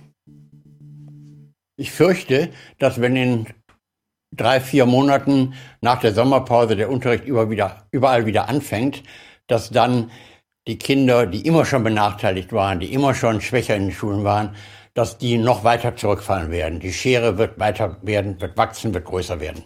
Ich fürchte, dass wenn in drei, vier Monaten nach der Sommerpause der Unterricht über wieder, überall wieder anfängt, dass dann die Kinder, die immer schon benachteiligt waren, die immer schon schwächer in den Schulen waren, dass die noch weiter zurückfallen werden. Die Schere wird weiter werden, wird wachsen, wird größer werden.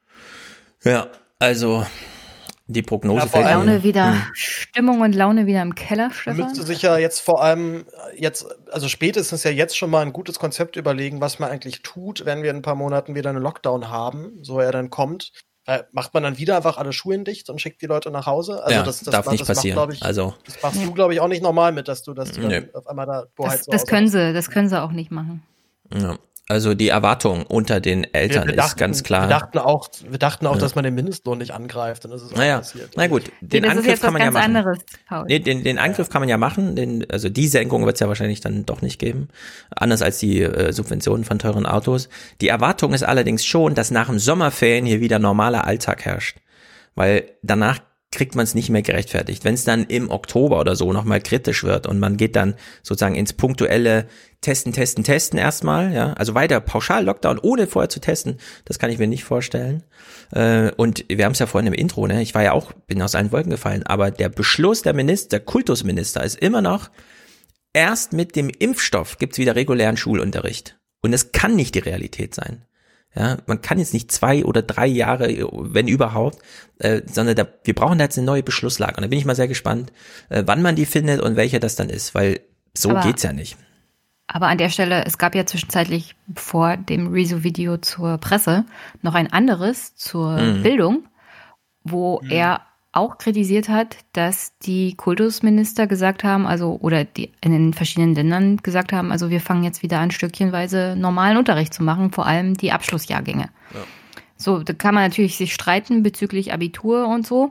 Ja, also die Prognose ja, fällt Laune wieder, hm. Stimmung und Laune wieder im Keller, Stefan. Man müsste sich ja jetzt vor allem jetzt, also spätestens ja jetzt schon mal ein gutes Konzept überlegen, was man eigentlich tut, wenn wir in ein paar Monaten wieder einen Lockdown haben, so er dann kommt. Äh, macht man dann wieder einfach alle Schulen dicht und schickt die Leute nach Hause? Also ja, das, das darf macht, nicht das passieren. Macht, ich, also das machst du, glaube ich, auch nicht normal mit, dass du, dass du nee. dann auf einmal da das, das können sie, das können sie auch nicht machen. Ja. Also die Erwartung unter den Eltern wir, wir dachten, ist ganz klar. Wir dachten auch, wir dachten auch, ja. dass man den Mindestlohn nicht angreift. Und das ist auch naja. passiert. Na gut, den das Angriff kann man ja machen. Anderes, nee, den, den Angriff kann man ja machen. Den, also die Senkung wird es ja wahrscheinlich dann doch nicht geben. Anders als die äh, Subventionen von teuren Autos. Die Erwartung ist allerdings schon, dass nach dem Sommerferien hier wieder normaler Alltag herrscht. Weil danach kriegt man es nicht mehr gerechtfertigt. Wenn es dann im Oktober oder so nochmal kritisch wird und man geht dann sozusagen ins punktuelle Testen, Testen, Testen erstmal, ja, also weiter pauschal Lockdown, ohne vorher zu testen, das kann ich mir nicht vorstellen. Äh, und wir haben es ja vorhin im Intro, ne, ich war ja auch, bin aus allen Wolken gefallen, aber der Beschluss der Minister, der Kultusminister ist immer noch, erst mit dem Impfstoff gibt's wieder regulären Schulunterricht. Und es kann nicht die Realität sein. Ja, man kann jetzt nicht zwei oder drei Jahre, wenn überhaupt, äh, sondern da, wir brauchen da jetzt eine neue Beschlusslage. Und da bin ich mal sehr gespannt, äh, wann man die findet und welche das dann ist, weil so aber, geht's ja nicht. Aber an der Stelle, es gab ja zwischenzeitlich vor dem Rezo-Video zur Presse noch ein anderes zur mhm. Bildung, wo mhm. er auch kritisiert hat, dass die Kultusminister gesagt haben, also oder die in den verschiedenen Ländern gesagt haben, also wir fangen jetzt wieder an, stückchenweise normalen Unterricht zu machen, vor allem die Abschlussjahrgänge. Ja. So, da kann man natürlich sich streiten bezüglich Abitur und so.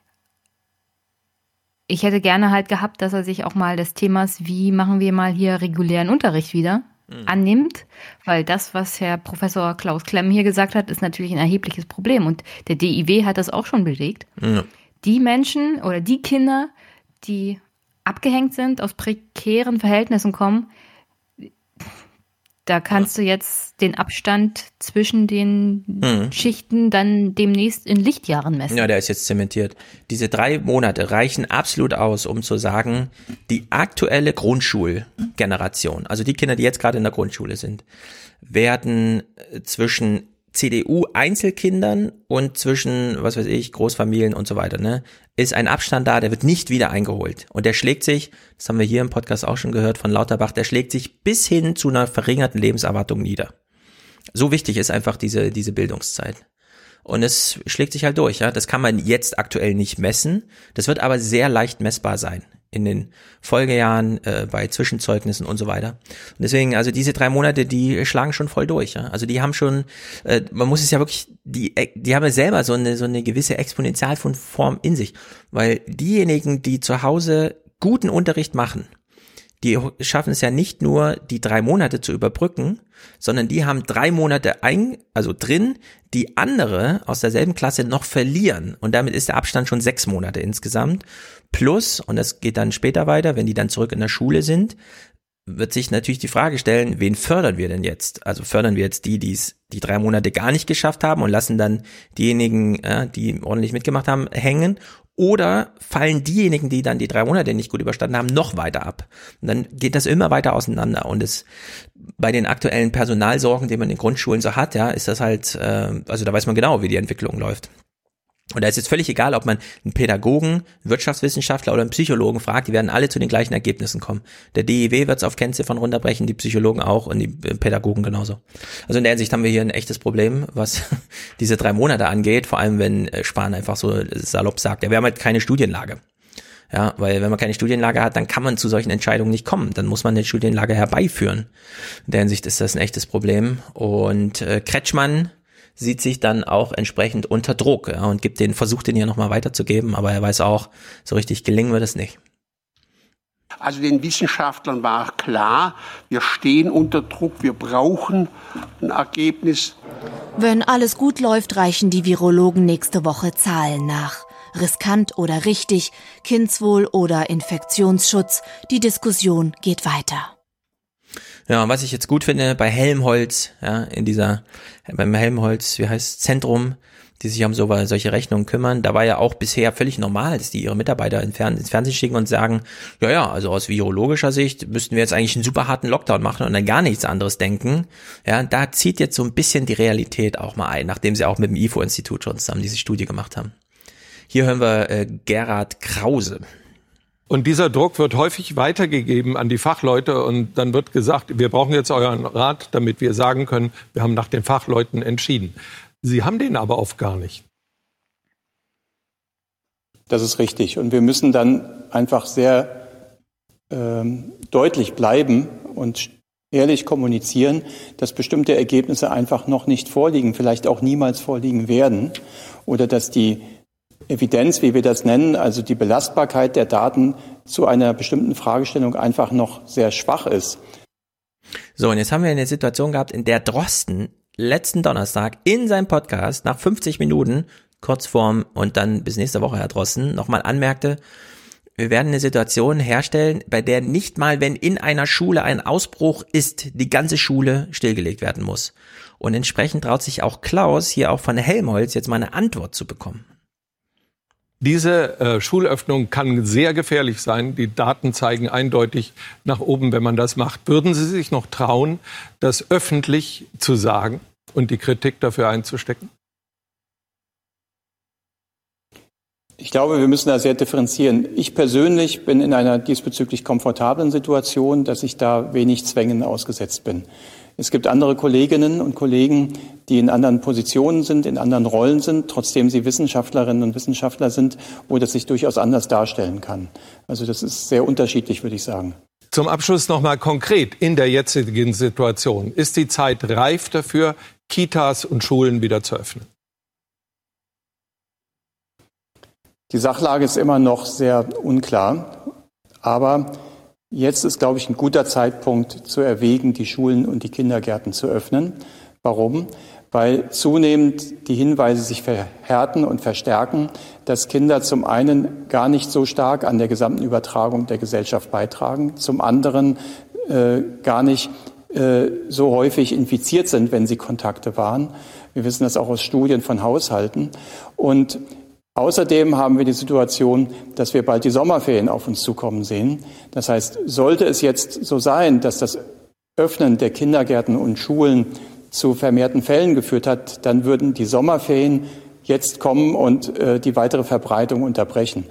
Ich hätte gerne halt gehabt, dass er sich auch mal des Themas, wie machen wir mal hier regulären Unterricht wieder, mhm. annimmt, weil das, was Herr Professor Klaus Klemm hier gesagt hat, ist natürlich ein erhebliches Problem und der D I W hat das auch schon belegt. Ja. Die Menschen oder die Kinder, die abgehängt sind, aus prekären Verhältnissen kommen, Da kannst du jetzt den Abstand zwischen den hm. Schichten dann demnächst in Lichtjahren messen. Ja, der ist jetzt zementiert. Diese drei Monate reichen absolut aus, um zu sagen, die aktuelle Grundschulgeneration, also die Kinder, die jetzt gerade in der Grundschule sind, werden zwischen C D U-Einzelkindern und zwischen, was weiß ich, Großfamilien und so weiter, ne, ist ein Abstand da, der wird nicht wieder eingeholt. Und der schlägt sich, das haben wir hier im Podcast auch schon gehört von Lauterbach, der schlägt sich bis hin zu einer verringerten Lebenserwartung nieder. So wichtig ist einfach diese, diese Bildungszeit. Und es schlägt sich halt durch, ja. Das kann man jetzt aktuell nicht messen. Das wird aber sehr leicht messbar sein in den Folgejahren, äh, bei Zwischenzeugnissen und so weiter. Und deswegen, also diese drei Monate, die schlagen schon voll durch, ja. Also die haben schon, äh, man muss es ja wirklich, die, die haben ja selber so eine, so eine gewisse Exponentialform in sich. Weil diejenigen, die zu Hause guten Unterricht machen, die schaffen es ja nicht nur, die drei Monate zu überbrücken, sondern die haben drei Monate ein, also drin, die andere aus derselben Klasse noch verlieren. Und damit ist der Abstand schon sechs Monate insgesamt. Plus, und das geht dann später weiter, wenn die dann zurück in der Schule sind, wird sich natürlich die Frage stellen, wen fördern wir denn jetzt? Also fördern wir jetzt die, die es die drei Monate gar nicht geschafft haben und lassen dann diejenigen, äh, die ordentlich mitgemacht haben, hängen? Oder fallen diejenigen, die dann die drei Monate nicht gut überstanden haben, noch weiter ab? Und dann geht das immer weiter auseinander. Und es bei den aktuellen Personalsorgen, die man in den Grundschulen so hat, ja, ist das halt, äh, also da weiß man genau, wie die Entwicklung läuft. Und da ist jetzt völlig egal, ob man einen Pädagogen, einen Wirtschaftswissenschaftler oder einen Psychologen fragt, die werden alle zu den gleichen Ergebnissen kommen. Der D I W wird es auf Kennziffern runterbrechen, die Psychologen auch und die Pädagogen genauso. Also in der Hinsicht haben wir hier ein echtes Problem, was diese drei Monate angeht, vor allem wenn Spahn einfach so salopp sagt, ja, wir haben halt keine Studienlage. Ja, weil wenn man keine Studienlage hat, dann kann man zu solchen Entscheidungen nicht kommen. Dann muss man eine Studienlage herbeiführen. In der Hinsicht ist das ein echtes Problem. Und äh, Kretschmann sieht sich dann auch entsprechend unter Druck, ja, und gibt den, versucht den hier nochmal weiterzugeben, aber er weiß auch, so richtig gelingen wird es nicht. Also den Wissenschaftlern war klar, wir stehen unter Druck, wir brauchen ein Ergebnis. Wenn alles gut läuft, reichen die Virologen nächste Woche Zahlen nach. Riskant oder richtig, Kindswohl oder Infektionsschutz, die Diskussion geht weiter. Ja, was ich jetzt gut finde, bei Helmholtz, ja, in dieser, beim Helmholtz, wie heißt Zentrum, die sich um so, solche Rechnungen kümmern, da war ja auch bisher völlig normal, dass die ihre Mitarbeiter ins Fernsehen schicken und sagen, ja, ja, also aus virologischer Sicht müssten wir jetzt eigentlich einen super harten Lockdown machen und dann gar nichts anderes denken. Ja, da zieht jetzt so ein bisschen die Realität auch mal ein, nachdem sie auch mit dem I F O-Institut schon zusammen diese Studie gemacht haben. Hier hören wir äh, Gerhard Krause. Und dieser Druck wird häufig weitergegeben an die Fachleute und dann wird gesagt, wir brauchen jetzt euren Rat, damit wir sagen können, wir haben nach den Fachleuten entschieden. Sie haben den aber oft gar nicht. Das ist richtig. Und wir müssen dann einfach sehr ähm, deutlich bleiben und ehrlich kommunizieren, dass bestimmte Ergebnisse einfach noch nicht vorliegen, vielleicht auch niemals vorliegen werden oder dass die Evidenz, wie wir das nennen, also die Belastbarkeit der Daten zu einer bestimmten Fragestellung einfach noch sehr schwach ist. So, und jetzt haben wir eine Situation gehabt, in der Drosten letzten Donnerstag in seinem Podcast nach fünfzig Minuten, kurz vorm und dann bis nächste Woche, Herr Drosten, nochmal anmerkte, wir werden eine Situation herstellen, bei der nicht mal, wenn in einer Schule ein Ausbruch ist, die ganze Schule stillgelegt werden muss. Und entsprechend traut sich auch Klaus, hier auch von Helmholtz, jetzt mal eine Antwort zu bekommen. Diese äh, Schulöffnung kann sehr gefährlich sein. Die Daten zeigen eindeutig nach oben, wenn man das macht. Würden Sie sich noch trauen, das öffentlich zu sagen und die Kritik dafür einzustecken? Ich glaube, wir müssen da sehr differenzieren. Ich persönlich bin in einer diesbezüglich komfortablen Situation, dass ich da wenig Zwängen ausgesetzt bin. Es gibt andere Kolleginnen und Kollegen, die in anderen Positionen sind, in anderen Rollen sind, trotzdem sie Wissenschaftlerinnen und Wissenschaftler sind, wo das sich durchaus anders darstellen kann. Also das ist sehr unterschiedlich, würde ich sagen. Zum Abschluss noch mal konkret in der jetzigen Situation. Ist die Zeit reif dafür, Kitas und Schulen wieder zu öffnen? Die Sachlage ist immer noch sehr unklar, aber jetzt ist, glaube ich, ein guter Zeitpunkt zu erwägen, die Schulen und die Kindergärten zu öffnen. Warum? Weil zunehmend die Hinweise sich verhärten und verstärken, dass Kinder zum einen gar nicht so stark an der gesamten Übertragung der Gesellschaft beitragen, zum anderen äh, gar nicht äh, so häufig infiziert sind, wenn sie Kontakte waren. Wir wissen das auch aus Studien von Haushalten. Und außerdem haben wir die Situation, dass wir bald die Sommerferien auf uns zukommen sehen. Das heißt, sollte es jetzt so sein, dass das Öffnen der Kindergärten und Schulen zu vermehrten Fällen geführt hat, dann würden die Sommerferien jetzt kommen und äh, die weitere Verbreitung unterbrechen.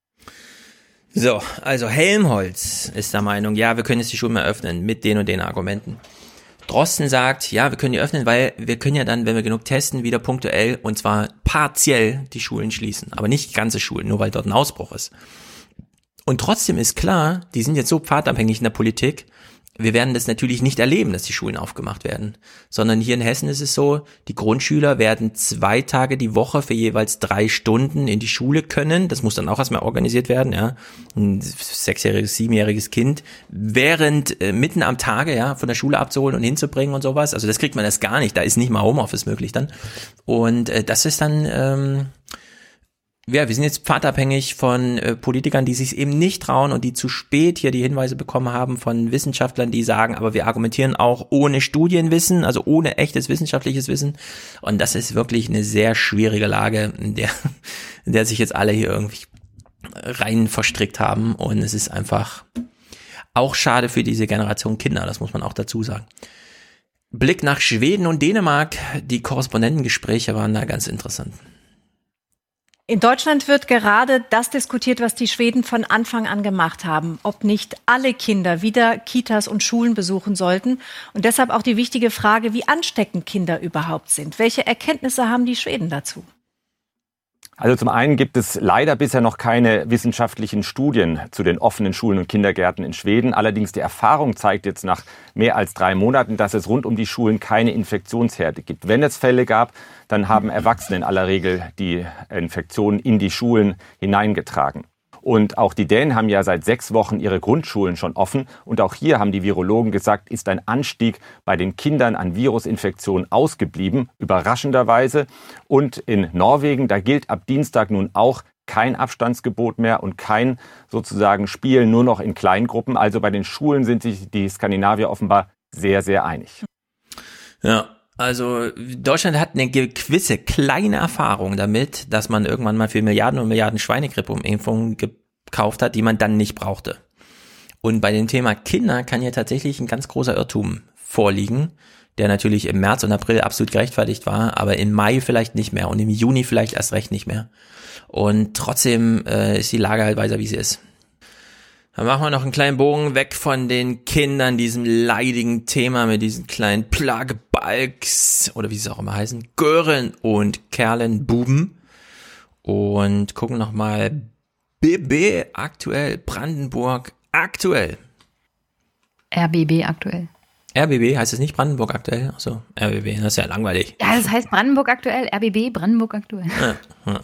So, also Helmholtz ist der Meinung, ja, wir können jetzt die Schulen mehr öffnen mit den und den Argumenten. Drosten sagt, ja, wir können die öffnen, weil wir können ja dann, wenn wir genug testen, wieder punktuell und zwar partiell die Schulen schließen. Aber nicht ganze Schulen, nur weil dort ein Ausbruch ist. Und trotzdem ist klar, die sind jetzt so pfadabhängig in der Politik, wir werden das natürlich nicht erleben, dass die Schulen aufgemacht werden, sondern hier in Hessen ist es so, die Grundschüler werden zwei Tage die Woche für jeweils drei Stunden in die Schule können. Das muss dann auch erstmal organisiert werden, ja. Ein sechsjähriges, siebenjähriges Kind während äh, mitten am Tage, ja, von der Schule abzuholen und hinzubringen und sowas. Also das kriegt man das gar nicht. Da ist nicht mal Homeoffice möglich dann. Und äh, das ist dann ähm, ja, wir sind jetzt pfadabhängig von äh, Politikern, die sich eben nicht trauen und die zu spät hier die Hinweise bekommen haben von Wissenschaftlern, die sagen, aber wir argumentieren auch ohne Studienwissen, also ohne echtes wissenschaftliches Wissen. Und das ist wirklich eine sehr schwierige Lage, in der, in der sich jetzt alle hier irgendwie rein verstrickt haben. Und es ist einfach auch schade für diese Generation Kinder, das muss man auch dazu sagen. Blick nach Schweden und Dänemark, die Korrespondentengespräche waren da ganz interessant. In Deutschland wird gerade das diskutiert, was die Schweden von Anfang an gemacht haben, ob nicht alle Kinder wieder Kitas und Schulen besuchen sollten. Und deshalb auch die wichtige Frage, wie ansteckend Kinder überhaupt sind. Welche Erkenntnisse haben die Schweden dazu? Also zum einen gibt es leider bisher noch keine wissenschaftlichen Studien zu den offenen Schulen und Kindergärten in Schweden. Allerdings die Erfahrung zeigt jetzt nach mehr als drei Monaten, dass es rund um die Schulen keine Infektionsherde gibt. Wenn es Fälle gab, dann haben Erwachsene in aller Regel die Infektionen in die Schulen hineingetragen. Und auch die Dänen haben ja seit sechs Wochen ihre Grundschulen schon offen. Und auch hier haben die Virologen gesagt, ist ein Anstieg bei den Kindern an Virusinfektionen ausgeblieben, überraschenderweise. Und in Norwegen, da gilt ab Dienstag nun auch kein Abstandsgebot mehr und kein sozusagen Spiel nur noch in Kleingruppen. Also bei den Schulen sind sich die Skandinavier offenbar sehr, sehr einig. Ja. Also Deutschland hat eine gewisse kleine Erfahrung damit, dass man irgendwann mal für Milliarden und Milliarden Schweinegrippe-Impfungen gekauft hat, die man dann nicht brauchte. Und bei dem Thema Kinder kann ja tatsächlich ein ganz großer Irrtum vorliegen, der natürlich im März und April absolut gerechtfertigt war, aber im Mai vielleicht nicht mehr und im Juni vielleicht erst recht nicht mehr. Und trotzdem äh, ist die Lage halt weiter, wie sie ist. Dann machen wir noch einen kleinen Bogen weg von den Kindern, diesem leidigen Thema mit diesen kleinen Plagebalgs oder wie sie auch immer heißen, Gören und Kerlen, Buben und gucken nochmal B B aktuell, Brandenburg aktuell. R B B aktuell. R B B heißt es nicht Brandenburg aktuell? Achso, R B B, das ist ja langweilig. Ja, das heißt Brandenburg aktuell, R B B, Brandenburg aktuell. Ja, ja.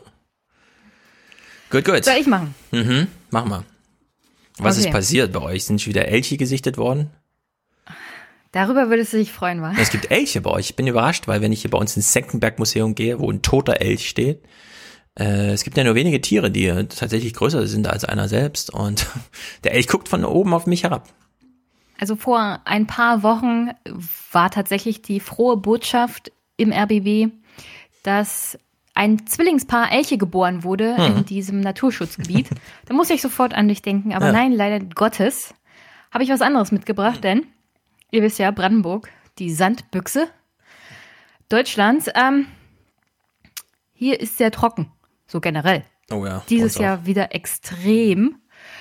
Gut, gut. Soll ich machen? Mhm, mach mal. Was okay. ist passiert bei euch? Sind schon wieder Elche gesichtet worden? Darüber würdest du dich freuen, wa? Es gibt Elche bei euch. Ich bin überrascht, weil wenn ich hier bei uns ins Senckenberg-Museum gehe, wo ein toter Elch steht, äh, es gibt ja nur wenige Tiere, die tatsächlich größer sind als einer selbst. Und der Elch guckt von oben auf mich herab. Also vor ein paar Wochen war tatsächlich die frohe Botschaft im R B B, dass ein Zwillingspaar Elche geboren wurde hm. in diesem Naturschutzgebiet. Da muss ich sofort an dich denken. Aber ja. nein, leider Gottes habe ich was anderes mitgebracht, denn ihr wisst ja, Brandenburg, die Sandbüchse Deutschlands. Ähm, hier ist sehr trocken, so generell. Oh ja. Dieses Jahr wieder extrem.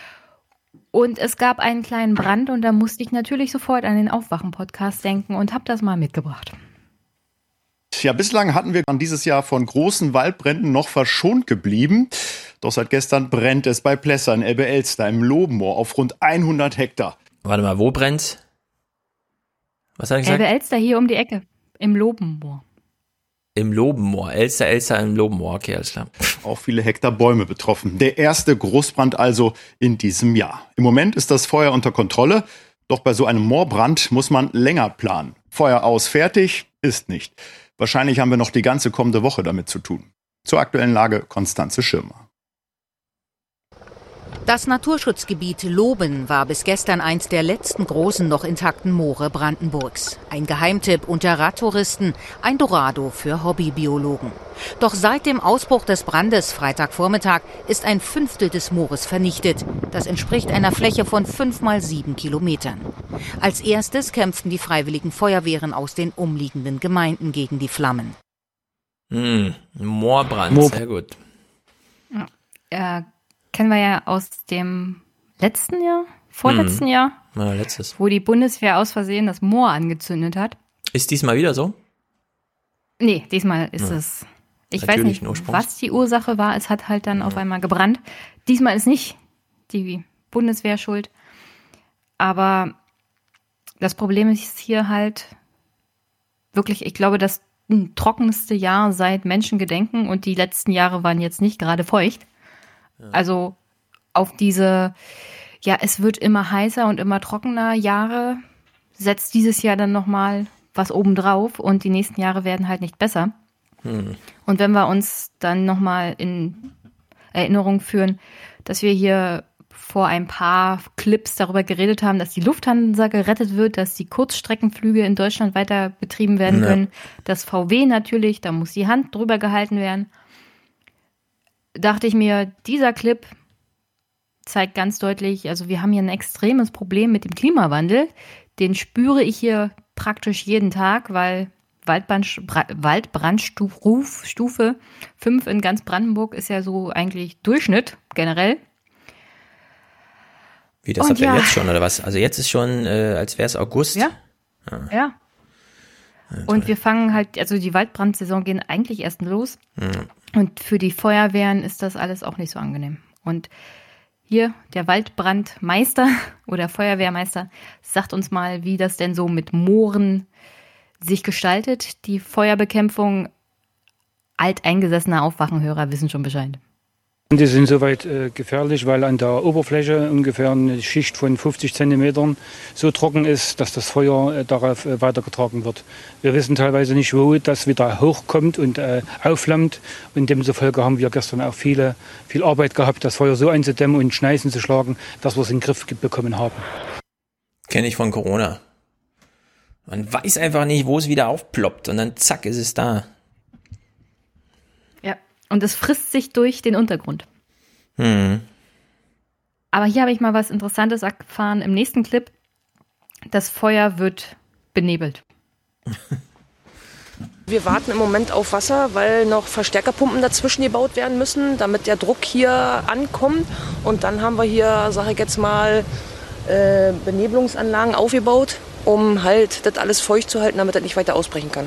Und es gab einen kleinen Brand und da musste ich natürlich sofort an den Aufwachen-Podcast denken und habe das mal mitgebracht. Ja, bislang hatten wir an dieses Jahr von großen Waldbränden noch verschont geblieben. Doch seit gestern brennt es bei Plessern, Elbe-Elster im Lobenmoor auf rund hundert Hektar. Warte mal, wo brennt's? Was hat er gesagt? Elbe-Elster hier um die Ecke, im Lobenmoor. Im Lobenmoor, Elster, Elster im Lobenmoor, okay, alles klar. Auch viele Hektar Bäume betroffen. Der erste Großbrand also in diesem Jahr. Im Moment ist das Feuer unter Kontrolle, doch bei so einem Moorbrand muss man länger planen. Feuer aus, fertig, ist nicht. Wahrscheinlich haben wir noch die ganze kommende Woche damit zu tun. Zur aktuellen Lage Konstanze Schirmer. Das Naturschutzgebiet Loben war bis gestern eins der letzten großen noch intakten Moore Brandenburgs. Ein Geheimtipp unter Radtouristen, ein Dorado für Hobbybiologen. Doch seit dem Ausbruch des Brandes Freitagvormittag ist ein Fünftel des Moores vernichtet. Das entspricht einer Fläche von fünf mal sieben Kilometern. Als erstes kämpften die freiwilligen Feuerwehren aus den umliegenden Gemeinden gegen die Flammen. Hm, Moorbrand, Moor- sehr gut. Ja, äh, kennen wir ja aus dem letzten Jahr, vorletzten Hm. Jahr, Ja, letztes. wo die Bundeswehr aus Versehen das Moor angezündet hat. Ist diesmal wieder so? Nee, diesmal ist Ja. es. Ich weiß Natürlichen nicht, Ursprungs. was die Ursache war. Es hat halt dann auf einmal gebrannt. Diesmal ist nicht die Bundeswehr schuld. Aber das Problem ist hier halt wirklich, ich glaube, das trockenste Jahr seit Menschengedenken und die letzten Jahre waren jetzt nicht gerade feucht. Also auf diese, ja, es wird immer heißer und immer trockener Jahre setzt dieses Jahr dann nochmal was obendrauf und die nächsten Jahre werden halt nicht besser. Hm. Und wenn wir uns dann nochmal in Erinnerung führen, dass wir hier vor ein paar Clips darüber geredet haben, dass die Lufthansa gerettet wird, dass die Kurzstreckenflüge in Deutschland weiter betrieben werden Ja. können, das V W natürlich, da muss die Hand drüber gehalten werden. Dachte ich mir, dieser Clip zeigt ganz deutlich, also wir haben hier ein extremes Problem mit dem Klimawandel. Den spüre ich hier praktisch jeden Tag, weil Waldbrand, Bra- Waldbrandstufe fünf in ganz Brandenburg ist ja so eigentlich Durchschnitt generell. Wie, das Und habt ihr ja. jetzt schon, oder was? Also jetzt ist schon, äh, als wäre es August. Ja. Ah. Ja. Und wir fangen halt, also die Waldbrandsaison gehen eigentlich erst los. Hm. Und für die Feuerwehren ist das alles auch nicht so angenehm. Und hier der Waldbrandmeister oder Feuerwehrmeister sagt uns mal, wie das denn so mit Mooren sich gestaltet. Die Feuerbekämpfung, alteingesessene Aufwachenhörer wissen schon Bescheid. Die sind soweit äh, gefährlich, weil an der Oberfläche ungefähr eine Schicht von fünfzig Zentimetern so trocken ist, dass das Feuer äh, darauf äh, weitergetragen wird. Wir wissen teilweise nicht, wo das wieder hochkommt und äh, aufflammt. Und demzufolge haben wir gestern auch viele, viel Arbeit gehabt, das Feuer so einzudämmen und Schneisen zu schlagen, dass wir es in den Griff ge- bekommen haben. Kenne ich von Corona. Man weiß einfach nicht, wo es wieder aufploppt und dann zack, ist es da. Ja, und es frisst sich durch den Untergrund. Hm. Aber hier habe ich mal was Interessantes erfahren im nächsten Clip. Das Feuer wird benebelt. Wir warten im Moment auf Wasser, weil noch Verstärkerpumpen dazwischen gebaut werden müssen, damit der Druck hier ankommt. Und dann haben wir hier, sage ich jetzt mal, äh, Benebelungsanlagen aufgebaut, um halt das alles feucht zu halten, damit das nicht weiter ausbrechen kann.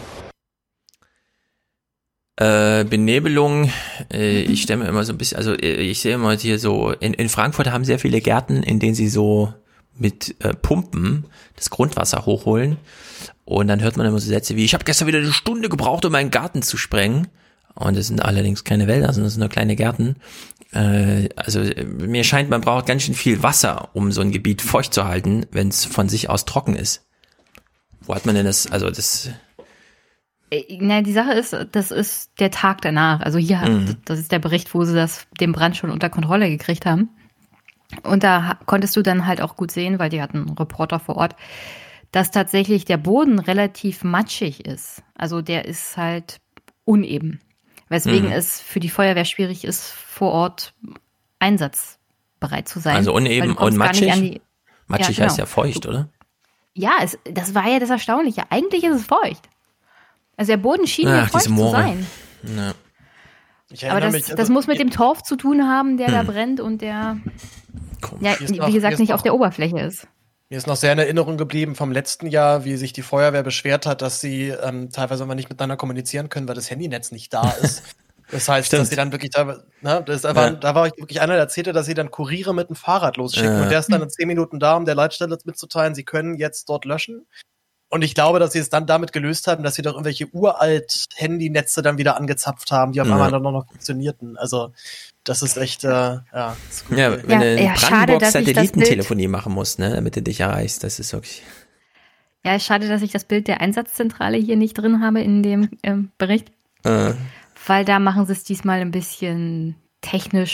Äh, Benebelung, äh, ich stelle mir immer so ein bisschen, also äh, ich sehe immer hier so, in, in Frankfurt haben sehr viele Gärten, in denen sie so mit äh, Pumpen das Grundwasser hochholen und dann hört man immer so Sätze wie, ich habe gestern wieder eine Stunde gebraucht, um meinen Garten zu sprengen, und es sind allerdings keine Wälder, sondern es sind nur kleine Gärten. Äh, also äh, mir scheint, man braucht ganz schön viel Wasser, um so ein Gebiet feucht zu halten, wenn es von sich aus trocken ist. Wo hat man denn das, also das... Na, die Sache ist, das ist der Tag danach. Also hier, Mhm. das ist der Bericht, wo sie das, den Brand schon unter Kontrolle gekriegt haben. Und da ha- konntest du dann halt auch gut sehen, weil die hatten einen Reporter vor Ort, dass tatsächlich der Boden relativ matschig ist. Also der ist halt uneben. Weswegen Mhm. es für die Feuerwehr schwierig ist, vor Ort einsatzbereit zu sein. Also Weil uneben du kommst und gar nicht matschig? an die- Matschig Ja, heißt genau. ja feucht, oder? Ja, es, das war ja das Erstaunliche. Eigentlich ist es feucht. Also der Boden schien ja Ach, feucht diese zu Moore. sein. Ja. Ich Aber erinnere das, mich, also, das muss mit dem Torf zu tun haben, der da Hm. brennt und der, ja, Hier ist noch- wie hier gesagt, ist nicht noch- auf der Oberfläche ist. Mir ist noch sehr in Erinnerung geblieben vom letzten Jahr, wie sich die Feuerwehr beschwert hat, dass sie ähm, teilweise immer nicht miteinander kommunizieren können, weil das Handynetz nicht da ist. Das heißt, Stimmt. dass sie dann wirklich, da, ne, das, da, war, Ja. da war wirklich einer, der erzählte, dass sie dann Kuriere mit dem Fahrrad losschicken. Ja. Und der ist dann in zehn Minuten da, um der Leitstelle mitzuteilen, sie können jetzt dort löschen. Und ich glaube, dass sie es dann damit gelöst haben, dass sie doch irgendwelche uralt Handynetze dann wieder angezapft haben, die auf Ja. einmal dann noch funktionierten. Also, das ist echt, äh, ja. Ist gut. Ja, wenn Ja, du in ja, schade, Brandenburg dass ich das Satellitentelefonie machen musst, ne, damit du dich erreichst, das ist wirklich... Ja, ist schade, dass ich das Bild der Einsatzzentrale hier nicht drin habe in dem ähm, Bericht, Äh, weil da machen sie es diesmal ein bisschen technisch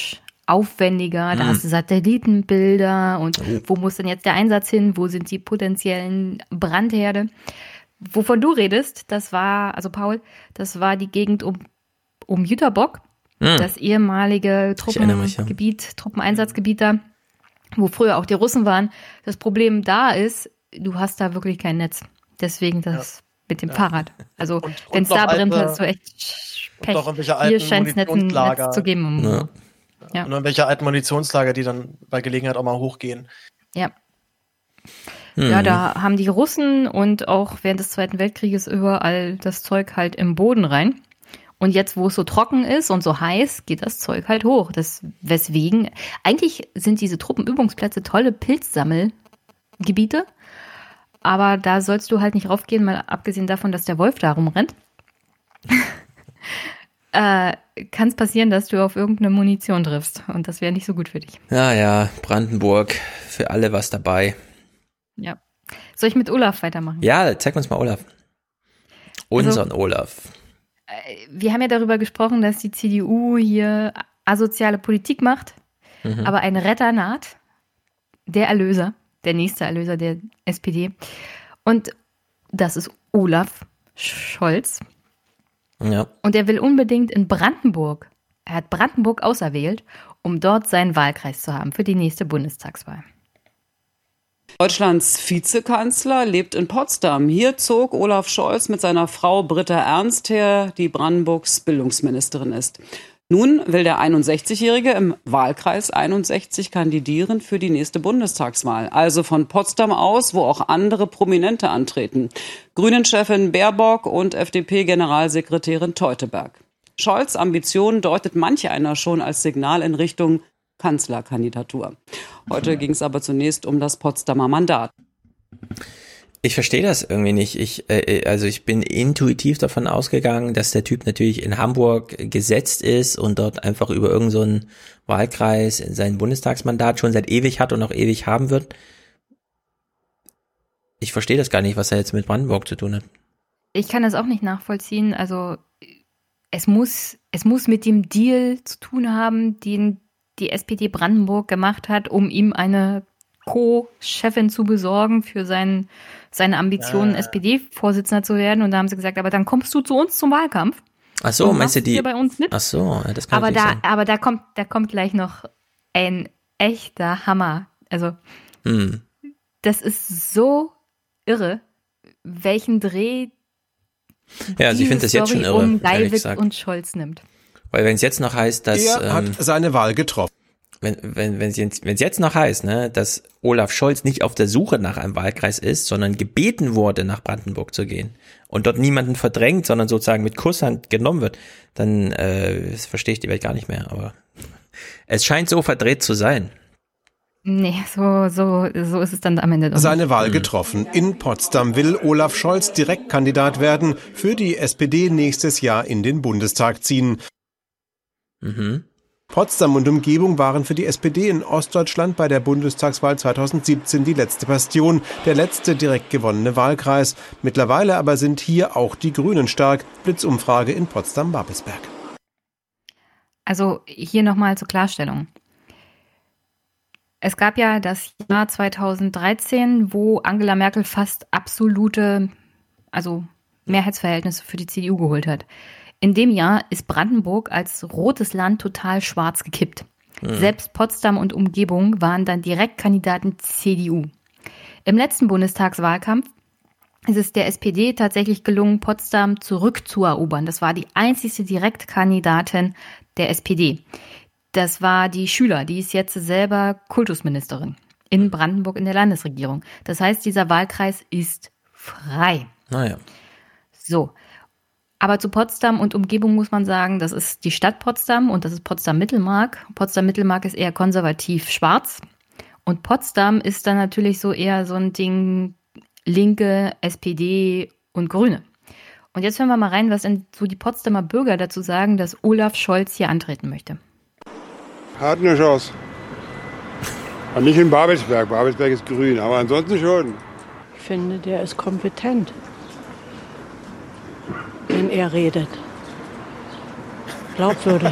aufwendiger. Da Mhm. hast du Satellitenbilder und Oh. wo muss denn jetzt der Einsatz hin? Wo sind die potenziellen Brandherde? Wovon du redest, das war, also Paul, das war die Gegend um, um Jüterbock, Mhm. das ehemalige erinnere mich, ja. Truppengebiet, Truppeneinsatzgebiet da, wo früher auch die Russen waren. Das Problem da ist, du hast da wirklich kein Netz. Deswegen das mit dem Ja. Fahrrad. Also Und- wenn es und da noch brennt, alte- hast du echt und Pech. noch irgendwelche Hier alten scheint es nicht ein Munitionslager. Netz zu geben. Ja. Ja. Und irgendwelche alten Munitionslager, die dann bei Gelegenheit auch mal hochgehen. Ja. Hm. Ja, da haben die Russen und auch während des Zweiten Weltkrieges überall das Zeug halt im Boden rein. Und jetzt, wo es so trocken ist und so heiß, geht das Zeug halt hoch. Das, weswegen, eigentlich sind diese Truppenübungsplätze tolle Pilzsammelgebiete. Aber da sollst du halt nicht raufgehen, mal abgesehen davon, dass der Wolf da rumrennt. äh, kann es passieren, dass du auf irgendeine Munition triffst. Und das wäre nicht so gut für dich. Ja, ja, Brandenburg, für alle was dabei. Ja. Soll ich mit Olaf weitermachen? Ja, zeig uns mal Olaf. Unseren Also, Olaf. Wir haben ja darüber gesprochen, dass die C D U hier asoziale Politik macht, Mhm. aber ein Retter naht, der Erlöser, der nächste Erlöser der S P D. Und das ist Olaf Scholz. Ja. Und er will unbedingt in Brandenburg, er hat Brandenburg auserwählt, um dort seinen Wahlkreis zu haben für die nächste Bundestagswahl. Deutschlands Vizekanzler lebt in Potsdam. Hier zog Olaf Scholz mit seiner Frau Britta Ernst her, die Brandenburgs Bildungsministerin ist. Nun will der einundsechzigjährige im Wahlkreis einundsechzig kandidieren für die nächste Bundestagswahl. Also von Potsdam aus, wo auch andere Prominente antreten. Grünen-Chefin Baerbock und F D P-Generalsekretärin Teuteberg. Scholz' Ambition deutet manch einer schon als Signal in Richtung Kanzlerkandidatur. Heute ging es aber zunächst um das Potsdamer Mandat. Ich verstehe das irgendwie nicht. Ich, äh, also ich bin intuitiv davon ausgegangen, dass der Typ natürlich in Hamburg gesetzt ist und dort einfach über irgendeinen so einen Wahlkreis sein Bundestagsmandat schon seit ewig hat und auch ewig haben wird. Ich verstehe das gar nicht, was er jetzt mit Brandenburg zu tun hat. Ich kann das auch nicht nachvollziehen. Also es muss, es muss mit dem Deal zu tun haben, den die S P D Brandenburg gemacht hat, um ihm eine Co-Chefin zu besorgen für sein, seine Ambitionen, Ah. S P D-Vorsitzender zu werden. Und da haben sie gesagt, aber dann kommst du zu uns zum Wahlkampf. Ach so, Und meinst du machst die? hier bei uns mit. Ach so, ja, das kann Aber natürlich da, sein. aber da kommt, da kommt gleich noch ein echter Hammer. Also Hm. das ist so irre, welchen Dreh Ja, also ich finde das jetzt schon irre, um ehrlich Geiwitz gesagt. und Scholz nimmt. Weil wenn es jetzt noch heißt, dass Er hat ähm, seine Wahl getroffen. wenn wenn wenn es jetzt, wenn es jetzt noch heißt, ne, dass Olaf Scholz nicht auf der Suche nach einem Wahlkreis ist, sondern gebeten wurde, nach Brandenburg zu gehen und dort niemanden verdrängt, sondern sozusagen mit Kusshand genommen wird, dann äh, das verstehe ich die Welt gar nicht mehr. Aber es scheint so verdreht zu sein. Nee, so, so, so ist es dann am Ende doch Seine nicht. Wahl getroffen. In Potsdam will Olaf Scholz Direktkandidat werden, für die S P D nächstes Jahr in den Bundestag ziehen. Mhm. Potsdam und Umgebung waren für die S P D in Ostdeutschland bei der Bundestagswahl zweitausendsiebzehn die letzte Bastion, der letzte direkt gewonnene Wahlkreis. Mittlerweile aber sind hier auch die Grünen stark. Blitzumfrage in Potsdam-Babelsberg. Also hier nochmal zur Klarstellung. Es gab ja das Jahr zweitausenddreizehn, wo Angela Merkel fast absolute, also Mehrheitsverhältnisse für die C D U geholt hat. In dem Jahr ist Brandenburg als rotes Land total schwarz gekippt. Mhm. Selbst Potsdam und Umgebung waren dann Direktkandidaten C D U. Im letzten Bundestagswahlkampf ist es der S P D tatsächlich gelungen, Potsdam zurückzuerobern. Das war die einzigste Direktkandidatin der S P D. Das war die Schüler, die ist jetzt selber Kultusministerin in Brandenburg in der Landesregierung. Das heißt, dieser Wahlkreis ist frei. Naja. So. Aber zu Potsdam und Umgebung muss man sagen, das ist die Stadt Potsdam und das ist Potsdam-Mittelmark. Potsdam-Mittelmark ist eher konservativ schwarz. Und Potsdam ist dann natürlich so eher so ein Ding Linke, S P D und Grüne. Und jetzt hören wir mal rein, was denn so die Potsdamer Bürger dazu sagen, dass Olaf Scholz hier antreten möchte. Hat eine Chance. Aber nicht in Babelsberg. Babelsberg ist grün, aber ansonsten schon. Ich finde, der ist kompetent, wenn er redet. Glaubwürdig.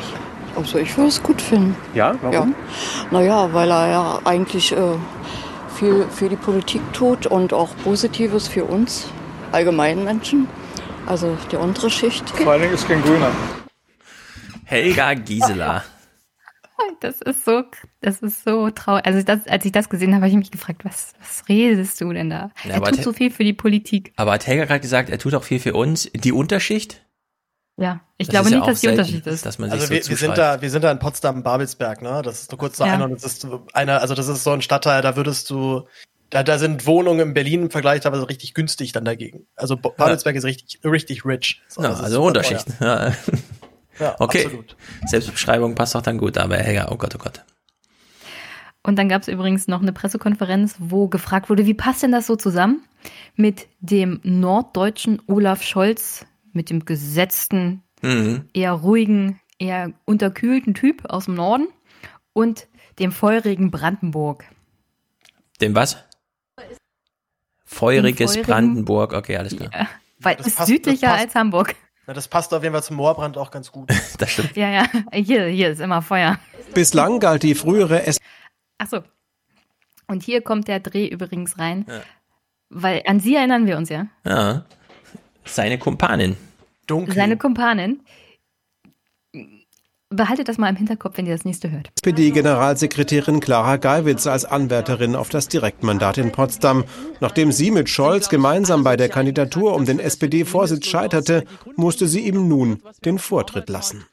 Also ich würde es gut finden. Ja, warum? Ja. Naja, weil er ja eigentlich äh, viel für die Politik tut und auch Positives für uns, allgemeinen Menschen, also die untere Schicht. Vor allen Dingen ist kein Grüner. Helga Gisela. Das ist so, das ist so traurig. Also das, als ich das gesehen habe, habe ich mich gefragt, was, was redest du denn da? Ja, er tut so viel für die Politik. Aber hat Helga gerade gesagt, er tut auch viel für uns. Die Unterschicht? Ja, ich das glaube nicht, ja dass die selten, Unterschied ist. Dass man sich also so wir, wir sind da, wir sind da in Potsdam-Babelsberg, ne? Das ist nur kurz zur Ja. Einordnung. Das ist eine, also das ist so ein Stadtteil, da würdest du, da, da sind Wohnungen in Berlin im Vergleich aber so richtig günstig dann dagegen. Also Bo- Babelsberg ja. ist richtig, richtig rich. So, ja, also Unterschicht. Ja. Ja, okay. Absolut. Selbstbeschreibung passt auch dann gut, aber Helga, oh Gott, oh Gott. Und dann gab es übrigens noch eine Pressekonferenz, wo gefragt wurde, wie passt denn das so zusammen mit dem norddeutschen Olaf Scholz, mit dem gesetzten, mhm. eher ruhigen, eher unterkühlten Typ aus dem Norden und dem feurigen Brandenburg. Dem was? Feuriges feurigen, Brandenburg, okay, alles klar. Ja, weil das es passt, südlicher das passt, als Hamburg. Na, das passt auf jeden Fall zum Moorbrand auch ganz gut. Das stimmt. Ja, ja, hier, hier ist immer Feuer. Bislang galt die frühere S Ach so. Und hier kommt der Dreh übrigens rein, Ja. weil an sie erinnern wir uns ja. Ja, seine Kumpanin. Dunkel. Seine Kumpanin. Behaltet das mal im Hinterkopf, wenn ihr das nächste hört. S P D-Generalsekretärin Clara Geiwitz als Anwärterin auf das Direktmandat in Potsdam. Nachdem sie mit Scholz gemeinsam bei der Kandidatur um den S P D-Vorsitz scheiterte, musste sie ihm nun den Vortritt lassen.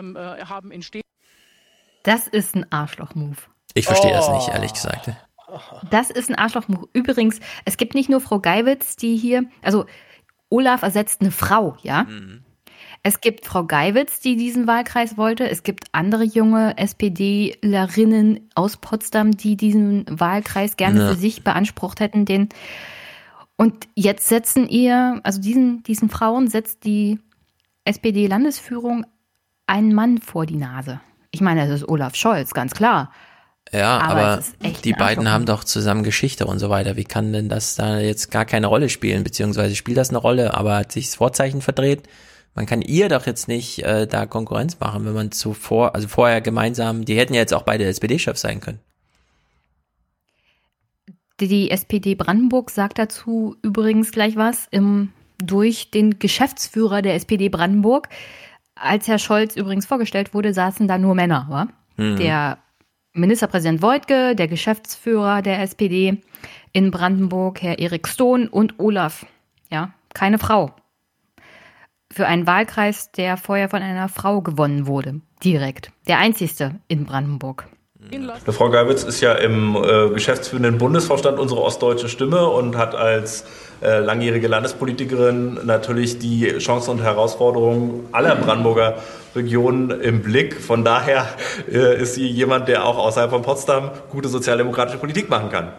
Das ist ein Arschloch-Move. Ich verstehe oh. das nicht, ehrlich gesagt. Das ist ein Arschloch-Move. Übrigens, es gibt nicht nur Frau Geiwitz, die hier, also Olaf ersetzt eine Frau, ja? Mhm. Es gibt Frau Geiwitz, die diesen Wahlkreis wollte. Es gibt andere junge SPDlerinnen aus Potsdam, die diesen Wahlkreis gerne ja. für sich beansprucht hätten. Den Und jetzt setzen ihr, also diesen, diesen Frauen setzt die S P D-Landesführung einen Mann vor die Nase. Ich meine, das ist Olaf Scholz, ganz klar. Ja, aber, aber die beiden Arschloch. haben doch zusammen Geschichte und so weiter. Wie kann denn das da jetzt gar keine Rolle spielen? Beziehungsweise spielt das eine Rolle, aber hat sich das Vorzeichen verdreht? Man kann ihr doch jetzt nicht äh, da Konkurrenz machen, wenn man zuvor, also vorher gemeinsam, die hätten ja jetzt auch beide S P D-Chefs sein können. Die S P D Brandenburg sagt dazu übrigens gleich was, im, durch den Geschäftsführer der S P D Brandenburg. Als Herr Scholz übrigens vorgestellt wurde, saßen da nur Männer, wa? Mhm. Der Ministerpräsident Woidke, der Geschäftsführer der S P D in Brandenburg, Herr Erik Stohn und Olaf. Ja, keine Frau. Für einen Wahlkreis, der vorher von einer Frau gewonnen wurde. Direkt. Der einzigste in Brandenburg. Die Frau Geiwitz ist ja im äh, geschäftsführenden Bundesvorstand unsere ostdeutsche Stimme und hat als äh, langjährige Landespolitikerin natürlich die Chancen und Herausforderungen aller Brandenburger Regionen im Blick. Von daher äh, ist sie jemand, der auch außerhalb von Potsdam gute sozialdemokratische Politik machen kann.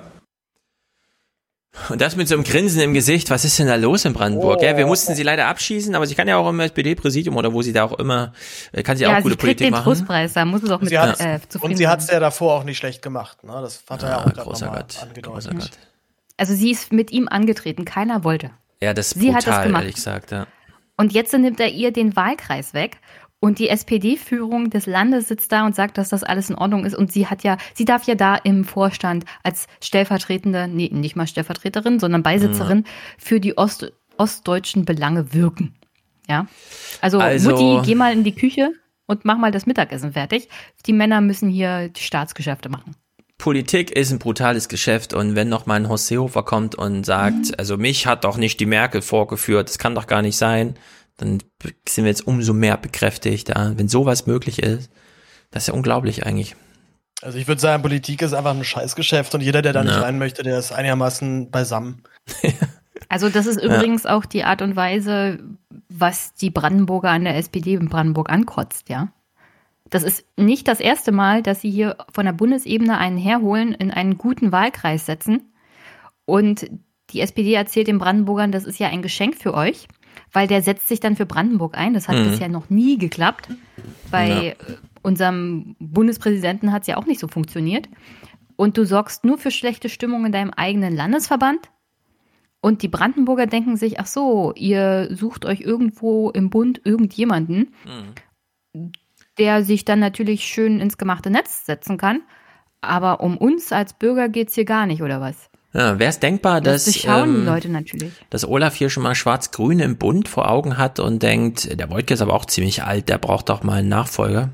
Und das mit so einem Grinsen im Gesicht, was ist denn da los in Brandenburg? Oh. Ja, wir mussten sie leider abschießen, aber sie kann ja auch im S P D-Präsidium oder wo sie da auch immer, kann sie ja, auch gute sie Politik den machen. Trostpreis, da muss es auch mit sie hat, äh, Und sie hat es ja davor auch nicht schlecht gemacht. Ne? Das hat er ja, ja auch großer Gott, großer Gott. Also sie ist mit ihm angetreten, keiner wollte. Ja, das ist sie brutal, hat das gemacht. ehrlich gesagt. Ja. Und jetzt nimmt er ihr den Wahlkreis weg. Und die S P D-Führung des Landes sitzt da und sagt, dass das alles in Ordnung ist. Und sie hat ja, sie darf ja da im Vorstand als stellvertretende, nee, nicht mal Stellvertreterin, sondern Beisitzerin ja. für die Ost, ostdeutschen Belange wirken. Ja. Also, also Mutti, geh mal in die Küche und mach mal das Mittagessen fertig. Die Männer müssen hier die Staatsgeschäfte machen. Politik ist ein brutales Geschäft und wenn noch mal ein Horst Seehofer kommt und sagt, mhm. also mich hat doch nicht die Merkel vorgeführt, das kann doch gar nicht sein, dann sind wir jetzt umso mehr bekräftigt, ja, wenn sowas möglich ist. Das ist ja unglaublich eigentlich. Also ich würde sagen, Politik ist einfach ein Scheißgeschäft und jeder, der da ja. nicht rein möchte, der ist einigermaßen beisammen. Also das ist übrigens ja. auch die Art und Weise, was die Brandenburger an der S P D in Brandenburg ankotzt, ja. Das ist nicht das erste Mal, dass sie hier von der Bundesebene einen herholen, in einen guten Wahlkreis setzen und die S P D erzählt den Brandenburgern, das ist ja ein Geschenk für euch. Weil der setzt sich dann für Brandenburg ein. Das hat mhm. bisher noch nie geklappt. Bei ja. unserem Bundespräsidenten hat es ja auch nicht so funktioniert. Und du sorgst nur für schlechte Stimmung in deinem eigenen Landesverband. Und die Brandenburger denken sich, ach so, ihr sucht euch irgendwo im Bund irgendjemanden. Mhm. der sich dann natürlich schön ins gemachte Netz setzen kann. Aber um uns als Bürger geht's hier gar nicht, oder was? Ja, wäre es denkbar, dass, das schauen ähm, die Leute natürlich. dass Olaf hier schon mal Schwarz-Grün im Bund vor Augen hat und denkt, der Woidke ist aber auch ziemlich alt, der braucht doch mal einen Nachfolger.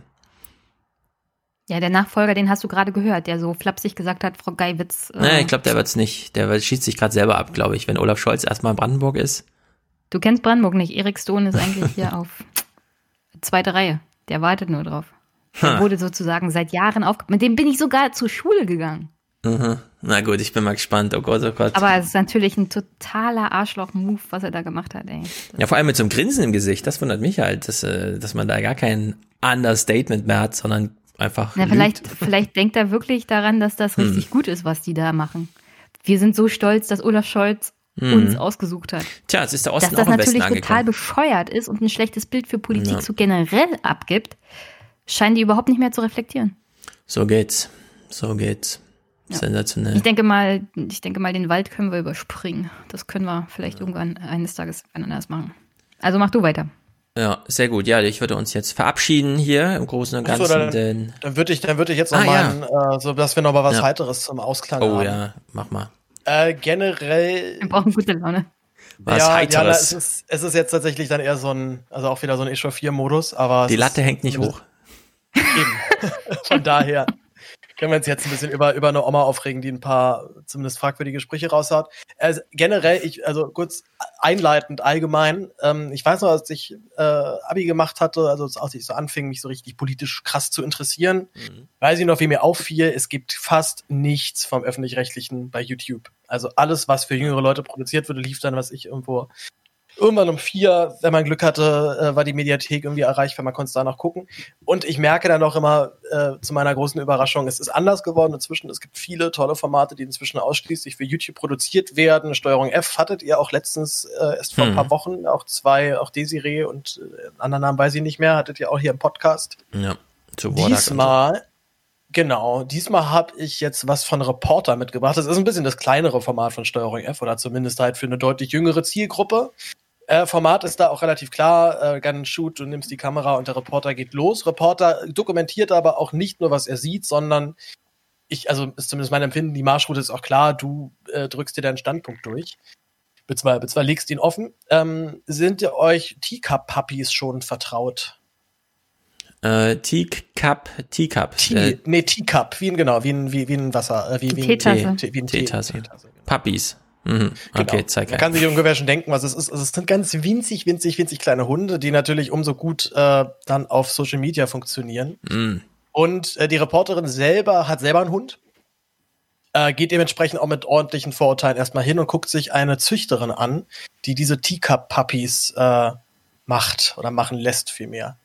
Ja, der Nachfolger, den hast du gerade gehört, der so flapsig gesagt hat, Frau Geiwitz. Äh, Nee, ich glaube, der wird's nicht. Der schießt sich gerade selber ab, glaube ich, wenn Olaf Scholz erstmal in Brandenburg ist. Du kennst Brandenburg nicht. Erik Stone ist eigentlich hier auf zweite Reihe. Der wartet nur drauf. Der Ha. wurde sozusagen seit Jahren aufgebaut. Mit dem bin ich sogar zur Schule gegangen. Mhm. Na gut, ich bin mal gespannt. Oh Gott, oh Gott. Aber es ist natürlich ein totaler Arschloch-Move, was er da gemacht hat, ey. Ja, vor allem mit so einem Grinsen im Gesicht. Das wundert mich halt, dass, äh, dass man da gar kein Understatement mehr hat, sondern einfach Na, lügt. vielleicht, vielleicht denkt er wirklich daran, dass das Hm. richtig gut ist, was die da machen. Wir sind so stolz, dass Olaf Scholz Hm. uns ausgesucht hat. Tja, jetzt ist der Osten Dass das auch im Westen natürlich total angekommen. bescheuert ist und ein schlechtes Bild für Politik Ja. so generell abgibt, scheinen die überhaupt nicht mehr zu reflektieren. So geht's. So geht's. Sensationell. Ich denke mal, ich denke mal, den Wald können wir überspringen. Das können wir vielleicht irgendwann eines Tages anders machen. Also mach du weiter. Ja, sehr gut. Ja, ich würde uns jetzt verabschieden hier im Großen und Ach Ganzen. so, dann, denn dann würde ich, dann würde ich jetzt Ah, noch ja. mal, äh, so, dass wir noch mal was Ja. Heiteres zum Ausklang Oh haben. ja, mach mal. Äh, generell. Wir brauchen gute Laune. Was ja, Heiteres. Ja, es ist, es ist jetzt tatsächlich dann eher so ein, also auch wieder so ein Echauffier-Modus, aber. Die es Latte ist, hängt nicht hoch. Eben. Von daher können wir uns jetzt ein bisschen über, über eine Oma aufregen, die ein paar zumindest fragwürdige Sprüche raushaut. Also generell, ich, also kurz einleitend allgemein, ähm, ich weiß noch, als ich äh, Abi gemacht hatte, also als ich so anfing, mich so richtig politisch krass zu interessieren, mhm. weiß ich noch, wie mir auffiel, es gibt fast nichts vom Öffentlich-Rechtlichen bei YouTube. Also alles, was für jüngere Leute produziert wurde, lief dann, was ich irgendwo irgendwann um vier, wenn man Glück hatte, äh, war die Mediathek irgendwie erreichbar, man konnte es da noch gucken. Und ich merke dann auch immer äh, zu meiner großen Überraschung, es ist anders geworden inzwischen. Es gibt viele tolle Formate, die inzwischen ausschließlich für YouTube produziert werden. Steuerung F hattet ihr auch letztens äh, erst vor Hm. ein paar Wochen, auch zwei, auch Desiree und äh, einen anderen Namen weiß ich nicht mehr, hattet ihr auch hier im Podcast. Ja, zu Wardak Diesmal, genau, diesmal habe ich jetzt was von Reporter mitgebracht. Das ist ein bisschen das kleinere Format von Steuerung F oder zumindest halt für eine deutlich jüngere Zielgruppe. Äh, Format ist da auch relativ klar, äh, Gun and Shoot, du nimmst die Kamera und der Reporter geht los. Reporter dokumentiert aber auch nicht nur, was er sieht, sondern ich, also ist zumindest mein Empfinden, die Marschroute ist auch klar, du äh, drückst dir deinen Standpunkt durch. Beziehungsweise, beziehungsweise legst ihn offen. Ähm, sind ihr euch Teacup-Puppies schon vertraut? Äh, Teacup, Teacup. Tee, äh, nee, Teacup, wie ein, genau, wie ein, wie, wie ein Wasser, äh, wie, Die wie ein Teetasse. Tee, wie ein Teetasse. Tee, Teetasse. Puppies. Mhm. Okay, Genau. zeig Man her. kann sich ungefähr schon denken, was es ist. Also es sind ganz winzig, winzig, winzig kleine Hunde, die natürlich umso gut äh, dann auf Social Media funktionieren. Mhm. Und äh, die Reporterin selber hat selber einen Hund, äh, geht dementsprechend auch mit ordentlichen Vorurteilen erstmal hin und guckt sich eine Züchterin an, die diese Teacup-Puppies äh, macht oder machen lässt vielmehr.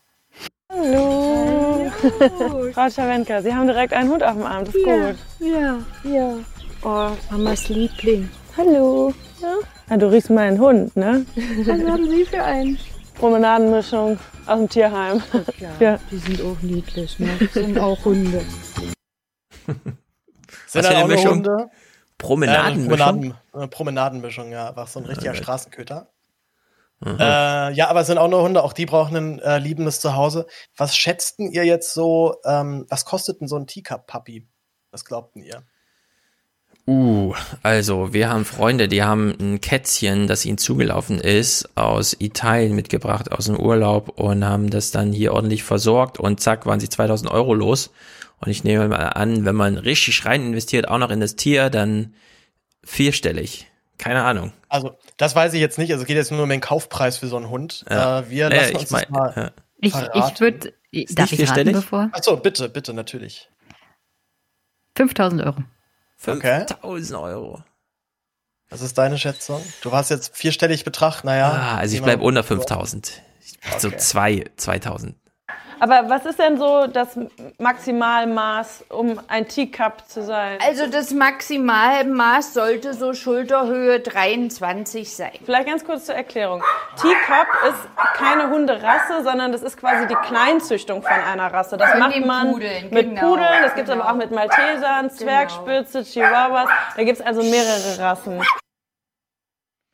Hallo. Frau Schawenka, Sie haben direkt einen Hund auf dem Arm, das ist Ja, gut. ja, ja. Oh, Mamas Liebling. Hallo. Ja? Ja, du riechst meinen Hund, ne? Was haben Sie für einen? Promenadenmischung aus dem Tierheim. Ja, Ja. die sind auch niedlich, ne? Das sind auch Hunde. Sind Was für dann eine auch nur Mischung? Hunde? Promenadenmischung? Äh, Promenaden, äh, Promenadenmischung, ja, war so ein richtiger Okay. Straßenköter. Mhm. Äh, ja, aber es sind auch nur Hunde, auch die brauchen ein äh, liebendes Zuhause. Was schätzten ihr jetzt so, ähm, was kostet denn so ein Teacup-Puppy? Was glaubten ihr? Uh, also wir haben Freunde, die haben ein Kätzchen, das ihnen zugelaufen ist, aus Italien mitgebracht, aus dem Urlaub und haben das dann hier ordentlich versorgt und zack, waren sie zweitausend Euro los. Und ich nehme mal an, wenn man richtig rein investiert, auch noch in das Tier, dann vierstellig. Keine Ahnung. Also, das weiß ich jetzt nicht. Also, es geht jetzt nur um den Kaufpreis für so einen Hund. Ja. Äh, wir Ja, lassen ich uns mein, das mal ja. Ich, verraten. ich würde, darf nicht ich raten, vierstellig? bevor? Achso, bitte, bitte, natürlich. fünftausend Euro. Okay. fünftausend Euro. Was ist deine Schätzung? Du warst jetzt vierstellig Betracht, naja. Ah, also ich gehen wir- bleib unter fünftausend. So Okay. zwei, zweitausend. Aber was ist denn so das Maximalmaß, um ein Teacup zu sein? Also das Maximalmaß sollte so Schulterhöhe dreiundzwanzig sein. Vielleicht ganz kurz zur Erklärung. Teacup ist keine Hunderasse, sondern das ist quasi die Kleinzüchtung von einer Rasse. Das Von macht den man Pudeln, mit genau, Pudeln, das gibt es genau. aber auch mit Maltesern, Zwergspitze, Chihuahuas. Da gibt es also mehrere Rassen.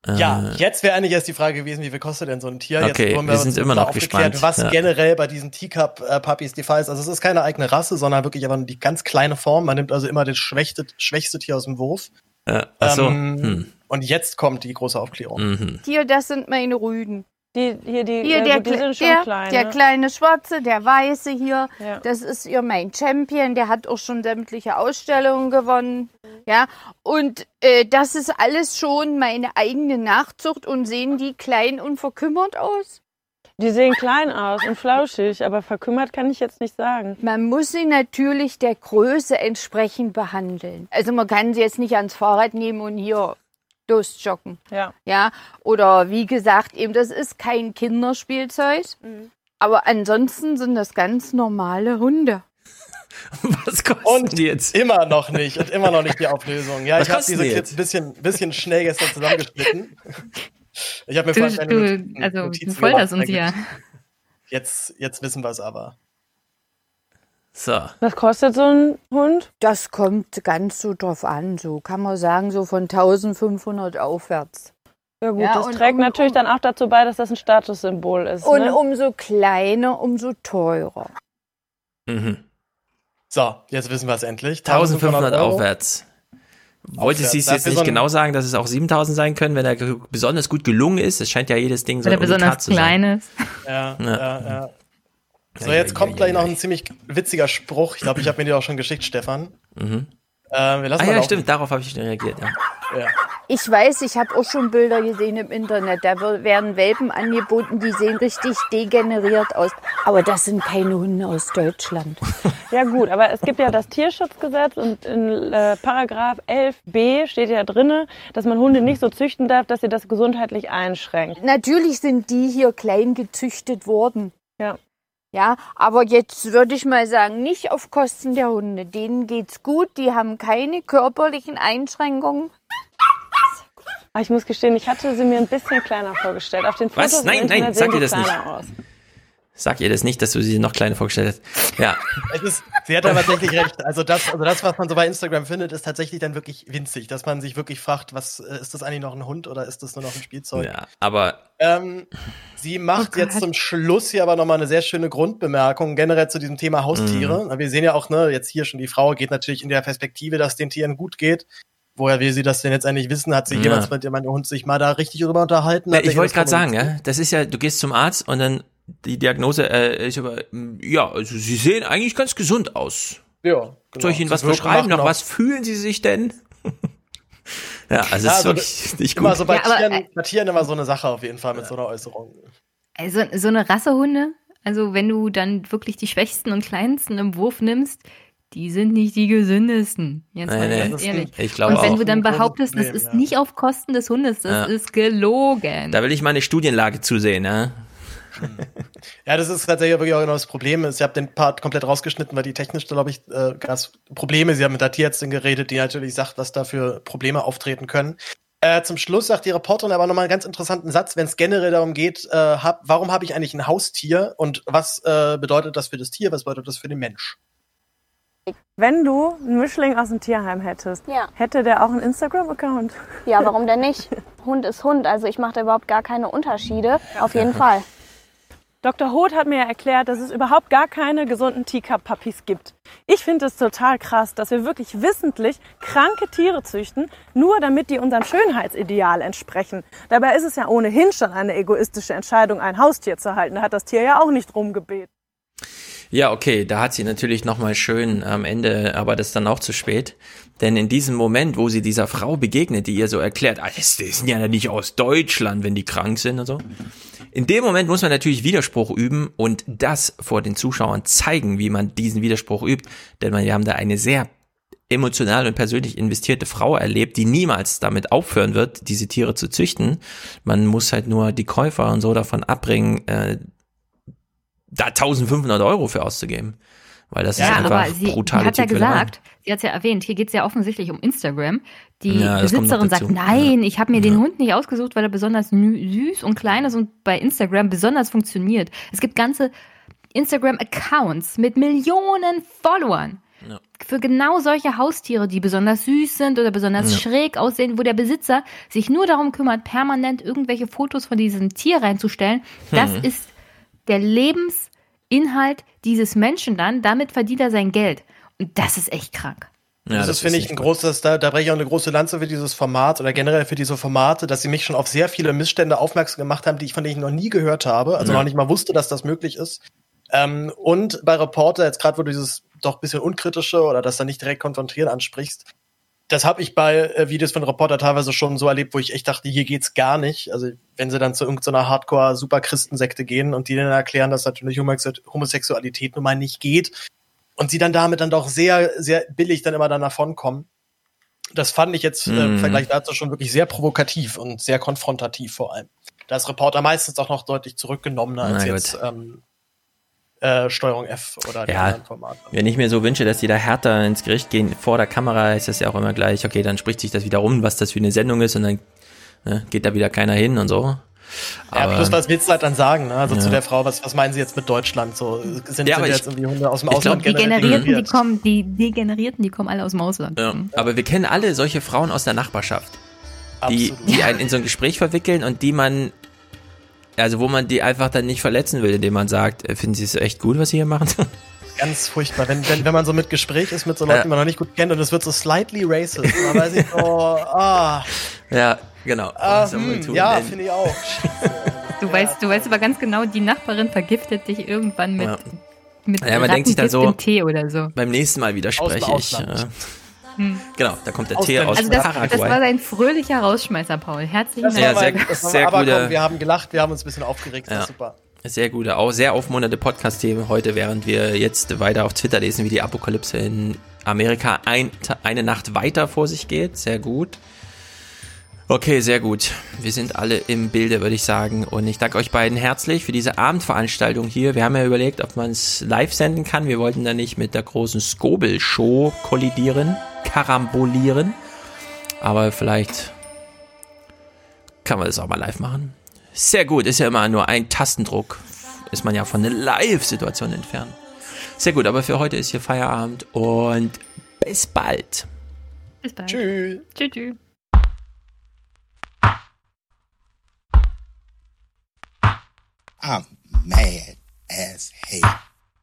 Ja, jetzt wäre eigentlich erst die Frage gewesen, wie viel kostet denn so ein Tier? Okay, jetzt wir, wir sind immer noch gespannt. Was ja. generell bei diesen Teacup-Puppies der Fall ist. Also es ist keine eigene Rasse, sondern wirklich einfach die ganz kleine Form. Man nimmt also immer das schwächste, schwächste Tier aus dem Wurf. Äh, ach so. Ähm, hm. Und jetzt kommt die große Aufklärung. Mhm. Hier, das sind meine Rüden. Die, hier, die, hier äh, der, die sind schon der, klein, der ne? kleine Schwarze, der Weiße hier, ja. das ist ihr mein Champion, der hat auch schon sämtliche Ausstellungen gewonnen. Ja, und äh, das ist alles schon meine eigene Nachzucht und sehen die klein und verkümmert aus? Die sehen klein aus und flauschig, aber verkümmert kann ich jetzt nicht sagen. Man muss sie natürlich der Größe entsprechend behandeln. Also man kann sie jetzt nicht ans Fahrrad nehmen und hier losjoggen. Ja. Ja. Oder wie gesagt, eben das ist kein Kinderspielzeug. Mhm. Aber ansonsten sind das ganz normale Hunde. Was kosten und die jetzt? Immer noch nicht. Und immer noch nicht die Auflösung. Ja, Was ich habe diese die Clips ein bisschen, bisschen schnell gestern zusammengeschnitten. Ich habe mir Du, vorhin eine du, Notizen, also, Notizen du folterst gemacht, uns ja. Jetzt, jetzt wissen wir es aber. So. Was kostet so ein Hund? Das kommt ganz so drauf an. So kann man sagen, so von eintausendfünfhundert aufwärts. Ja gut, ja, das und trägt um, natürlich um, dann auch dazu bei, dass das ein Statussymbol ist. Und ne? umso kleiner, umso teurer. Mhm. So, jetzt wissen wir es endlich. eintausendfünfhundert aufwärts. Wollte sie es jetzt nicht so genau sagen, dass es auch siebentausend sein können, wenn er besonders gut gelungen ist? Es scheint ja jedes Ding so ein besonders klein ist. Ja, ja, ja. ja. So, jetzt kommt gleich noch ein ziemlich witziger Spruch. Ich glaube, ich habe mir den auch schon geschickt, Stefan. Mhm. Äh, wir lassen ah mal ja, laufen. stimmt, darauf habe ich reagiert. Ja. Ja. Ich weiß, ich habe auch schon Bilder gesehen im Internet. Da werden Welpen angeboten, die sehen richtig degeneriert aus. Aber das sind keine Hunde aus Deutschland. Ja gut, aber es gibt ja das Tierschutzgesetz und in äh, Paragraph elf b steht ja drinne, dass man Hunde nicht so züchten darf, dass sie das gesundheitlich einschränkt. Natürlich sind die hier klein gezüchtet worden. Ja. Ja, aber jetzt würde ich mal sagen, nicht auf Kosten der Hunde. Denen geht's gut, die haben keine körperlichen Einschränkungen. Aber ich muss gestehen, ich hatte sie mir ein bisschen kleiner vorgestellt. Auf den Fotos Was? Nein, im Internet nein, sag sehen ihr die das nicht. kleiner aus. Sag ihr das nicht, dass du sie noch kleiner vorgestellt hast. Ja. Es ist, sie hat aber tatsächlich recht. Also das, also das, was man so bei Instagram findet, ist tatsächlich dann wirklich winzig, dass man sich wirklich fragt, was ist das eigentlich noch ein Hund oder ist das nur noch ein Spielzeug? Ja, aber ähm, sie macht oh jetzt zum Schluss hier aber nochmal eine sehr schöne Grundbemerkung generell zu diesem Thema Haustiere. Mhm. Wir sehen ja auch, ne, jetzt hier schon die Frau geht natürlich in der Perspektive, dass den Tieren gut geht. Woher will sie das denn jetzt eigentlich wissen? Hat sich ja. jemals mit dem Hund sich mal da richtig drüber unterhalten? Ja, ich wollte gerade sagen, ja, das ist ja, du gehst zum Arzt und dann die Diagnose äh, ist aber, ja, also sie sehen eigentlich ganz gesund aus. Ja, genau. Soll ich Ihnen was verschreiben? Nach was fühlen Sie sich denn? ja, also ja, ist also wirklich nicht gut. Immer so bei, ja, aber, Tieren, äh, bei Tieren immer so eine Sache auf jeden Fall mit so einer Äußerung. Also so eine Rassehunde, also wenn du dann wirklich die schwächsten und kleinsten im Wurf nimmst, die sind nicht die gesündesten. Jetzt mal nee, ganz nee. ehrlich. Ich glaube und wenn auch. du dann behauptest, das Problem, ist ja. nicht auf Kosten des Hundes, das Ja. ist gelogen. Da will ich mal eine Studienlage zusehen, ja. Ja, das ist tatsächlich wirklich auch genau das Problem. Ich habe den Part komplett rausgeschnitten, weil die technisch, glaube ich, äh, ganz Probleme. Sie haben mit der Tierärztin geredet, die natürlich sagt, was da für Probleme auftreten können. Äh, zum Schluss sagt die Reporterin aber nochmal einen ganz interessanten Satz, wenn es generell darum geht, äh, hab, warum habe ich eigentlich ein Haustier und was äh, bedeutet das für das Tier, was bedeutet das für den Mensch? Wenn du einen Mischling aus dem Tierheim hättest, Ja. hätte der auch einen Instagram-Account? Ja, warum denn nicht? Hund ist Hund, also ich mache da überhaupt gar keine Unterschiede. Auf jeden Fall. Doktor Hoth hat mir ja erklärt, dass es überhaupt gar keine gesunden Teacup-Puppies gibt. Ich finde es total krass, dass wir wirklich wissentlich kranke Tiere züchten, nur damit die unserem Schönheitsideal entsprechen. Dabei ist es ja ohnehin schon eine egoistische Entscheidung, ein Haustier zu halten. Da hat das Tier ja auch nicht drum gebeten. Ja, okay, da hat sie natürlich nochmal schön am Ende, aber das ist dann auch zu spät. Denn in diesem Moment, wo sie dieser Frau begegnet, die ihr so erklärt, ah, das sind ja nicht aus Deutschland, wenn die krank sind und so. In dem Moment muss man natürlich Widerspruch üben und das vor den Zuschauern zeigen, wie man diesen Widerspruch übt. Denn wir haben da eine sehr emotional und persönlich investierte Frau erlebt, die niemals damit aufhören wird, diese Tiere zu züchten. Man muss halt nur die Käufer und so davon abbringen, äh, da eintausendfünfhundert Euro für auszugeben. Weil das ja, ist einfach aber sie, brutale sie hat ja Tierquälerei. gesagt, sie hat es ja erwähnt, hier geht es ja offensichtlich um Instagram. Die Ja, das kommt noch Besitzerin dazu. sagt, nein, ich habe mir den Ja. Hund nicht ausgesucht, weil er besonders nü- süß und klein ist und bei Instagram besonders funktioniert. Es gibt ganze Instagram-Accounts mit Millionen Followern, Ja. Für genau solche Haustiere, die besonders süß sind oder besonders ja. schräg aussehen, wo der Besitzer sich nur darum kümmert, permanent irgendwelche Fotos von diesem Tier reinzustellen, hm. das ist der Lebensinhalt dieses Menschen dann. Damit verdient er sein Geld. Und das ist echt krank. Ja, das, das ist, finde ich, ein gut. großes, da, da breche ich auch eine große Lanze für dieses Format oder generell für diese Formate, dass sie mich schon auf sehr viele Missstände aufmerksam gemacht haben, die ich von denen ich noch nie gehört habe, also ja. noch nicht mal wusste, dass das möglich ist. Ähm, und bei Reporter, jetzt gerade wo du dieses doch ein bisschen unkritische oder das dann nicht direkt konfrontieren ansprichst, das habe ich bei äh, Videos von Reporter teilweise schon so erlebt, wo ich echt dachte, hier geht's gar nicht. Also wenn sie dann zu irgendeiner Hardcore-Super-Christensekte gehen und die dann erklären, dass natürlich Homosexualität nun mal nicht geht, und sie dann damit dann doch sehr, sehr billig dann immer dann davonkommen. Das fand ich jetzt mm. äh, im Vergleich dazu schon wirklich sehr provokativ und sehr konfrontativ vor allem. Da ist Reporter meistens auch noch deutlich zurückgenommener als jetzt ähm, äh, Steuerung F oder die ja, anderen Formate. Wenn ich mir so wünsche, dass die da härter ins Gericht gehen, vor der Kamera ist das ja auch immer gleich, okay, dann spricht sich das wieder rum, was das für eine Sendung ist und dann ne, geht da wieder keiner hin und so. Ja, aber, plus was willst du halt dann sagen, ne? Also ja. zu der Frau, was, was meinen sie jetzt mit Deutschland? So, sind, ja, sind ich, jetzt irgendwie Hunde aus dem Ausland glaub, die Generierten, die kommen, die Degenerierten, die kommen alle aus dem Ausland. Ja. Aber wir kennen alle solche Frauen aus der Nachbarschaft, die, die einen in so ein Gespräch verwickeln und die man, also wo man die einfach dann nicht verletzen will, indem man sagt, finden Sie es echt gut, was Sie hier machen? Ganz furchtbar, wenn, wenn, wenn man so mit Gespräch ist mit so Leuten, ja. die man noch nicht gut kennt und es wird so slightly racist. Man weiß nicht, oh, ah. Ja, genau. Ah, hm, ja, finde ich auch. Du ja. weißt, du weißt aber ganz genau, die Nachbarin vergiftet dich irgendwann mit, ja. mit ja, man denkt sich dann so, Tee oder so. Beim nächsten Mal widerspreche ich. Äh, hm. Genau, da kommt der aus Tee aus also das, Paraguay. Das war ein fröhlicher Rausschmeißer, Paul. Herzlichen Dank. Ja, sehr, das sehr gute. Wir haben gelacht, wir haben uns ein bisschen aufgeregt. Ja. Das ist super. Sehr gute, auch sehr aufmunternde Podcast-Themen heute, während wir jetzt weiter auf Twitter lesen, wie die Apokalypse in Amerika ein, eine Nacht weiter vor sich geht. Sehr gut. Okay, sehr gut. Wir sind alle im Bilde, würde ich sagen. Und ich danke euch beiden herzlich für diese Abendveranstaltung hier. Wir haben ja überlegt, ob man es live senden kann. Wir wollten da nicht mit der großen Skobel-Show kollidieren, karambolieren. Aber vielleicht kann man das auch mal live machen. Sehr gut, ist ja immer nur ein Tastendruck. Ist man ja von einer Live-Situation entfernt. Sehr gut, aber für heute ist hier Feierabend und bis bald. Bis bald. Tschüss. Tschüss. Tschüss. I'm mad as hell.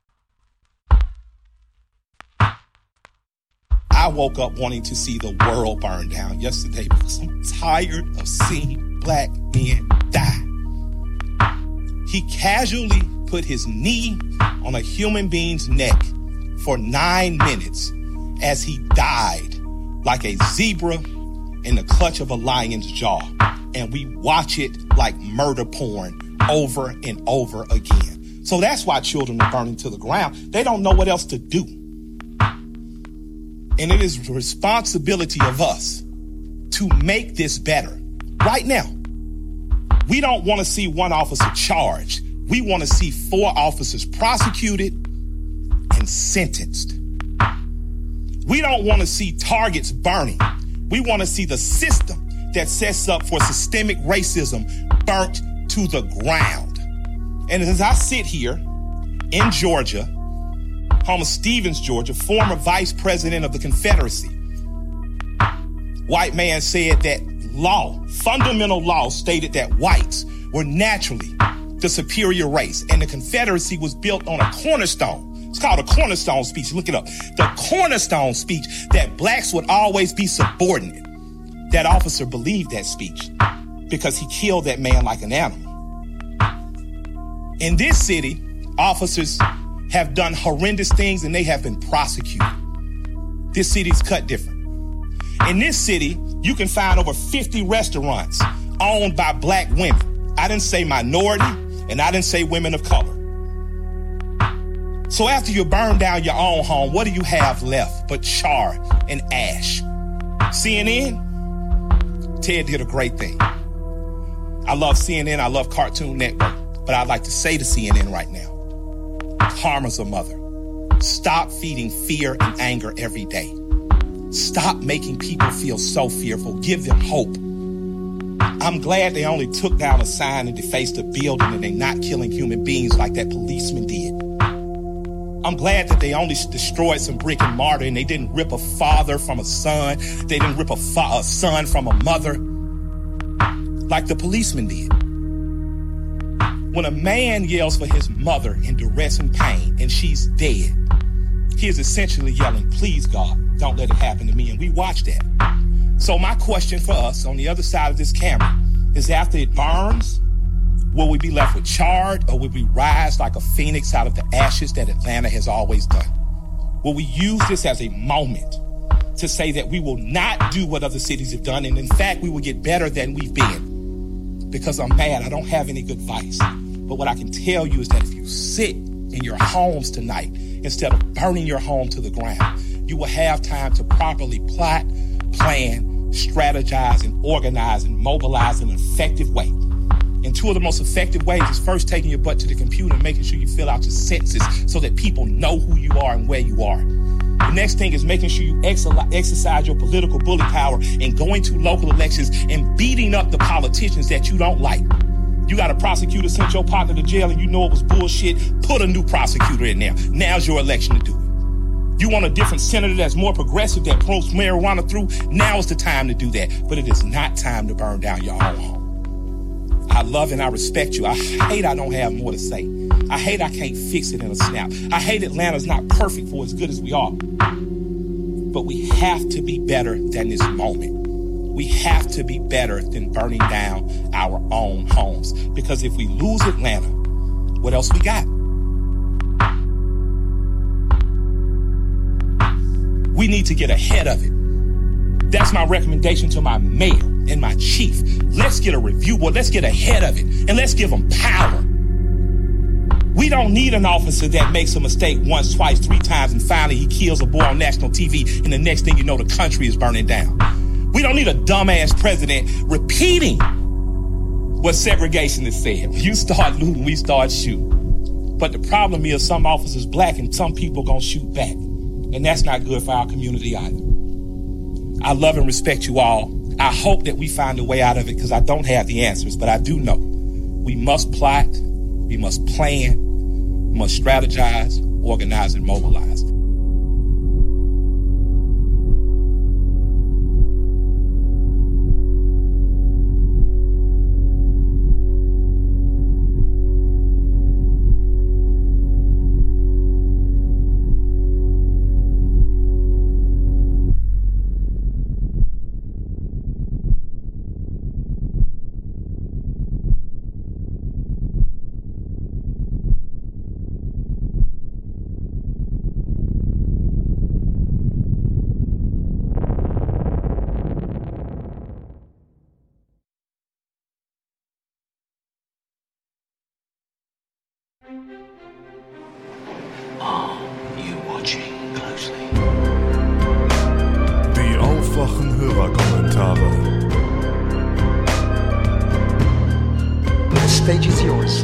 I woke up wanting to see the world burn down yesterday because I'm tired of seeing black men die. He casually put his knee on a human being's neck for nine minutes as he died like a zebra in the clutch of a lion's jaw. And we watch it like murder porn over and over again. So that's why children are burning to the ground. They don't know what else to do. And it is the responsibility of us to make this better. Right now, we don't want to see one officer charged. We want to see four officers prosecuted and sentenced. We don't want to see targets burning. We want to see the system that sets up for systemic racism burnt to the ground. And as I sit here in Georgia, home of Stevens, Georgia, former vice president of the Confederacy, white man said that law, fundamental law stated that whites were naturally the superior race, and the Confederacy was built on a cornerstone. It's called a cornerstone speech. Look it up. The cornerstone speech that blacks would always be subordinate. That officer believed that speech because he killed that man like an animal. In this city, officers have done horrendous things and they have been prosecuted. This city's cut different. In this city, you can find over fifty restaurants owned by black women. I didn't say minority, and I didn't say women of color. So after you burn down your own home, what do you have left but char and ash? C N N? Ted did a great thing. I love C N N, I love Cartoon Network, but I'd like to say to C N N right now, karma's a mother. Stop feeding fear and anger every day. Stop making people feel so fearful. Give them hope. I'm glad they only took down a sign and defaced a building and they're not killing human beings like that policeman did. I'm glad that they only destroyed some brick and mortar and they didn't rip a father from a son. They didn't rip a, fa- a son from a mother like the policeman did. When a man yells for his mother in duress and pain and she's dead, he is essentially yelling, please God, don't let it happen to me. And we watch that. So my question for us on the other side of this camera is, after it burns, will we be left with charred, or will we rise like a phoenix out of the ashes that Atlanta has always done? Will we use this as a moment to say that we will not do what other cities have done, and in fact, we will get better than we've been? Because I'm mad, I don't have any good advice. But what I can tell you is that if you sit in your homes tonight, instead of burning your home to the ground, you will have time to properly plot, plan, strategize, and organize and mobilize in an effective way. And two of the most effective ways is first taking your butt to the computer and making sure you fill out your census so that people know who you are and where you are. The next thing is making sure you ex- exercise your political bully power and going to local elections and beating up the politicians that you don't like. You got a prosecutor sent your partner to jail and you know it was bullshit, put a new prosecutor in there. Now's your election to do it. You want a different senator that's more progressive, that promotes marijuana through, now is the time to do that. But it is not time to burn down your own home. I love and I respect you. I hate I don't have more to say. I hate I can't fix it in a snap. I hate Atlanta's not perfect for as good as we are. But we have to be better than this moment. We have to be better than burning down our own homes. Because if we lose Atlanta, what else we got? We need to get ahead of it. That's my recommendation to my mayor and my chief. Let's get a review board. Let's get ahead of it. And let's give them power. We don't need an officer that makes a mistake once, twice, three times, and finally he kills a boy on national T V, and the next thing you know, the country is burning down. We don't need a dumbass president repeating what segregationists said. When you start looting, we start shooting. But the problem is some officers black and some people gonna shoot back. And that's not good for our community either. I love and respect you all. I hope that we find a way out of it, because I don't have the answers, but I do know we must plot, we must plan, we must strategize, organize, and mobilize. Die Aufwachen-Hörerkommentare. The stage is yours.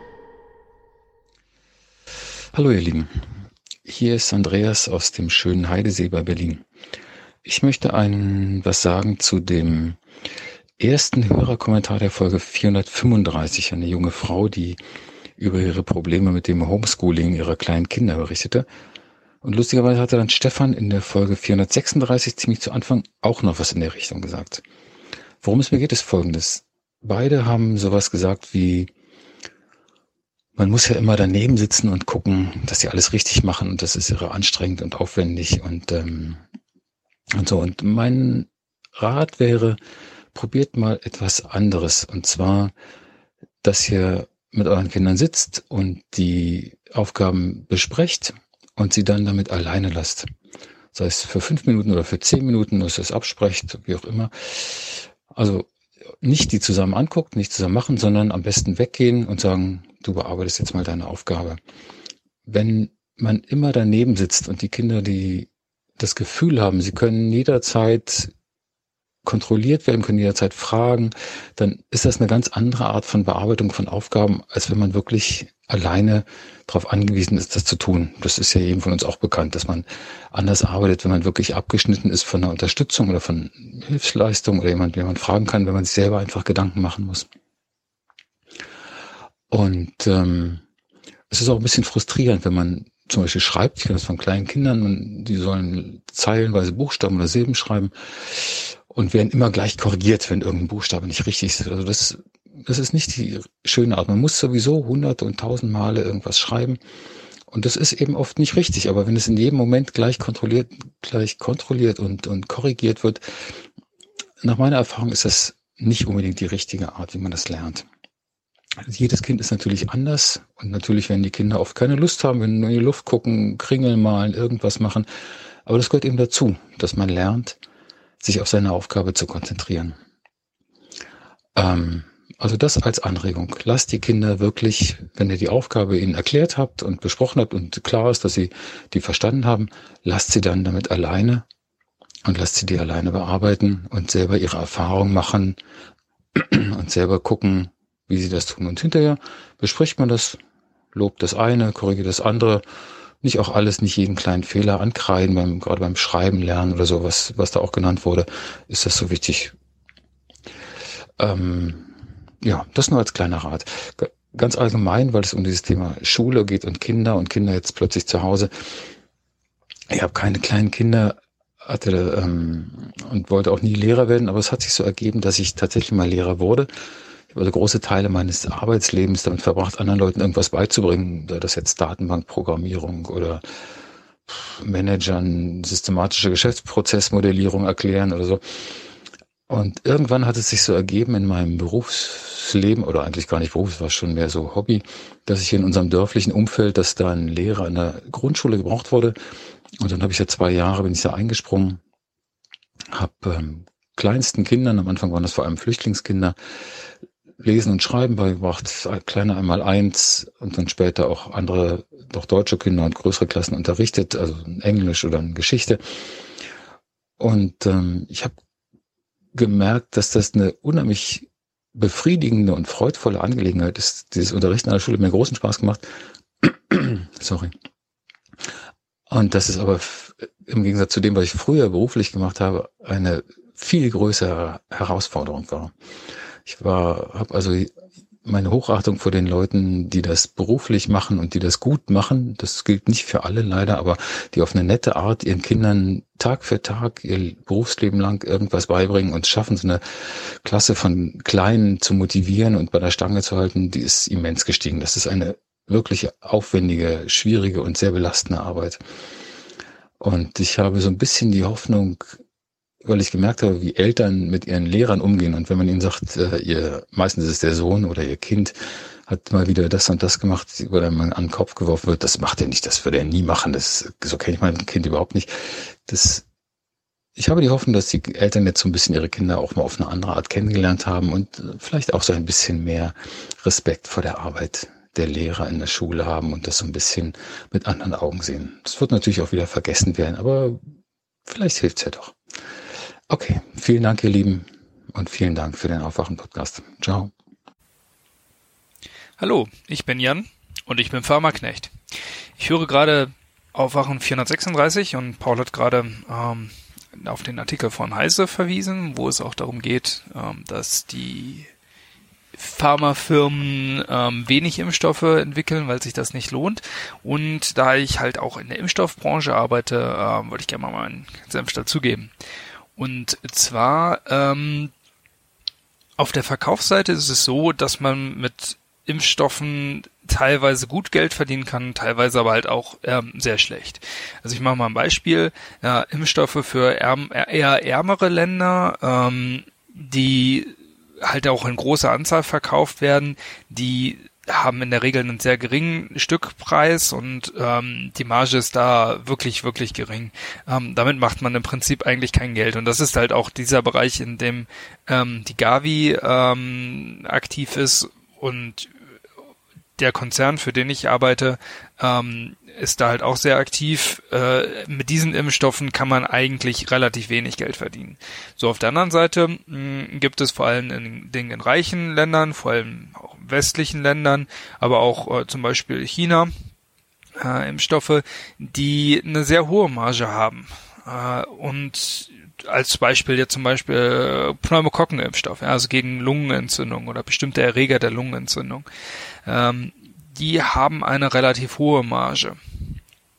Hallo ihr Lieben, hier ist Andreas aus dem schönen Heidesee bei Berlin. Ich möchte ein was sagen zu dem ersten Hörerkommentar der Folge vierhundertfünfunddreißig, eine junge Frau, die über ihre Probleme mit dem Homeschooling ihrer kleinen Kinder berichtete. Und lustigerweise hatte dann Stefan in der Folge vierhundertsechsunddreißig ziemlich zu Anfang auch noch was in der Richtung gesagt. Worum es mir geht, ist Folgendes. Beide haben sowas gesagt wie, man muss ja immer daneben sitzen und gucken, dass sie alles richtig machen, und das ist irre anstrengend und aufwendig und, ähm, und so. Und mein Rat wäre, probiert mal etwas anderes, und zwar, dass ihr mit euren Kindern sitzt und die Aufgaben besprecht und sie dann damit alleine lasst. Sei es für fünf Minuten oder für zehn Minuten, dass ihr es absprecht, wie auch immer. Also nicht die zusammen anguckt, nicht zusammen machen, sondern am besten weggehen und sagen, du bearbeitest jetzt mal deine Aufgabe. Wenn man immer daneben sitzt und die Kinder, die das Gefühl haben, sie können jederzeit kontrolliert werden, können jederzeit fragen, dann ist das eine ganz andere Art von Bearbeitung von Aufgaben, als wenn man wirklich alleine darauf angewiesen ist, das zu tun. Das ist ja jedem von uns auch bekannt, dass man anders arbeitet, wenn man wirklich abgeschnitten ist von einer Unterstützung oder von Hilfsleistung oder jemand, den man fragen kann, wenn man sich selber einfach Gedanken machen muss. Und ähm, es ist auch ein bisschen frustrierend, wenn man zum Beispiel schreibt, ich kenne das von kleinen Kindern, die sollen zeilenweise Buchstaben oder Silben schreiben und werden immer gleich korrigiert, wenn irgendein Buchstabe nicht richtig ist. Also das, das ist nicht die schöne Art. Man muss sowieso hunderte und tausend Male irgendwas schreiben und das ist eben oft nicht richtig. Aber wenn es in jedem Moment gleich kontrolliert, gleich kontrolliert und, und korrigiert wird, nach meiner Erfahrung ist das nicht unbedingt die richtige Art, wie man das lernt. Jedes Kind ist natürlich anders und natürlich werden die Kinder oft keine Lust haben, wenn nur in die Luft gucken, kringeln, malen, irgendwas machen. Aber das gehört eben dazu, dass man lernt, sich auf seine Aufgabe zu konzentrieren. Ähm, also das als Anregung. Lasst die Kinder wirklich, wenn ihr die Aufgabe ihnen erklärt habt und besprochen habt und klar ist, dass sie die verstanden haben, lasst sie dann damit alleine und lasst sie die alleine bearbeiten und selber ihre Erfahrung machen und selber gucken, wie sie das tun. Und hinterher bespricht man das, lobt das eine, korrigiert das andere. Nicht auch alles, nicht jeden kleinen Fehler ankreiden, beim, gerade beim Schreiben lernen oder so, was, was da auch genannt wurde, ist das so wichtig. Ähm, ja, das nur als kleiner Rat. Ganz allgemein, weil es um dieses Thema Schule geht und Kinder und Kinder jetzt plötzlich zu Hause. Ich habe keine kleinen Kinder, hatte ähm, und wollte auch nie Lehrer werden, aber es hat sich so ergeben, dass ich tatsächlich mal Lehrer wurde. Ich habe also große Teile meines Arbeitslebens damit verbracht, anderen Leuten irgendwas beizubringen, sei das jetzt Datenbankprogrammierung oder Managern systematische Geschäftsprozessmodellierung erklären oder so. Und irgendwann hat es sich so ergeben in meinem Berufsleben, oder eigentlich gar nicht Beruf, es war schon mehr so Hobby, dass ich in unserem dörflichen Umfeld, dass da ein Lehrer in der Grundschule gebraucht wurde. Und dann habe ich ja zwei Jahre, bin ich da eingesprungen, habe ähm, kleinsten Kindern, am Anfang waren das vor allem Flüchtlingskinder, Lesen und Schreiben beigebracht, kleine einmal eins und dann später auch andere, doch deutsche Kinder und größere Klassen unterrichtet, also in Englisch oder in Geschichte. Und ähm, ich habe gemerkt, dass das eine unheimlich befriedigende und freudvolle Angelegenheit ist. Dieses Unterrichten an der Schule hat mir großen Spaß gemacht. Sorry. Und das ist aber im Gegensatz zu dem, was ich früher beruflich gemacht habe, eine viel größere Herausforderung war. Ich war, habe also meine Hochachtung vor den Leuten, die das beruflich machen und die das gut machen. Das gilt nicht für alle leider, aber die auf eine nette Art ihren Kindern Tag für Tag ihr Berufsleben lang irgendwas beibringen und schaffen, so eine Klasse von Kleinen zu motivieren und bei der Stange zu halten, die ist immens gestiegen. Das ist eine wirklich aufwendige, schwierige und sehr belastende Arbeit. Und ich habe so ein bisschen die Hoffnung, weil ich gemerkt habe, wie Eltern mit ihren Lehrern umgehen. Und wenn man ihnen sagt, äh, ihr, meistens ist es der Sohn oder ihr Kind, hat mal wieder das und das gemacht, wo dann mal an den Kopf geworfen wird, das macht er nicht, das würde er nie machen, das, so kenne ich mein Kind überhaupt nicht. Das, ich habe die Hoffnung, dass die Eltern jetzt so ein bisschen ihre Kinder auch mal auf eine andere Art kennengelernt haben und vielleicht auch so ein bisschen mehr Respekt vor der Arbeit der Lehrer in der Schule haben und das so ein bisschen mit anderen Augen sehen. Das wird natürlich auch wieder vergessen werden, aber vielleicht hilft's ja doch. Okay, vielen Dank, ihr Lieben, und vielen Dank für den Aufwachen-Podcast. Ciao. Hallo, ich bin Jan und ich bin Pharmaknecht. Ich höre gerade Aufwachen vierhundertsechsunddreißig und Paul hat gerade ähm, auf den Artikel von Heise verwiesen, wo es auch darum geht, ähm, dass die Pharmafirmen ähm, wenig Impfstoffe entwickeln, weil sich das nicht lohnt. Und da ich halt auch in der Impfstoffbranche arbeite, äh, wollte ich gerne mal meinen Senf dazugeben. Und zwar ähm, auf der Verkaufsseite ist es so, dass man mit Impfstoffen teilweise gut Geld verdienen kann, teilweise aber halt auch ähm, sehr schlecht. Also ich mache mal ein Beispiel. Ja, Impfstoffe für ärm, eher ärmere Länder, ähm, die halt auch in großer Anzahl verkauft werden, die haben in der Regel einen sehr geringen Stückpreis und ähm, die Marge ist da wirklich, wirklich gering. Ähm, damit macht man im Prinzip eigentlich kein Geld. Und das ist halt auch dieser Bereich, in dem ähm, die Gavi ähm, aktiv ist und der Konzern, für den ich arbeite, ähm, ist da halt auch sehr aktiv. Äh, mit diesen Impfstoffen kann man eigentlich relativ wenig Geld verdienen. So, auf der anderen Seite mh, gibt es vor allem in den in reichen Ländern, vor allem auch in westlichen Ländern, aber auch äh, zum Beispiel China, äh, Impfstoffe, die eine sehr hohe Marge haben. Äh, und als Beispiel jetzt zum Beispiel Pneumokokken-Impfstoff, ja, also gegen Lungenentzündung oder bestimmte Erreger der Lungenentzündung. Ähm, die haben eine relativ hohe Marge.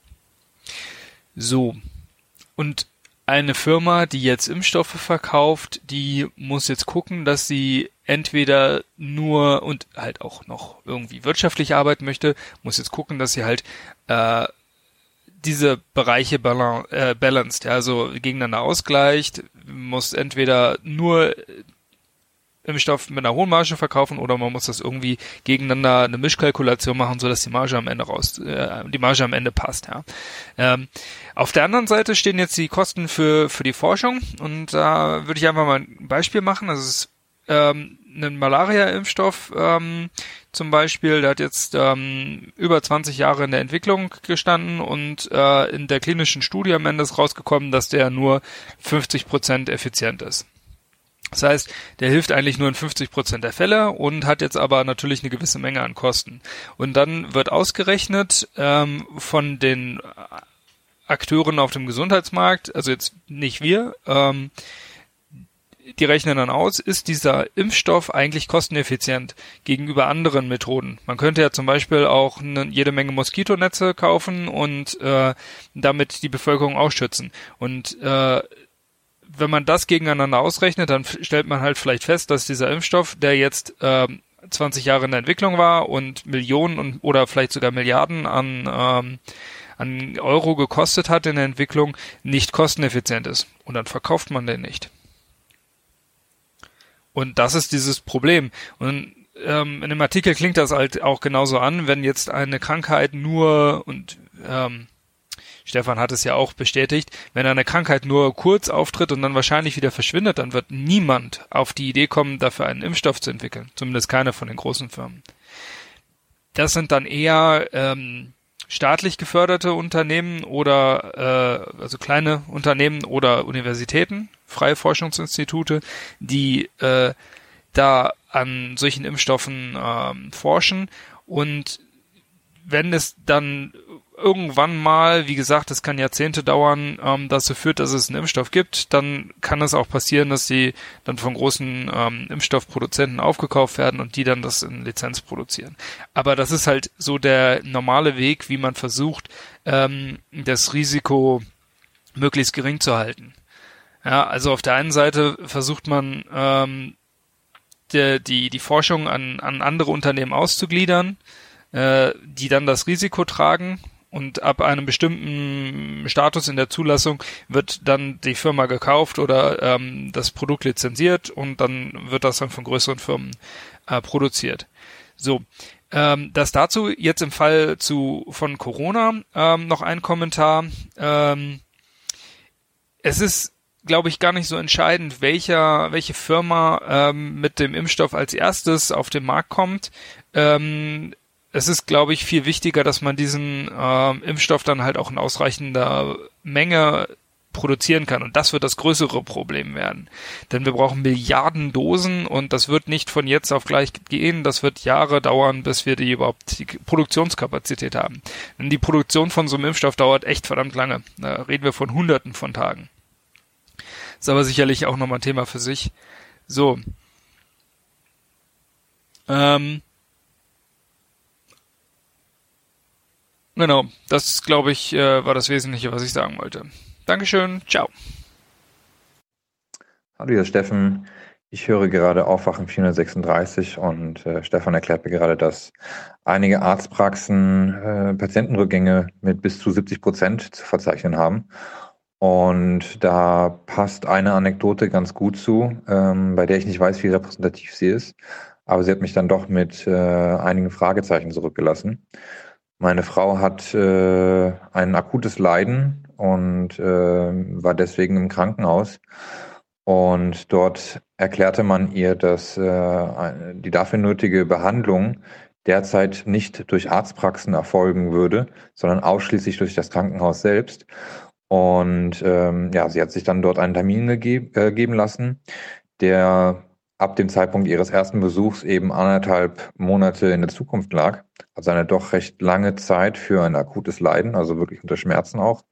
So. Und eine Firma, die jetzt Impfstoffe verkauft, die muss jetzt gucken, dass sie entweder nur und halt auch noch irgendwie wirtschaftlich arbeiten möchte, muss jetzt gucken, dass sie halt äh, diese Bereiche balan- äh, balanced, ja, also gegeneinander ausgleicht, muss entweder nur Impfstoff mit einer hohen Marge verkaufen oder man muss das irgendwie gegeneinander eine Mischkalkulation machen, sodass die Marge am Ende raus, äh, die Marge am Ende passt, ja. Ähm, auf der anderen Seite stehen jetzt die Kosten für, für die Forschung und da würde ich einfach mal ein Beispiel machen. Also es ist ähm, ein Malaria-Impfstoff ähm, zum Beispiel, der hat jetzt ähm, über zwanzig Jahre in der Entwicklung gestanden und äh, in der klinischen Studie am Ende ist rausgekommen, dass der nur fünfzig Prozent effizient ist. Das heißt, der hilft eigentlich nur in fünfzig Prozent der Fälle und hat jetzt aber natürlich eine gewisse Menge an Kosten. Und dann wird ausgerechnet ähm, von den Akteuren auf dem Gesundheitsmarkt, also jetzt nicht wir, ähm, die rechnen dann aus, ist dieser Impfstoff eigentlich kosteneffizient gegenüber anderen Methoden. Man könnte ja zum Beispiel auch eine, jede Menge Moskitonetze kaufen und äh, damit die Bevölkerung auch schützen. Und äh, wenn man das gegeneinander ausrechnet, dann stellt man halt vielleicht fest, dass dieser Impfstoff, der jetzt ähm, zwanzig Jahre in der Entwicklung war und Millionen und oder vielleicht sogar Milliarden an ähm, an Euro gekostet hat in der Entwicklung, nicht kosteneffizient ist. Und dann verkauft man den nicht. Und das ist dieses Problem. Und ähm, in dem Artikel klingt das halt auch genauso an, wenn jetzt eine Krankheit nur und ähm, Stefan hat es ja auch bestätigt, wenn eine Krankheit nur kurz auftritt und dann wahrscheinlich wieder verschwindet, dann wird niemand auf die Idee kommen, dafür einen Impfstoff zu entwickeln. Zumindest keine von den großen Firmen. Das sind dann eher ähm, staatlich geförderte Unternehmen oder äh, also kleine Unternehmen oder Universitäten, freie Forschungsinstitute, die äh, da an solchen Impfstoffen ähm, forschen. Und wenn es dann irgendwann mal, wie gesagt, es kann Jahrzehnte dauern, ähm, dazu führt, dass es einen Impfstoff gibt, dann kann es auch passieren, dass sie dann von großen ähm, Impfstoffproduzenten aufgekauft werden und die dann das in Lizenz produzieren. Aber das ist halt so der normale Weg, wie man versucht, ähm, das Risiko möglichst gering zu halten. Ja, also auf der einen Seite versucht man, ähm, der, die, die Forschung an, an andere Unternehmen auszugliedern, äh, die dann das Risiko tragen. Und ab einem bestimmten Status in der Zulassung wird dann die Firma gekauft oder ähm, das Produkt lizenziert und dann wird das dann von größeren Firmen äh, produziert. So, ähm, das dazu jetzt im Fall zu von Corona ähm, noch ein Kommentar. Ähm, es ist, glaube ich, gar nicht so entscheidend, welcher welche Firma ähm, mit dem Impfstoff als erstes auf den Markt kommt. Ähm, Es ist, glaube ich, viel wichtiger, dass man diesen äh, Impfstoff dann halt auch in ausreichender Menge produzieren kann. Und das wird das größere Problem werden. Denn wir brauchen Milliarden Dosen und das wird nicht von jetzt auf gleich gehen. Das wird Jahre dauern, bis wir die überhaupt die Produktionskapazität haben. Denn die Produktion von so einem Impfstoff dauert echt verdammt lange. Da reden wir von Hunderten von Tagen. Ist aber sicherlich auch nochmal ein Thema für sich. So. Ähm... Genau, das, glaube ich, war das Wesentliche, was ich sagen wollte. Dankeschön, ciao. Hallo, hier ist Steffen. Ich höre gerade Aufwachen vierhundertsechsunddreißig und äh, Stefan erklärt mir gerade, dass einige Arztpraxen äh, Patientenrückgänge mit bis zu siebzig Prozent zu verzeichnen haben. Und da passt eine Anekdote ganz gut zu, ähm, bei der ich nicht weiß, wie repräsentativ sie ist. Aber sie hat mich dann doch mit äh, einigen Fragezeichen zurückgelassen. Meine Frau hat äh, ein akutes Leiden und äh, war deswegen im Krankenhaus. Und dort erklärte man ihr, dass äh, die dafür nötige Behandlung derzeit nicht durch Arztpraxen erfolgen würde, sondern ausschließlich durch das Krankenhaus selbst. Und ähm, ja, sie hat sich dann dort einen Termin gegeb, äh, geben lassen, der ab dem Zeitpunkt ihres ersten Besuchs eben anderthalb Monate in der Zukunft lag. Also eine doch recht lange Zeit für ein akutes Leiden, also wirklich unter Schmerzen auch.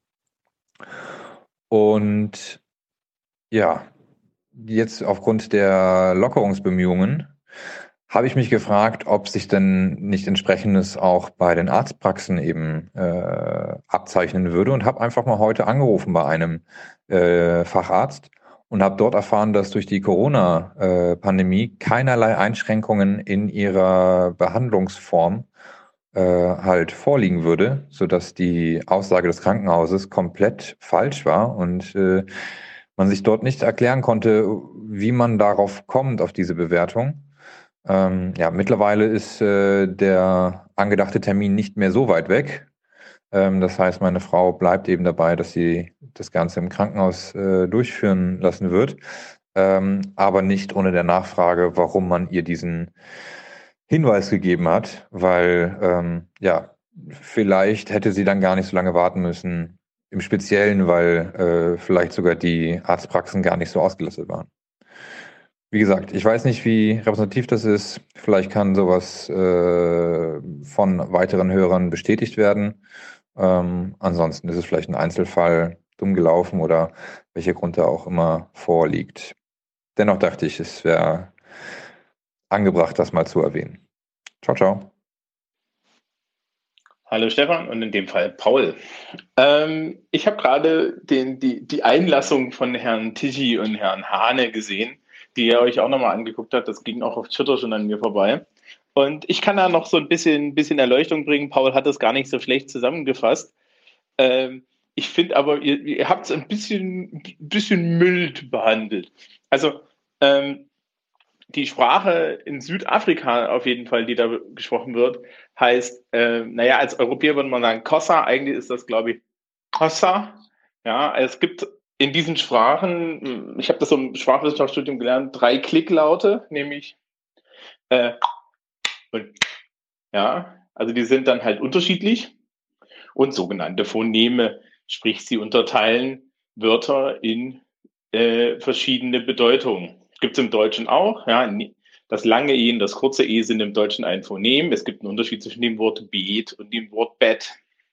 Und ja, jetzt aufgrund der Lockerungsbemühungen habe ich mich gefragt, ob sich denn nicht entsprechendes auch bei den Arztpraxen eben äh, abzeichnen würde und habe einfach mal heute angerufen bei einem äh, Facharzt und habe dort erfahren, dass durch die Corona-Pandemie keinerlei Einschränkungen in ihrer Behandlungsform äh, halt vorliegen würde, sodass die Aussage des Krankenhauses komplett falsch war und äh, man sich dort nicht erklären konnte, wie man darauf kommt, auf diese Bewertung. Ähm, ja, mittlerweile ist äh, der angedachte Termin nicht mehr so weit weg. Ähm, das heißt, meine Frau bleibt eben dabei, dass sie das Ganze im Krankenhaus äh, durchführen lassen wird, ähm, aber nicht ohne der Nachfrage, warum man ihr diesen Hinweis gegeben hat, weil ähm, ja, vielleicht hätte sie dann gar nicht so lange warten müssen, im Speziellen, weil äh, vielleicht sogar die Arztpraxen gar nicht so ausgelastet waren. Wie gesagt, ich weiß nicht, wie repräsentativ das ist. Vielleicht kann sowas äh, von weiteren Hörern bestätigt werden. Ähm, ansonsten ist es vielleicht ein Einzelfall, dumm gelaufen oder welcher Grund da auch immer vorliegt. Dennoch dachte ich, es wäre angebracht, das mal zu erwähnen. Ciao, ciao. Hallo Stefan und in dem Fall Paul. Ähm, ich habe gerade den, die, die Einlassung von Herrn Tichy und Herrn Hane gesehen, die ihr euch auch nochmal angeguckt habt. Das ging auch auf Twitter schon an mir vorbei. Und ich kann da noch so ein bisschen, bisschen Erleuchtung bringen. Paul hat das gar nicht so schlecht zusammengefasst. Ähm, ich finde aber, ihr, ihr habt es ein bisschen, bisschen mild behandelt. Also ähm, die Sprache in Südafrika auf jeden Fall, die da gesprochen wird, heißt, äh, naja, als Europäer würde man sagen Xhosa, eigentlich ist das, glaube ich, Xhosa. Ja, es gibt in diesen Sprachen, ich habe das so im Sprachwissenschaftsstudium gelernt, drei Klicklaute, nämlich äh, und ja, also die sind dann halt unterschiedlich und sogenannte Phoneme, sprich sie unterteilen Wörter in äh, verschiedene Bedeutungen. Gibt es im Deutschen auch, ja, das lange E und das kurze E sind im Deutschen ein Phonem. Es gibt einen Unterschied zwischen dem Wort Beet und dem Wort Bett.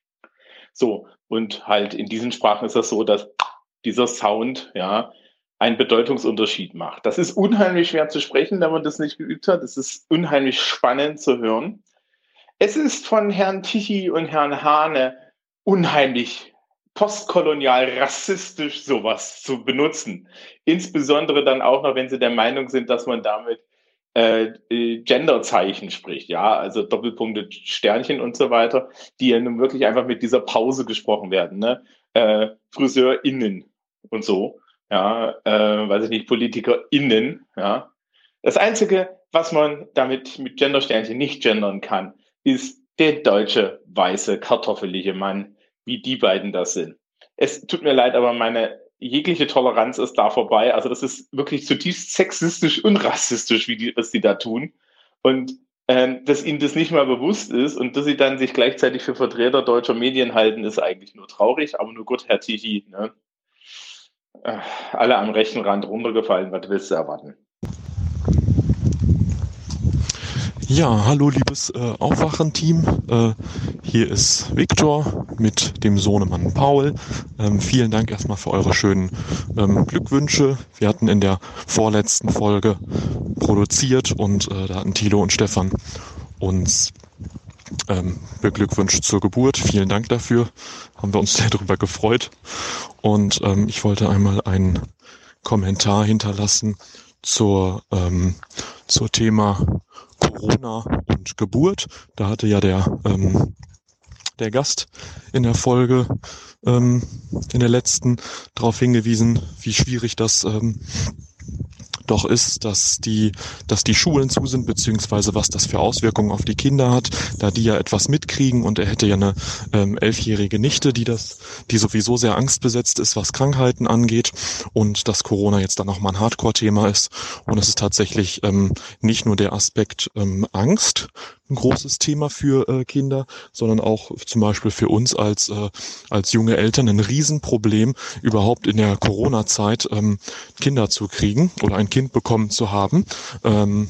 So, und halt in diesen Sprachen ist das so, dass dieser Sound, ja, einen Bedeutungsunterschied macht. Das ist unheimlich schwer zu sprechen, wenn man das nicht geübt hat. Es ist unheimlich spannend zu hören. Es ist von Herrn Tichy und Herrn Hane unheimlich postkolonial rassistisch sowas zu benutzen. Insbesondere dann auch noch, wenn sie der Meinung sind, dass man damit äh, Genderzeichen spricht, ja, also Doppelpunkte, Sternchen und so weiter, die ja nun wirklich einfach mit dieser Pause gesprochen werden, ne? Äh, FriseurInnen und so, ja, äh, weiß ich nicht, PolitikerInnen, ja. Das Einzige, was man damit mit Gendersternchen nicht gendern kann, ist der deutsche, weiße, kartoffelige Mann, wie die beiden das sind. Es tut mir leid, aber meine jegliche Toleranz ist da vorbei. Also das ist wirklich zutiefst sexistisch und rassistisch, wie die, was die da tun. Und ähm, dass ihnen das nicht mal bewusst ist und dass sie dann sich gleichzeitig für Vertreter deutscher Medien halten, ist eigentlich nur traurig. Aber nur gut, Herr Tichy, ne? Äh, alle am rechten Rand runtergefallen. Was willst du erwarten? Ja, hallo liebes äh, Aufwachen-Team. Äh, hier ist Viktor mit dem Sohnemann Paul. Ähm, vielen Dank erstmal für eure schönen ähm, Glückwünsche. Wir hatten in der vorletzten Folge produziert und äh, da hatten Thilo und Stefan uns ähm, beglückwünscht zur Geburt. Vielen Dank dafür. Haben wir uns sehr darüber gefreut. Und ähm, ich wollte einmal einen Kommentar hinterlassen zur ähm, zur Thema Corona und Geburt. Da hatte ja der ähm, der Gast in der Folge ähm, in der letzten darauf hingewiesen, wie schwierig das ähm, doch ist, dass die, dass die Schulen zu sind, beziehungsweise was das für Auswirkungen auf die Kinder hat, da die ja etwas mitkriegen und er hätte ja eine ähm, elfjährige Nichte, die das, die sowieso sehr angstbesetzt ist, was Krankheiten angeht und dass Corona jetzt dann nochmal ein Hardcore-Thema ist und es ist tatsächlich ähm, nicht nur der Aspekt ähm, Angst, ein großes Thema für äh, Kinder, sondern auch zum Beispiel für uns als äh, als junge Eltern ein Riesenproblem, überhaupt in der Corona-Zeit ähm, Kinder zu kriegen oder ein Kind bekommen zu haben. Ähm,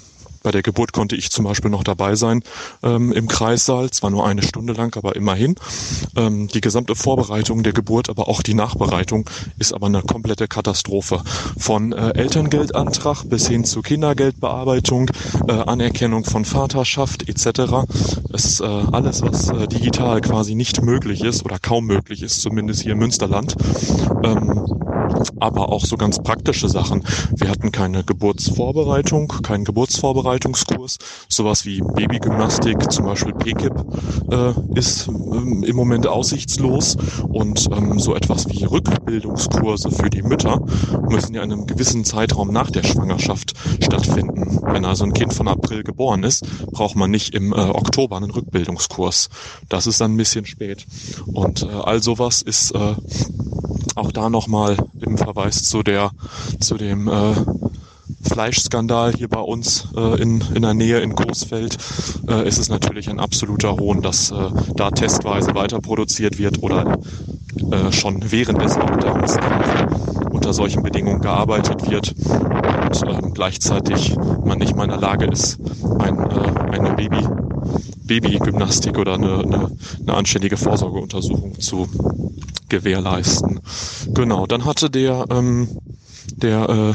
Bei der Geburt konnte ich zum Beispiel noch dabei sein ähm, im Kreissaal, zwar nur eine Stunde lang, aber immerhin. Ähm, die gesamte Vorbereitung der Geburt, aber auch die Nachbereitung ist aber eine komplette Katastrophe. Von äh, Elterngeldantrag bis hin zu Kindergeldbearbeitung, äh, Anerkennung von Vaterschaft et cetera. Es ist äh, alles, was äh, digital quasi nicht möglich ist oder kaum möglich ist, zumindest hier im Münsterland. Ähm, aber auch so ganz praktische Sachen. Wir hatten keine Geburtsvorbereitung, keinen Geburtsvorbereitungskurs. Sowas wie Babygymnastik, zum Beispiel P K I P, äh, ist ähm, im Moment aussichtslos. Und ähm, so etwas wie Rückbildungskurse für die Mütter müssen ja in einem gewissen Zeitraum nach der Schwangerschaft stattfinden. Wenn also ein Kind von April geboren ist, braucht man nicht im äh, Oktober einen Rückbildungskurs. Das ist dann ein bisschen spät. Und äh, all sowas ist äh, auch da nochmal im Verweis zu der, zu dem äh, Fleischskandal hier bei uns äh, in, in der Nähe in Coesfeld, äh, ist es natürlich ein absoluter Hohn, dass äh, da testweise weiter produziert wird oder äh, schon während des Lockdowns unter solchen Bedingungen gearbeitet wird und äh, gleichzeitig man nicht mal in der Lage ist, ein, äh, eine Baby Babygymnastik oder eine, eine, eine anständige Vorsorgeuntersuchung zu gewährleisten. Genau, dann hatte der ähm, der äh,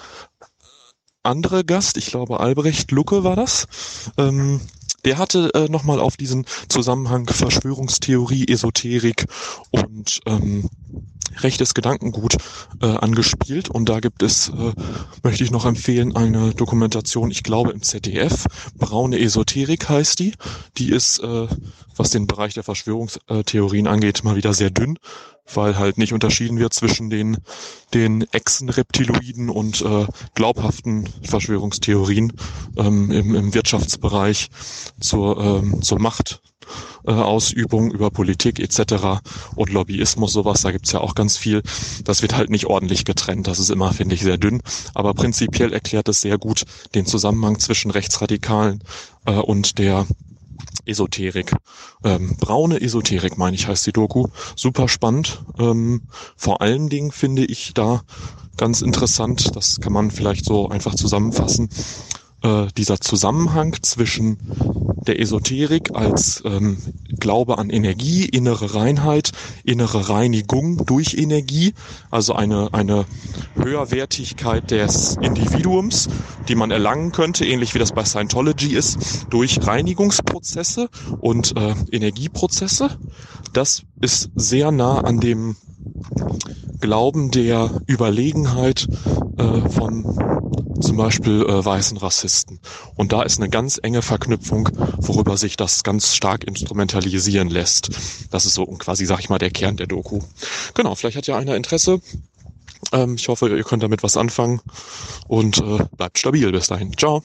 andere Gast, ich glaube Albrecht Lucke war das, ähm, der hatte äh, nochmal auf diesen Zusammenhang Verschwörungstheorie, Esoterik und ähm, rechtes Gedankengut äh, angespielt. Und da gibt es, äh, möchte ich noch empfehlen, eine Dokumentation, ich glaube im Z D F, Braune Esoterik heißt die. Die ist, äh, was den Bereich der Verschwörungstheorien angeht, mal wieder sehr dünn, weil halt nicht unterschieden wird zwischen den den Echsenreptiloiden und äh, glaubhaften Verschwörungstheorien ähm, im, im Wirtschaftsbereich zur ähm, zur Macht. Äh, Ausübung über Politik et cetera und Lobbyismus, sowas, da gibt's ja auch ganz viel. Das wird halt nicht ordentlich getrennt. Das ist immer, finde ich, sehr dünn. Aber prinzipiell erklärt es sehr gut den Zusammenhang zwischen Rechtsradikalen äh, und der Esoterik. Ähm, Braune Esoterik, meine ich, heißt die Doku. Super spannend. Ähm, vor allen Dingen finde ich da ganz interessant, das kann man vielleicht so einfach zusammenfassen, äh, dieser Zusammenhang zwischen der Esoterik als ähm, Glaube an Energie, innere Reinheit, innere Reinigung durch Energie, also eine eine Höherwertigkeit des Individuums, die man erlangen könnte, ähnlich wie das bei Scientology ist, durch Reinigungsprozesse und äh, Energieprozesse. Das ist sehr nah an dem Glauben der Überlegenheit äh, von zum Beispiel äh, weißen Rassisten. Und da ist eine ganz enge Verknüpfung, worüber sich das ganz stark instrumentalisieren lässt. Das ist so quasi, sag ich mal, der Kern der Doku. Genau, vielleicht hat ja einer Interesse. Ähm, ich hoffe, ihr könnt damit was anfangen und äh, bleibt stabil bis dahin. Ciao.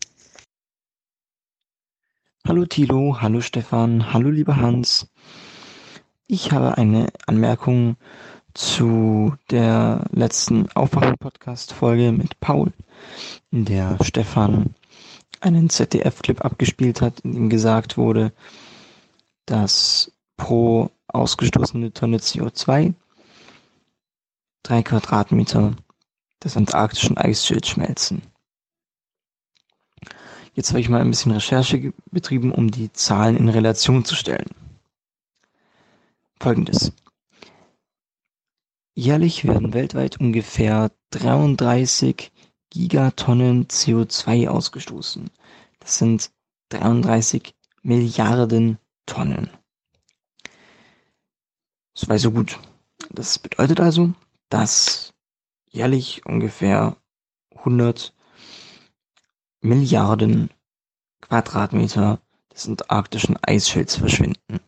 Hallo Thilo, hallo Stefan, hallo lieber Hans. Ich habe eine Anmerkung zu der letzten Aufwachen-Podcast-Folge mit Paul, in der Stefan einen Z D F-Clip abgespielt hat, in dem gesagt wurde, dass pro ausgestoßene Tonne C O zwei drei Quadratmeter des antarktischen Eisschilds schmelzen. Jetzt habe ich mal ein bisschen Recherche betrieben, um die Zahlen in Relation zu stellen. Folgendes. Jährlich werden weltweit ungefähr dreiunddreißig Gigatonnen C O zwei ausgestoßen. Das sind dreiunddreißig Milliarden Tonnen. Das war so gut. Das bedeutet also, dass jährlich ungefähr hundert Milliarden Quadratmeter des antarktischen Eisschilds verschwinden.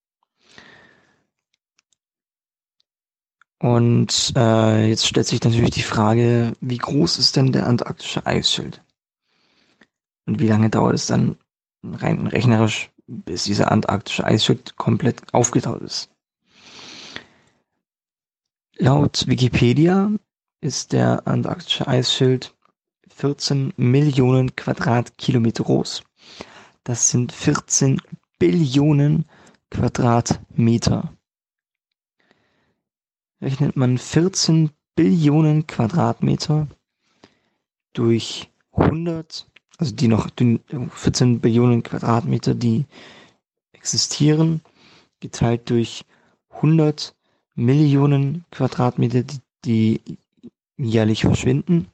Und äh, jetzt stellt sich natürlich die Frage, wie groß ist denn der antarktische Eisschild? Und wie lange dauert es dann rein rechnerisch, bis dieser antarktische Eisschild komplett aufgetaut ist? Laut Wikipedia ist der antarktische Eisschild vierzehn Millionen Quadratkilometer groß. Das sind vierzehn Billionen Quadratmeter. Rechnet man vierzehn Billionen Quadratmeter durch hundert also die noch vierzehn Billionen Quadratmeter, die existieren, geteilt durch hundert Millionen Quadratmeter, die, die jährlich verschwinden.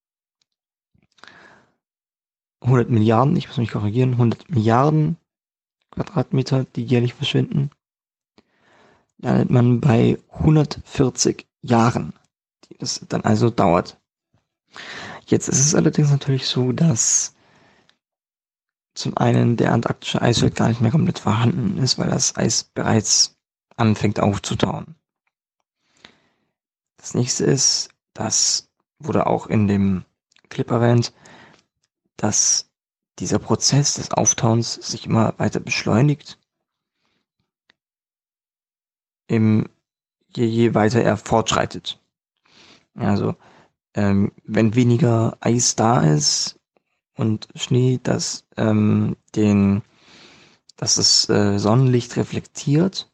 hundert Milliarden, ich muss mich korrigieren, hundert Milliarden Quadratmeter, die jährlich verschwinden, landet man bei hundertvierzig Jahren, die das dann also dauert. Jetzt ist es allerdings natürlich so, dass zum einen der antarktische Eisfeld gar nicht mehr komplett vorhanden ist, weil das Eis bereits anfängt aufzutauen. Das nächste ist, das wurde auch in dem Clip erwähnt, dass dieser Prozess des Auftauens sich immer weiter beschleunigt, im, je, je weiter er fortschreitet. Also ähm, wenn weniger Eis da ist und Schnee, das ähm, den, dass das äh, Sonnenlicht reflektiert,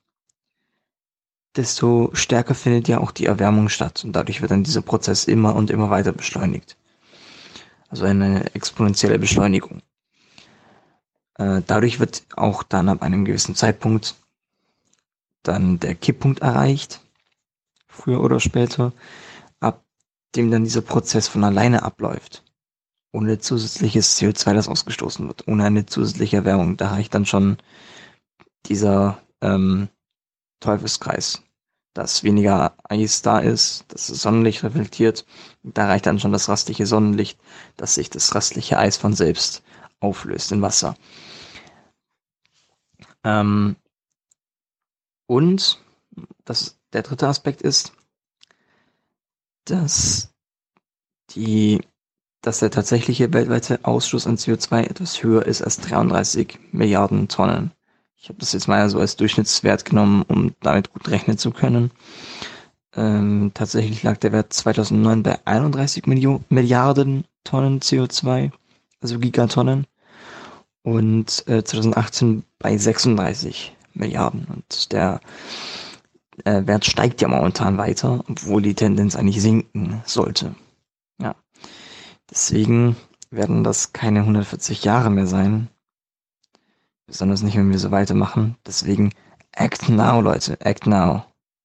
desto stärker findet ja auch die Erwärmung statt und dadurch wird dann dieser Prozess immer und immer weiter beschleunigt. Also eine exponentielle Beschleunigung. Äh, dadurch wird auch dann ab einem gewissen Zeitpunkt dann der Kipppunkt erreicht, früher oder später, ab dem dann dieser Prozess von alleine abläuft. Ohne zusätzliches C O zwei, das ausgestoßen wird, ohne eine zusätzliche Erwärmung. Da reicht dann schon dieser ähm, Teufelskreis, dass weniger Eis da ist, dass das Sonnenlicht reflektiert. Da reicht dann schon das restliche Sonnenlicht, dass sich das restliche Eis von selbst auflöst in Wasser. Ähm, und das, der dritte Aspekt ist, dass die, dass der tatsächliche weltweite Ausstoß an C O zwei etwas höher ist als dreiunddreißig Milliarden Tonnen. Ich habe das jetzt mal so als Durchschnittswert genommen, um damit gut rechnen zu können. Ähm, tatsächlich lag der Wert zweitausendneun bei einunddreißig Millionen, Milliarden Tonnen C O zwei, also Gigatonnen, und äh, zweitausendachtzehn bei sechsunddreißig Milliarden. Und der äh, Wert steigt ja momentan weiter, obwohl die Tendenz eigentlich sinken sollte. Ja. Deswegen werden das keine hundertvierzig Jahre mehr sein. Besonders nicht, wenn wir so weitermachen. Deswegen act now, Leute, act now.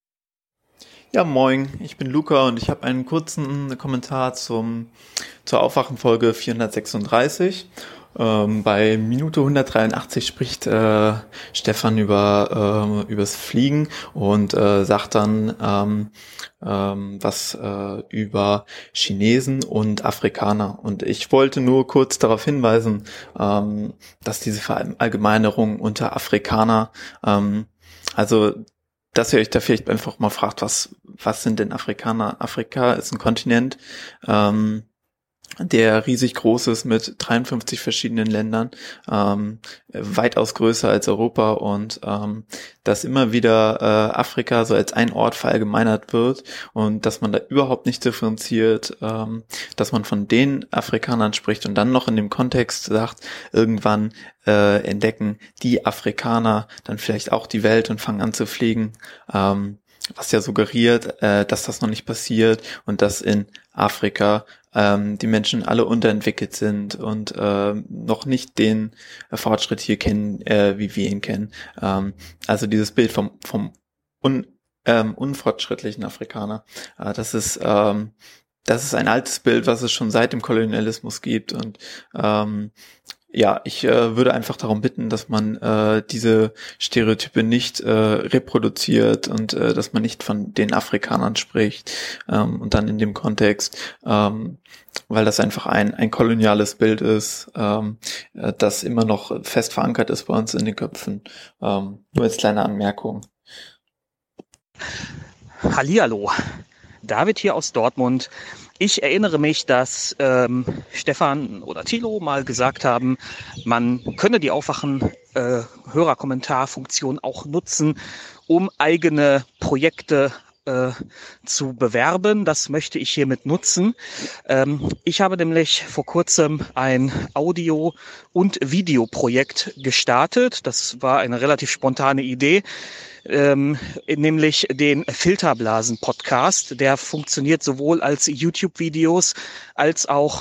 Ja, moin, ich bin Luca und ich habe einen kurzen Kommentar zum zur Aufwachenfolge vierhundertsechsunddreißig. Ähm, bei Minute hundertdreiundachtzig spricht äh, Stefan über äh, übers Fliegen und äh, sagt dann ähm, ähm, was äh, über Chinesen und Afrikaner. Und ich wollte nur kurz darauf hinweisen, ähm, dass diese Verallgemeinerung unter Afrikaner, ähm, also dass ihr euch da vielleicht einfach mal fragt, was was sind denn Afrikaner? Afrika ist ein Kontinent, ähm, der riesig groß ist mit dreiundfünfzig verschiedenen Ländern, ähm, weitaus größer als Europa, und ähm, dass immer wieder äh, Afrika so als ein Ort verallgemeinert wird und dass man da überhaupt nicht differenziert, ähm, dass man von den Afrikanern spricht und dann noch in dem Kontext sagt, irgendwann äh, entdecken die Afrikaner dann vielleicht auch die Welt und fangen an zu fliegen, ähm, was ja suggeriert, äh, dass das noch nicht passiert und dass in Afrika ähm, die Menschen alle unterentwickelt sind und äh, noch nicht den äh, Fortschritt hier kennen, äh, wie wir ihn kennen. Ähm, also dieses Bild vom vom un, ähm, unfortschrittlichen Afrikaner, äh, das ist ähm, das ist ein altes Bild, was es schon seit dem Kolonialismus gibt, und ähm, ja, ich äh, würde einfach darum bitten, dass man äh, diese Stereotype nicht äh, reproduziert und äh, dass man nicht von den Afrikanern spricht, ähm, und dann in dem Kontext, ähm, weil das einfach ein ein koloniales Bild ist, ähm, äh, das immer noch fest verankert ist bei uns in den Köpfen. Ähm, nur als kleine Anmerkung. Hallihallo, David hier aus Dortmund. Ich erinnere mich, dass ähm, Stefan oder Thilo mal gesagt haben, man könne die Aufwachen-Hörerkommentarfunktion äh, auch nutzen, um eigene Projekte äh, zu bewerben. Das möchte ich hiermit nutzen. Ähm, ich habe nämlich vor kurzem ein Audio- und Videoprojekt gestartet. Das war eine relativ spontane Idee. Ähm, nämlich den Filterblasen-Podcast. Der funktioniert sowohl als YouTube-Videos als auch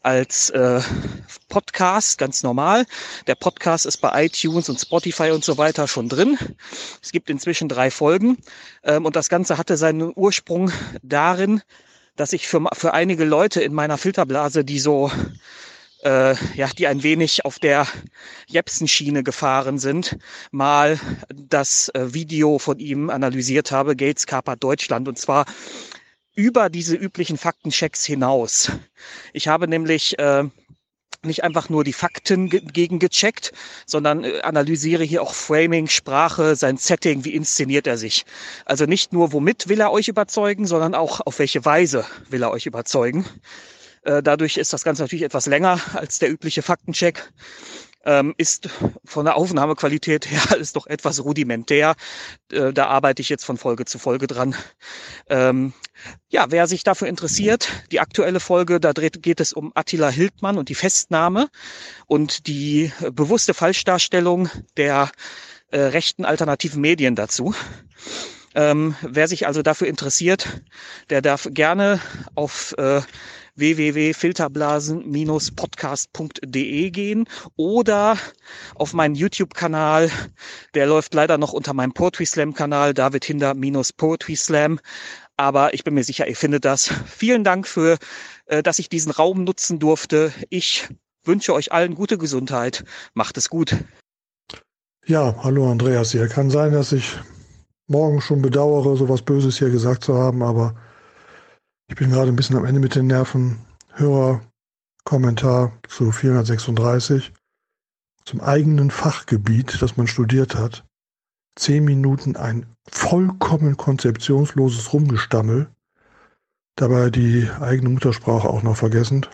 als äh, Podcast, ganz normal. Der Podcast ist bei iTunes und Spotify und so weiter schon drin. Es gibt inzwischen drei Folgen ähm, und das Ganze hatte seinen Ursprung darin, dass ich für, für einige Leute in meiner Filterblase, die so Äh, ja, die ein wenig auf der Jepsen-Schiene gefahren sind, mal das äh, Video von ihm analysiert habe, Gates kapert Deutschland, und zwar über diese üblichen Faktenchecks hinaus. Ich habe nämlich äh, nicht einfach nur die Fakten ge- gegengecheckt, sondern äh, analysiere hier auch Framing, Sprache, sein Setting, wie inszeniert er sich. Also nicht nur, womit will er euch überzeugen, sondern auch, auf welche Weise will er euch überzeugen. Dadurch ist das Ganze natürlich etwas länger als der übliche Faktencheck. Ähm, ist von der Aufnahmequalität her alles doch etwas rudimentär. Äh, da arbeite ich jetzt von Folge zu Folge dran. Ähm, ja, wer sich dafür interessiert, die aktuelle Folge, da dreht, geht es um Attila Hildmann und die Festnahme und die äh, bewusste Falschdarstellung der äh, rechten alternativen Medien dazu. Ähm, wer sich also dafür interessiert, der darf gerne auf äh, w w w punkt filterblasen Bindestrich podcast punkt d e gehen oder auf meinen YouTube-Kanal. Der läuft leider noch unter meinem Poetry Slam-Kanal, David Hinder Poetry Slam. Aber ich bin mir sicher, ihr findet das. Vielen Dank für, äh, dass ich diesen Raum nutzen durfte. Ich wünsche euch allen gute Gesundheit. Macht es gut. Ja, hallo Andreas hier. Kann sein, dass ich morgen schon bedauere, sowas Böses hier gesagt zu haben, aber ich bin gerade ein bisschen am Ende mit den Nerven. Hörerkommentar zu vierhundertsechsunddreißig. Zum eigenen Fachgebiet, das man studiert hat. Zehn Minuten ein vollkommen konzeptionsloses Rumgestammel. Dabei die eigene Muttersprache auch noch vergessend.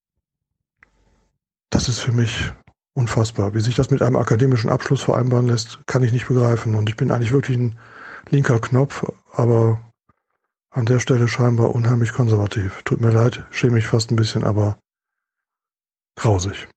Das ist für mich unfassbar. Wie sich das mit einem akademischen Abschluss vereinbaren lässt, kann ich nicht begreifen. Und ich bin eigentlich wirklich ein linker Knopf, aber an der Stelle scheinbar unheimlich konservativ. Tut mir leid, schäme mich fast ein bisschen, aber grausig.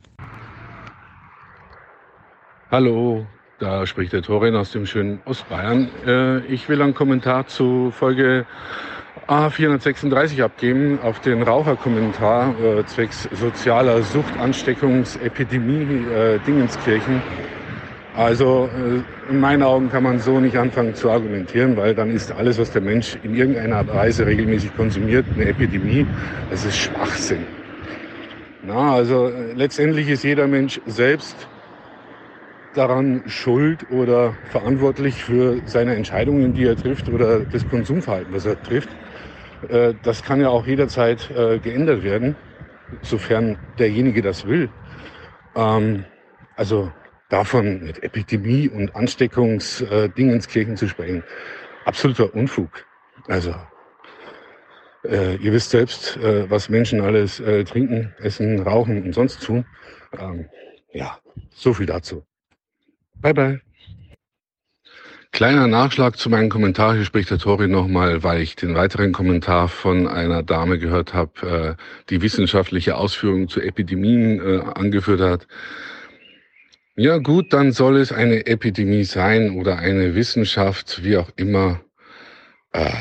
Hallo, da spricht der Torin aus dem schönen Ostbayern. Äh, ich will einen Kommentar zu Folge A vierhundertsechsunddreißig abgeben, auf den Raucherkommentar äh, zwecks sozialer Suchtansteckungsepidemie äh, Dingenskirchen. Also äh, in meinen Augen kann man so nicht anfangen zu argumentieren, weil dann ist alles, was der Mensch in irgendeiner Weise regelmäßig konsumiert, eine Epidemie. Das ist Schwachsinn. Na, also äh, letztendlich ist jeder Mensch selbst daran schuld oder verantwortlich für seine Entscheidungen, die er trifft, oder das Konsumverhalten, das er trifft. Äh, das kann ja auch jederzeit äh, geändert werden, sofern derjenige das will. Ähm, also davon mit Epidemie und Ansteckungsdingenskirchen zu sprechen, absoluter Unfug. Also äh, ihr wisst selbst, äh, was Menschen alles äh, trinken, essen, rauchen und sonst tun. Ähm, ja, so viel dazu. Bye bye. Kleiner Nachschlag zu meinem Kommentar. Hier spricht der Tori nochmal, weil ich den weiteren Kommentar von einer Dame gehört habe, äh, die wissenschaftliche Ausführungen zu Epidemien äh, angeführt hat. Ja gut, dann soll es eine Epidemie sein oder eine Wissenschaft, wie auch immer. Äh,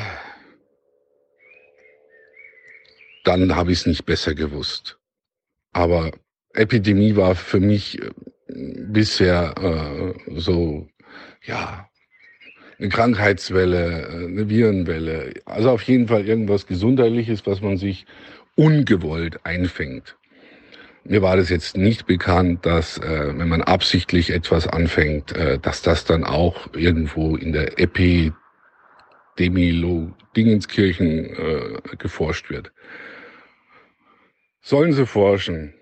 dann habe ich es nicht besser gewusst. Aber Epidemie war für mich äh, bisher äh, so, ja, eine Krankheitswelle, eine Virenwelle. Also auf jeden Fall irgendwas Gesundheitliches, was man sich ungewollt einfängt. Mir war das jetzt nicht bekannt, dass, äh, wenn man absichtlich etwas anfängt, äh, dass das dann auch irgendwo in der Epidemiolo-Dingenskirchen äh, geforscht wird. Sollen sie forschen?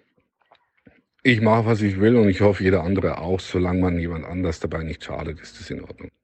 Ich mache, was ich will, und ich hoffe, jeder andere auch. Solange man jemand anders dabei nicht schadet, ist das in Ordnung.